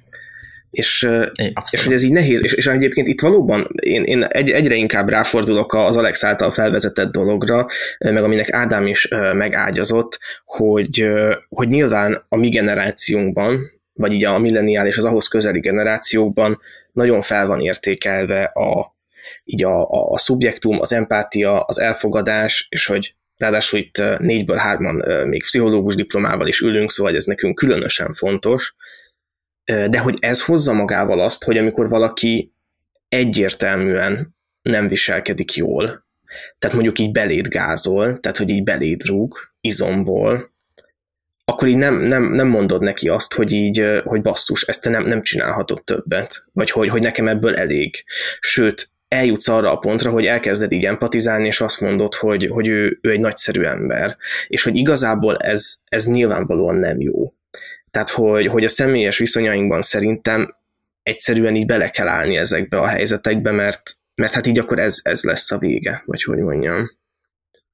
És hogy ez így nehéz, és egyébként itt valóban én egyre inkább ráfordulok az Alex által felvezetett dologra, meg aminek Ádám is megágyazott, hogy nyilván a mi generációnkban, vagy így a milleniál és az ahhoz közeli generációkban nagyon fel van értékelve így a szubjektum, az empátia, az elfogadás, és hogy ráadásul itt 4-ből 3-an még pszichológus diplomával is ülünk, szóval ez nekünk különösen fontos, de hogy ez hozza magával azt, hogy amikor valaki egyértelműen nem viselkedik jól, tehát mondjuk így beléd gázol, tehát hogy így beléd rúg izomból, akkor így nem mondod neki azt, hogy basszus, ezt te nem csinálhatod többet, vagy hogy nekem ebből elég. Sőt, eljutsz arra a pontra, hogy elkezded így empatizálni, és azt mondod, hogy ő egy nagyszerű ember, és hogy igazából ez nyilvánvalóan nem jó. Tehát, hogy a személyes viszonyainkban szerintem egyszerűen így bele kell állni ezekbe a helyzetekbe, mert hát így akkor ez lesz a vége, vagy hogy mondjam.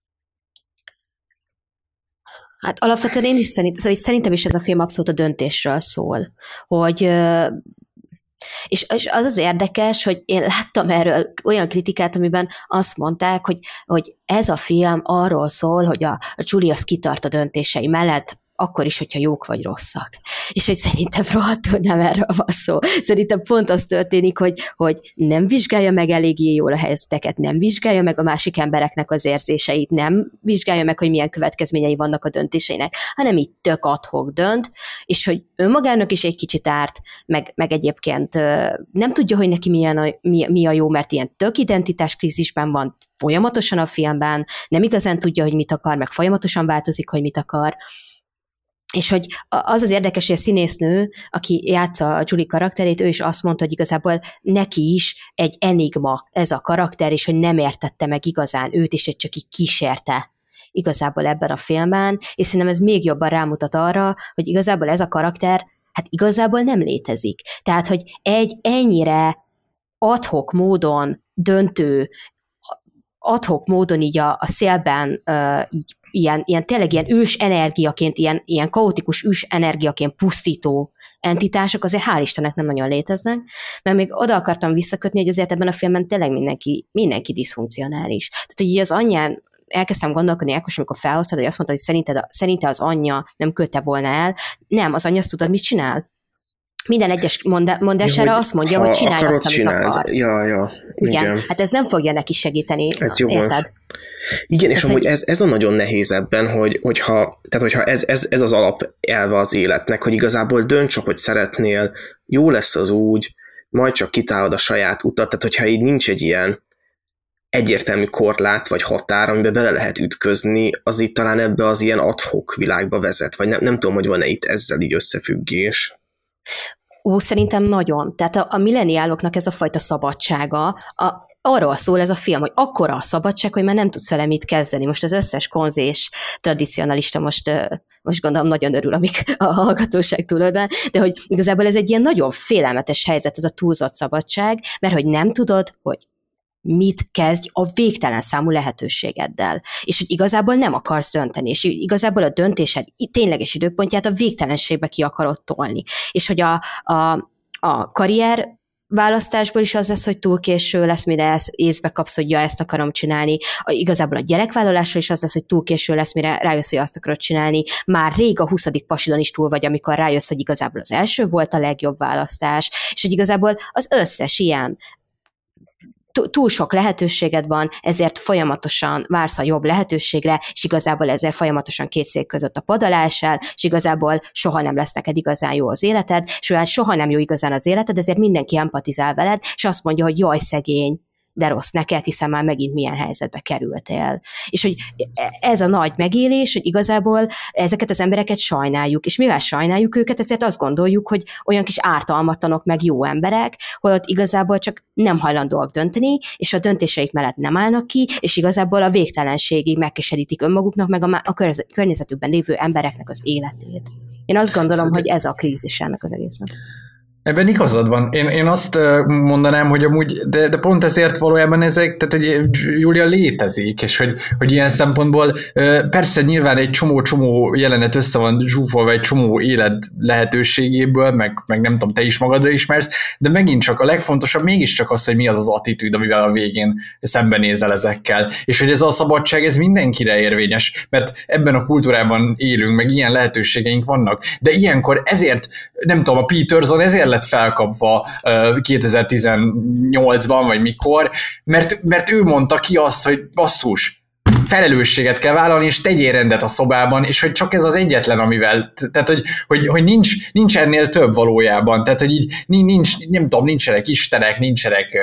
Hát alapvetően én is szerintem is ez a film abszolút a döntésről szól, hogy és az érdekes, hogy én láttam erről olyan kritikát, amiben azt mondták, hogy ez a film arról szól, hogy a Julie az kitart a döntései mellett, akkor is, hogyha jók vagy rosszak. És hogy szerintem rohadtul nem erről van szó. Szerintem pont az történik, hogy nem vizsgálja meg eléggé jól a helyzeteket, nem vizsgálja meg a másik embereknek az érzéseit, nem vizsgálja meg, hogy milyen következményei vannak a döntéseinek, hanem így tök ad-hoc dönt, és hogy önmagának is egy kicsit árt, meg egyébként nem tudja, hogy neki mi a jó, mert ilyen tök identitáskrízisben van folyamatosan a filmben, nem igazán tudja, hogy mit akar, meg folyamatosan változik, hogy mit akar. És hogy az érdekes, hogy a színésznő, aki játsza a Julie karakterét, ő is azt mondta, hogy igazából neki is egy enigma ez a karakter, és hogy nem értette meg igazán őt, és csak így kísérte igazából ebben a filmben, és szerintem ez még jobban rámutat arra, hogy igazából ez a karakter, hát igazából nem létezik. Tehát, hogy egy ennyire ad-hoc módon döntő, ad-hoc módon így a szélben így ilyen tényleg ilyen ős energiaként, ilyen kaotikus ős energiaként pusztító entitások azért hál' Istennek nem nagyon léteznek, mert még oda akartam visszakötni, hogy azért ebben a filmben tényleg mindenki diszfunkcionális. Tehát, hogy így az anyján elkezdtem gondolkodni, Ákos, amikor felhoztad, hogy azt mondta, hogy szerinte az anyja nem küldte volna el. Nem, az anyja azt tudod, mit csinál? Minden egyes mondására azt mondja, hogy csinálj azt, amit akarsz. Ja. Igen, hát ez nem fogja neki segíteni. Ez jó. Érted? Igen, és amúgy ez a nagyon nehéz ebben, hogyha ez az alapelve az életnek, hogy igazából dönts, hogy szeretnél, jó lesz az úgy, majd csak kitálod a saját utat, tehát hogyha így nincs egy ilyen egyértelmű korlát vagy határ, amiben bele lehet ütközni, az itt talán ebbe az ilyen ad-hoc világba vezet, vagy nem tudom, hogy van-e itt ezzel így összefüggés. Szerintem nagyon. Tehát a milleniáloknak ez a fajta szabadsága, arról szól ez a film, hogy akkora a szabadság, hogy már nem tudsz vele mit kezdeni. Most az összes konzés tradicionalista most gondolom nagyon örül, amik a hallgatóság túloldalán, de hogy igazából ez egy ilyen nagyon félelmetes helyzet, ez a túlzott szabadság, mert hogy nem tudod, hogy mit kezdj a végtelen számú lehetőségeddel. És hogy igazából nem akarsz dönteni, és igazából a döntésed tényleges időpontját a végtelenségbe ki akarod tolni. És hogy a karrier választásból is az lesz, hogy túl késő lesz, mire észbe kapsz, hogy ja, ezt akarom csinálni. Igazából a gyerekvállalásról is az lesz, hogy túl késő lesz, mire rájössz, hogy azt akarod csinálni. Már rég a 20. pasidon is túl vagy, amikor rájössz, hogy igazából az első volt a legjobb választás, és hogy igazából az összes ilyen túl sok lehetőséged van, ezért folyamatosan vársz a jobb lehetőségre, és igazából ezért folyamatosan két szék között a pad alá esel, és igazából soha nem lesz neked igazán jó az életed, és mivel soha nem jó igazán az életed, ezért mindenki empatizál veled, és azt mondja, hogy jaj, szegény, de rossz neked, hiszen már megint milyen helyzetbe kerültél. És hogy ez a nagy megélés, hogy igazából ezeket az embereket sajnáljuk, és mivel sajnáljuk őket, ezért azt gondoljuk, hogy olyan kis ártalmatlanok meg jó emberek, holott igazából csak nem hajlandóak dönteni, és a döntéseik mellett nem állnak ki, és igazából a végtelenségig megkeserítik önmaguknak, meg a környezetükben lévő embereknek az életét. Én azt gondolom, hogy ez a krízis ennek az egésznek. Ebben igazad van. Én azt mondanám, hogy amúgy, de pont ezért valójában ezek, tehát egy Julia létezik, és hogy ilyen szempontból persze nyilván egy csomó jelenet össze van zsúfolva egy csomó élet lehetőségéből, meg nem tudom, te is magadra ismersz, de megint csak a legfontosabb mégiscsak az, hogy mi az az attitűd, amivel a végén szembenézel ezekkel. És hogy ez a szabadság, ez mindenkire érvényes, mert ebben a kultúrában élünk, meg ilyen lehetőségeink vannak. De ilyenkor ezért, nem tudom, a Peterson ezért lett felkapva 2018-ban, vagy mikor, mert ő mondta ki azt, hogy basszus, felelősséget kell vállalni, és tegyél rendet a szobában, és hogy csak ez az egyetlen, amivel, tehát hogy nincs ennél több valójában, tehát hogy így nem tudom, nincsenek istenek, nincsenek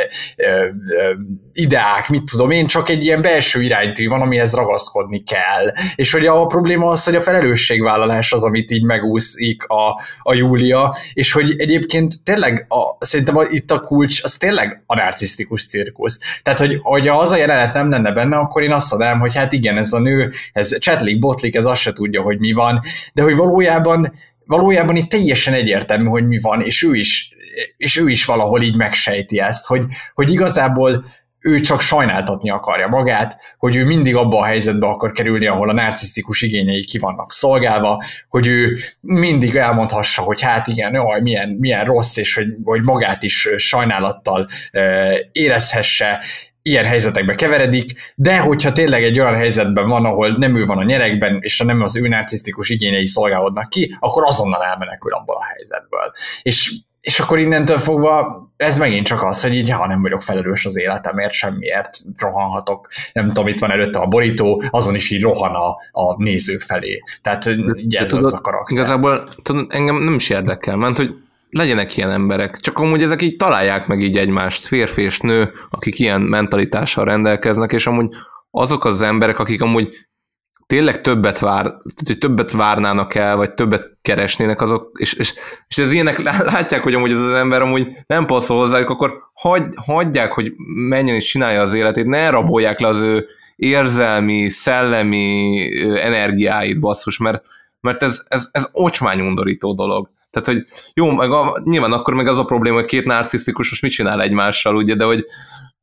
ideák, mit tudom én, csak egy ilyen belső iránytű van, amihez ragaszkodni kell. És hogy a probléma az, hogy a felelősségvállalás az, amit így megúszik a Júlia, és hogy egyébként tényleg szerintem itt a kulcs, az tényleg a narcisztikus cirkusz. Tehát, hogy az a jelenet nem lenne benne, akkor én azt adám, hogy hát igen, ez a nő, ez csatlik, botlik, ez azt se tudja, hogy mi van, de hogy valójában itt teljesen egyértelmű, hogy mi van, és ő is valahol így megsejti ezt, hogy igazából ő csak sajnáltatni akarja magát, hogy ő mindig abba a helyzetbe akar kerülni, ahol a narcisztikus igényei ki vannak szolgálva, hogy ő mindig elmondhassa, hogy hát igen, jaj, milyen rossz, és hogy magát is sajnálattal érezhesse, ilyen helyzetekbe keveredik, de hogyha tényleg egy olyan helyzetben van, ahol nem ő van a nyerekben, és nem az ő narcisztikus igényei szolgálódnak ki, akkor azonnal elmenekül abból a helyzetből. És akkor innentől fogva ez megint csak az, hogy így, ha nem vagyok felelős az életemért, semmiért rohanhatok, nem tudom, itt van előtte a borító, azon is így rohan a néző felé. Tehát ugye ez az a karakter. Igazából engem nem is érdekel, mert hogy legyenek ilyen emberek, csak amúgy ezek így találják meg így egymást, férfi és nő, akik ilyen mentalitással rendelkeznek, és amúgy azok az emberek, akik amúgy tényleg többet várnának el, vagy többet keresnének azok, és ez ilyenek látják, hogy amúgy az ember amúgy nem passzol hozzájuk, akkor hagyják, hogy menjen és csinálja az életét, ne rabolják le az ő érzelmi, szellemi energiáit, basszus, mert ez ocsmányundorító dolog. Tehát, hogy jó, nyilván akkor meg az a probléma, hogy két narcisztikus most mit csinál egymással, ugye, de hogy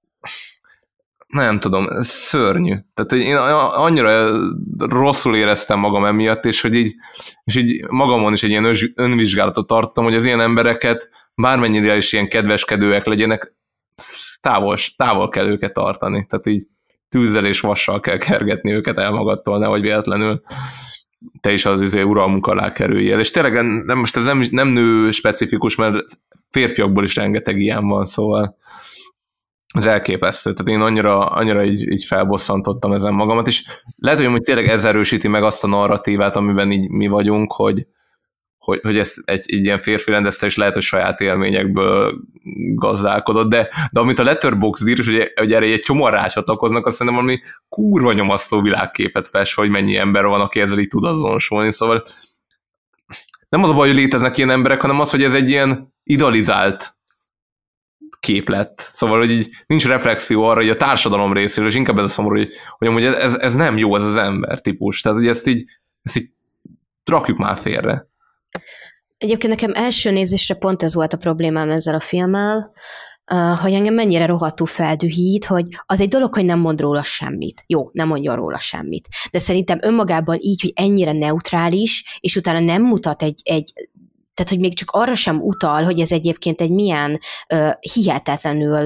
nem tudom, ez szörnyű. Tehát, hogy én annyira rosszul éreztem magam emiatt, és így magamon is egy ilyen önvizsgálatot tartottam, hogy az ilyen embereket, bármennyire is ilyen kedveskedőek legyenek, távol kell őket tartani. Tehát így tűzzel és vassal kell kergetni őket el magadtól, nehogy véletlenül te is az uralmunk alá kerüljél. És tényleg most ez nem nő specifikus, mert férfiakból is rengeteg ilyen van, szóval ez elképesztő. Tehát én annyira így felbosszantottam ezen magamat, és lehet, hogy tényleg ez erősíti meg azt a narratívát, amiben így mi vagyunk, hogy ez egy ilyen férfi rendezte, és lehet, hogy saját élményekből gazdálkodott, de amit a Letterboxd ír, hogy erre egy csomó rácsatlakoznak, azt szerintem valami kurva nyomasztó világképet fest, hogy mennyi ember van, aki ezzel így tud azonosulni, szóval nem az a baj, hogy léteznek ilyen emberek, hanem az, hogy ez egy ilyen idealizált képlet. Szóval, hogy így nincs reflexió arra, hogy a társadalom részéről, és inkább ez a szomorú, hogy amúgy ez nem jó, ez az ember típus. Tehát, hogy ezt így rakjuk már félre. Egyébként nekem első nézésre pont ez volt a problémám ezzel a filmmel, hogy engem mennyire rohadtul feldühít, hogy az egy dolog, hogy nem mond róla semmit. Jó, nem mondja róla semmit. De szerintem önmagában így, hogy ennyire neutrális, és utána nem mutat tehát, hogy még csak arra sem utal, hogy ez egyébként egy milyen hihetetlenül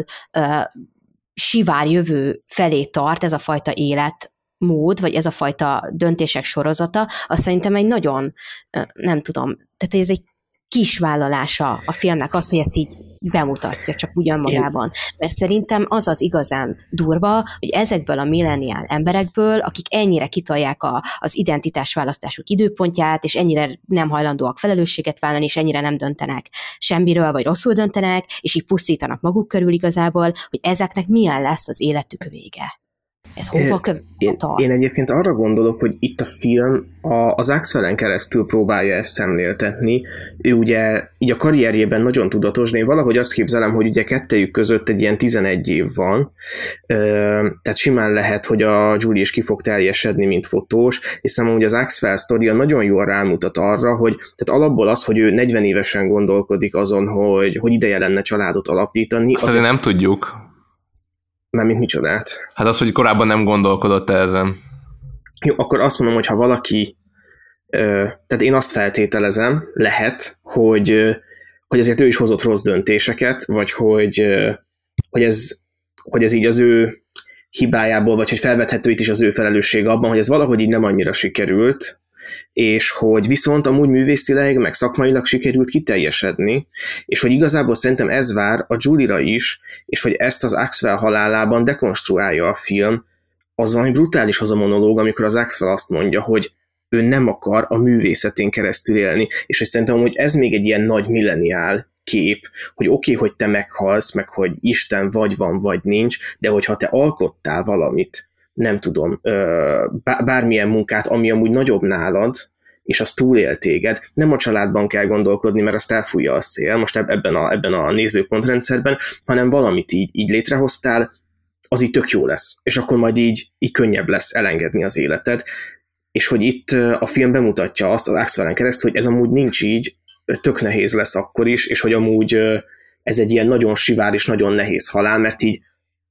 sivár jövő felé tart ez a fajta életmód, vagy ez a fajta döntések sorozata, azt szerintem egy nagyon, nem tudom, tehát ez egy kis vállalása a filmnek az, hogy ezt így bemutatja csak ugyanmagában. Mert szerintem az az igazán durva, hogy ezekből a milleniál emberekből, akik ennyire kitolják az identitásválasztásuk időpontját, és ennyire nem hajlandóak felelősséget vállalni, és ennyire nem döntenek semmiről, vagy rosszul döntenek, és így pusztítanak maguk körül igazából, hogy ezeknek milyen lesz az életük vége. Ez hova tart? Én egyébként arra gondolok, hogy itt a film az Axwellen keresztül próbálja ezt szemléltetni. Ő ugye így a karrierjében nagyon tudatos, de én valahogy azt képzelem, hogy ugye kettejük között egy ilyen 11 év van, tehát simán lehet, hogy a Julie is ki fog teljesedni, mint fotós, és szerintem hogy az Axwell sztoria nagyon jól rámutat arra, hogy tehát alapból az, hogy ő 40 évesen gondolkodik azon, hogy ideje lenne családot alapítani. Azt azért nem tudjuk. Mármint micsodát? Hát az, hogy korábban nem gondolkodott ezen. Jó, akkor azt mondom, hogy ha valaki, tehát én azt feltételezem, lehet, hogy azért ő is hozott rossz döntéseket, vagy hogy ez így az ő hibájából, vagy hogy felvethető itt is az ő felelőssége abban, hogy ez valahogy így nem annyira sikerült, és hogy viszont amúgy művészileg, meg szakmailag sikerült kiteljesedni, és hogy igazából szerintem ez vár a Julie-ra is, és hogy ezt az Axwell halálában dekonstruálja a film, az valami brutális az a monológ, amikor az Axwell azt mondja, hogy ő nem akar a művészetén keresztül élni, és hogy szerintem, hogy ez még egy ilyen nagy milleniál kép, hogy oké, hogy te meghalsz, meg hogy Isten vagy van, vagy nincs, de hogyha te alkottál valamit, nem tudom, bármilyen munkát, ami amúgy nagyobb nálad, és az túlél téged, nem a családban kell gondolkodni, mert azt elfújja a szél, most ebben a nézőpontrendszerben, hanem valamit így létrehoztál, az így tök jó lesz, és akkor majd így könnyebb lesz elengedni az életed, és hogy itt a film bemutatja azt az Axwellen keresztül, hogy ez amúgy nincs így, tök nehéz lesz akkor is, és hogy amúgy ez egy ilyen nagyon sivár és nagyon nehéz halál, mert így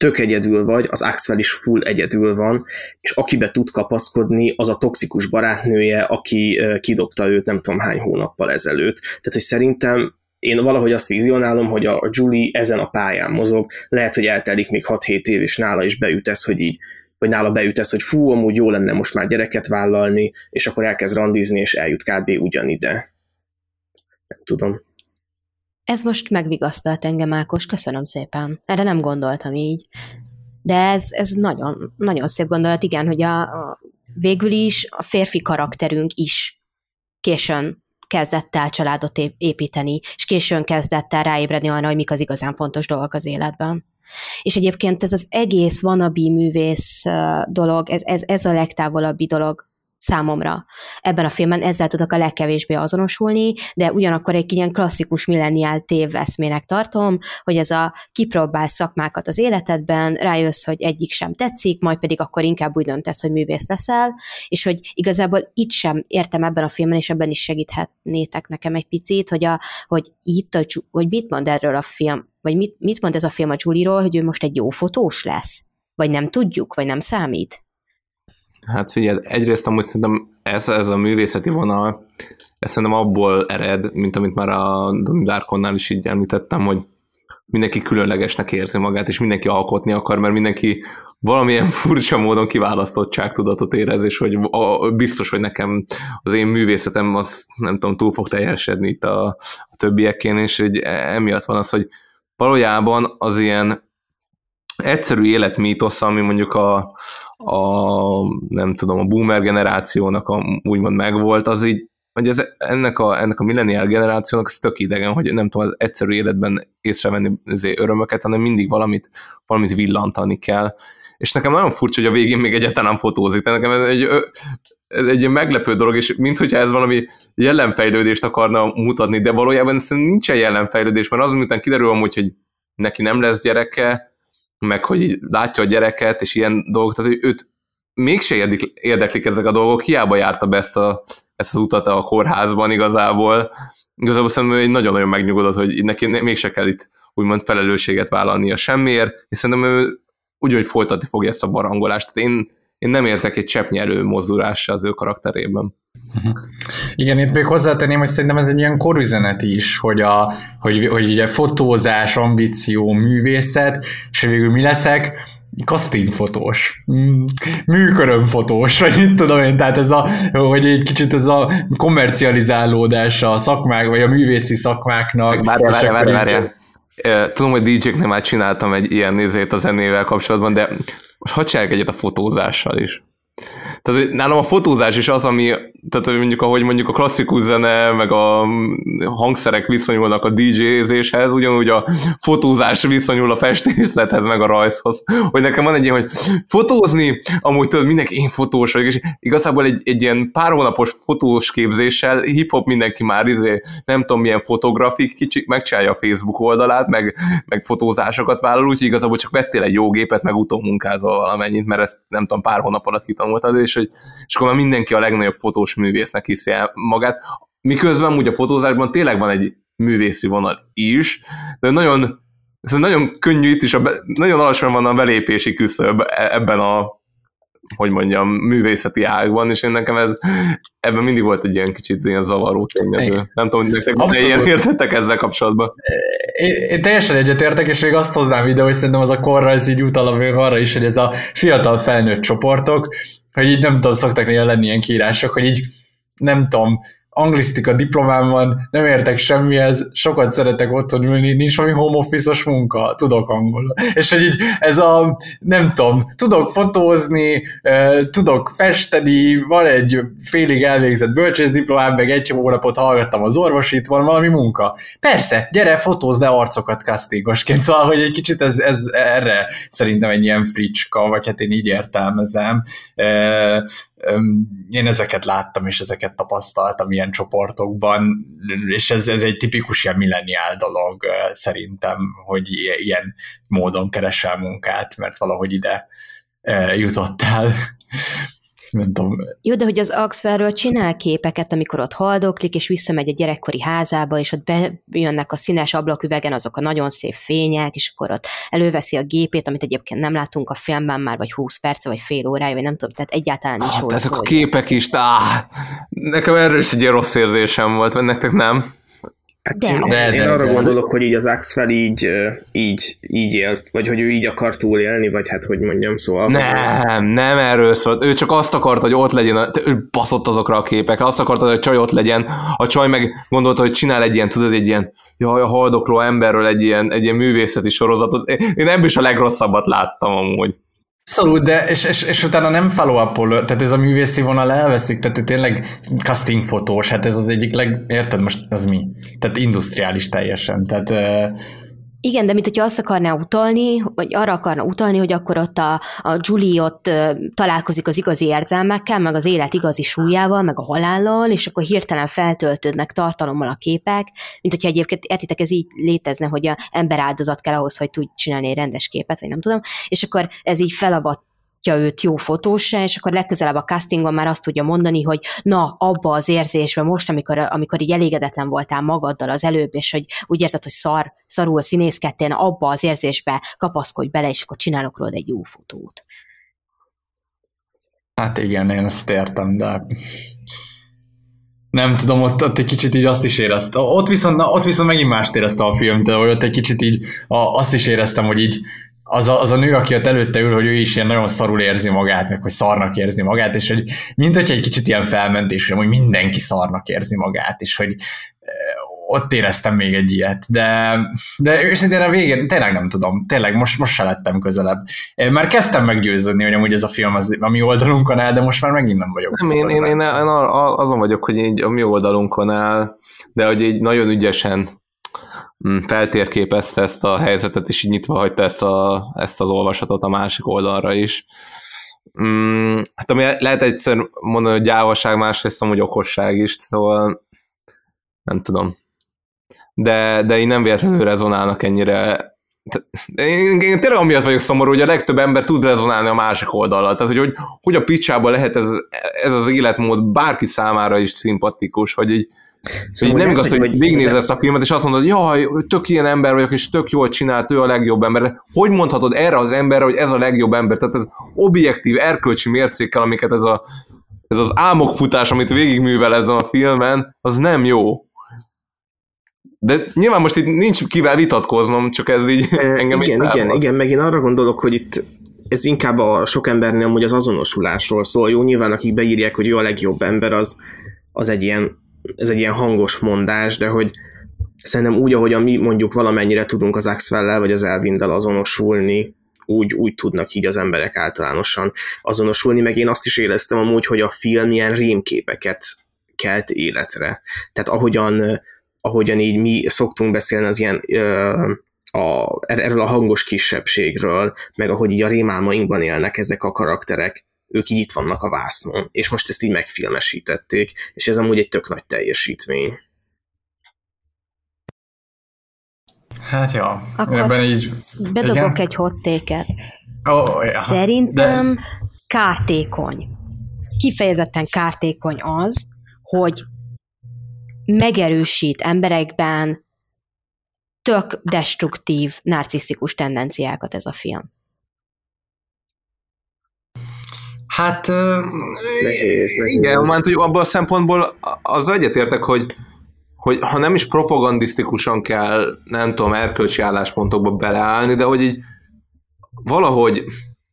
tök egyedül vagy, az Axwell is full egyedül van, és akibe tud kapaszkodni, az a toxikus barátnője, aki kidobta őt nem tudom hány hónappal ezelőtt. Tehát, hogy szerintem én valahogy azt vizionálom, hogy a Julie ezen a pályán mozog, lehet, hogy eltelik még 6-7 év, és nála is beüt ez, hogy nála beüt ez, hogy fú, amúgy jó lenne most már gyereket vállalni, és akkor elkezd randizni, és eljut kb. Ugyanide. Nem tudom. Ez most megvigasztalt engem, Ákos, köszönöm szépen. Erre nem gondoltam így. De ez nagyon, nagyon szép gondolat, igen, hogy végül is a férfi karakterünk is későn kezdett el családot építeni, és későn kezdett el ráébredni arra, hogy mik az igazán fontos dolgok az életben. És egyébként ez az egész wannabe művész dolog, ez a legtávolabbi dolog számomra. Ebben a filmben ezzel tudok a legkevésbé azonosulni, de ugyanakkor egy ilyen klasszikus milleniál téveszmének tartom, hogy ez a kipróbál szakmákat az életedben, rájössz, hogy egyik sem tetszik, majd pedig akkor inkább úgy döntesz, hogy művész leszel, és hogy igazából itt sem értem ebben a filmben, és ebben is segíthetnétek nekem egy picit, hogy mit mond erről a film, vagy mit mond ez a film a Julie-ról, hogy ő most egy jó fotós lesz? Vagy nem tudjuk, vagy nem számít? Hát figyelj, egyrészt amúgy szerintem ez a művészeti vonal, ez szerintem abból ered, mint amit már a Donnie Darkonnál is így említettem, hogy mindenki különlegesnek érzi magát, és mindenki alkotni akar, mert mindenki valamilyen furcsa módon kiválasztottságtudatot érez, és hogy biztos, hogy nekem az én művészetem az nem tudom, túl fog teljesedni itt a többiekén, és hogy emiatt van az, hogy valójában az ilyen egyszerű életmítosz, ami mondjuk nem tudom, a boomer generációnak úgymond megvolt, az így, hogy ennek a millennial generációnak ez tök idegen, hogy nem tudom, az egyszerű életben észrevenni örömöket, hanem mindig valamit villantani kell. És nekem nagyon furcsa, hogy a végén még egyáltalán nem fotózik. Nekem ez egy meglepő dolog, és minthogyha ez valami jellemfejlődést akarna mutatni, de valójában szerintem nincsen jellemfejlődés, mert az, miután kiderül amúgy, hogy neki nem lesz gyereke, meg hogy látja a gyereket, és ilyen dolgok, tehát őt mégse érdeklik ezek a dolgok, hiába járta be ezt az utat a kórházban igazából. Igazából szerintem egy nagyon-nagyon megnyugodott, hogy neki mégse kell itt úgymond felelősséget vállalnia semmiért, és szerintem ő úgy folytatni fogja ezt a barangolást. Tehát én nem érzek egy cseppnyi előmozdulás az ő karakterében. Igen, itt még hozzátenném, hogy szerintem ez egy ilyen korüzenet is, hogy ugye fotózás, ambíció, művészet, és végül mi leszek? Castingfotós, műkörömfotós, vagy mit tudom én, tehát hogy egy kicsit ez a kommercializálódás a szakmák, vagy a művészi szakmáknak. Várjál. Tudom, hogy DJ-knél már csináltam egy ilyen nézét a zenével kapcsolatban, de most hadd csinálják egyet a fotózással is. Tehát nálam a fotózás is az, ami, tehát mondjuk ahogy mondjuk a klasszikus zene, meg a hangszerek viszonyulnak a DJ-zéshez, ugyanúgy a fotózás viszonyul a festészethez, meg a rajzhoz. Hogy nekem van egy ilyen, hogy fotózni, amúgy tudod, mindenki én fotós vagyok, és igazából egy ilyen pár hónapos fotós képzéssel hip-hop mindenki már nem tudom milyen fotografik, kicsit megcsinálja a Facebook oldalát, meg fotózásokat vállal, úgyhogy igazából csak vettél egy jó gépet, meg utómunkázol valamennyit, mert ezt nem tudom, pár hónap alatt kitanultad, és akkor már mindenki a legnagyobb fotós művésznek hiszi el magát. Miközben úgy a fotózásban tényleg van egy művészi vonal is, de nagyon könnyű itt is, nagyon alacsony van a belépési küszöb ebben a, hogy mondjam, művészeti ágban, és én nekem ebben mindig volt egy ilyen kicsit ilyen zavaró tényező. Nem tudom, hogy nektek ilyen értettek ezzel kapcsolatban. Én teljesen egyetértek, és még azt hoznám ide, hogy szerintem az a korra ez így utal arra is, hogy ez a fiatal felnőtt csoportok, hogy így nem tudom, szoktak néha lenni ilyen kiírások, hogy így nem tudom, anglisztika diplomám van, nem értek semmihez, sokat szeretek otthon ülni, nincs valami home office-os munka, tudok angolul. És hogy így ez a, nem tudom, tudok fotózni, tudok festeni, van egy félig elvégzett bölcsészdiplomám, meg egy hónapot hallgattam az orvosit, van valami munka. Persze, gyere, fotózd le arcokat castingosként, szóval, hogy egy kicsit ez erre szerintem egy ilyen fricska, vagy hát én így értelmezem. Én ezeket láttam, és ezeket tapasztaltam ilyen csoportokban, és ez egy tipikus ilyen milleniál dolog szerintem, hogy ilyen módon keresel munkát, mert valahogy ide jutottál. nem tudom. Jó, de hogy az Axwell-ről csinál képeket, amikor ott haldoklik, és visszamegy a gyerekkori házába, és ott bejönnek a színes ablaküvegen azok a nagyon szép fények, és akkor ott előveszi a gépét, amit egyébként nem látunk a filmben már, vagy 20 perce, vagy fél órája, vagy nem tudom, tehát egyáltalán nincs róla. Ezek a képek is, nekem erről is egy ilyen rossz érzésem volt, vagy nektek nem? Én arra gondolok, hogy így az Axwell így élt, vagy hogy ő így akar túlélni, vagy hát hogy mondjam, szóval... Nem erről szólt. Ő csak azt akarta, hogy ott legyen, ő baszott azokra a képekre, azt akarta, hogy a csaj ott legyen, a csaj meg gondolta, hogy csinál egy ilyen, tudod, egy ilyen, jaj, a haldokló emberről egy ilyen művészeti sorozatot. Én ebből is a legrosszabbat láttam amúgy. Abszolút, de és utána nem follow-up-ol, tehát ez a művészi vonal elveszik, tehát ő tényleg casting fotós, hát ez az egyik érted most, az mi? Tehát industriális teljesen, tehát... Igen, de mint hogyha azt akarná utalni, vagy arra akarna utalni, hogy akkor ott a Julie ott találkozik az igazi érzelmekkel, meg az élet igazi súlyával, meg a halállal, és akkor hirtelen feltöltődnek tartalommal a képek, mint hogyha egyébként értitek, ez így létezne, hogy a emberáldozat kell ahhoz, hogy tudj csinálni egy rendes képet, vagy nem tudom, és akkor ez így felavatja őt jó fotósra, és akkor legközelebb a castingon már azt tudja mondani, hogy na, abba az érzésben most, amikor így elégedetlen voltál magaddal az előbb, és hogy úgy érzed, hogy szarul színészkedtél, abba az érzésbe kapaszkodj bele, és akkor csinálok rólad egy jó fotót. Hát igen, én ezt értem, de nem tudom, ott egy kicsit így azt is éreztem. Ott viszont megint mást éreztem a filmtől, hogy ott egy kicsit így azt is éreztem, hogy így az a nő, aki ott előtte ül, hogy ő is ilyen nagyon szarul érzi magát, meg hogy szarnak érzi magát, és hogy mint hogyha egy kicsit ilyen felmentés, hogy mindenki szarnak érzi magát, és hogy ott éreztem még egy ilyet, de őszintén a végén tényleg nem tudom, tényleg most se lettem közelebb. Már kezdtem meggyőződni, hogy amúgy ez a film az a mi oldalunkon áll, de most már megint nem vagyok. Nem, én azon vagyok, hogy így a mi oldalunkon áll, de hogy így nagyon ügyesen feltérképezte ezt a helyzetet, és így nyitva hagyta ezt az olvasatot a másik oldalra is. Hát ami lehet egyszer mondani, hogy gyávaság, másrészt amúgy okosság is, szóval nem tudom. De én nem véletlenül rezonálnak ennyire. Én tényleg amiatt vagyok szomorú, hogy a legtöbb ember tud rezonálni a másik oldallal. Tehát, hogy a picsában lehet ez az életmód bárki számára is szimpatikus, hogy így szóval nem igaz, hogy végignézed ezt a filmet, és azt mondod, hogy jaj, tök ilyen ember vagyok, és tök jól csinált, ő a legjobb ember. Hogy mondhatod erre az emberre, hogy ez a legjobb ember? Tehát ez objektív, erkölcsi mércékkel, amiket ez az álmokfutás, amit végigművel ezen a filmen, az nem jó. De nyilván most itt nincs kivel vitatkoznom, csak ez így engem Igen, meg én arra gondolok, hogy itt ez inkább a sok embernél amúgy az azonosulásról szól. Jó, nyilván akik beírják, hogy ő a legjobb ember, az egy ilyen hangos mondás, de hogy szerintem úgy, ahogyan mi mondjuk valamennyire tudunk az Axwell-lel vagy az Elvindel azonosulni, úgy tudnak így az emberek általánosan azonosulni, meg én azt is éreztem amúgy, hogy a film ilyen rémképeket kelt életre. Tehát ahogyan így mi szoktunk beszélni az ilyen erről a hangos kisebbségről, meg ahogy így a rémálmainkban élnek ezek a karakterek, ők így itt vannak a vásznon, és most ezt így megfilmesítették, és ez amúgy egy tök nagy teljesítmény. Hát ja, akkor ebben így... bedobok egy hot take-et. Ja. Szerintem kártékony. Kifejezetten kártékony az, hogy megerősít emberekben tök destruktív, narcisztikus tendenciákat ez a film. Hát igen, mert hogy abban a szempontból azzal egyetértek, hogy ha nem is propagandisztikusan kell, nem tudom, erkölcsi álláspontokba beleállni, de hogy így valahogy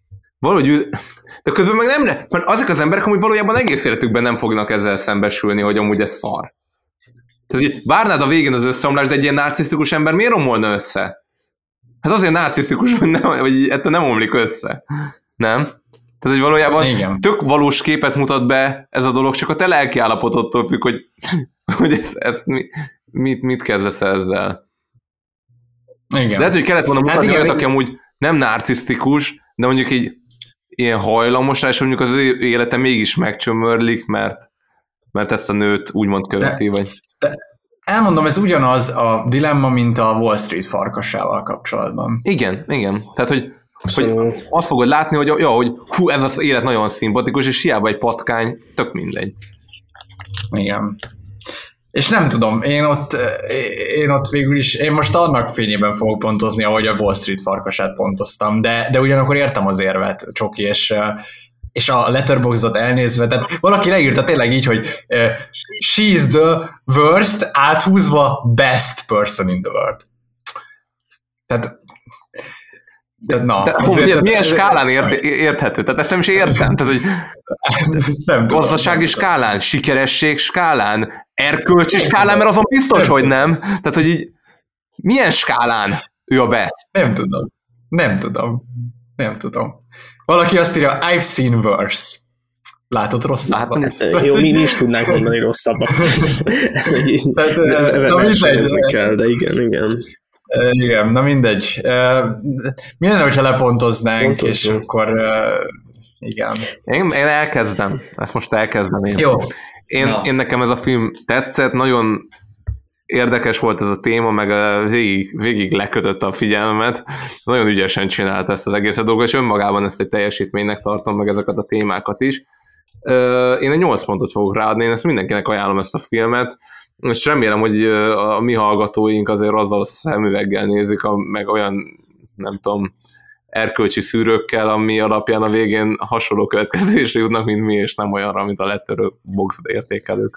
de közben meg nem, mert azok az emberek amúgy valójában egész életükben nem fognak ezzel szembesülni, hogy amúgy ez szar. Tehát így várnád a végén az összeomlást, de egy ilyen narcisztikus ember miért romolna össze? Hát azért narcisztikus, hogy ettől nem omlik össze. Nem? Tehát, hogy valójában tök valós képet mutat be ez a dolog, csak a te lelki állapotottól függ, hogy ezt mit kezdesz ezzel. Igen. De lehet, hogy kellett volna mutatni olyat, aki amúgy nem narcisztikus, de mondjuk így ilyen hajlamos, és mondjuk az ő élete mégis megcsömörlik, mert ezt a nőt úgymond követi, vagy... Elmondom, ez ugyanaz a dilemma, mint a Wall Street farkasával kapcsolatban. Igen. Tehát, Hogy azt fogod látni, hogy hú, ez az élet nagyon szimpatikus, és hiába egy patkány, tök mindegy. Igen. És nem tudom, én ott végül is, én most annak fényében fogok pontozni, ahogy a Wall Street farkasát pontoztam, de ugyanakkor értem az érvet, Csoki, és a Letterboxdot elnézve, tehát valaki leírta tényleg így, hogy she's the worst, áthúzva best person in the world. Tehát milyen skálán érthető? Tehát ezt nem is értem. Tehát, hogy nem gazdasági skálán, sikeresség skálán, erkölcsi skálán, mert azon biztos, hogy nem. Tehát, hogy így milyen skálán ő a best? Nem tudom. Valaki azt írja, I've seen worse. Látod rosszabbat? Jó, mi is tudnánk mondani rosszabbat. De igen. Igen, na mindegy. Mi lenne, hogyha lepontoznánk, és akkor igen. Én elkezdem. Ezt most elkezdem én. Jó. Én nekem ez a film tetszett, nagyon érdekes volt ez a téma, meg végig lekötött a figyelmemet. Nagyon ügyesen csinálta ezt az egész dolgot, és önmagában ezt egy teljesítménynek tartom, meg ezeket a témákat is. Én egy 8 pontot fogok ráadni, én ezt mindenkinek ajánlom ezt a filmet, és remélem, hogy a mi hallgatóink azért azzal a szemüveggel nézik, meg olyan, nem tudom, erkölcsi szűrőkkel, ami alapján a végén hasonló következésre jutnak, mint mi, és nem olyanra, mint a Letterboxd értékelők.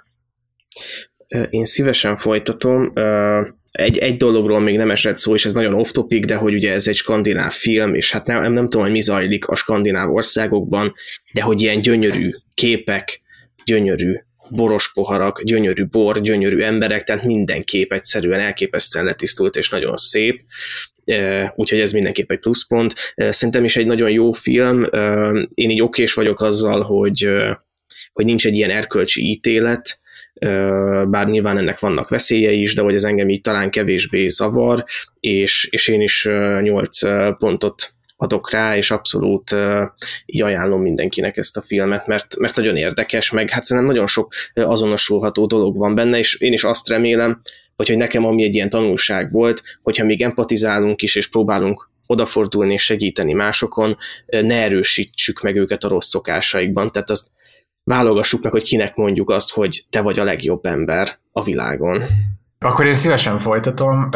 Én szívesen folytatom. Egy dologról még nem esett szó, és ez nagyon off-topic, de hogy ugye ez egy skandináv film, és hát nem tudom, hogy mi zajlik a skandináv országokban, de hogy ilyen gyönyörű képek, gyönyörű boros poharak, gyönyörű bor, gyönyörű emberek, tehát minden kép egyszerűen elképesztően letisztult és nagyon szép, úgyhogy ez mindenképp egy pluszpont. Szerintem is egy nagyon jó film, én így okés vagyok azzal, hogy nincs egy ilyen erkölcsi ítélet, bár nyilván ennek vannak veszélyei is, de hogy ez engem így talán kevésbé zavar, és én is 8 pontot adok rá, és abszolút így ajánlom mindenkinek ezt a filmet, mert nagyon érdekes, meg hát szerintem nagyon sok azonosulható dolog van benne, és én is azt remélem, hogy nekem ami egy ilyen tanulság volt, hogyha még empatizálunk is, és próbálunk odafordulni és segíteni másokon, ne erősítsük meg őket a rossz szokásaikban, tehát azt válogassuk meg, hogy kinek mondjuk azt, hogy te vagy a legjobb ember a világon. Akkor én szívesen folytatom.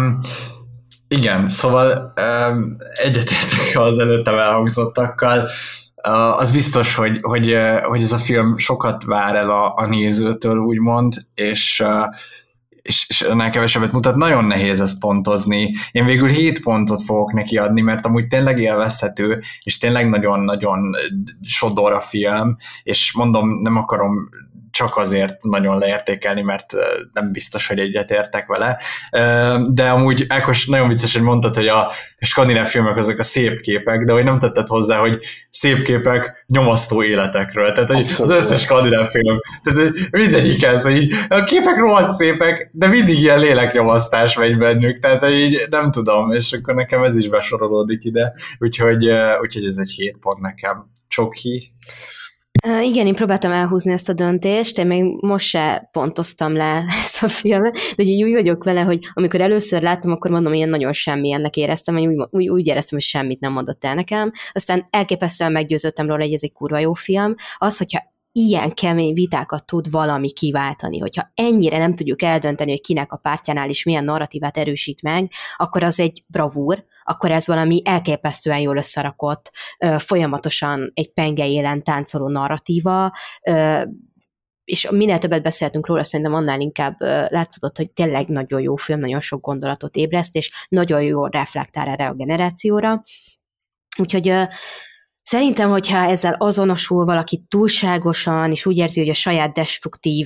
Igen, szóval egyetértek az előttem elhangzottakkal. Az biztos, hogy ez a film sokat vár el a nézőtől, úgymond, és ennél kevesebbet mutat. Nagyon nehéz ezt pontozni. Én végül 7 pontot fogok neki adni, mert amúgy tényleg élvezhető, és tényleg nagyon-nagyon sodor a film, és mondom, nem akarom csak azért nagyon leértékelni, mert nem biztos, hogy egyetértek vele. De amúgy Ákos nagyon vicces, hogy mondtad, hogy a skandináv filmek azok a szép képek, de hogy nem tetted hozzá, hogy szép képek nyomasztó életekről. Tehát hogy az összes skandináv film. Tehát mindegyik ez, hogy a képek rohadt szépek, de mindig ilyen léleknyomasztás megy bennük. Tehát így nem tudom, és akkor nekem ez is besorolódik ide. Úgyhogy ez egy 7 pont nekem. Csoki. Igen, én próbáltam elhúzni ezt a döntést, én még most se pontoztam le ezt a filmet, de így úgy vagyok vele, hogy amikor először láttam, akkor mondom, ilyen nagyon semmilyennek éreztem, hogy úgy éreztem, hogy semmit nem mondott el nekem. Aztán elképesztően meggyőződtem róla, hogy ez egy kurva jó film. Az, hogyha ilyen kemény vitákat tud valami kiváltani, hogyha ennyire nem tudjuk eldönteni, hogy kinek a pártjánál is milyen narratívát erősít meg, akkor az egy bravúr, akkor ez valami elképesztően jól összerakott, folyamatosan egy penge élen táncoló narratíva, és minél többet beszéltünk róla, szerintem annál inkább látszott, hogy tényleg nagyon jó film, nagyon sok gondolatot ébreszt, és nagyon jól reflektál erre a generációra. Úgyhogy szerintem, hogyha ezzel azonosul valaki túlságosan, és úgy érzi, hogy a saját destruktív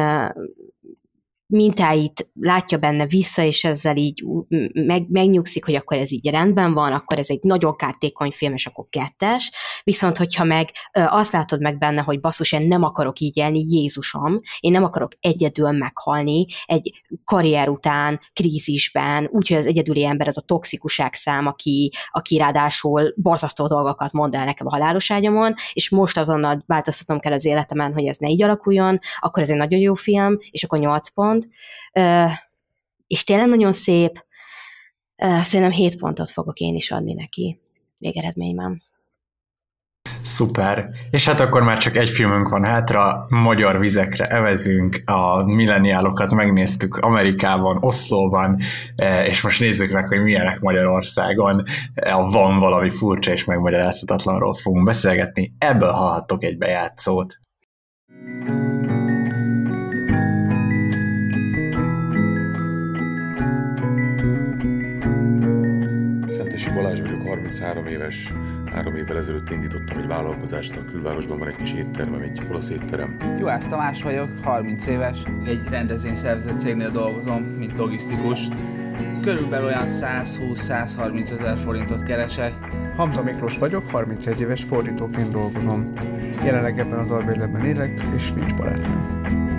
mintáit látja benne vissza, és ezzel így megnyugszik, hogy akkor ez így rendben van, akkor ez egy nagyon kártékony film, és akkor 2-es. Viszont, hogyha meg azt látod meg benne, hogy basszus, én nem akarok így élni, Jézusom, én nem akarok egyedül meghalni egy karrier után, krízisben, úgyhogy az egyedüli ember az a toxikuság szám, aki ráadásul borzasztó dolgokat mond el nekem a halálos ágyamon, és most azonnal változtatom kell az életemen, hogy ez ne így alakuljon, akkor ez egy nagyon jó film, és akkor 8 pont. És tényleg nagyon szép, szerintem 7 pontot fogok én is adni neki. végeredményben. Szuper. És hát akkor már csak egy filmünk van hátra, magyar vizekre evezünk, a milleniálokat megnéztük Amerikában, Oszlóban, és most nézzük meg, hogy milyenek Magyarországon. Van valami furcsa és megmagyarázhatatlanról fogunk beszélgetni, ebből hallhattok egy bejátszót. Szentesi Balázs vagyok, 33 éves. 3 évvel ezelőtt indítottam egy vállalkozást, a külvárosban van egy kis éttermem, egy olasz étterem. Juhász Tamás vagyok, 30 éves. Egy rendezvényszervező cégnél dolgozom, mint logisztikus. Körülbelül olyan 120-130 ezer forintot keresek. Hamza Miklós vagyok, 31 éves, fordítóként dolgozom. Jelenleg ebben az albérletben élek, és nincs barátom.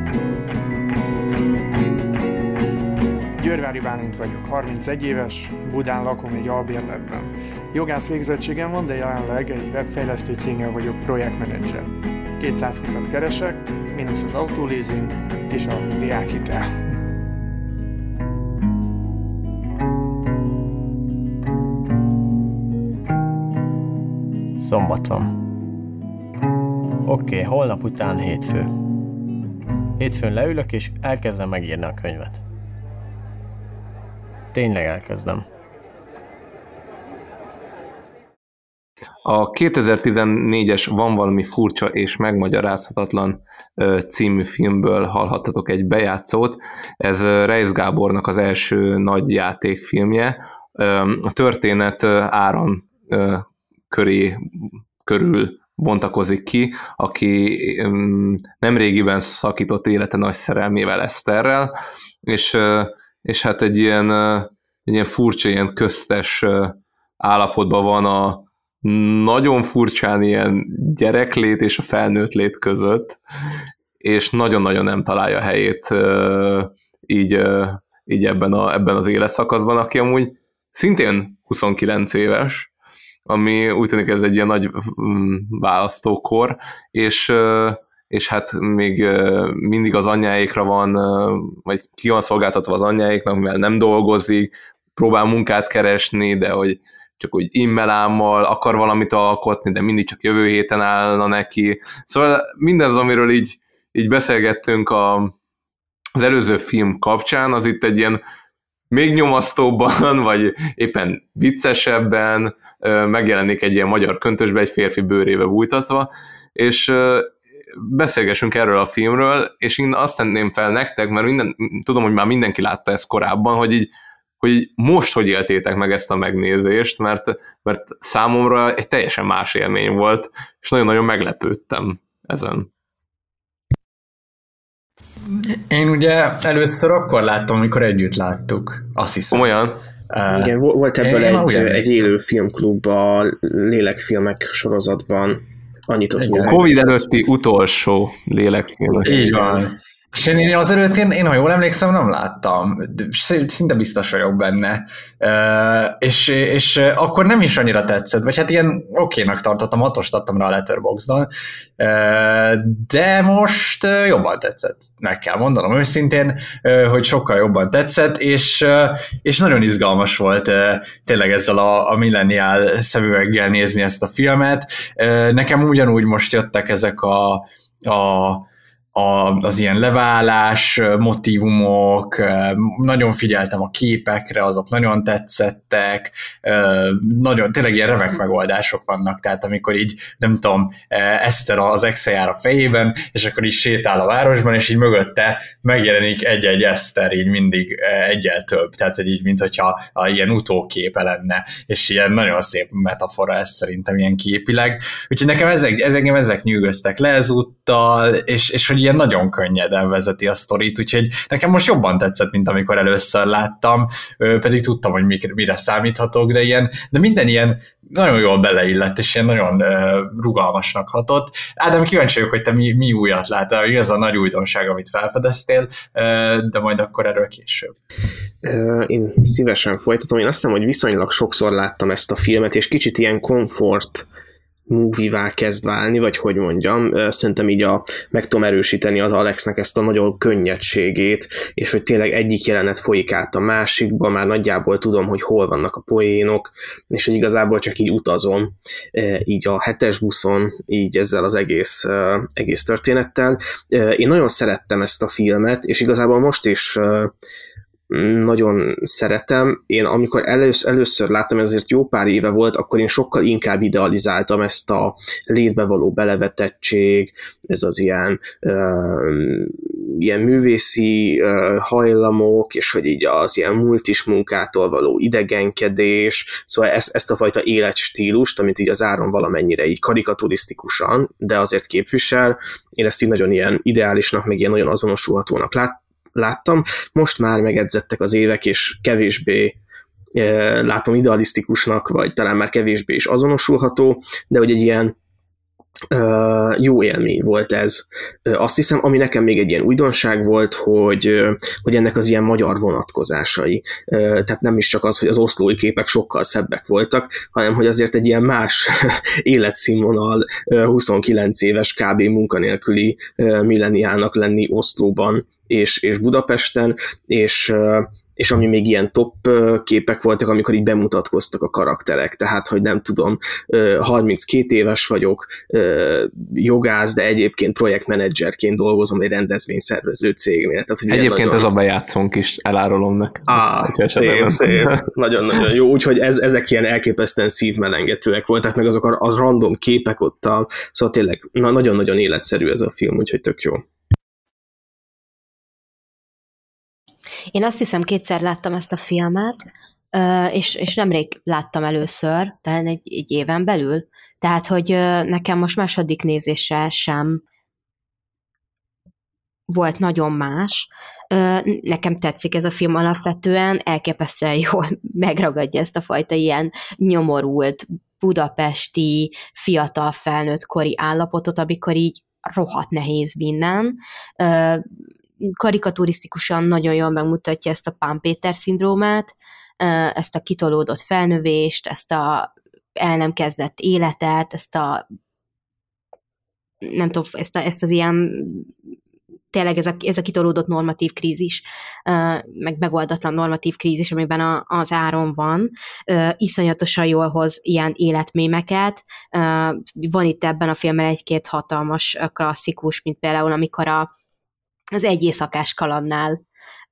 Győrvári Bálint vagyok, 31 éves, Budán lakom egy albérletben. Jogász végzettségem van, de jelenleg egy webfejlesztő cégnél vagyok projektmenedzser. 220-at keresek, mínusz az autóleasing és a diákhitel. Szombat van. Oké, holnap után hétfő. Hétfőn leülök és elkezdem megírni a könyvet. Tényleg elkezdem. A 2014-es Van valami furcsa és megmagyarázhatatlan című filmből hallhattatok egy bejátszót. Ez Reisz Gábornak az első nagy játékfilmje. A történet Áron körül bontakozik ki, aki nemrégiben szakított élete nagy szerelmével, Eszterrel, és hát egy ilyen furcsa, ilyen köztes állapotban van a nagyon furcsán ilyen gyereklét és a felnőtt lét között, és nagyon-nagyon nem találja a helyét így ebben az életszakaszban, aki amúgy szintén 29 éves, ami úgy tűnik, ez egy ilyen nagy választókor, és hát még mindig az anyjáékra van, vagy ki van szolgáltatva az anyjáéknak, mivel nem dolgozik, próbál munkát keresni, de hogy csak úgy immelámmal akar valamit alkotni, de mindig csak jövő héten állna neki. Szóval mindez, amiről így beszélgettünk az előző film kapcsán, az itt egy ilyen még nyomasztóbban, vagy éppen viccesebben megjelenik egy ilyen magyar köntösbe, egy férfi bőrébe bújtatva, és beszélgessünk erről a filmről, és én azt tenném fel nektek, mert tudom, hogy már mindenki látta ezt korábban, hogy így most hogy éltétek meg ezt a megnézést, mert számomra egy teljesen más élmény volt, és nagyon-nagyon meglepődtem ezen. Én ugye először akkor láttam, amikor együtt láttuk, azt hiszem. Olyan? Igen, volt ebből egy élő filmklub a Lélekfilmek sorozatban. Annyit ott volt. Covid előtti utolsó Lélekfilmek. Így van. És én az előtt, én ha jól emlékszem, nem láttam. Szinte biztos vagyok benne. És akkor nem is annyira tetszett, vagy hát ilyen okénak tartottam, 6-ost adtam rá a Letterboxdon, de most jobban tetszett. Meg kell mondanom őszintén, hogy sokkal jobban tetszett, és nagyon izgalmas volt tényleg ezzel a millenial szemüveggel nézni ezt a filmet. Nekem ugyanúgy most jöttek ezek az ilyen leválás motívumok, nagyon figyeltem a képekre, azok nagyon tetszettek, nagyon, tényleg ilyen remek megoldások vannak, tehát amikor így, nem tudom, Eszter az exe jár a fejében, és akkor így sétál a városban, és így mögötte megjelenik egy-egy Eszter, így mindig egyel több, tehát így, mint hogyha ilyen utóképe lenne, és ilyen nagyon szép metafora ez szerintem ilyen képileg, úgyhogy nekem ezek nyűgöztek le ezúttal, és hogy ilyen nagyon könnyeden vezeti a sztorit, úgyhogy nekem most jobban tetszett, mint amikor először láttam, pedig tudtam, hogy mire számíthatok, de minden ilyen nagyon jól beleillett, és ilyen nagyon rugalmasnak hatott. Ádám, kíváncsi vagyok, hogy te mi újat láttál, mi az a nagy újdonság, amit felfedeztél, de majd akkor erről később. Én szívesen folytatom. Én azt hiszem, hogy viszonylag sokszor láttam ezt a filmet, és kicsit ilyen komfort movie-vá kezd válni, vagy hogy mondjam, szerintem így meg tudom erősíteni az Alexnek ezt a nagyon könnyedségét, és hogy tényleg egyik jelenet folyik át a másikba, már nagyjából tudom, hogy hol vannak a poénok, és hogy igazából csak így utazom, így a 7-es buszon, így ezzel az egész történettel. Én nagyon szerettem ezt a filmet, és igazából most is nagyon szeretem. Én amikor először láttam, ezért jó pár éve volt, akkor én sokkal inkább idealizáltam ezt a létbe való belevetettség, ez az ilyen művészi hajlamok, és hogy így az ilyen multis munkától való idegenkedés, szóval ezt a fajta életstílust, amit így az Áron valamennyire így karikaturisztikusan, de azért képvisel, én ezt így nagyon ilyen ideálisnak, meg ilyen nagyon azonosulhatónak láttam. Most már megedzettek az évek, és kevésbé látom idealisztikusnak, vagy talán már kevésbé is azonosulható, de hogy egy ilyen jó élmény volt ez. Azt hiszem, ami nekem még egy ilyen újdonság volt, hogy ennek az ilyen magyar vonatkozásai. Tehát nem is csak az, hogy az oszlói képek sokkal szebbek voltak, hanem hogy azért egy ilyen más életszínvonal 29 éves kb. Munkanélküli milleniálnak lenni Oszlóban és Budapesten, és ami még ilyen top képek voltak, amikor így bemutatkoztak a karakterek, tehát, hogy nem tudom, 32 éves vagyok, jogász, de egyébként projektmenedzserként dolgozom egy rendezvényszervező cégnél. Tehát, hogy egyébként nagyon... ez a bejátszónk is, elárulom neked. Szép. Nagyon-nagyon jó, úgyhogy ezek ilyen elképesztően szívmelengetőek voltak, meg azok a random képek ott, szóval tényleg nagyon-nagyon életszerű ez a film, úgyhogy tök jó. Én azt hiszem, 2-szer láttam ezt a filmet, és nemrég láttam először, talán egy éven belül, tehát, hogy nekem most második nézésre sem volt nagyon más. Nekem tetszik ez a film alapvetően, elképesztően jól megragadja ezt a fajta ilyen nyomorult, budapesti, fiatal felnőtt kori állapotot, amikor így rohadt nehéz minden. Karikaturisztikusan nagyon jól megmutatja ezt a Pán Péter szindrómát, ezt a kitolódott felnövést, ezt a el nem kezdett életet, ezt a nem tudom, ezt az ilyen tényleg ez a kitolódott normatív krízis, meg megoldatlan normatív krízis, amiben az Áron van, iszonyatosan jól hoz ilyen életmémeket. Van itt ebben a filmben egy-két hatalmas klasszikus, mint például amikor az Egy éjszakás kalandnál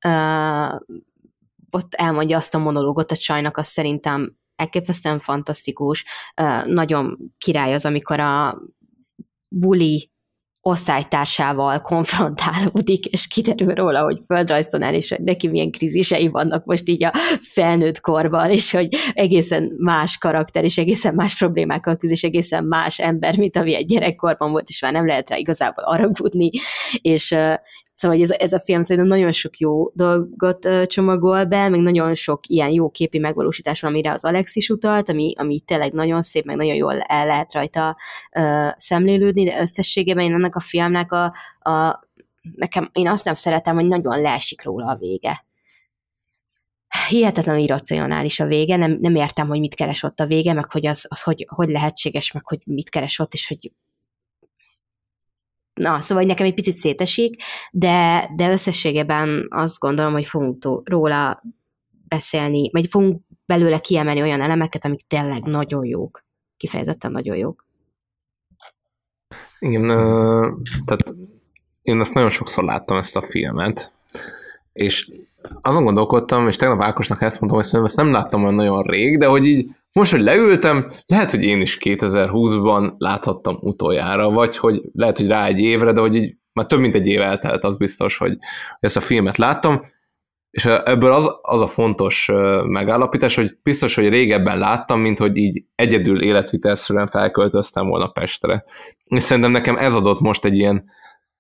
ott elmondja azt a monológot a csajnak, az szerintem elképesztően fantasztikus. Nagyon király az, amikor a buli osztálytársával konfrontálódik, és kiderül róla, hogy földrajztanár, és hogy neki milyen krízisei vannak most így a felnőtt korban, és hogy egészen más karakter, és egészen más problémákkal küzd, és egészen más ember, mint ami egy gyerekkorban volt, és már nem lehet rá igazából haragudni, és szóval ez a film szerintem nagyon sok jó dolgot csomagol be, meg nagyon sok ilyen jó képi megvalósítás van, amire az Alex is utalt, ami tényleg nagyon szép, meg nagyon jól el lehet rajta szemlélődni, de összességében én ennek a filmnek nekem, én azt nem szeretem, hogy nagyon leesik róla a vége. Hihetetlenül irracionális a vége, nem értem, hogy mit keres ott a vége, meg hogy az hogy lehetséges, meg hogy mit keres ott, és hogy szóval nekem egy picit szétesik, de összességében azt gondolom, hogy fogunk róla beszélni, vagy fogunk belőle kiemelni olyan elemeket, amik tényleg nagyon jók. Kifejezetten nagyon jók. Igen, tehát én ezt nagyon sokszor láttam, ezt a filmet, és azon gondolkodtam, és tegnap Ákosnak ezt mondtam, hogy ezt nem láttam olyan nagyon rég, de hogy így most, hogy leültem, lehet, hogy én is 2020-ban láthattam utoljára, vagy hogy lehet, hogy rá egy évre, de hogy így már több mint egy év eltelt, az biztos, hogy ezt a filmet láttam, és ebből az a fontos megállapítás, hogy biztos, hogy régebben láttam, mint hogy így egyedül életvitelszerűen felköltöztem volna Pestre. És szerintem nekem ez adott most egy ilyen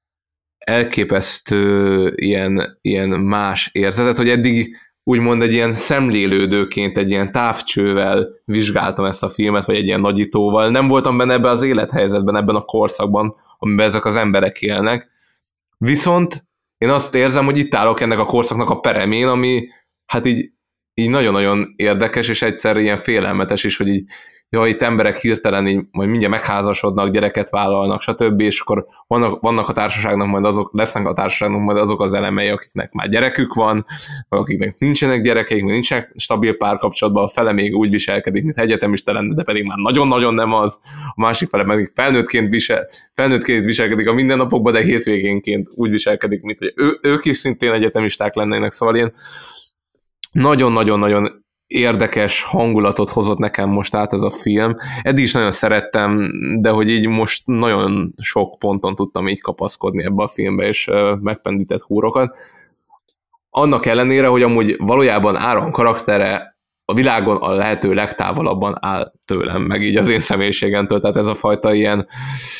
elképesztő ilyen más érzetet, hogy eddig úgymond egy ilyen szemlélődőként, egy ilyen távcsővel vizsgáltam ezt a filmet, vagy egy ilyen nagyítóval. Nem voltam benne ebben az élethelyzetben, ebben a korszakban, amiben ezek az emberek élnek. Viszont én azt érzem, hogy itt állok ennek a korszaknak a peremén, ami hát így nagyon-nagyon érdekes, és egyszerre ilyen félelmetes is, hogy így itt emberek hirtelen így majd mindjárt megházasodnak, gyereket vállalnak, stb. És akkor vannak a társaságnak lesznek a társaságnak majd azok az elemei, akiknek már gyerekük van, vagy akiknek nincsenek gyerekeik, vagy nincsenek stabil párkapcsolatban, a fele még úgy viselkedik, mint egyetemista lenne, de pedig már nagyon-nagyon nem az, a másik fele meg felnőttként viselkedik a mindennapokban, de hétvégénként úgy viselkedik, mint hogy ők is szintén egyetemisták lennének, szóval ilyen nagyon-nagyon-nagyon érdekes hangulatot hozott nekem most át ez a film. Eddig is nagyon szerettem, de hogy így most nagyon sok ponton tudtam így kapaszkodni ebbe a filmbe, és megpendített húrokat. Annak ellenére, hogy amúgy valójában Aaron karaktere a világon a lehető legtávolabban áll tőlem, meg így az én személyiségemtől, tehát ez a fajta ilyen,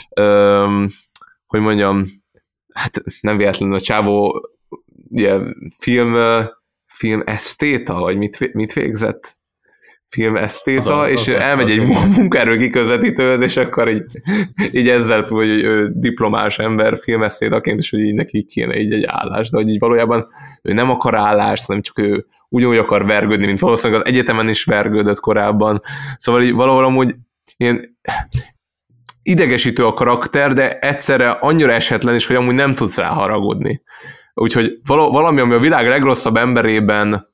hogy mondjam, hát nem véletlenül a csávó ilyen film esztéta, vagy mit végzett? Film esztéta, és elmegy egy munkaerő kiközvetítőhöz, és akkor így ezzel, hogy ő diplomás ember filmesztétaként, és hogy így neki kéne így egy állás, de hogy így valójában ő nem akar állást, hanem csak ő ugyanúgy akar vergődni, mint valószínűleg az egyetemen is vergődött korábban. Szóval így valahol amúgy ilyen idegesítő a karakter, de egyszerre annyira esetlen is, hogy amúgy nem tudsz rá haragudni. Úgyhogy valami, ami a világ legrosszabb emberében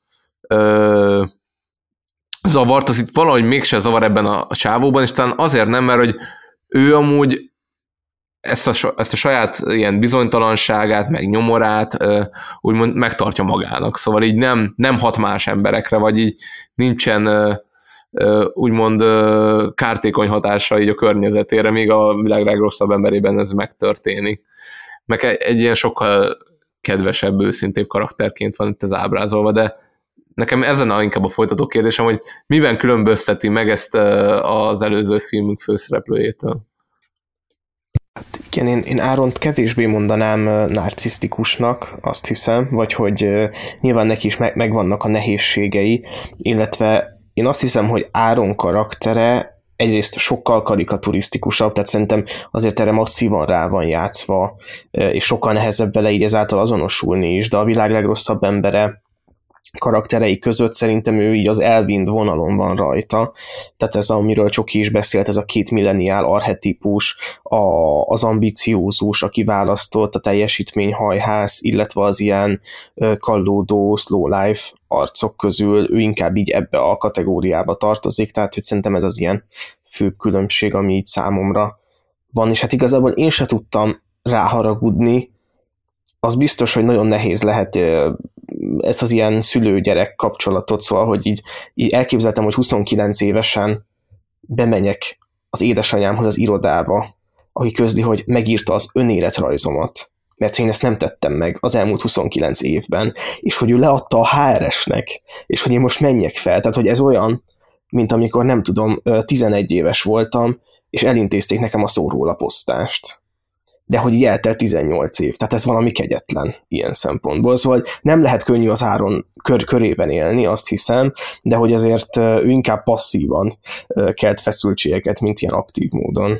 zavart, az itt valahogy mégse zavar ebben a csávóban, és talán azért nem, mert hogy ő amúgy ezt a saját ilyen bizonytalanságát, meg nyomorát úgymond megtartja magának. Szóval így nem hat más emberekre, vagy így nincsen úgymond kártékony hatása így a környezetére, míg a világ legrosszabb emberében ez megtörténik. Meg egy ilyen sokkal kedvesebb, őszintébb karakterként van itt az ábrázolva, de nekem ezen inkább a folytató kérdésem, hogy miben különbözteti meg ezt az előző filmünk főszereplőjétől? Hát igen, én Áront kevésbé mondanám narcisztikusnak, azt hiszem, vagy hogy nyilván neki is megvannak a nehézségei, illetve én azt hiszem, hogy Áron karaktere egyrészt sokkal karikaturisztikusabb, tehát szerintem azért erre masszívan rá van játszva, és sokkal nehezebb vele így ezáltal azonosulni is, de a világ legrosszabb embere karakterei között szerintem ő így az elvind vonalon van rajta, tehát ez, amiről Csoki is beszélt, ez a 2 milleniál archetípus, az ambiciózus, a kiválasztott, a teljesítményhajhász, illetve az ilyen kallódó, slow life arcok közül ő inkább így ebbe a kategóriába tartozik, tehát hogy szerintem ez az ilyen főbb különbség, ami így számomra van, és hát igazából én se tudtam ráharagudni, az biztos, hogy nagyon nehéz lehet ezt az ilyen szülő-gyerek kapcsolatot, szóval, hogy így elképzeltem, hogy 29 évesen bemenjek az édesanyámhoz az irodába, aki közli, hogy megírta az önéletrajzomat, mert én ezt nem tettem meg az elmúlt 29 évben, és hogy ő leadta a HRS-nek, és hogy én most menjek fel, tehát hogy ez olyan, mint amikor nem tudom, 11 éves voltam, és elintézték nekem a szórólaposztást. De hogy így eltelt 18 év, tehát ez valami kegyetlen ilyen szempontból. Szóval nem lehet könnyű az Áron körében élni, azt hiszem, de hogy azért ő inkább passzívan kelt feszültségeket, mint ilyen aktív módon.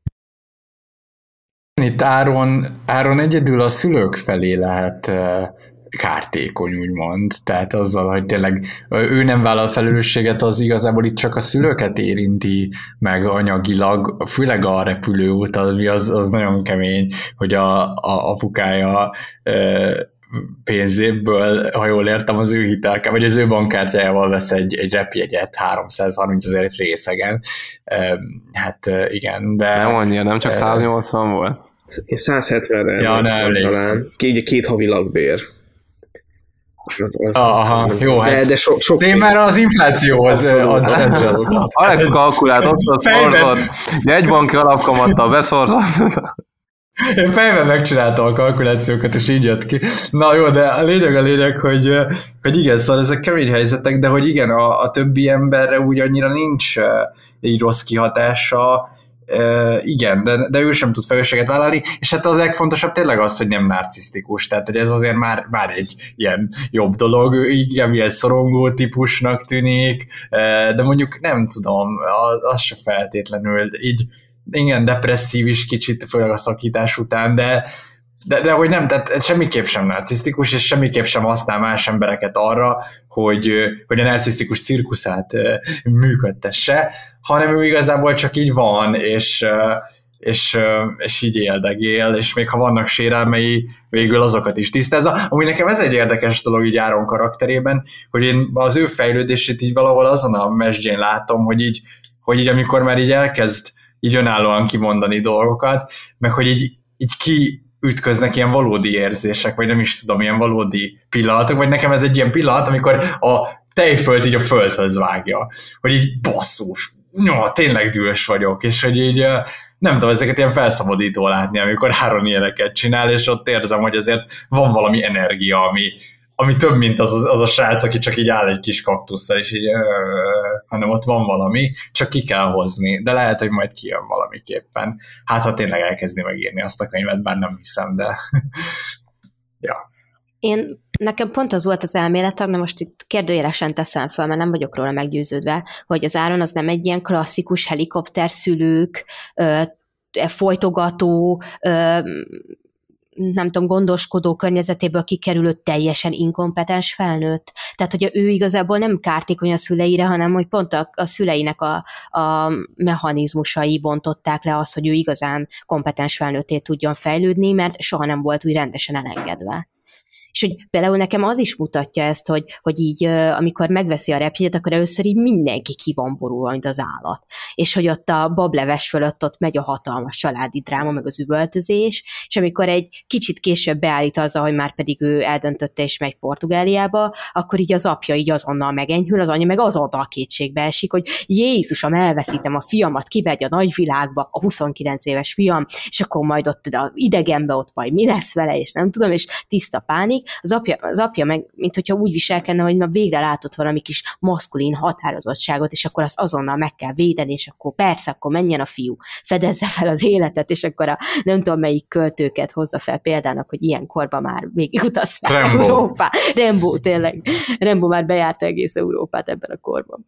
Itt Áron egyedül a szülők felé lehet kártékony, úgymond. Tehát azzal, hogy tényleg ő nem vállal felelősséget, az igazából itt csak a szülőket érinti meg anyagilag, főleg a repülőút, az nagyon kemény, hogy a apukája pénzéből, ha jól értem, az ő vagy az ő bankkártyájával vesz egy repjegyet 330 000 részegen. Hát igen, de... Nem annyira, nem csak 180 volt? Én 170-re talán. Két havi lakbér. Aha, jó, hát. De sok én már az inflációhoz Alex kalkulált, ott szorzott, jegybanki alapkamattal beszorzott. Én fejben megcsináltam a kalkulációkat, és így jött ki. Na jó, de a lényeg, hogy igen, szóval ezek kemény helyzetek, de hogy igen, a többi emberre úgy annyira nincs egy rossz kihatása, igen, de ő sem tud felelősséget vállalni, és hát az legfontosabb tényleg az, hogy nem narcisztikus, tehát hogy ez azért már egy ilyen jobb dolog, igen, ilyen szorongó típusnak tűnik, de mondjuk nem tudom, az se feltétlenül így, igen, depresszív is kicsit, főleg a szakítás után, de de hogy nem, tehát semmiképp sem narcisztikus, és semmiképp sem használ más embereket arra, hogy a narcisztikus cirkuszát működtesse, hanem ő igazából csak így van, és így éldegél, és még ha vannak sérelmei, végül azokat is tisztázza. Amúgy nekem ez egy érdekes dolog így Áron karakterében, hogy én az ő fejlődését így valahol azon a mesdjén látom, hogy így amikor már így elkezd így önállóan kimondani dolgokat, meg hogy így kiütköznek ilyen valódi érzések, vagy nem is tudom, ilyen valódi pillanatok, vagy nekem ez egy ilyen pillanat, amikor a tejfölt így a földhöz vágja, hogy így basszus, tényleg dühös vagyok, és hogy így nem tudom, ezeket ilyen felszabadító látni, amikor Áron ilyeneket csinál, és ott érzem, hogy azért van valami energia, ami több, mint az a srác, aki csak így áll egy kis kaktusszal, és így, hanem ott van valami, csak ki kell hozni, de lehet, hogy majd kijön valamiképpen. Hát, ha tényleg elkezdi megírni azt a könyvet, bár nem hiszem, de ja. Nekem pont az volt az elméletem, de most itt kérdőjelesen teszem fel, mert nem vagyok róla meggyőződve, hogy az Áron az nem egy ilyen klasszikus helikopterszülők, folytogató, nem tudom, gondoskodó környezetéből kikerülő teljesen inkompetens felnőtt. Tehát, hogy ő igazából nem kártékony a szüleire, hanem hogy pont a szüleinek a mechanizmusai bontották le azt, hogy ő igazán kompetens felnőtté tudjon fejlődni, mert soha nem volt úgy rendesen elengedve. És hogy például nekem az is mutatja ezt, hogy így amikor megveszi a repjegyet, akkor először így mindenki ki van borulva, mint az állat. És hogy ott a bableves fölött ott megy a hatalmas családi dráma, meg az üvöltözés, és amikor egy kicsit később beállít azzal, hogy már pedig ő eldöntötte és megy Portugáliába, akkor így az apja így azonnal megenyhül, az anya meg azonnal kétségbe esik, hogy Jézusom, elveszítem a fiamat, kimegy a nagyvilágba, a 29 éves fiam, és akkor majd ott a idegenbe ott majd mi lesz vele, és nem tudom, és tiszta pánik. Az apja meg, mint hogyha úgy viselkedne, hogy na végre látott valami kis maszkulin határozottságot, és akkor azt azonnal meg kell védeni, és akkor persze, akkor menjen a fiú, fedezze fel az életet, és akkor nem tudom melyik költőket hozza fel példának, hogy ilyen korban már végigutazták Európát. Rembo, tényleg. Rembo már bejárta egész Európát ebben a korban.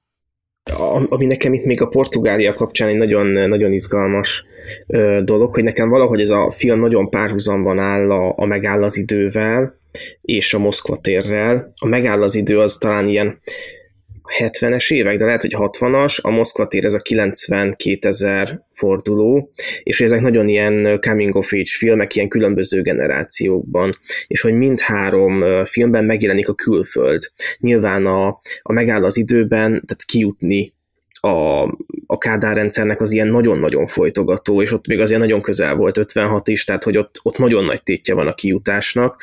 Ami nekem itt még a Portugália kapcsán egy nagyon, nagyon izgalmas dolog, hogy nekem valahogy ez a film nagyon párhuzamban áll a Megáll az idővel és a Moszkva térrel. A Megáll az idő az talán ilyen 70-es évek, de lehet, hogy 60-as, a Moszkva tér ez a 92.000 forduló, és hogy ezek nagyon ilyen coming of age filmek, ilyen különböző generációkban, és hogy mindhárom filmben megjelenik a külföld. Nyilván a Megáll az időben, tehát kijutni a Kádár rendszernek az ilyen nagyon-nagyon folytogató, és ott még azért nagyon közel volt 56 is, tehát hogy ott nagyon nagy tétje van a kijutásnak.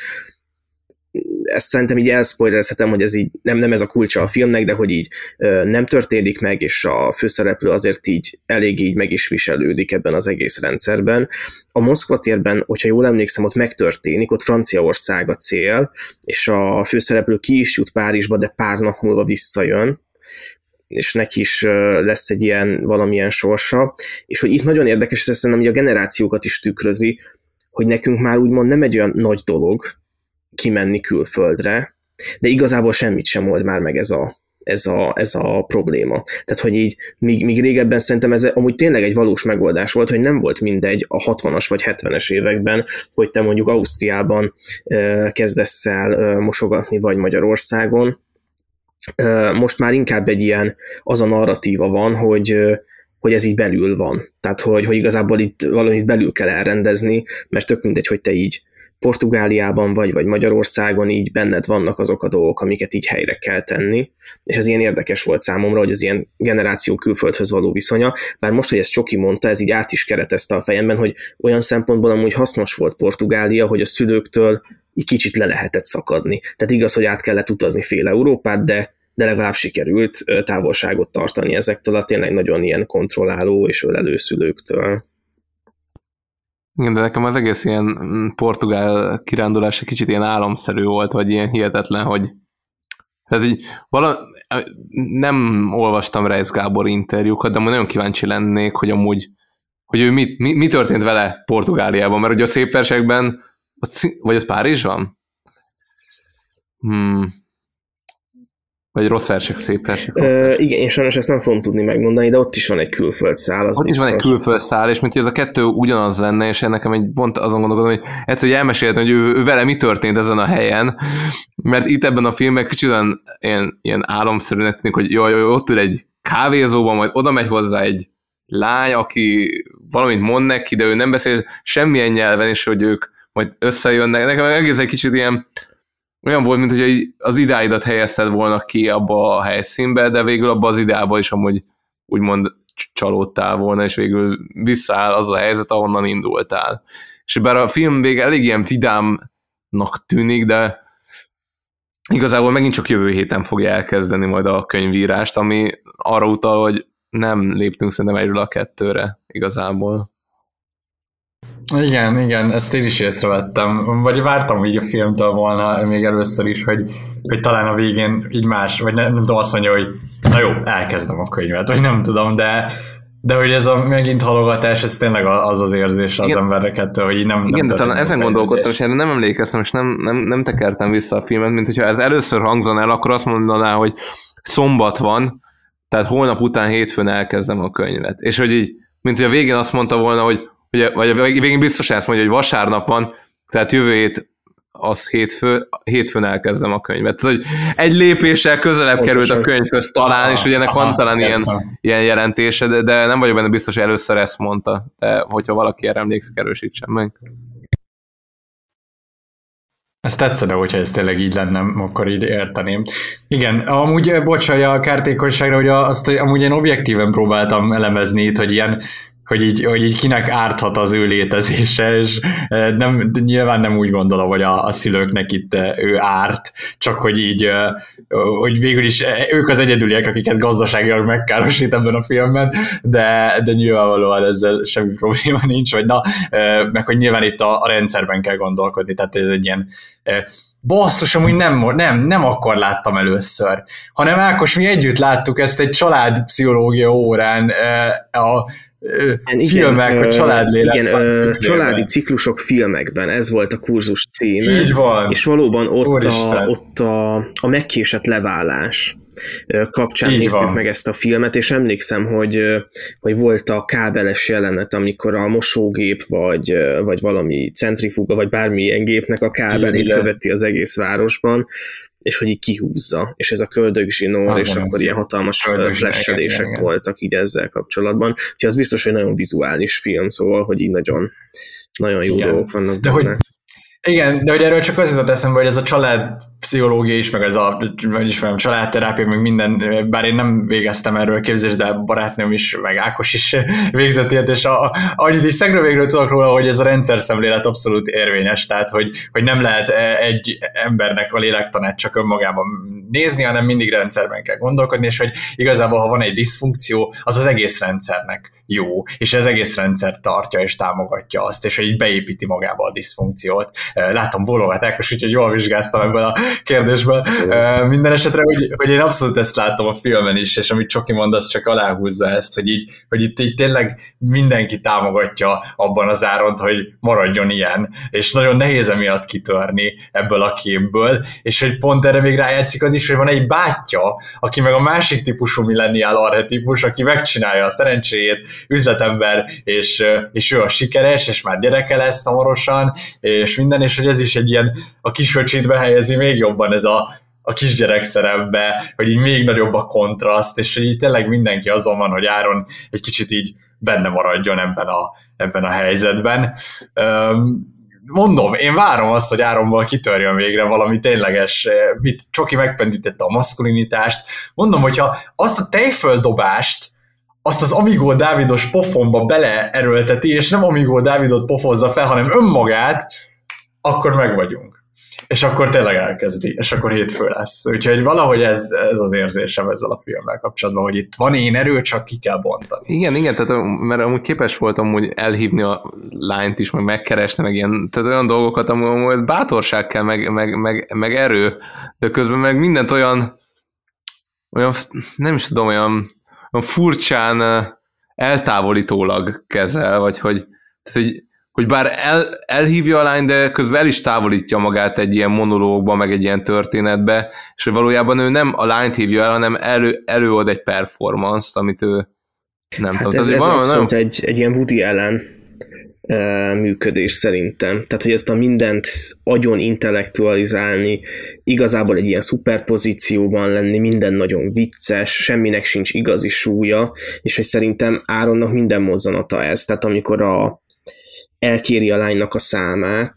Ezt szerintem így elspoilerezhetem, hogy ez így nem ez a kulcsa a filmnek, de hogy így nem történik meg, és a főszereplő azért így elég így meg is viselődik ebben az egész rendszerben. A Moszkva térben, hogyha jól emlékszem, ott megtörténik, ott Franciaország a cél, és a főszereplő ki is jut Párizsba, de pár nap múlva visszajön, és neki is lesz egy ilyen valamilyen sorsa, és hogy itt nagyon érdekes, ez szerintem hogy a generációkat is tükrözi, hogy nekünk már úgymond nem egy olyan nagy dolog kimenni külföldre, de igazából semmit sem old már meg ez a probléma. Tehát, hogy így míg régebben szerintem ez amúgy tényleg egy valós megoldás volt, hogy nem volt mindegy a 60-as vagy 70-es években, hogy te mondjuk Ausztriában kezdesz el mosogatni, vagy Magyarországon. Most már inkább egy ilyen, az a narratíva van, hogy ez így belül van. Tehát, hogy igazából itt valamit belül kell elrendezni, mert tök mindegy, hogy te így Portugáliában vagy Magyarországon így benned vannak azok a dolgok, amiket így helyre kell tenni, és ez ilyen érdekes volt számomra, hogy az ilyen generáció külföldhöz való viszonya, bár most, hogy ezt Csoki mondta, ez így át is keretezte a fejemben, hogy olyan szempontból amúgy hasznos volt Portugália, hogy a szülőktől így kicsit le lehetett szakadni. Tehát igaz, hogy át kellett utazni fél Európát, de legalább sikerült távolságot tartani ezektől a tényleg nagyon ilyen kontrolláló és ölelő szülőktől. Igen, de nekem az egész ilyen portugál kirándulás egy kicsit ilyen álomszerű volt, vagy ilyen hihetetlen, hogy tehát így nem olvastam Reisz Gábor interjúkat, de nagyon kíváncsi lennék, hogy amúgy, hogy ő mi történt vele Portugáliában, mert ugye a szép versekben, vagy az Párizs van? Vagy rossz versek, szép versek. Igen, én sajnos ezt nem fogom tudni megmondani, de ott is van egy külföldszál. Ott is van egy külföldszál, és mint hogy ez a kettő ugyanaz lenne, és nekem egy pont azon gondolkodom, hogy egyszer elmeséltem, hogy ő vele mi történt ezen a helyen, mert itt ebben a filmben kicsit ilyen álomszerűnek tűnik, hogy jaj, ott ül egy kávézóban, majd oda megy hozzá egy lány, aki valamit mond neki, de ő nem beszél semmilyen nyelven, és hogy ők majd összejönnek. Nekem egész egy kicsit olyan volt, mint hogy az ideáidat helyezted volna ki abba a helyszínbe, de végül abba az ideába is amúgy úgymond csalódtál volna, és végül visszaáll az a helyzet, ahonnan indultál. És bár a film vége elég ilyen vidámnak tűnik, de igazából megint csak jövő héten fogja elkezdeni majd a könyvírást, ami arra utal, hogy nem léptünk szerintem egyről a kettőre igazából. Igen, ezt én is észrevettem. Vagy vártam így a filmtől volna még először is, hogy talán a végén így más, vagy nem tudom azt mondja, hogy na jó, elkezdem a könyvet, vagy nem tudom, de hogy ez a megint halogatás, ez tényleg az érzés az embernek ettől, hogy így nem igen, de talán ezen gondolkodtam, és erre nem emlékeztem, és nem tekertem vissza a filmet, mint hogyha ez először hangzon el, akkor azt mondaná, hogy szombat van, tehát holnap után hétfőn elkezdem a könyvet. És hogy így, mint hogy a végén azt mondta volna, hogy vagy a végén biztos ezt mondja, hogy vasárnap van, tehát jövő hét az hétfőn elkezdem a könyvet. Tehát, hogy egy lépéssel közelebb került a könyvhöz talán, és hogy ennek van talán ilyen jelentése, de nem vagyok benne biztos, hogy először ezt mondta. De hogyha valaki erre emlékszik, erősítsen meg. Ez tetszene, hogyha ez tényleg így lenne, akkor így érteném. Igen, amúgy bocsánat a kártékonyságra, hogy azt amúgy én objektíven próbáltam elemezni itt, hogy ilyen hogy így kinek árthat az ő létezése, és nyilván nem úgy gondolom, hogy a szülőknek itt ő árt, csak hogy így, hogy végül is ők az egyedüliek, akiket gazdaságilag megkárosít ebben a filmben, de nyilvánvalóan ezzel semmi probléma nincs, vagy meg hogy nyilván itt a rendszerben kell gondolkodni, tehát ez egy ilyen basszus, amúgy nem akkor láttam először, hanem Ákos, mi együtt láttuk ezt egy családpszichológia órán, filmek, hogy családlélek. Igen, családi ciklusok filmekben, ez volt a kurzus címe. Így van. És valóban ott a megkésett leválás kapcsán így néztük meg ezt a filmet, és emlékszem, hogy volt a kábeles jelenet, amikor a mosógép, vagy valami centrifuga, vagy bármilyen gépnek a kábelét követi az egész városban, és hogy így kihúzza, és ez a köldögzsinór, és akkor ilyen hatalmas flashelések voltak így ezzel kapcsolatban. Úgyhogy az biztos, hogy nagyon vizuális film, szóval, hogy így nagyon, nagyon jó dolgok vannak benne. Igen, de hogy erről csak az jutott eszembe, hogy ez a családpszichológia is, meg ez a családterápia, meg minden, bár én nem végeztem erről képzést, de barátnőm is, meg Ákos is végzett ilyet, és annyit is szegről végről tudok róla, hogy ez a rendszerszemlélet abszolút érvényes, tehát hogy nem lehet egy embernek a lélektanát csak önmagában nézni, hanem mindig rendszerben kell gondolkodni, és hogy igazából, ha van egy diszfunkció, az egész rendszernek jó, és az egész rendszer tartja és támogatja azt, és hogy így beépíti magába a diszfunkciót. Látom bólogat Ákos, úgyhogy jól vizsgáztam ebben a kérdésben. Minden esetre, hogy én abszolút ezt látom a filmen is, és amit Csoki mond, az csak aláhúzza ezt, hogy itt tényleg mindenki támogatja abban az Áront, hogy maradjon ilyen, és nagyon nehéz emiatt kitörni ebből a képből, és hogy pont erre még rájátszik az is, hogy van egy bátyja, aki meg a másik típusú millennial archetípus, aki megcsinálja a szerencséjét, üzletember, és ő a sikeres, és már gyereke lesz hamarosan, és minden, és hogy ez is egy ilyen, a kisöcsét behelyezi még jobban ez a kisgyerek szerepbe, hogy így még nagyobb a kontraszt, és hogy így tényleg mindenki azon van, hogy Áron egy kicsit így benne maradjon ebben a helyzetben. Mondom, én várom azt, hogy Áronból kitörjön végre valami tényleges, mit Csoki megpendítette a maszkulinitást. Mondom, hogyha azt a tejföldobást, azt az Amigó Dávidos pofonba beleerőlteti, és nem Amigó Dávidot pofozza fel, hanem önmagát, akkor meg vagyunk. És akkor tényleg elkezdi, és akkor hétfő lesz. Úgyhogy valahogy ez az érzésem ezzel a filmmel kapcsolatban, hogy itt van én erő, csak ki kell bontani. Igen, tehát, mert amúgy képes voltam úgy elhívni a lányt is, meg megkeresni, meg ilyen, tehát olyan dolgokat, amúgy bátorság kell, meg erő, de közben meg mindent olyan nem is tudom, olyan furcsán eltávolítólag kezel, vagy hogy hogy bár elhívja a lány, de közben el is távolítja magát egy ilyen monológba, meg egy ilyen történetbe, és hogy valójában ő nem a lányt hívja el, hanem előad egy performance-t, amit ő nem hát tudom. Ez abszolút egy ilyen Woody Allen működés szerintem. Tehát, hogy ezt a mindent agyon intellektualizálni, igazából egy ilyen szuperpozícióban lenni, minden nagyon vicces, semminek sincs igazi súlya, és hogy szerintem Aaronnak minden mozzanata ez. Tehát amikor elkéri a lánynak a számát,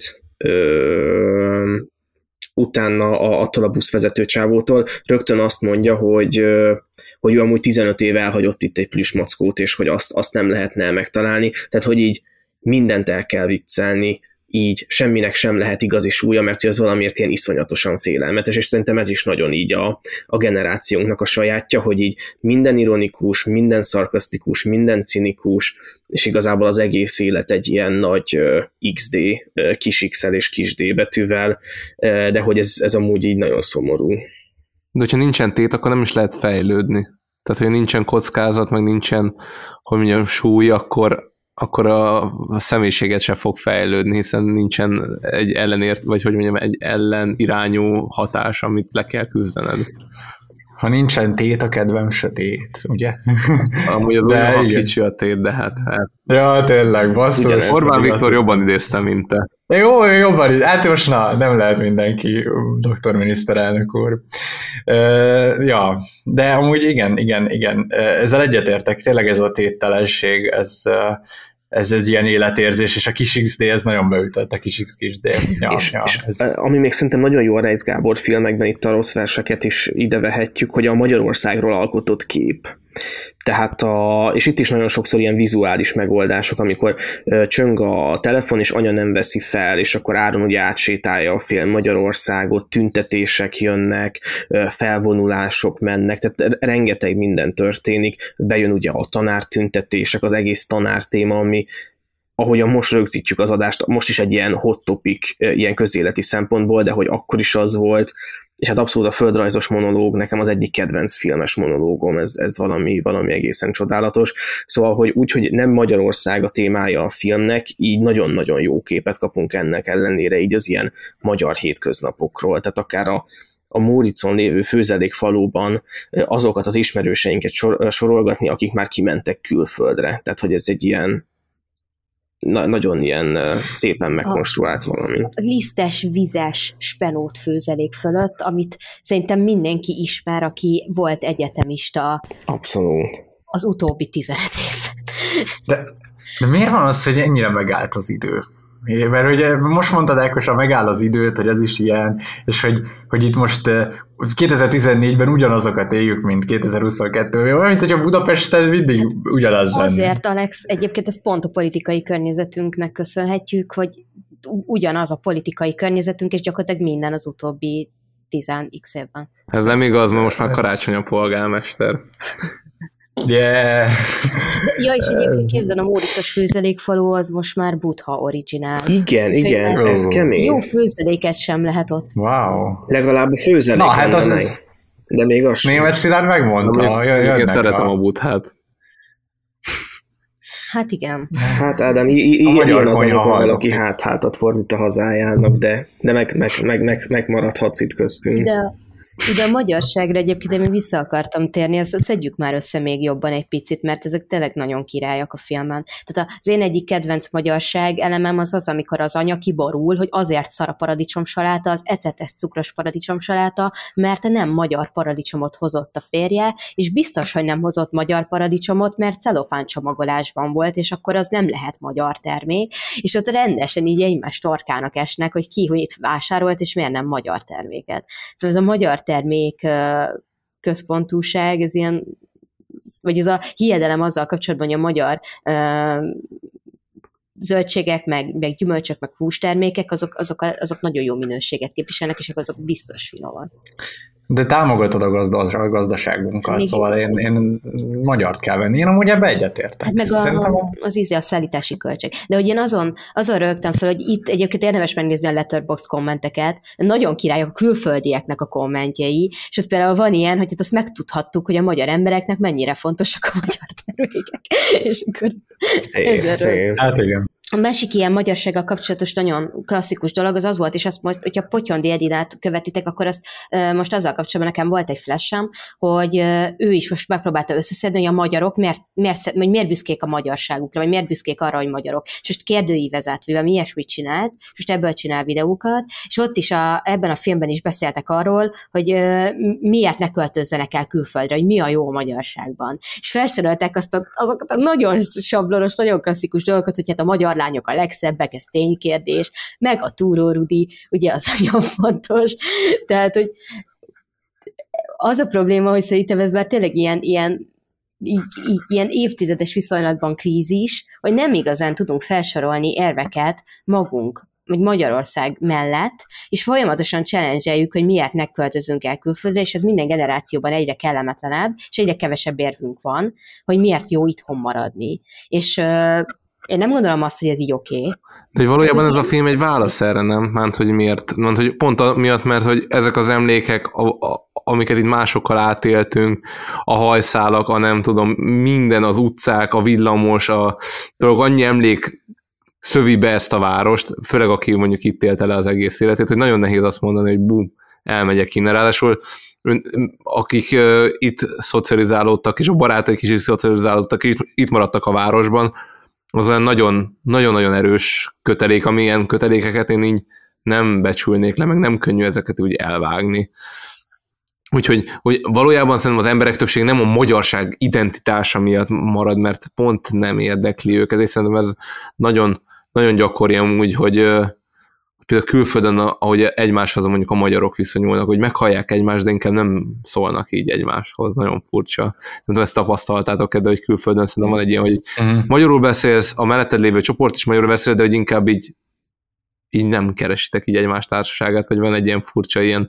utána attól a buszvezető csávótól rögtön azt mondja, hogy ő amúgy 15 éve elhagyott itt egy plüsmackót, és hogy azt nem lehetne megtalálni. Tehát, hogy így mindent el kell viccelni, így semminek sem lehet igazi súlya, mert ez valamiért ilyen iszonyatosan félelmetes, és szerintem ez is nagyon így a generációnknak a sajátja, hogy így minden ironikus, minden szarkasztikus, minden cinikus, és igazából az egész élet egy ilyen nagy XD, kis X-el és kis D betűvel, de hogy ez amúgy így nagyon szomorú. De hogyha nincsen tét, akkor nem is lehet fejlődni. Tehát, hogy nincsen kockázat, meg nincsen, hogy mondjam, súly, akkor a személyiséget sem fog fejlődni, hiszen nincsen egy vagy hogy mondjam, egy ellenirányú hatás, amit le kell küzdened. Ha nincsen tét, a kedvem sötét, ugye? Amúgy az olyan kicsi a tét, de hát. Ja, tényleg, basszus. Orbán Viktor jobban idézte, mint te. Jó, jobban, hát most nem lehet mindenki, doktor miniszterelnök úr. Ja, de amúgy igen, ezzel egyetértek, tényleg ez a téttelenség, ez egy ilyen életérzés, és a kis XD, ez nagyon beütött, a kis XD. És ami még szerintem nagyon jó a Reisz Gábor filmekben, itt a rossz verseket is ide vehetjük, hogy a Magyarországról alkotott kép. Tehát és itt is nagyon sokszor ilyen vizuális megoldások, amikor csöng a telefon, és anya nem veszi fel, és akkor Áron ugye átsétálja a film Magyarországot, tüntetések jönnek, felvonulások mennek, tehát rengeteg minden történik, bejön ugye a tanártüntetések, az egész tanártéma, ami ahogyan most rögzítjük az adást, most is egy ilyen hot topic, ilyen közéleti szempontból, de hogy akkor is az volt, és hát abszolút a földrajzos monológ nekem az egyik kedvenc filmes monológom, ez valami egészen csodálatos. Szóval, hogy úgy, hogy nem Magyarország a témája a filmnek, így nagyon-nagyon jó képet kapunk ennek ellenére így az ilyen magyar hétköznapokról. Tehát akár a Móricon lévő Főzelékfaluban azokat az ismerőseinket sorolgatni, akik már kimentek külföldre. Tehát, hogy ez egy ilyen nagyon ilyen szépen megkonstruált valami. Lisztes, vizes spenót főzelék fölött, amit szerintem mindenki ismer, aki volt egyetemista. Abszolút. Az utóbbi 15 év. De miért van az, hogy ennyire megállt az idő? Mert ugye most mondtad, Ákos, megáll az időt, hogy ez is ilyen, és hogy itt most 2014-ben ugyanazokat éljük, mint 2022-ben, mint hogyha Budapesten mindig ugyanaz lenne. Azért, Alex, egyébként ez pont a politikai környezetünknek köszönhetjük, hogy ugyanaz a politikai környezetünk, és gyakorlatilag minden az utóbbi 10x évben. Ez nem igaz, mert most már Karácsony a polgármester. Yeah. Ja, és egyébként képzel, a Móricos főzelékfalu az most már Buddha originál. Igen, ez kemény. Jó főzeléket sem lehet ott. Wow. Legalább a főzelék. Na, hát az de még az Német Szilárd megmondta. Én szeretem a Buddhát. Hát igen. Hát Ádám, ilyen az, amikor valaki hátat fordít a hazájának, de megmaradhatsz itt köztünk. De a magyarságra egyébként én vissza akartam térni, ezt szedjük már össze még jobban egy picit, mert ezek tényleg nagyon királyak a filmen. Tehát az én egyik kedvenc magyarság elemem az, amikor az anya kiborul, hogy azért szar a paradicsomsaláta, az ecetes cukros paradicsomsaláta, mert nem magyar paradicsomot hozott a férje, és biztos, hogy nem hozott magyar paradicsomot, mert celofán csomagolásban volt, és akkor az nem lehet magyar termék, és ott rendesen így egymás torkának esnek, hogy ki mit vásárolt, és miért nem magyar terméket. Szóval ez a magyar termék központúság, ez ilyen, vagy ez a hiedelem azzal kapcsolatban, hogy a magyar zöldségek, meg gyümölcsök, meg hústermékek, azok nagyon jó minőséget képviselnek, és azok biztos finomak. De támogatod a gazdaságunkat, szóval én magyart kell venni. Én amúgy ebbe egyetértek. Hát meg a szállítási költség. De hogy én azon rögtem fel, hogy itt egyébként érdemes megnézni a Letterboxd kommenteket, nagyon királyok a külföldieknek a kommentjei, és ott például van ilyen, hogy azt megtudhattuk, hogy a magyar embereknek mennyire fontosak a magyar termékek. És akkor szép. Hát igen. A másik ilyen magyarsággal kapcsolatos nagyon klasszikus dolog az volt, és azt, hogyha Potyondi Edinát követitek, akkor azt most azzal kapcsolatban nekem volt egy flashem, hogy ő is most megpróbálta összeszedni, hogy a magyarok miért büszkék a magyarságukra, vagy miért büszkék arra, hogy magyarok. És most kérdőívezett, mivel mi ilyesmit csinált, és most ebből csinál videókat, és ott is ebben a filmben is beszéltek arról, hogy miért ne költözzenek el külföldre, hogy mi a jó a magyarságban. És felsorolták azokat a nagyon sablonos, nagyon klasszikus dolgokat, hogy hát a magyar lányok a legszebbek, ez ténykérdés, meg a Túró Rudi, ugye az nagyon fontos. Tehát, hogy az a probléma, hogy szerintem ez már tényleg ilyen évtizedes viszonylatban krízis, hogy nem igazán tudunk felsorolni érveket magunk, vagy Magyarország mellett, és folyamatosan challenge-eljük, hogy miért ne költözünk el külföldre, és ez minden generációban egyre kellemetlenebb, és egyre kevesebb érvünk van, hogy miért jó itthon maradni. És én nem gondolom azt, hogy ez így oké. De hogy valójában ez a film egy válasz erre, nem? Mert hogy miért? Mert hogy pont miatt, mert hogy ezek az emlékek, amiket itt másokkal átéltünk, a hajszálak, a nem tudom, minden, az utcák, a villamos, annyi emlék szövi be ezt a várost, főleg aki mondjuk itt élte le az egész életét, hogy nagyon nehéz azt mondani, hogy bum, elmegyek innen. Ráadásul akik itt szocializálódtak, és a barátaik is itt szocializálódtak, és itt maradtak a városban, az olyan nagyon-nagyon erős kötelék, amilyen kötelékeket én így nem becsülnék le, meg nem könnyű ezeket úgy elvágni. Úgyhogy valójában szerintem az emberek többség nem a magyarság identitása miatt marad, mert pont nem érdekli őket, és szerintem ez nagyon, nagyon gyakori amúgy, hogy például külföldön, ahogy egymáshoz mondjuk a magyarok viszonyulnak, hogy meghallják egymást, de inkább nem szólnak így egymáshoz, nagyon furcsa. Nem tudom, ezt tapasztaltátok, de hogy külföldön szerintem van egy ilyen, hogy magyarul beszélsz, a melletted lévő csoport is magyarul beszél, de hogy inkább így nem keresitek így egymás társaságát, vagy van egy ilyen furcsa ilyen,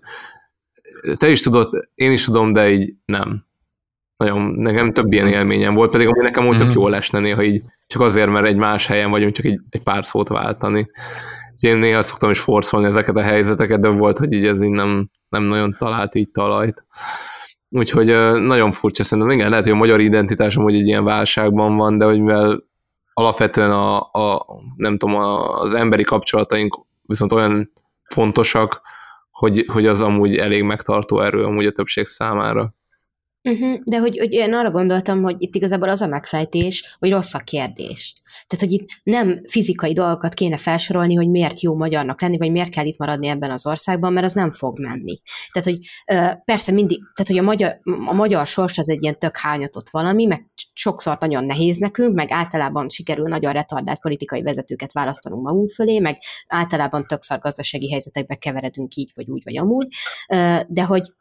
te is tudod, én is tudom, de így nem. Nagyon, nekem több ilyen élményem volt, pedig amúgy nekem úgy tök jól esne néha így, csak azért, mert egy más helyen vagyunk, csak egy pár szót váltani. Én néha szoktam is forszolni ezeket a helyzeteket, de volt, hogy így ez így nem nagyon talált így talajt. Úgyhogy nagyon furcsa szerintem. Igen, lehet, hogy a magyar identitásom hogy egy ilyen válságban van, de hogy mivel alapvetően nem tudom, az emberi kapcsolataink viszont olyan fontosak, hogy az amúgy elég megtartó erő amúgy a többség számára. De hogy én arra gondoltam, hogy itt igazából az a megfejtés, hogy rossz a kérdés. Tehát, hogy itt nem fizikai dolgokat kéne felsorolni, hogy miért jó magyarnak lenni, vagy miért kell itt maradni ebben az országban, mert az nem fog menni. Tehát, hogy persze mindig, tehát, hogy a magyar sors az egy ilyen tök hányatott valami, meg sokszor nagyon nehéz nekünk, meg általában sikerül nagyon retardált politikai vezetőket választanunk magunk fölé, meg általában tök szar gazdasági helyzetekbe keveredünk így, vagy úgy, vagy amúgy, de hogy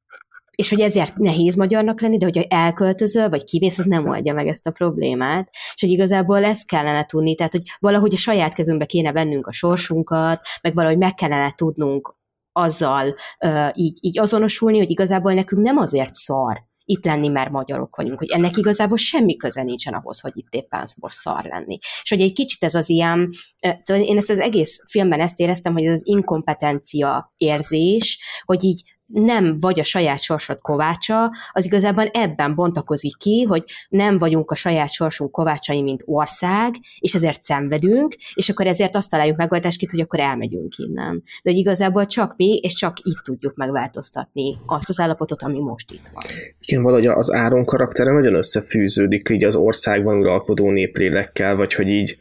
és hogy ezért nehéz magyarnak lenni, de hogyha elköltözöl, vagy kimész, az nem oldja meg ezt a problémát. És hogy igazából ezt kellene tudni, tehát hogy valahogy a saját kezünkbe kéne vennünk a sorsunkat, meg valahogy meg kellene tudnunk azzal így azonosulni, hogy igazából nekünk nem azért szar itt lenni, mert magyarok vagyunk, hogy ennek igazából semmi köze nincsen ahhoz, hogy itt éppen most szar lenni. És hogy egy kicsit ez az ilyen, én ezt az egész filmben ezt éreztem, hogy ez az inkompetencia érzés, hogy így nem vagy a saját sorsod kovácsa, az igazából ebben bontakozik ki, hogy nem vagyunk a saját sorsunk kovácsai, mint ország, és ezért szenvedünk, és akkor ezért azt találjuk megoldásként, hogy akkor elmegyünk innen. De hogy igazából csak mi, és csak itt tudjuk megváltoztatni azt az állapotot, ami most itt van. Igen, valahogy az Áron karaktere nagyon összefűződik így az országban uralkodó néplélekkel, vagy hogy így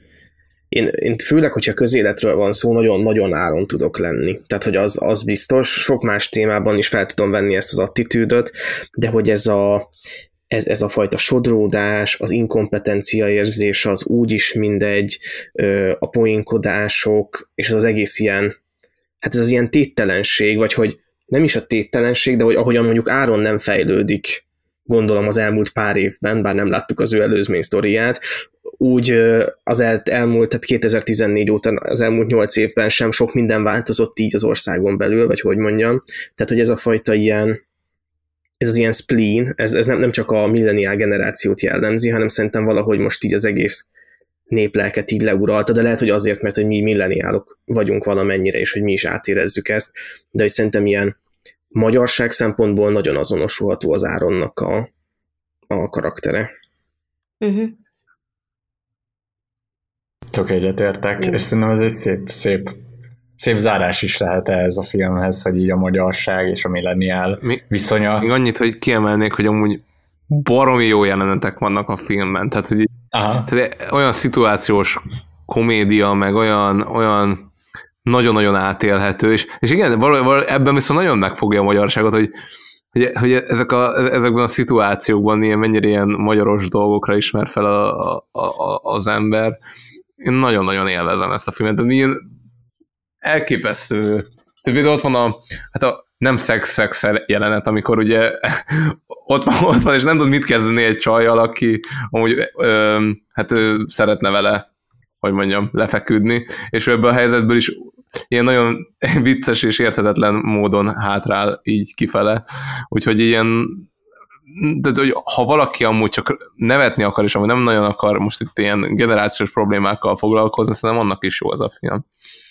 én főleg, hogyha közéletről van szó, nagyon-nagyon Áron tudok lenni. Tehát, hogy az biztos, sok más témában is fel tudom venni ezt az attitűdöt, de hogy ez a fajta sodródás, az inkompetencia érzés, az úgyis mindegy, a poénkodások, és az egész ilyen, hát ez az ilyen téttelenség, vagy hogy nem is a téttelenség, de hogy ahogyan mondjuk Áron nem fejlődik, gondolom az elmúlt pár évben, bár nem láttuk az ő előzmény sztoriát, úgy az elmúlt, tehát 2014 óta az elmúlt 8 évben sem sok minden változott így az országon belül, vagy hogy mondjam. Tehát, hogy ez a fajta ilyen, ez az ilyen spleen, ez nem csak a millenial generációt jellemzi, hanem szerintem valahogy most így az egész néplelket így leuralta, de lehet, hogy azért, mert hogy mi milleniálok vagyunk valamennyire, és hogy mi is átérezzük ezt, de hogy szerintem ilyen magyarság szempontból nagyon azonosulható az Áronnak a karaktere. Csak egyetértek, és szerintem ez egy szép zárás is lehet ez a filmhez, hogy így a magyarság és a milleniál viszonya. Még annyit, hogy kiemelnék, hogy amúgy baromi jó jelenetek vannak a filmben, tehát, hogy tehát olyan szituációs komédia, meg olyan nagyon-nagyon átélhető, és igen, ebben viszont nagyon megfogja a magyarságot, hogy ezekben a szituációkban mennyire ilyen magyaros dolgokra ismer fel az ember. Én nagyon-nagyon élvezem ezt a filmet, de ilyen elképesztő. Például ott van a nem szex jelenet, amikor ugye ott van, és nem tud mit kezdeni egy csajjal, aki amúgy szeretne vele, hogy mondjam, lefeküdni, és ebből a helyzetből is ilyen nagyon vicces és érthetetlen módon hátrál így kifele. Úgyhogy ilyen, de hogy ha valaki amúgy csak nevetni akar, és amúgy nem nagyon akar most itt ilyen generációs problémákkal foglalkozni, szerintem annak is jó az a film.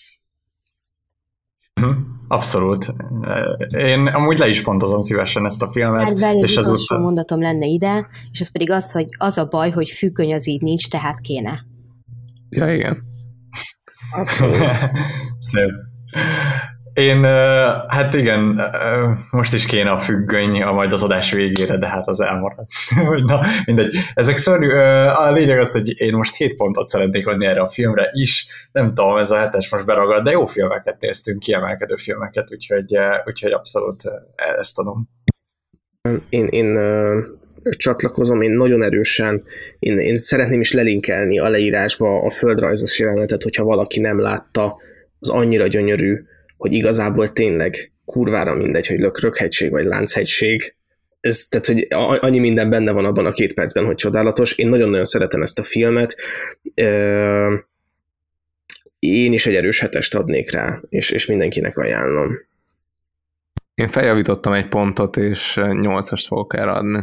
Abszolút. Én amúgy le is pontozom szívesen ezt a filmet. És az utolsó mondatom lenne ide, és az pedig az, hogy az a baj, hogy függöny az így nincs, tehát kéne. Ja, igen. Abszolút. Szép. Én, hát igen, most is kéne a függöny majd az adás végére, de hát az elmarad. Na, mindegy. Ezek szörnyű. A lényeg az, hogy én most 7 pontot szeretnék adni erre a filmre is. Nem tudom, ez a 7-es most beragad, de jó filmeket néztünk, kiemelkedő filmeket, úgyhogy abszolút ezt adom. Én csatlakozom, én nagyon erősen, én szeretném is lelinkelni a leírásba a földrajzos jelenetet, hogyha valaki nem látta, az annyira gyönyörű, hogy igazából tényleg kurvára mindegy, hogy Lökrökhegység vagy Lánchegység. Tehát, hogy annyi minden benne van abban a 2 percben, hogy csodálatos. Én nagyon-nagyon szeretem ezt a filmet. Én is egy erős 7-est adnék rá, és mindenkinek ajánlom. Én feljavítottam egy pontot, és 8-ast fogok erre adni.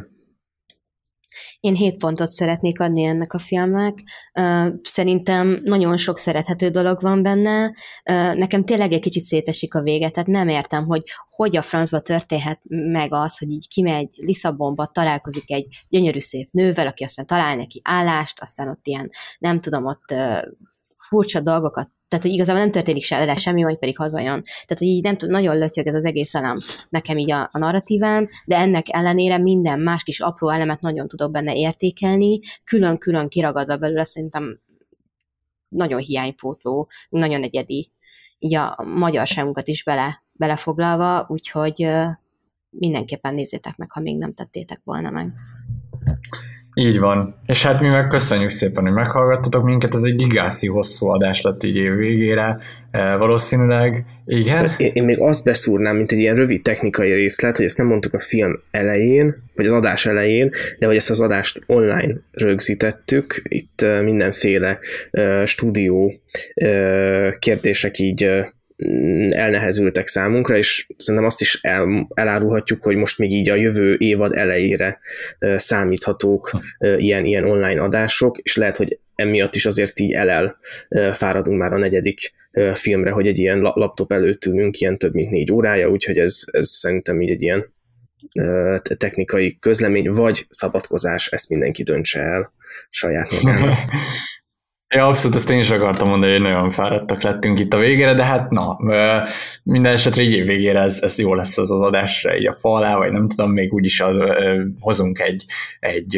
Én 7 pontot szeretnék adni ennek a filmnek. Szerintem nagyon sok szerethető dolog van benne. Nekem tényleg egy kicsit szétesik a vége, tehát nem értem, hogy a francba történhet meg az, hogy így kimegy Lisszabonba, találkozik egy gyönyörű szép nővel, aki aztán talál neki állást, aztán ott ilyen, nem tudom, ott furcsa dolgokat, tehát hogy igazából nem történik vele semmi, majd pedig hazajön. Tehát, hogy így nem tud, nagyon lötyög ez az egész elem nekem így a narratíván, de ennek ellenére minden más kis apró elemet nagyon tudok benne értékelni, külön-külön kiragadva belőle szerintem nagyon hiánypótló, nagyon egyedi, így a magyarságunkat is belefoglalva, úgyhogy mindenképpen nézzétek meg, ha még nem tettétek volna meg. Így van. És hát mi meg köszönjük szépen, hogy meghallgattatok minket, ez egy gigászi hosszú adás lett így év végére, valószínűleg. Igen? Én még azt beszúrnám, mint egy ilyen rövid technikai részlet, hogy ezt nem mondtuk a film elején, vagy az adás elején, de hogy ezt az adást online rögzítettük, itt mindenféle stúdió kérdések így elnehezültek számunkra, és szerintem azt is elárulhatjuk, hogy most még így a jövő évad elejére számíthatók ilyen online adások, és lehet, hogy emiatt is azért így fáradunk már a 4. filmre, hogy egy ilyen laptop előtt ülünk ilyen több mint 4 órája, úgyhogy ez szerintem így egy ilyen technikai közlemény, vagy szabadkozás, ezt mindenki döntse el saját magának. Ja, abszolút, ezt én is akartam mondani, hogy nagyon fáradtak lettünk itt a végére, de hát na, minden esetre így év végére ez jó lesz az adás így a fa alá, vagy nem tudom, még úgyis hozunk egy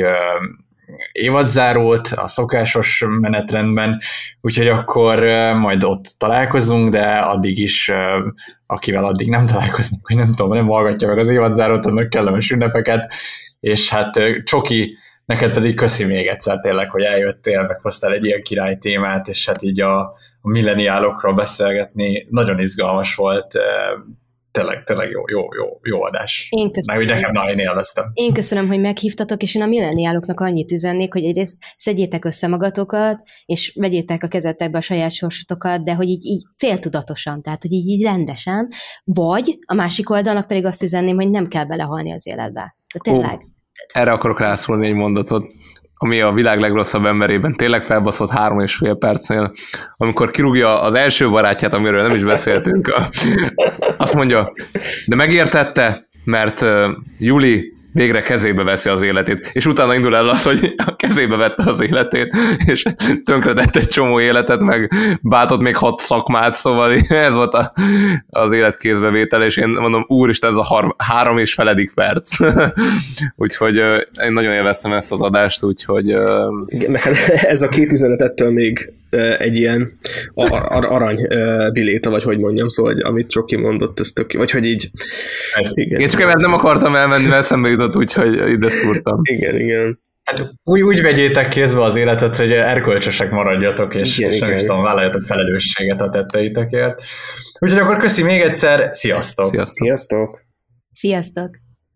évadzárót a szokásos menetrendben, úgyhogy akkor majd ott találkozunk, de addig is, akivel addig nem találkozunk, hogy nem tudom, nem hallgatja meg az évadzárót, annak kellemes ünnepeket, és hát Csoki, neked pedig köszi még egyszer tényleg, hogy eljöttél, meghoztál egy ilyen király témát, és hát így a milleniálokról beszélgetni nagyon izgalmas volt, tényleg jó adás. Én köszönöm. Meg nekem, én élveztem. Én köszönöm, hogy meghívtatok, és én a milleniáloknak annyit üzennék, hogy egyrészt szedjétek össze magatokat, és vegyétek a kezetekbe a saját sorsotokat, de hogy így céltudatosan, tehát hogy így rendesen, vagy a másik oldalnak pedig azt üzenném, hogy nem kell belehalni az életbe. De tényleg. Erre akarok rászólni egy mondatot, ami a világ legrosszabb emberében tényleg felbaszott 3,5 percnél, amikor kirúgja az első barátját, amiről nem is beszéltünk. Azt mondja, de megértette, mert Juli végre kezébe veszi az életét, és utána indul el az, hogy a kezébe vette az életét, és tönkretett egy csomó életet, meg bátott még 6 szakmát, szóval ez volt az élet kézbevétel, és én mondom, úristen, ez a 3,5 perc. Úgyhogy én nagyon élveztem ezt az adást, úgyhogy... Igen, meg ez a 2 üzenet ettől még egy ilyen arany biléta, vagy hogy mondjam, szóval, hogy amit Csoki mondott, ez tök, vagy hogy így... Igen. Én csak mert nem akartam elmenni, mert eszembe jutott, úgyhogy ide szúrtam. Igen. Hát úgy vegyétek kézbe az életet, hogy erkölcsösek maradjatok, és nem is tudom, vállaljatok felelősséget a tetteitekért. Úgyhogy akkor köszi még egyszer, sziasztok! Sziasztok!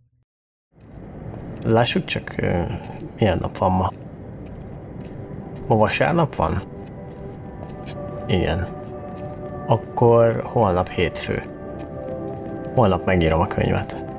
Lássuk csak, milyen nap van ma. Ma vasárnap van? Igen. Akkor holnap hétfő. Holnap megírom a könyvet.